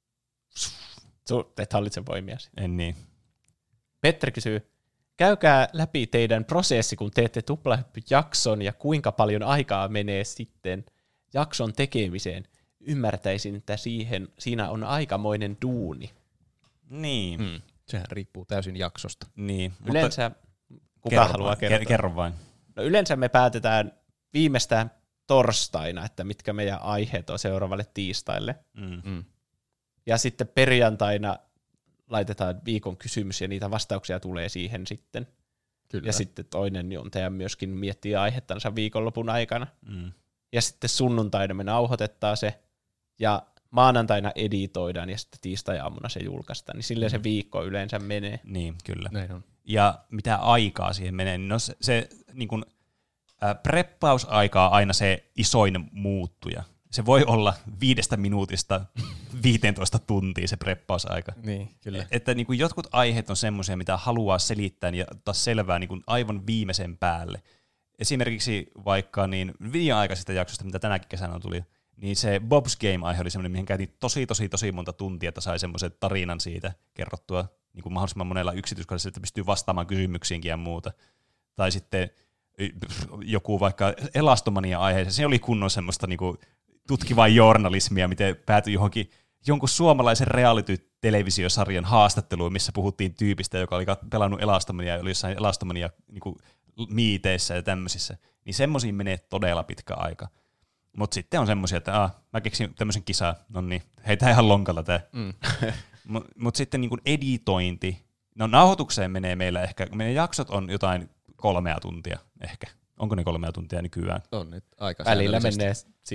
Su, et hallitse voimiasi. En niin. Petteri kysyy, käykää läpi teidän prosessi, kun teette tuplahyppyjakson ja kuinka paljon aikaa menee sitten jakson tekemiseen. Ymmärtäisin, että siihen, siinä on aikamoinen duuni. Niin. Hmm. Sehän riippuu täysin jaksosta. Niin. Yleensä, kuka kerro haluaa vain. kertoa? Kerro vain. No yleensä me päätetään viimeistään torstaina, että mitkä meidän aiheet on seuraavalle tiistaille. Mm. Mm. Ja sitten perjantaina laitetaan viikon kysymys ja niitä vastauksia tulee siihen sitten. Kyllä. Ja sitten toinen juontaja myöskin miettii aihettansa viikonlopun aikana. Mm. Ja sitten sunnuntaina me nauhoitetaan se ja maanantaina editoidaan ja sitten tiistai-aamuna se julkaistaan. Niin silleen se viikko yleensä menee. Niin, kyllä. Näin on. Ja mitä aikaa siihen menee, niin no se, se niin kuin, äh, preppausaika on aina se isoin muuttuja. Se voi olla viidestä minuutista viisitoista tuntia se preppausaika. Niin, kyllä. Että niin kuin jotkut aiheet on semmoisia, mitä haluaa selittää ja ottaa selvää niin kuin aivan viimeisen päälle. Esimerkiksi vaikka niin viimeaikaisesta jaksosta, mitä tänäkin kesänä tuli, niin se Bob's Game-aihe oli semmoinen, mihin käytiin tosi, tosi, tosi monta tuntia, että sai semmoisen tarinan siitä kerrottua niin kuin mahdollisimman monella yksityiskohdalla, että pystyy vastaamaan kysymyksiinkin ja muuta. Tai sitten joku vaikka elastomania-aiheeseen, se oli kunnon semmoista niin kuin tutkivaa journalismia, miten päätyi johonkin jonkun suomalaisen reality-televisiosarjan haastatteluun, missä puhuttiin tyypistä, joka oli pelannut elastomania ja oli jossain elastomania niin kuin miiteissä ja tämmöisissä. Niin semmoisiin menee todella pitkä aika. Mutta sitten on semmoisia, että ah, mä keksin tämmöisen kisaa, no niin, heitä ihan lonkalla tää. Mm. Mutta mut sitten niin kuin editointi, no nauhoitukseen menee meillä ehkä, meidän jaksot on jotain kolmea tuntia ehkä. Onko ne kolmea tuntia nykyään? On nyt aika välillä menee siihen.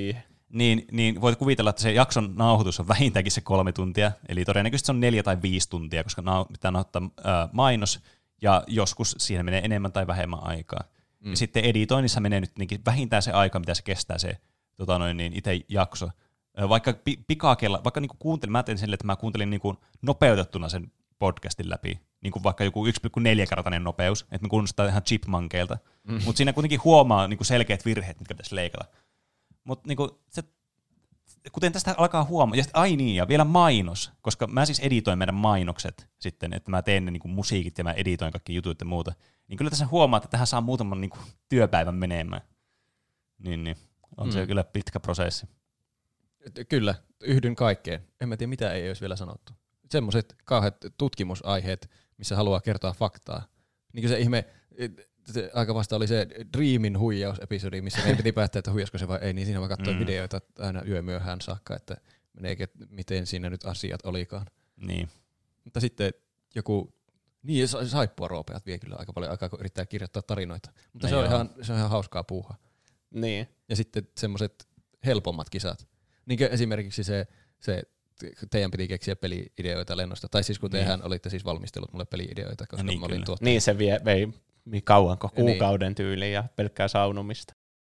niin, niin voit kuvitella, että se jakson nauhoitus on vähintäänkin se kolme tuntia, eli todennäköisesti se on neljä tai viisi tuntia, koska nau- pitää nauhoittaa ää, mainos, ja joskus siihen menee enemmän tai vähemmän aikaa. Mm. Ja sitten editoinnissa menee nyt vähintään se aika, mitä se kestää se tota noin, niin itse jakso. Vaikka pi- pikakella, vaikka niinku kuuntelin, mä tein sille, että mä kuuntelin niinku nopeutettuna sen podcastin läpi, niin kuin vaikka joku yksi pilkku neljä-kertainen nopeus, että me kuulostaa ihan chipmunkeilta, mm. mutta siinä kuitenkin huomaa niinku selkeät virheet, mitkä pitäisi leikata. Mutta niinku se, kuten tästä alkaa huomaa, ja ai niin, ja vielä mainos, koska mä siis editoin meidän mainokset sitten, että mä teen ne niinku musiikit ja mä editoin kaikki jutut ja muuta, niin kyllä tässä huomaa, että tähän saa muutaman niinku työpäivän menemään. Niin, niin. On mm. se kyllä pitkä prosessi. Kyllä, yhdyn kaikkeen. En mä tiedä, mitä ei olisi vielä sanottu. Semmoiset kauheat tutkimusaiheet, missä haluaa kertoa faktaa. Niin kuin se ihme, se aika vasta oli se Dreamin huijausepisodi, missä meidän piti päättää, että huijasko se vai ei, niin siinä mä katsoin mm. videoita aina yömyöhään saakka, että meneekö, miten siinä nyt asiat olikaan. Niin. Mutta sitten joku, niin saippua roopeat vie kyllä aika paljon aikaa, kun yrittää kirjoittaa tarinoita. Mutta se on, ihan, se on ihan hauskaa puuhaa. Niin. Ja sitten semmoiset helpommat kisat. Niin kuin esimerkiksi se, se teidän piti keksiä peli-ideoita lennosta. Tai siis kun tehän niin. olitte siis valmistellut mulle peli-ideoita, koska niin, mä olin tuottanut. Niin se vie, vei kauanko, kuukauden niin. tyyliin ja pelkkää saunomista.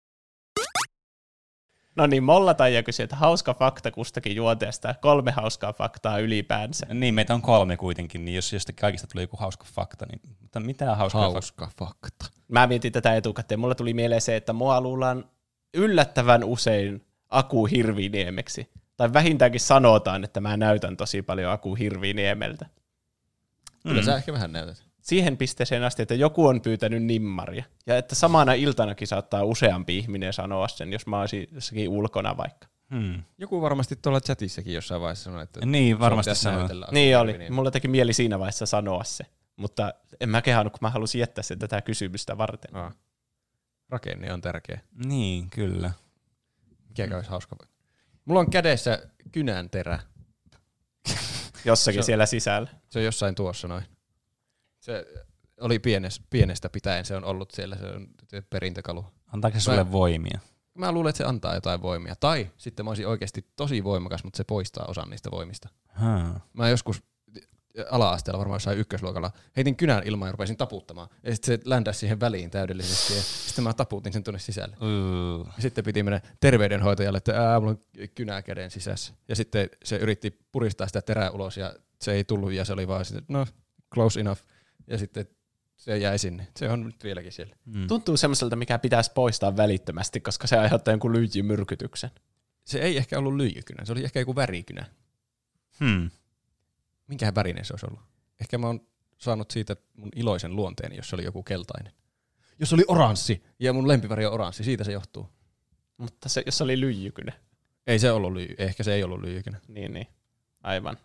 No niin, Mollataija kysyi, että hauska fakta kustakin juonteesta. Kolme hauskaa faktaa ylipäänsä. Niin, meitä on kolme kuitenkin, niin jos jostakin kaikista tulee joku hauska fakta, niin mutta mitään hauskaa hauska fakta? fakta. Mä mietin tätä etukäteen. Mulla tuli mieleen se, että mua luullaan yllättävän usein Aku Hirviniemeksi. Tai vähintäänkin sanotaan, että mä näytän tosi paljon Aku Hirviniemeltä. Kyllä mm. sä ehkä vähän näytät. Siihen pisteeseen asti, että joku on pyytänyt nimmaria. Ja että samana iltanakin saattaa useampi ihminen sanoa sen, jos mä olisin jossakin ulkona vaikka. Hmm. Joku varmasti tuolla chatissakin jossain vaiheessa sanoi, että niin, varmasti sanoi. Niin oli. Mulla teki mieli siinä vaiheessa sanoa se. Mutta en mä kehannut, kun mä halusin jättää sen tätä kysymystä varten. Aa. Rakenne on tärkeä. Niin, kyllä. Mikä olisi hauska. Mulla on kädessä kynänterä. Jossakin on, siellä sisällä. Se on jossain tuossa noin. Se oli pienes, pienestä pitäen, se on ollut siellä, se on perintökalu. Antaako se sulle mä, voimia? Mä luulen, että se antaa jotain voimia. Tai sitten mä olisin oikeasti tosi voimakas, mutta se poistaa osan niistä voimista. Hmm. Mä joskus ala-asteella, varmaan jossain ykkösluokalla, heitin kynän ilmaan ja rupesin taputtamaan. Ja sitten se ländäsi siihen väliin täydellisesti. Ja sitten mä taputin sen tuonne sisälle. Uh. Ja sitten piti mennä terveydenhoitajalle, että ää, mulla on kynä käden sisässä. Ja sitten se yritti puristaa sitä terää ulos ja se ei tullut ja se oli vaan sitten, no close enough. Ja sitten se jäi sinne. Se on nyt vieläkin siellä. Mm. Tuntuu semmoiselta, mikä pitäisi poistaa välittömästi, koska se aiheuttaa jonkun lyijymyrkytyksen. Se ei ehkä ollut lyijykynä, se oli ehkä joku värikynä. Hmm. Minkähän värinen se olisi ollut? Ehkä mä oon saanut siitä mun iloisen luonteeni, jos se oli joku keltainen. Jos se oli oranssi, ja mun lempiväri on oranssi, siitä se johtuu. Mutta se, jos se oli lyijykynä. Ei se ollut lyijy, ehkä se ei ollut lyijykynä. Niin, niin. Aivan.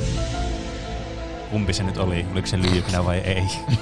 Kumpi se nyt oli? Oliko se lyijykynä vai ei?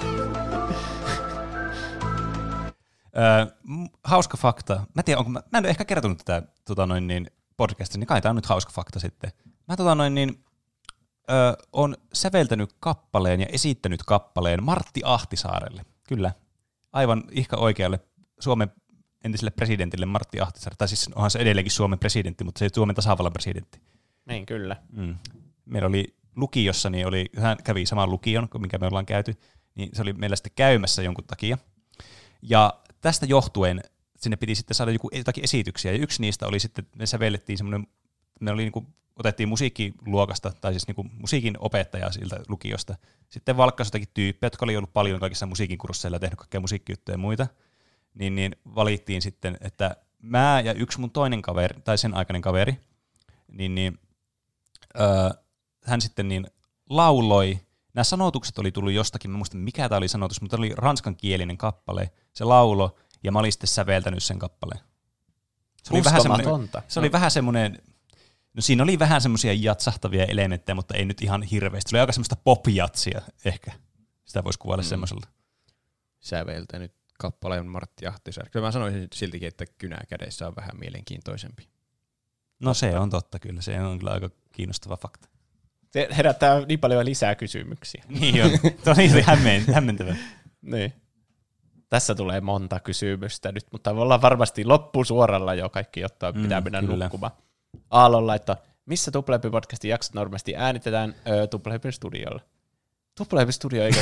Öö, hauska fakta. Mä, tiedän, onko mä, mä en ole ehkä kertonut tätä tota noin, niin podcastia, niin kai tää on nyt hauska fakta sitten. Mä tota noin, niin, öö, on säveltänyt kappaleen ja esittänyt kappaleen Martti Ahtisaarelle. Kyllä. Aivan ihka oikealle Suomen entiselle presidentille Martti Ahtisaarelle. Tai siis onhan se edelleenkin Suomen presidentti, mutta se ei Suomen tasavallan presidentti. Niin, kyllä. Mm. Meillä oli lukiossa, niin oli, hän kävi saman lukion, minkä me ollaan käyty, niin se oli meillä sitten käymässä jonkun takia. Ja tästä johtuen sinne piti sitten saada joku, jotakin esityksiä, ja yksi niistä oli sitten, me sävellettiin semmoinen, me oli niin kuin, otettiin musiikkiluokasta, tai siis niin kuin musiikin opettaja siltä lukiosta, sitten valkkasi jotakin tyyppejä, jotka oli ollut paljon kaikissa musiikin kursseilla ja tehnyt kaikkia musiikkijuttuja ja muita, niin, niin valittiin sitten, että mä ja yksi mun toinen kaveri, tai sen aikainen kaveri, niin, niin öö, hän sitten niin lauloi, nämä sanotukset oli tullut jostakin, mä muistan mikä tämä oli sanotus, mutta oli ranskankielinen kappale, se laulo, ja mä olin sitten säveltänyt sen kappaleen. Se oli vähän semmoinen, se oli vähän semmoinen, no siinä oli vähän semmoisia jatsahtavia elementtejä, mutta ei nyt ihan hirveästi. Se oli aika semmoista pop-jatsia ehkä, sitä voisi kuvailla mm. semmoiselta. Säveltänyt kappaleen Martti Ahtisaari. Kyllä mä sanoisin siltikin, että kynä kädessä on vähän mielenkiintoisempi. No se on totta kyllä, se on kyllä aika kiinnostava fakta. Se herättää niin paljon lisää kysymyksiä. Niin on, tosi hämmentävä. Niin. Tässä tulee monta kysymystä nyt, mutta me ollaan varmasti loppusuoralla jo kaikki, jotta pitää Mm, mennä kyllä. nukkumaan. Aallon laittaa, missä Tuplahyppy-podcastin jaksot normaalisti äänitetään öö, Tuplahypyn studiolla? Tuplahypyn studio ei käy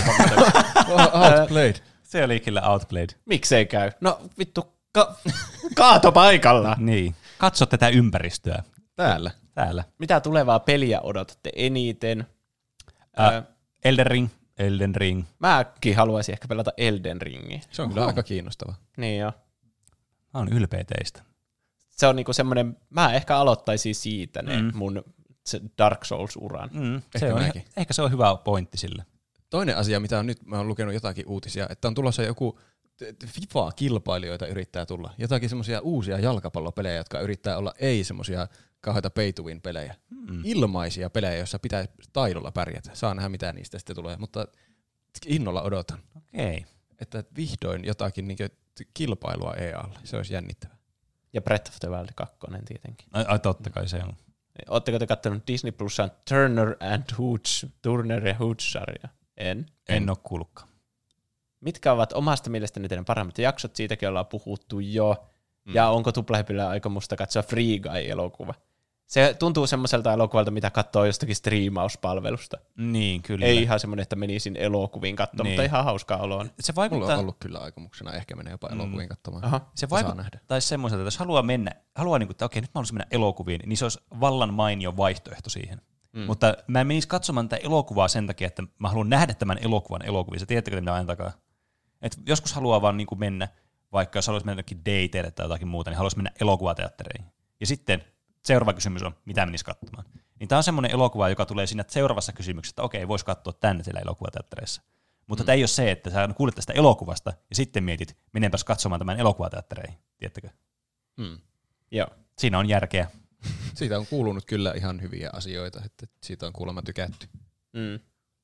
Outplayed. Se oli kyllä outplayed. Miksei käy? No vittu, ka- kaato paikalla. Niin. Katso tätä ympäristöä. Täällä. Täällä. Mitä tulevaa peliä odotatte eniten? Ää, Öö, Elden Ring. Elden Ring. Mäkin haluaisin ehkä pelata Elden Ringiä. Se on kyllä Oho. aika kiinnostava. Niin joo. Mä oon ylpeä teistä. Se on niinku semmoinen, mä ehkä aloittaisin siitä ne Mm. mun se Dark Souls-uran. Mm, Ehkä se on, mäkin. ehkä se on hyvä pointti sille. Toinen asia, mitä on nyt, mä oon lukenut jotakin uutisia, että on tulossa joku FIFA-kilpailijoita yrittää tulla. Jotakin semmoisia uusia jalkapallopelejä, jotka yrittää olla ei semmoisia kauheita pay to win pelejä. Mm. Ilmaisia pelejä, joissa pitää taidolla pärjätä. Saa nähdä, mitä niistä sitten tulee, mutta innolla odotan. Okei. Että vihdoin jotakin niin kilpailua E A:lle. Se olisi jännittävää. Ja Breath of the Wild kaksi tietenkin. Ai, ai totta kai se on. Oletteko te kattonut Disney Plusan Turner and Hooch, Turner ja Hooch-sarja? En. En oo kuullutkaan. Mitkä ovat omasta mielestäni teidän parhaimmat jaksot? Siitäkin ollaan puhuttu jo. Mm. Ja onko Tuplahypyllä aikomusta katsoa Free Guy-elokuva? Se tuntuu semmoiselta elokuvalta, mitä katsoo jostakin striimauspalvelusta. Niin, kyllä. Ei ihan semmoinen, että menisin elokuviin katsomaan, Niin. mutta ihan hauskaa oloa. Se Mulla vaikuttaa, on ollut kyllä aikomuksena. Ehkä menee jopa elokuviin katsomaan. Aha. se Saa vaikuttaa nähdä. tai semmoiselta, että jos haluaa mennä, haluaa niinku, että okei, nyt mä haluaisin mennä elokuviin, niin se olisi vallan mainio vaihtoehto siihen. Mm. Mutta mä en menisi katsomaan tätä elokuvaa sen takia, että mä haluan nähdä tämän elokuvan elokuvissa. Tiedättekö, mitä ajan takaa? Et joskus haluaa vaan niinku mennä, vaikka jos haluaisi mennä jokin dateille tai jotakin muuta, niin haluaisi mennä elokuvateattereihin. Ja sitten seuraava kysymys on, mitä menisi katsomaan. Niin tämä on semmoinen elokuva, joka tulee siinä seuraavassa kysymyksessä, että okei, voisi katsoa tänne siellä elokuvateattereissa. Mutta mm. tämä ei ole se, että sä kuulet tästä elokuvasta ja sitten mietit, menenpäs katsomaan tämän elokuvateattereihin. Tiedättekö? Mm. Joo. Siinä on järkeä. Siitä on kuulunut kyllä ihan hyviä asioita, että siitä on kuulemma tykätty. Mm.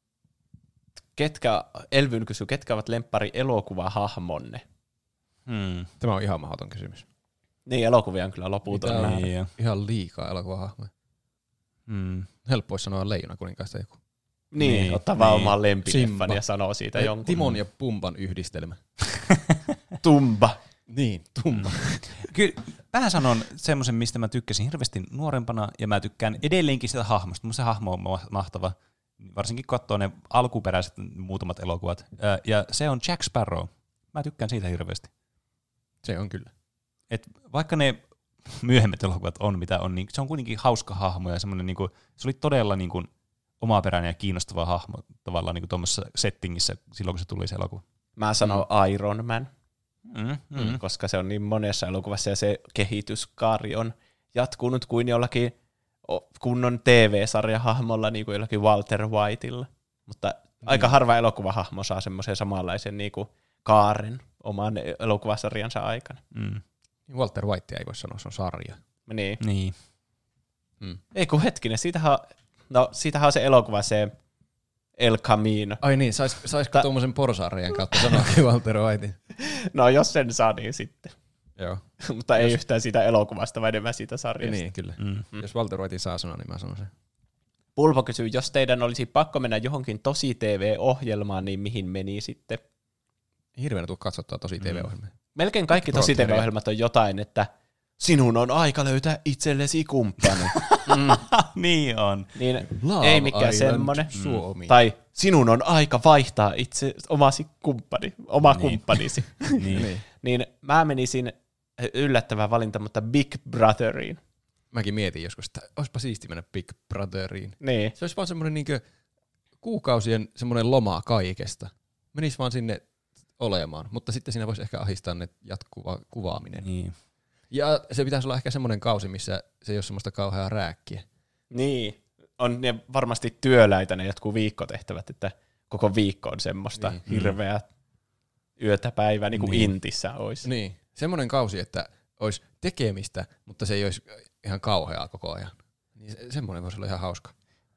Ketkä, Elvyn kysyy, ketkä ovat lemppari elokuvahahmonne? Hmm. Tämä on ihan mahdoton kysymys. Niin, elokuvia on kyllä loputon. Niitä on Niin, joo. ihan liikaa elokuvahahmoja. Hmm. Helppo olisi sanoa Leijona kuninkaasta joku. Niin, Niin, ottaa vaan niin. oman lempileffan Simba. ja sanoo siitä Tai jonkun. Timon ja Pumban yhdistelmä. Tumba. Niin, Tumba. Kyllä mä sanon semmoisen, mistä mä tykkäsin hirveästi nuorempana, ja mä tykkään edelleenkin sitä hahmosta. Mun se hahmo on ma- mahtava, varsinkin kun katsoo ne alkuperäiset muutamat elokuvat. Ää, Ja se on Jack Sparrow. Mä tykkään siitä hirveästi. Se on kyllä. Et vaikka ne myöhemmät elokuvat on mitä on, niin se on kuitenkin hauska hahmo, ja semmoinen, niin kuin, se oli todella niin kuin, omaperäinen ja kiinnostava hahmo tavallaan niin tuommoisessa settingissä silloin, kun se tuli se elokuva. Mä sanon mm. Iron Man, Mm, mm. koska se on niin monessa elokuvassa ja se kehityskaari on jatkunut kuin jollakin kunnon T V-sarjahahmolla, niin kuin jollakin Walter Whiteilla. Mutta mm. aika harva elokuvahahmo saa semmoisen samanlaisen niin kuin kaaren oman elokuvasarjansa aikana. Mm. Walter White ei voi sanoa, se on sarja. Niin. Niin. Mm. Ei kun hetkinen, siitähän, no, siitähän on se elokuva, se El Camino. Ai niin, sais, saisiko Ta- tuommoisen porsarjan kautta sanoakin Walter Whitein? No jos sen saa, niin sitten. Joo. Mutta ei Jos- yhtään siitä elokuvasta, vaan enemmän siitä sarjasta. Niin, kyllä. Mm. Mm. Jos Walter Whitein saa sanoa, niin mä sanon sen. Pulpo kysyy, jos teidän olisi pakko mennä johonkin tosi T V-ohjelmaan, niin mihin meni sitten? Hirveänä tuu katsottua tosi T V-ohjelmia. Melkein kaikki tosi T V-ohjelmat on jotain, että sinun on aika löytää itsellesi kumppani. mm. Niin on. Niin Love ei mikään Island, semmoinen. Suomi. Tai sinun on aika vaihtaa itse omasi kumppani, oma Niin. kumppanisi. Niin. Niin. Niin mä menisin yllättävä valinta, mutta Big Brotheriin. Mäkin mietin joskus, että olisipa siisti mennä Big Brotheriin. Niin. Se olisi vaan semmoinen niinkö kuukausien semmoinen loma kaikesta. Menis vaan sinne olemaan, mutta sitten siinä voisi ehkä ahistaa ne jatkuva kuvaaminen. Niin. Ja se pitäisi olla ehkä semmoinen kausi, missä se ei ole semmoista kauheaa rääkkiä. Niin. On ne varmasti työläitä ne jotkut viikkotehtävät, että koko viikko on semmoista Niin. niin. hirveää yötä päivää, niin kuin Niin. Intissä olisi. Niin, semmoinen kausi, että olisi tekemistä, mutta se ei olisi ihan kauheaa koko ajan. Niin se, semmoinen voisi olla ihan hauska.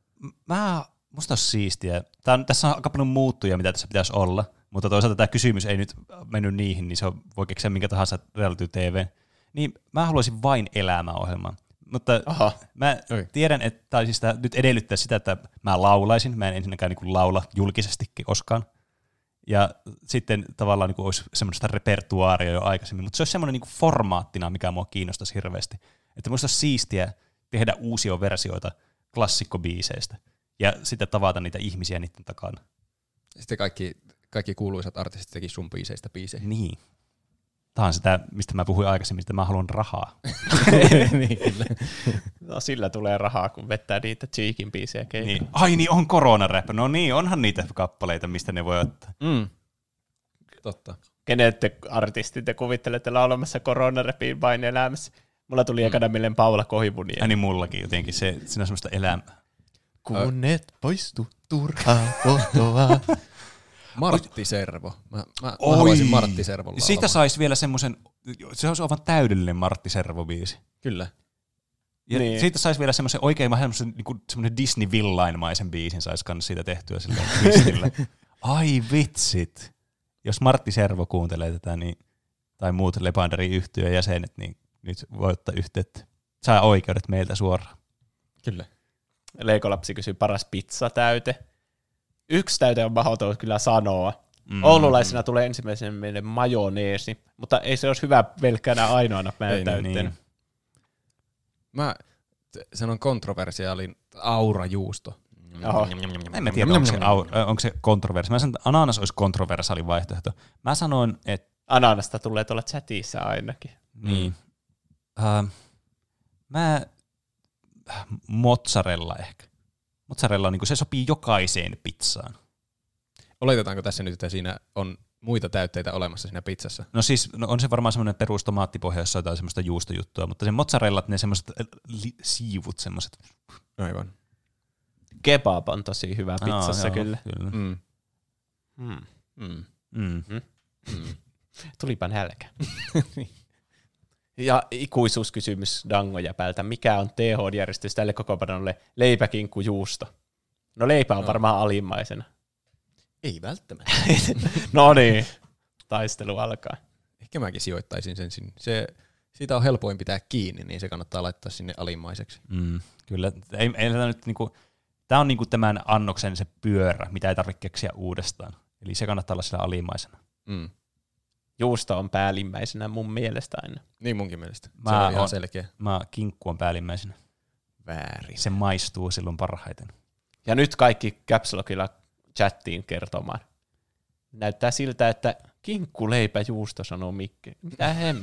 Mä, musta olisi siistiä. Tää on, tässä on aika paljon muuttuja, mitä tässä pitäisi olla, mutta toisaalta tämä kysymys ei nyt mennyt niihin, niin se on, voi keksiä minkä tahansa reality T V. Niin mä haluaisin vain elämäohjelmaa. Mutta Aha. mä Oi. tiedän, että tai siis tää nyt edellyttää sitä, että mä laulaisin. Mä en ensinnäkään niin laula julkisesti koskaan. Ja sitten tavallaan niin kuin olisi semmoista repertuaaria jo aikaisemmin, mutta se olisi semmoinen niin kuin formaattina, mikä mua kiinnostaisi hirveästi. Että musta olisi siistiä tehdä uusia versioita klassikkobiiseistä ja sitten tavata niitä ihmisiä niiden takana. Sitten kaikki, kaikki kuuluisat artistit teki sun biiseistä biisejä. Niin. Tämä on sitä, mistä mä puhuin aikaisemmin, että mä haluan rahaa. Niin, kyllä. No sillä tulee rahaa, kun vettää niitä Cheekin biisejä keikoilla. Niin. Ai niin, on koronarap. No niin, onhan niitä kappaleita, mistä ne voi ottaa. Mm. Totta. Kenet te artistit te kuvittelette laulamassa koronarapiin vain elämässä? Mulla tuli mm. ekana mieleen Paula Kohivuni. Ja niin mullakin jotenkin. Se, siinä on semmoista elämää. Kun et poistu turhaa kotoa. Martti Servo. Mä, mä, mä haluaisin Martti Servolla siitä olemaan. Saisi vielä semmoisen, se olisi aivan täydellinen Martti Servo-biisi. Kyllä. Ja niin. Siitä saisi vielä semmoisen oikein semmoisen niin semmoinen Disney-villainmaisen biisin saisi kans siitä tehtyä silleen twistillä. Ai vitsit. Jos Martti Servo kuuntelee tätä, niin, tai muut Legendary-yhtyön jäsenet, niin nyt voi ottaa yhteyttä. Saa oikeudet meiltä suoraan. Kyllä. Leikolapsi kysyy paras pizzatäyte. Yksi täyte on mahdoton kyllä sanoa. Mm. Oululaisena tulee ensimmäisenä meille majoneesi, mutta ei se olisi hyvä pelkkänä ainoana täytteenä. Niin. Mä sanon kontroversiaalin aurajuusto. Oho. En mä tiedä, onko se, onko se kontroversi. Mä sanon, että ananas olisi kontroversaali vaihtoehto. Mä sanoin, että... Ananasta tulee tuolla chatissa ainakin. Niin. Uh, mä... Mozzarella ehkä. Mozzarella on, niin kuin, se sopii jokaiseen pizzaan. Oletetaanko tässä nyt, että siinä on muita täytteitä olemassa siinä pizzassa? No siis no on se varmaan semmoinen perus tomaattipohja, jossa on jotain semmoista juustojuttua, mutta se mozzarellat, ne semmoiset li- siivut semmoiset. Aivan. Kebab on tosi hyvä pizzassa Aa, kyllä. kyllä. Mm. Mm. Mm. Mm. Mm. Mm. Tulipa nälkä. Ja ikuisuuskysymys Dangojäpältä. Mikä on T H-järjestys tälle kokoonpanolle leipäkinkku juusto? No leipä on no. varmaan alimmaisena. Ei välttämättä. No niin, taistelu alkaa. Ehkä mäkin sijoittaisin sen sinne. Se, siitä on helpoin pitää kiinni, niin se kannattaa laittaa sinne alimmaiseksi. Mm, kyllä. Ei, ei nyt niinku, tämä on niinku tämän annoksen se pyörä, mitä ei tarvitse keksiä uudestaan. Eli se kannattaa olla siellä alimmaisena. Mm. Juusto on päällimmäisenä mun mielestä aina. Niin munkin mielestä. Se mä on ihan on, selkeä. Mä kinkku on päällimmäisenä. Väärin. Se maistuu silloin parhaiten. Ja nyt kaikki Caps Lockilla chattiin kertomaan. Näyttää siltä, että kinkku, leipä, juusto, sanoo Mikke. Mitä hem?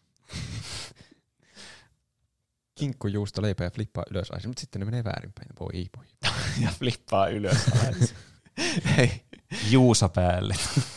Kinkku, juusto, leipä ja flippaa ylös aina, mutta sitten ne menee väärinpäin. Voi ei voi. Ja flippaa ylös alas. Hei. Juusa päälle.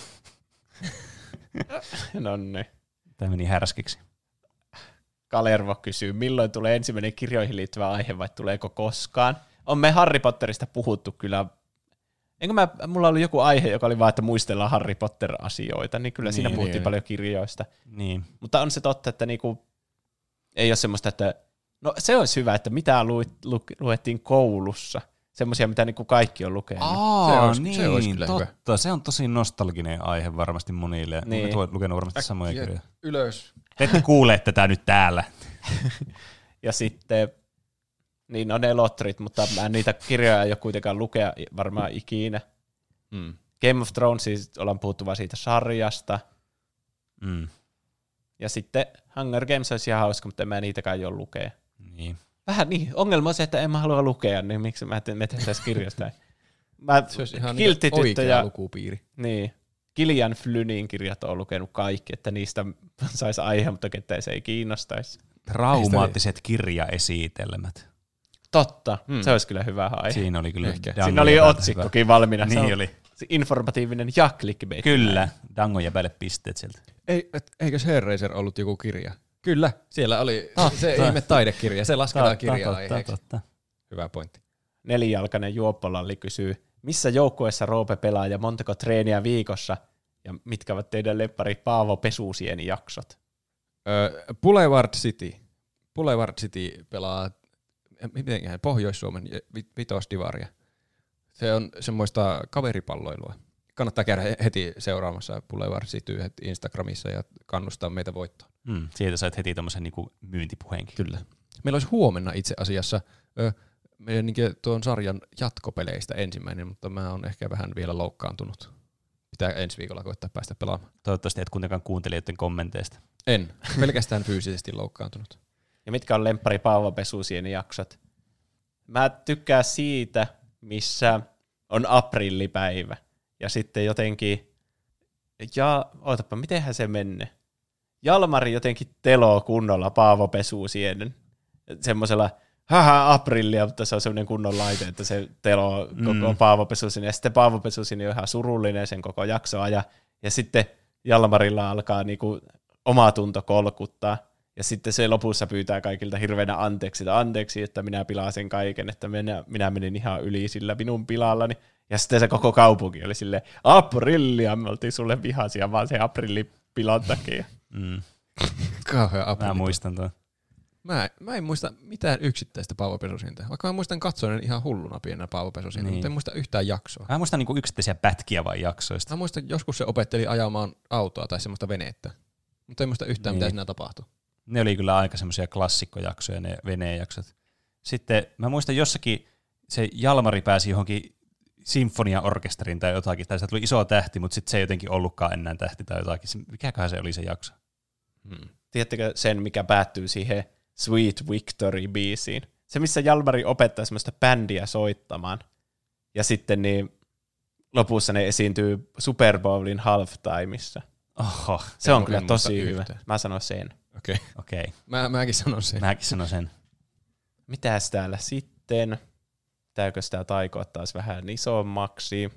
No niin. Tämä meni härskiksi. Kalervo kysyy, milloin tulee ensimmäinen kirjoihin liittyvä aihe vai tuleeko koskaan? On me Harry Potterista puhuttu kyllä. Enkö mä, mulla oli joku aihe, joka oli vaan, että muistellaan Harry Potter-asioita, niin kyllä niin, siinä puhuttiin niin. paljon kirjoista. Niin. Mutta on se totta, että niinku, ei ole semmoista, että no se olisi hyvä, että mitä lu, lu, luettiin koulussa. Semmoisia, mitä niinku kaikki on lukenut. Aa, se olisi, niin, se olisi kyllä totta. hyvä. Se on tosi nostalginen aihe varmasti monille. Niin. Olet lukenut varmasti Äkkiä samoja kirjoja. Ylös. Te ette kuule tätä nyt täällä. Ja sitten, niin on ne lotterit, mutta mä en niitä kirjoja ei ole kuitenkaan lukea varmaan ikinä. Mm. Game of Thrones, siis ollaan puhuttu vaan siitä sarjasta. Mm. Ja sitten Hunger Games olisi ihan hauska, mutta en mä niitäkään jo lukea. Niin. Vähän niin. Ongelma on se, että en mä halua lukea, niin miksi mä me tehtäisiin kirjasta. Mä, se olisi ihan Kiltti-tyttö oikea ja, lukupiiri. Niin. Gillian Flynnin kirjat on lukenut kaikki, että niistä saisi aihe, mutta ketään se ei kiinnostaisi. Traumaattiset kirjaesitelmät. Totta, hmm. se olisi kyllä hyvä aihe. Siinä oli kyllä. Siinä oli otsikkokin valmiina. Niin oli. Se informatiivinen ja clickbait. Kyllä, Dangon ja päälle pisteet sieltä. Ei, eikös Hellraiser ollut joku kirja? Kyllä, siellä oli totta. Se ihme taidekirja, se lasketaan kirja-aiheeksi. Hyvä pointti. Nelijalkainen juoppolalli kysyy, missä joukkueessa Roope pelaa ja montako treeniä viikossa? Ja mitkä ovat teidän lemppari Paavo Pesusieni jaksot? Öö, Boulevard City. Boulevard City pelaa mitenkään Pohjois-Suomen vitosdivaria. Se on semmoista kaveripalloilua. Kannattaa käydä heti seuraamassa Boulevard City Instagramissa ja kannustaa meitä voittoon. Mm, siitä sait heti tommosen niinku myyntipuheenkin. Kyllä. Meillä olisi huomenna itse asiassa ö, meidän niin tuon sarjan jatkopeleistä ensimmäinen, mutta mä oon ehkä vähän vielä loukkaantunut pitää ensi viikolla koittaa päästä pelaamaan. Toivottavasti et kuitenkaan kuuntelijoiden kommenteista. En. Pelkästään fyysisesti loukkaantunut. Ja mitkä on lemppari Paavo-pesusien jaksot? Mä tykkään siitä, missä on aprillipäivä. Ja sitten jotenkin, ja ootapa, mitenhän se menne? Jalmari jotenkin teloo kunnolla Paavo-pesusienen. Semmoisella, haha, aprillia, mutta se on semmoinen kunnon laite, että se teloo koko mm. Paavo-pesusienen. Ja sitten Paavo-pesusinen on ihan surullinen sen koko jaksoa. Ja, ja sitten Jalmarilla alkaa niinku oma tunto kolkuttaa. Ja sitten se lopussa pyytää kaikilta hirveänä anteeksi, että anteeksi, että minä pilaan sen kaiken, että minä, minä menin ihan yli sillä minun pilallani. Ja sitten se koko kaupunki oli silleen, aprillia, me oltiin sulle vihaisia vaan se aprillipilan takia. Mm. Kauhea aprilli. Mä muistan tuon. Mä, mä en muista mitään yksittäistä Paavo-pesusinta, vaikka mä muistan katsoen ihan hulluna pienenä Paavo-pesusinta, niin. Mutta en muista yhtään jaksoa. Mä muistan niinku yksittäisiä pätkiä vai jaksoista. Mä muistan, joskus se opetteli ajamaan autoa tai semmoista venettä, mutta en muista yhtään, niin. Mitä siinä tapahtui. Ne oli kyllä aika semmoisia klassikkojaksoja, ne veneenjaksot. Sitten mä muistan jossakin se Jalmari pääsi johonkin sinfoniaorkesterin tai jotakin, tai se tuli iso tähti, mutta sitten se ei jotenkin ollutkaan enää tähti tai jotakin. Mikäköhän se oli se jakso? Hmm. Tiedättekö sen, mikä päättyy siihen Sweet Victory-biisiin? Se, missä Jalmari opettaa semmoista bändiä soittamaan. Ja sitten niin lopussa ne esiintyy Super Bowlin halftimeissa. Oho, se on kyllä tosi hyvä. Yhtä. Mä sanon sen. Okei. Okay. Okay. Mä, mäkin sanon sen. Mäkin sanon sen. Mitäs täällä sitten? Pitääkö sitä taikoa taas vähän isommaksi?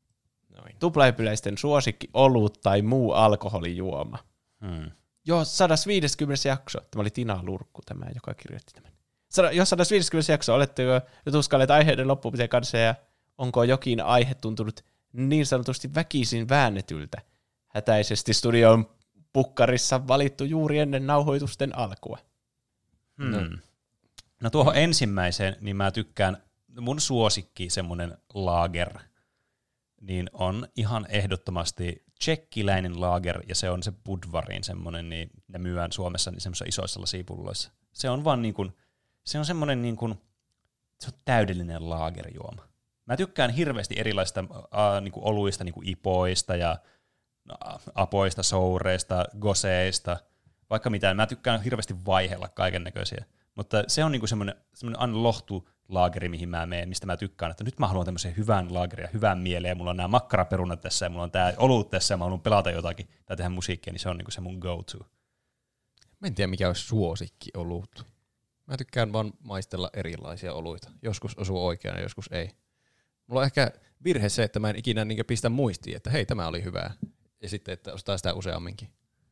Noin. Tuplahypyläisten suosikki olut tai muu alkoholijuoma. Hmm. Joo, sata viisikymmentä jakso. Tämä oli Tina Lurkku, tämä, joka kirjoitti tämän. Jos sata viisikymmentä jakso, oletteko tuskailleet aiheiden loppumisen kanssa ja onko jokin aihe tuntunut niin sanotusti väkisin väännetyltä? Hätäisesti studion pukkarissa valittu juuri ennen nauhoitusten alkua. Hmm. No. no tuohon ensimmäiseen, niin mä tykkään, mun suosikki semmonen lager, niin on ihan ehdottomasti tsekkiläinen lager, ja se on se Budvarin semmonen, niin ne myyään Suomessa niin semmoisissa isoissa lasipulloissa. Se on vaan niin kuin, se on semmonen niin kuin, se on täydellinen lagerjuoma. Mä tykkään hirveästi erilaisista äh, niin kuin oluista, niin kuin ipoista ja no, apoista, soureista, goseista, vaikka mitään. Mä tykkään hirveästi vaihella kaiken näköisiä. Mutta se on niinku semmoinen, semmoinen aina lohtulaageri, mihin mä menen, mistä mä tykkään, että nyt mä haluan tämmöisen hyvän laagerin ja hyvän mieleen, ja mulla on nämä makkaraperunat tässä, ja mulla on tää olut tässä, ja mä haluan pelata jotakin tai tehdä musiikkia, niin se on niinku se mun go-to. Mä en tiedä, mikä olisi suosikki olut. Mä tykkään vaan maistella erilaisia oluita. Joskus osuu oikein ja joskus ei. Mulla on ehkä virhe se, että mä en ikinä niin pistä muistiin, että hei, tämä oli hyvää. Ja sitten, että ostaa sitä useamminkin.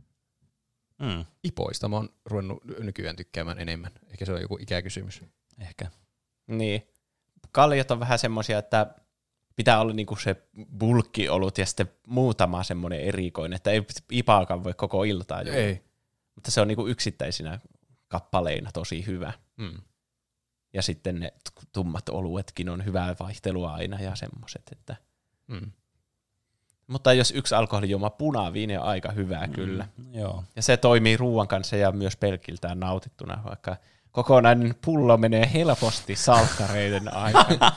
Mm. Ipoista mä oon ruvennut nykyään tykkäämään enemmän. Ehkä se on joku ikäkysymys. Ehkä. Niin. Kaljat on vähän semmoisia, että pitää olla niinku se bulkkiolut ja sitten muutama semmoinen erikoinen, että ei ipaakaan voi koko iltaa juoda. Ei. Mutta se on niinku yksittäisinä kappaleina tosi hyvä. Mm. Ja sitten ne tummat oluetkin on hyvää vaihtelua aina ja semmoiset, että... Mm. Mutta jos yksi alkoholijuoma, punaviini on aika hyvää mm, kyllä. Joo. Ja se toimii ruuan kanssa ja myös pelkiltään nautittuna, vaikka kokonainen pullo menee helposti salkkareiden aikana.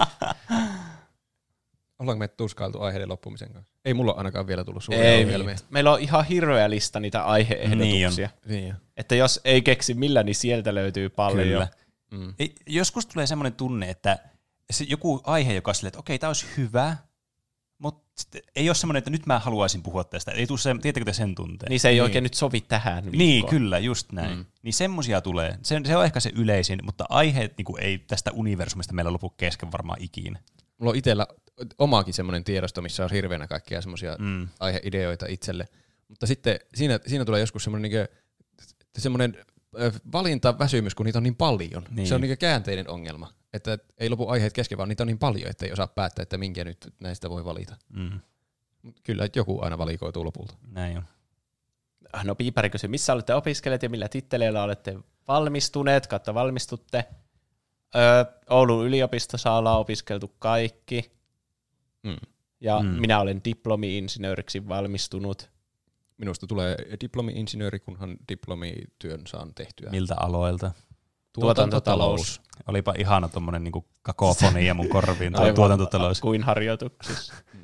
Ollaanko me tuskailtu aiheiden loppumisen kanssa? Ei mulla ainakaan vielä tullut suuria ongelmia. Meillä on ihan hirveä lista niitä aihe-ehdotuksia. Niin on. Että jos ei keksi millä, niin sieltä löytyy paljon. Kyllä. Mm. Joskus tulee semmoinen tunne, että se joku aihe, joka on silleen, että okei, tämä olisi hyvä, mutta ei ole semmoinen, että nyt mä haluaisin puhua tästä. Ei tule se, tiedättekö te sen tunteen? Niin se ei niin. oikein nyt sovi tähän viikkoon. Niin, kyllä, just näin. Mm. Niin semmosia tulee. Se, se on ehkä se yleisin, mutta aiheet niin kuin ei tästä universumista meillä lopu kesken varmaan ikinä. Mulla on itsellä omaakin semmoinen tiedosto, missä on hirveänä kaikkia semmoisia mm. aiheideoita itselle. Mutta sitten siinä, siinä tulee joskus semmoinen niin semmoinen valintaväsymys, kun niitä on niin paljon. Niin. Se on niin käänteinen ongelma. Että ei lopu aiheet kesken, vaan niitä on niin paljon, että ei osaa päättää, että minkä nyt näistä voi valita. Mm. Kyllä, että joku aina valikoituu lopulta. Näin on. No Piipari kysyi, missä olette opiskelijat ja millä titteleillä olette valmistuneet, kautta valmistutte? Öö, Oulun yliopistossa ollaan opiskeltu kaikki. Mm. Ja mm. minä olen diplomi-insinööriksi valmistunut. Minusta tulee diplomi-insinööri, kunhan diplomityön saan tehtyä. Miltä aloilta? Tuotantotalous. Olipa ihana tommonen niinku kakofonia mun korviin tuo tuotantotalous. Kuin harjoituksissa.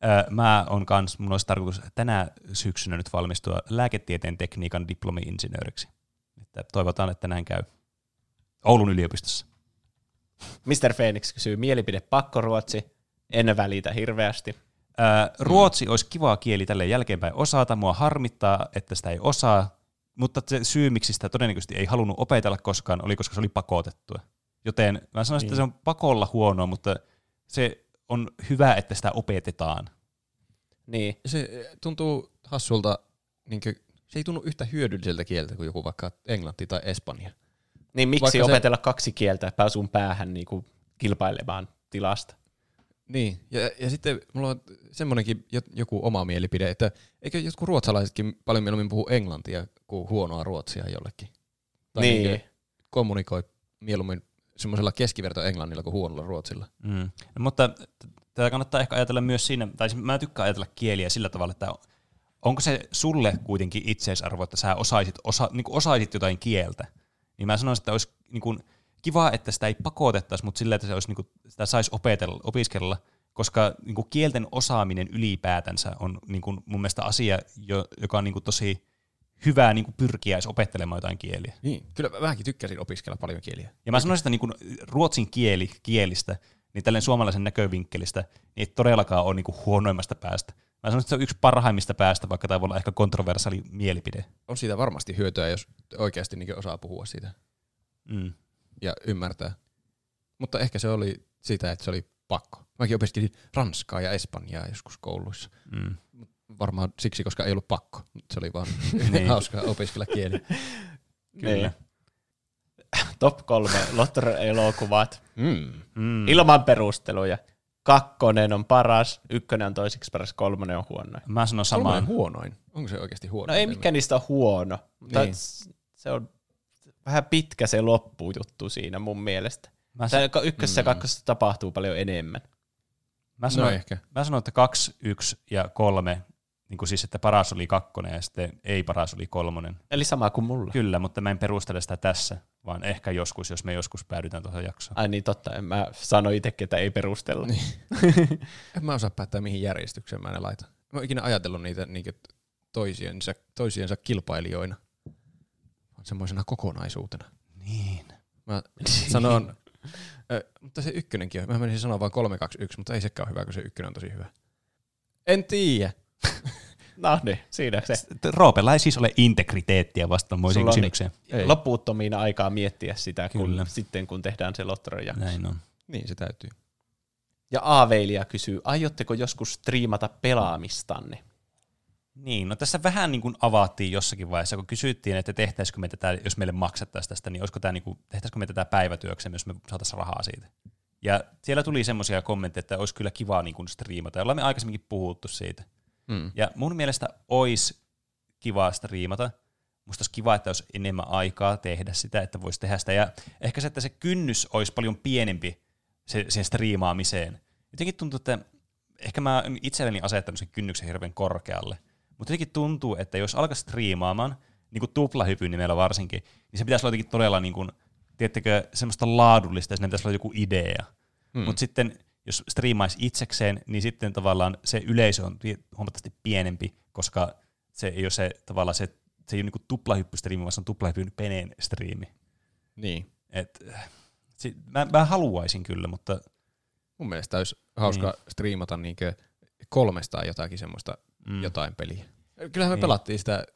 Öö, mä on kans, mun olisi tarkoitus tänä syksynä nyt valmistua lääketieteen tekniikan diplomi-insinööriksi. Että toivotaan, että näin käy. Oulun yliopistossa. mister Phoenix kysyy, mielipide pakkoruotsi, en välitä hirveästi. Öö, ruotsi mm. olisi kiva kieli tälleen jälkeenpäin osata, mua harmittaa, että sitä ei osaa, mutta se syy, miksi sitä todennäköisesti ei halunnut opetella koskaan, oli koska se oli pakotettua. Joten mä sanoisin, niin. että se on pakolla huonoa, mutta se on hyvä, että sitä opetetaan. Niin. Se tuntuu hassulta, niin kuin, se ei tunnu yhtä hyödylliseltä kieltä kuin joku vaikka englanti tai espanja. Niin miksi vaikka opetella se... kaksi kieltä pää sun päähän niin kuin kilpailemaan tilasta? Niin, ja, ja sitten mulla on semmoinenkin joku oma mielipide, että eikö jotkut ruotsalaisetkin paljon mieluummin puhu englantia kuin huonoa ruotsia jollekin? Tai niin. niin kommunikoi mieluummin semmoisella keskiverto-englannilla kuin huonolla ruotsilla. Mm. No, mutta tätä kannattaa ehkä ajatella myös siinä, tai mä tykkään ajatella kieliä sillä tavalla, että onko se sulle kuitenkin itseisarvo, että sä osaisit, osa, niin kuin osaisit jotain kieltä. Niin mä sanoisin, että olisi niin kuin kiva, että sitä ei pakotettaisi, mutta sillä, että se olisi, niin kuin, sitä saisi opetella, opiskella, koska niin kuin kielten osaaminen ylipäätänsä on niin kuin mun mielestä asia, joka on niin kuin tosi hyvä niin kuin pyrkiä edes opettelemaan jotain kieliä. Niin, kyllä mäkin tykkäsin opiskella paljon kieliä. Ja mä sanoisin, että niin kuin ruotsin kieli kielistä, niin tälleen suomalaisen näkövinkkelistä, niin ei todellakaan ole niin kuin huonoimmasta päästä. Mä sanoisin, että se on yksi parhaimmista päästä, vaikka tämä voi olla ehkä kontroversaali mielipide. On siitä varmasti hyötyä, jos oikeasti niin osaa puhua siitä mm. ja ymmärtää. Mutta ehkä se oli sitä, että se oli pakko. Mäkin opiskelin ranskaa ja espanjaa joskus kouluissa. Mm. Varmaan siksi, koska ei ollut pakko. Se oli vaan niin. hauska opiskella kieli. Kyllä. Top kolme Lottor-elokuvat. Mm. Mm. Ilman perusteluja. Kakkonen on paras, ykkönen on toiseksi paras, kolmonen on huonoin. Mä sanon samaan. Kolmonen huonoin? Onko se oikeasti huono? No ei mikään niistä ole huono, mutta niin. se on vähän pitkä se loppujuttu siinä mun mielestä. Mä san... Ykkössä ja mm. kakkosessa tapahtuu paljon enemmän. Mä sanon, no ehkä. Mä sanon, että kaksi, yksi ja kolme, niin kuin siis, että paras oli kakkonen ja sitten ei paras oli kolmonen. Eli sama kuin mulla. Kyllä, mutta mä en perustele sitä tässä, vaan ehkä joskus, jos me joskus päädytään tuohon jaksoon. Ai niin, totta. Mä sanoin itsekin, että ei perustella. Niin. En mä osaa päättää, mihin järjestykseen mä ne laitan. Mä oon ikinä ajatellut niitä niin toisiensa, toisiensa kilpailijoina, vaan semmoisena kokonaisuutena. Niin. Mä sanon, äh, mutta se ykkönenkin on. Mä menisin sanoa vaan kolme, kaksi, yksi, mutta ei sekään ole hyvä, kun se ykkönen on tosi hyvä. En tiedä. No niin, siinä se. Roopella ei siis ole integriteettiä vastaanmoiseen kysymykseen. Niin, loppuuttomiin aikaa miettiä sitä, kun, sitten kun tehdään se Lottoron jakso. Näin on. Niin se täytyy. Ja Aaveilija kysyy, aiotteko joskus striimata pelaamistanne? Niin, no tässä vähän niin kuin avattiin jossakin vaiheessa, kun kysyttiin, että tehtäisikö me tätä, jos meille maksettaisiin tästä, niin olisiko tämä niin kuin, tehtäisikö me tätä päivätyöksemme, jos me saataisiin rahaa siitä. Ja siellä tuli semmoisia kommentteja, että olisi kyllä kiva niin kuin striimata, ja ollaan me aikaisemminkin puhuttu siitä. Mm. Ja mun mielestä olisi kiva striimata. Musta olisi kiva, että olisi enemmän aikaa tehdä sitä, että voisi tehdä sitä. Ja ehkä se, että se kynnys olisi paljon pienempi se, sen striimaamiseen. Jotenkin tuntuu, että ehkä mä itselleni asettanut sen kynnyksen hirveän korkealle. Mutta jotenkin tuntuu, että jos alkaa striimaamaan, niin kuin tuplahypyn nimellä varsinkin, niin se pitäisi olla jotenkin todella, niin kuin, tiedättekö, semmoista laadullista, ja siinä pitäisi olla joku idea. Mm. Mutta sitten jos striimaisi itsekseen, niin sitten tavallaan se yleisö on huomattavasti pienempi, koska se ei ole se tavallaan se, se ei ole niinku tuplahyppystriimi, vaan se on tuplahypyn peneen striimi. Niin. Et, se, mä, mä haluaisin kyllä, mutta mun mielestä olisi hauska niin. striimata niinkö kolmestaan jotakin semmoista mm. jotain peliä. Kyllähän me niin. pelattiin sitä,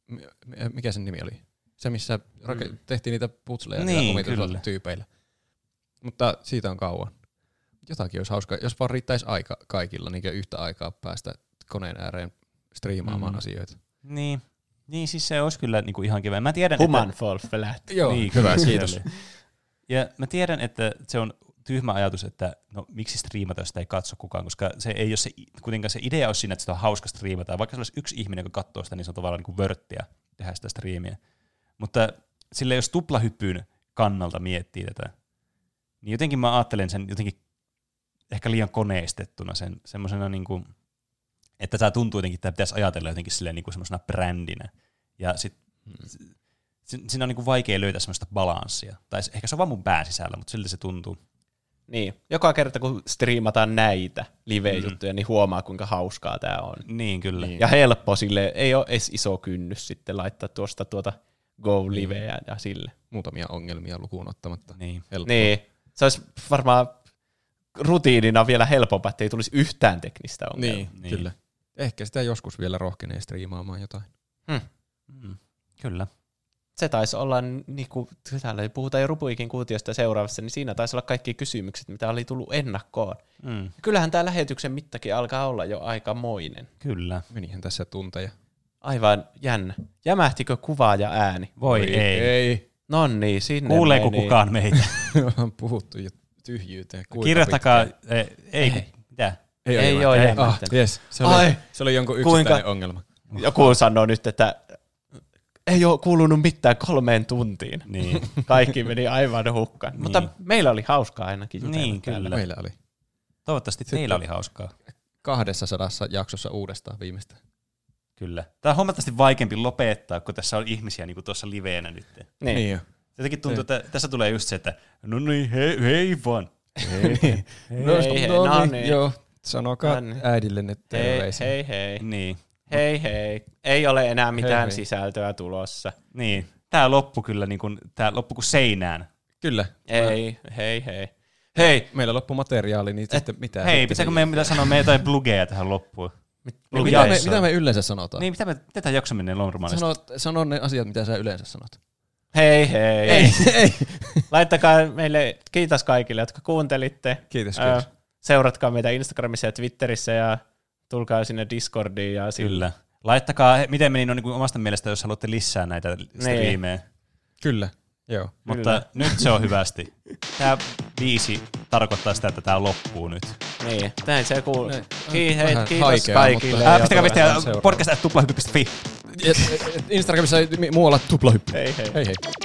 mikä sen nimi oli? Se, missä mm. tehtiin niitä putsleja niin, omituisilla tyypeillä. Mutta siitä on kauan. Jotakin olisi hauska, jos vaan riittäisi aika kaikilla niin yhtä aikaa päästä koneen ääreen striimaamaan mm. asioita. Niin. Niin, siis se olisi kyllä niinku ihan kiva. Mä tiedän, Human että fall flat. Joo, niin, hyvä, kiitos. Ja mä tiedän, että se on tyhmä ajatus, että no miksi striimata, jos sitä ei katso kukaan, koska se ei ole se, kuitenkaan se idea olisi siinä, että sitä on hauska striimata. Vaikka se olisi yksi ihminen, joka katsoo sitä, niin se on tavallaan niin kuin vörttiä tehdä sitä striimiä. Mutta sille jos tuplahyppyn kannalta miettii tätä, niin jotenkin mä ajattelen sen jotenkin ehkä liian koneistettuna sen semmoisena, niin kuin, että tämä tuntuu jotenkin, että tämä pitäisi ajatella jotenkin silleen niin kuin semmoisena brändinä. Ja sit, hmm. siinä on niin kuin vaikea löytää semmoista balanssia. Tai ehkä se on vaan mun pään sisällä, mutta silti se tuntuu. Niin, joka kerta kun striimataan näitä live-juttuja, mm. niin huomaa kuinka hauskaa tää on. Niin, kyllä. Ja helppo sille, ei ole edes iso kynnys sitten laittaa tuosta tuota Go-liveä ja sille. Muutamia ongelmia lukuun ottamatta. Niin. Niin, se olisi varmaan rutiinina vielä helpompaa, että ei tulisi yhtään teknistä ongelmaa. Niin, niin, kyllä. Ehkä sitä joskus vielä rohkenee striimaamaan jotain. Hmm. Mm. Kyllä. Se taisi olla, niin kuin täällä puhutaan jo Rupuikin kuutiosta seuraavassa, niin siinä taisi olla kaikki kysymykset, mitä oli tullut ennakkoon. Mm. Kyllähän tämä lähetyksen mittakin alkaa olla jo aikamoinen. Kyllä. Menihän tässä tunteja. Aivan jännä. Jämähtikö kuva ja ääni? Voi ei. ei. No niin, sinne Kuuleeko meni. kukaan meitä? On puhuttu jo tyhjyyteen. Kirjoittakaa, ei, ei, ei. Mitä? Ei, ei, ei ole jämähtänyt. Ah, yes. Se oli, Ai, se oli jonkun kuinka, yksittäinen ongelma. Joku sanoo nyt, että ei ole kuulunut mitään kolmeen tuntiin. Niin. Kaikki meni aivan hukkaan. Niin. Mutta meillä oli hauskaa ainakin jutella Niin, täällä. kyllä. Meillä oli. Toivottavasti Sitten teillä oli hauskaa. kahdessa sadassa jaksossa uudestaan viimeistään. Kyllä. Tämä on huomattavasti vaikeampi lopettaa, kun tässä on ihmisiä niin kuin tuossa liveenä nyt. Niin. niin jo. Jotenkin tuntuu, että tässä tulee just se, että no niin, hei, hei vaan. Hei, hei. No, hei, hei, no, no niin, niin. joo. Sanokaa No niin. äidillenne terveisiä. Hei, hei, hei. Niin. Hei, hei. Ei ole enää mitään Hei, hei. sisältöä tulossa. Niin. Tää loppu kyllä, niin kuin, tää loppu kuin seinään. Kyllä. Ei, hei, hei. Hei. Meillä loppui materiaali, niin sitten mitä? Hei, sitten pitääkö se- meidän pitää sanoa meidän jotain blugeja tähän loppuun? Niin, mitä, me, mitä me yleensä sanotaan? Niin, mitä me, mitä tämä jakso menee normaalisti? Sano, sano ne asiat, mitä sä yleensä sanot. Hei, hei. Ei, ei. Laittakaa meille, kiitos kaikille, jotka kuuntelitte. Kiitos, Ö, kiitos. Seuratkaa meitä Instagramissa ja Twitterissä ja tulkaa sinne Discordiin. Ja Kyllä. Laittakaa, miten meni no, niin kuin omasta mielestä, jos haluatte lisää näitä striimejä. Kyllä, joo. Mutta Kyllä. nyt se on hyvästi. Tämä biisi tarkoittaa sitä, että tämä loppuu nyt. Niin, näin se kuuluu. Ne- Hei, hei, vähän kiitos haikeaa, kaikille. mutta- ja Ää, pistäkää tullaan viestiä seuraava. podcast at tuplahyppy piste fi. Instagramissa muualla tuplahyppy. Hei, hei. Hei hei.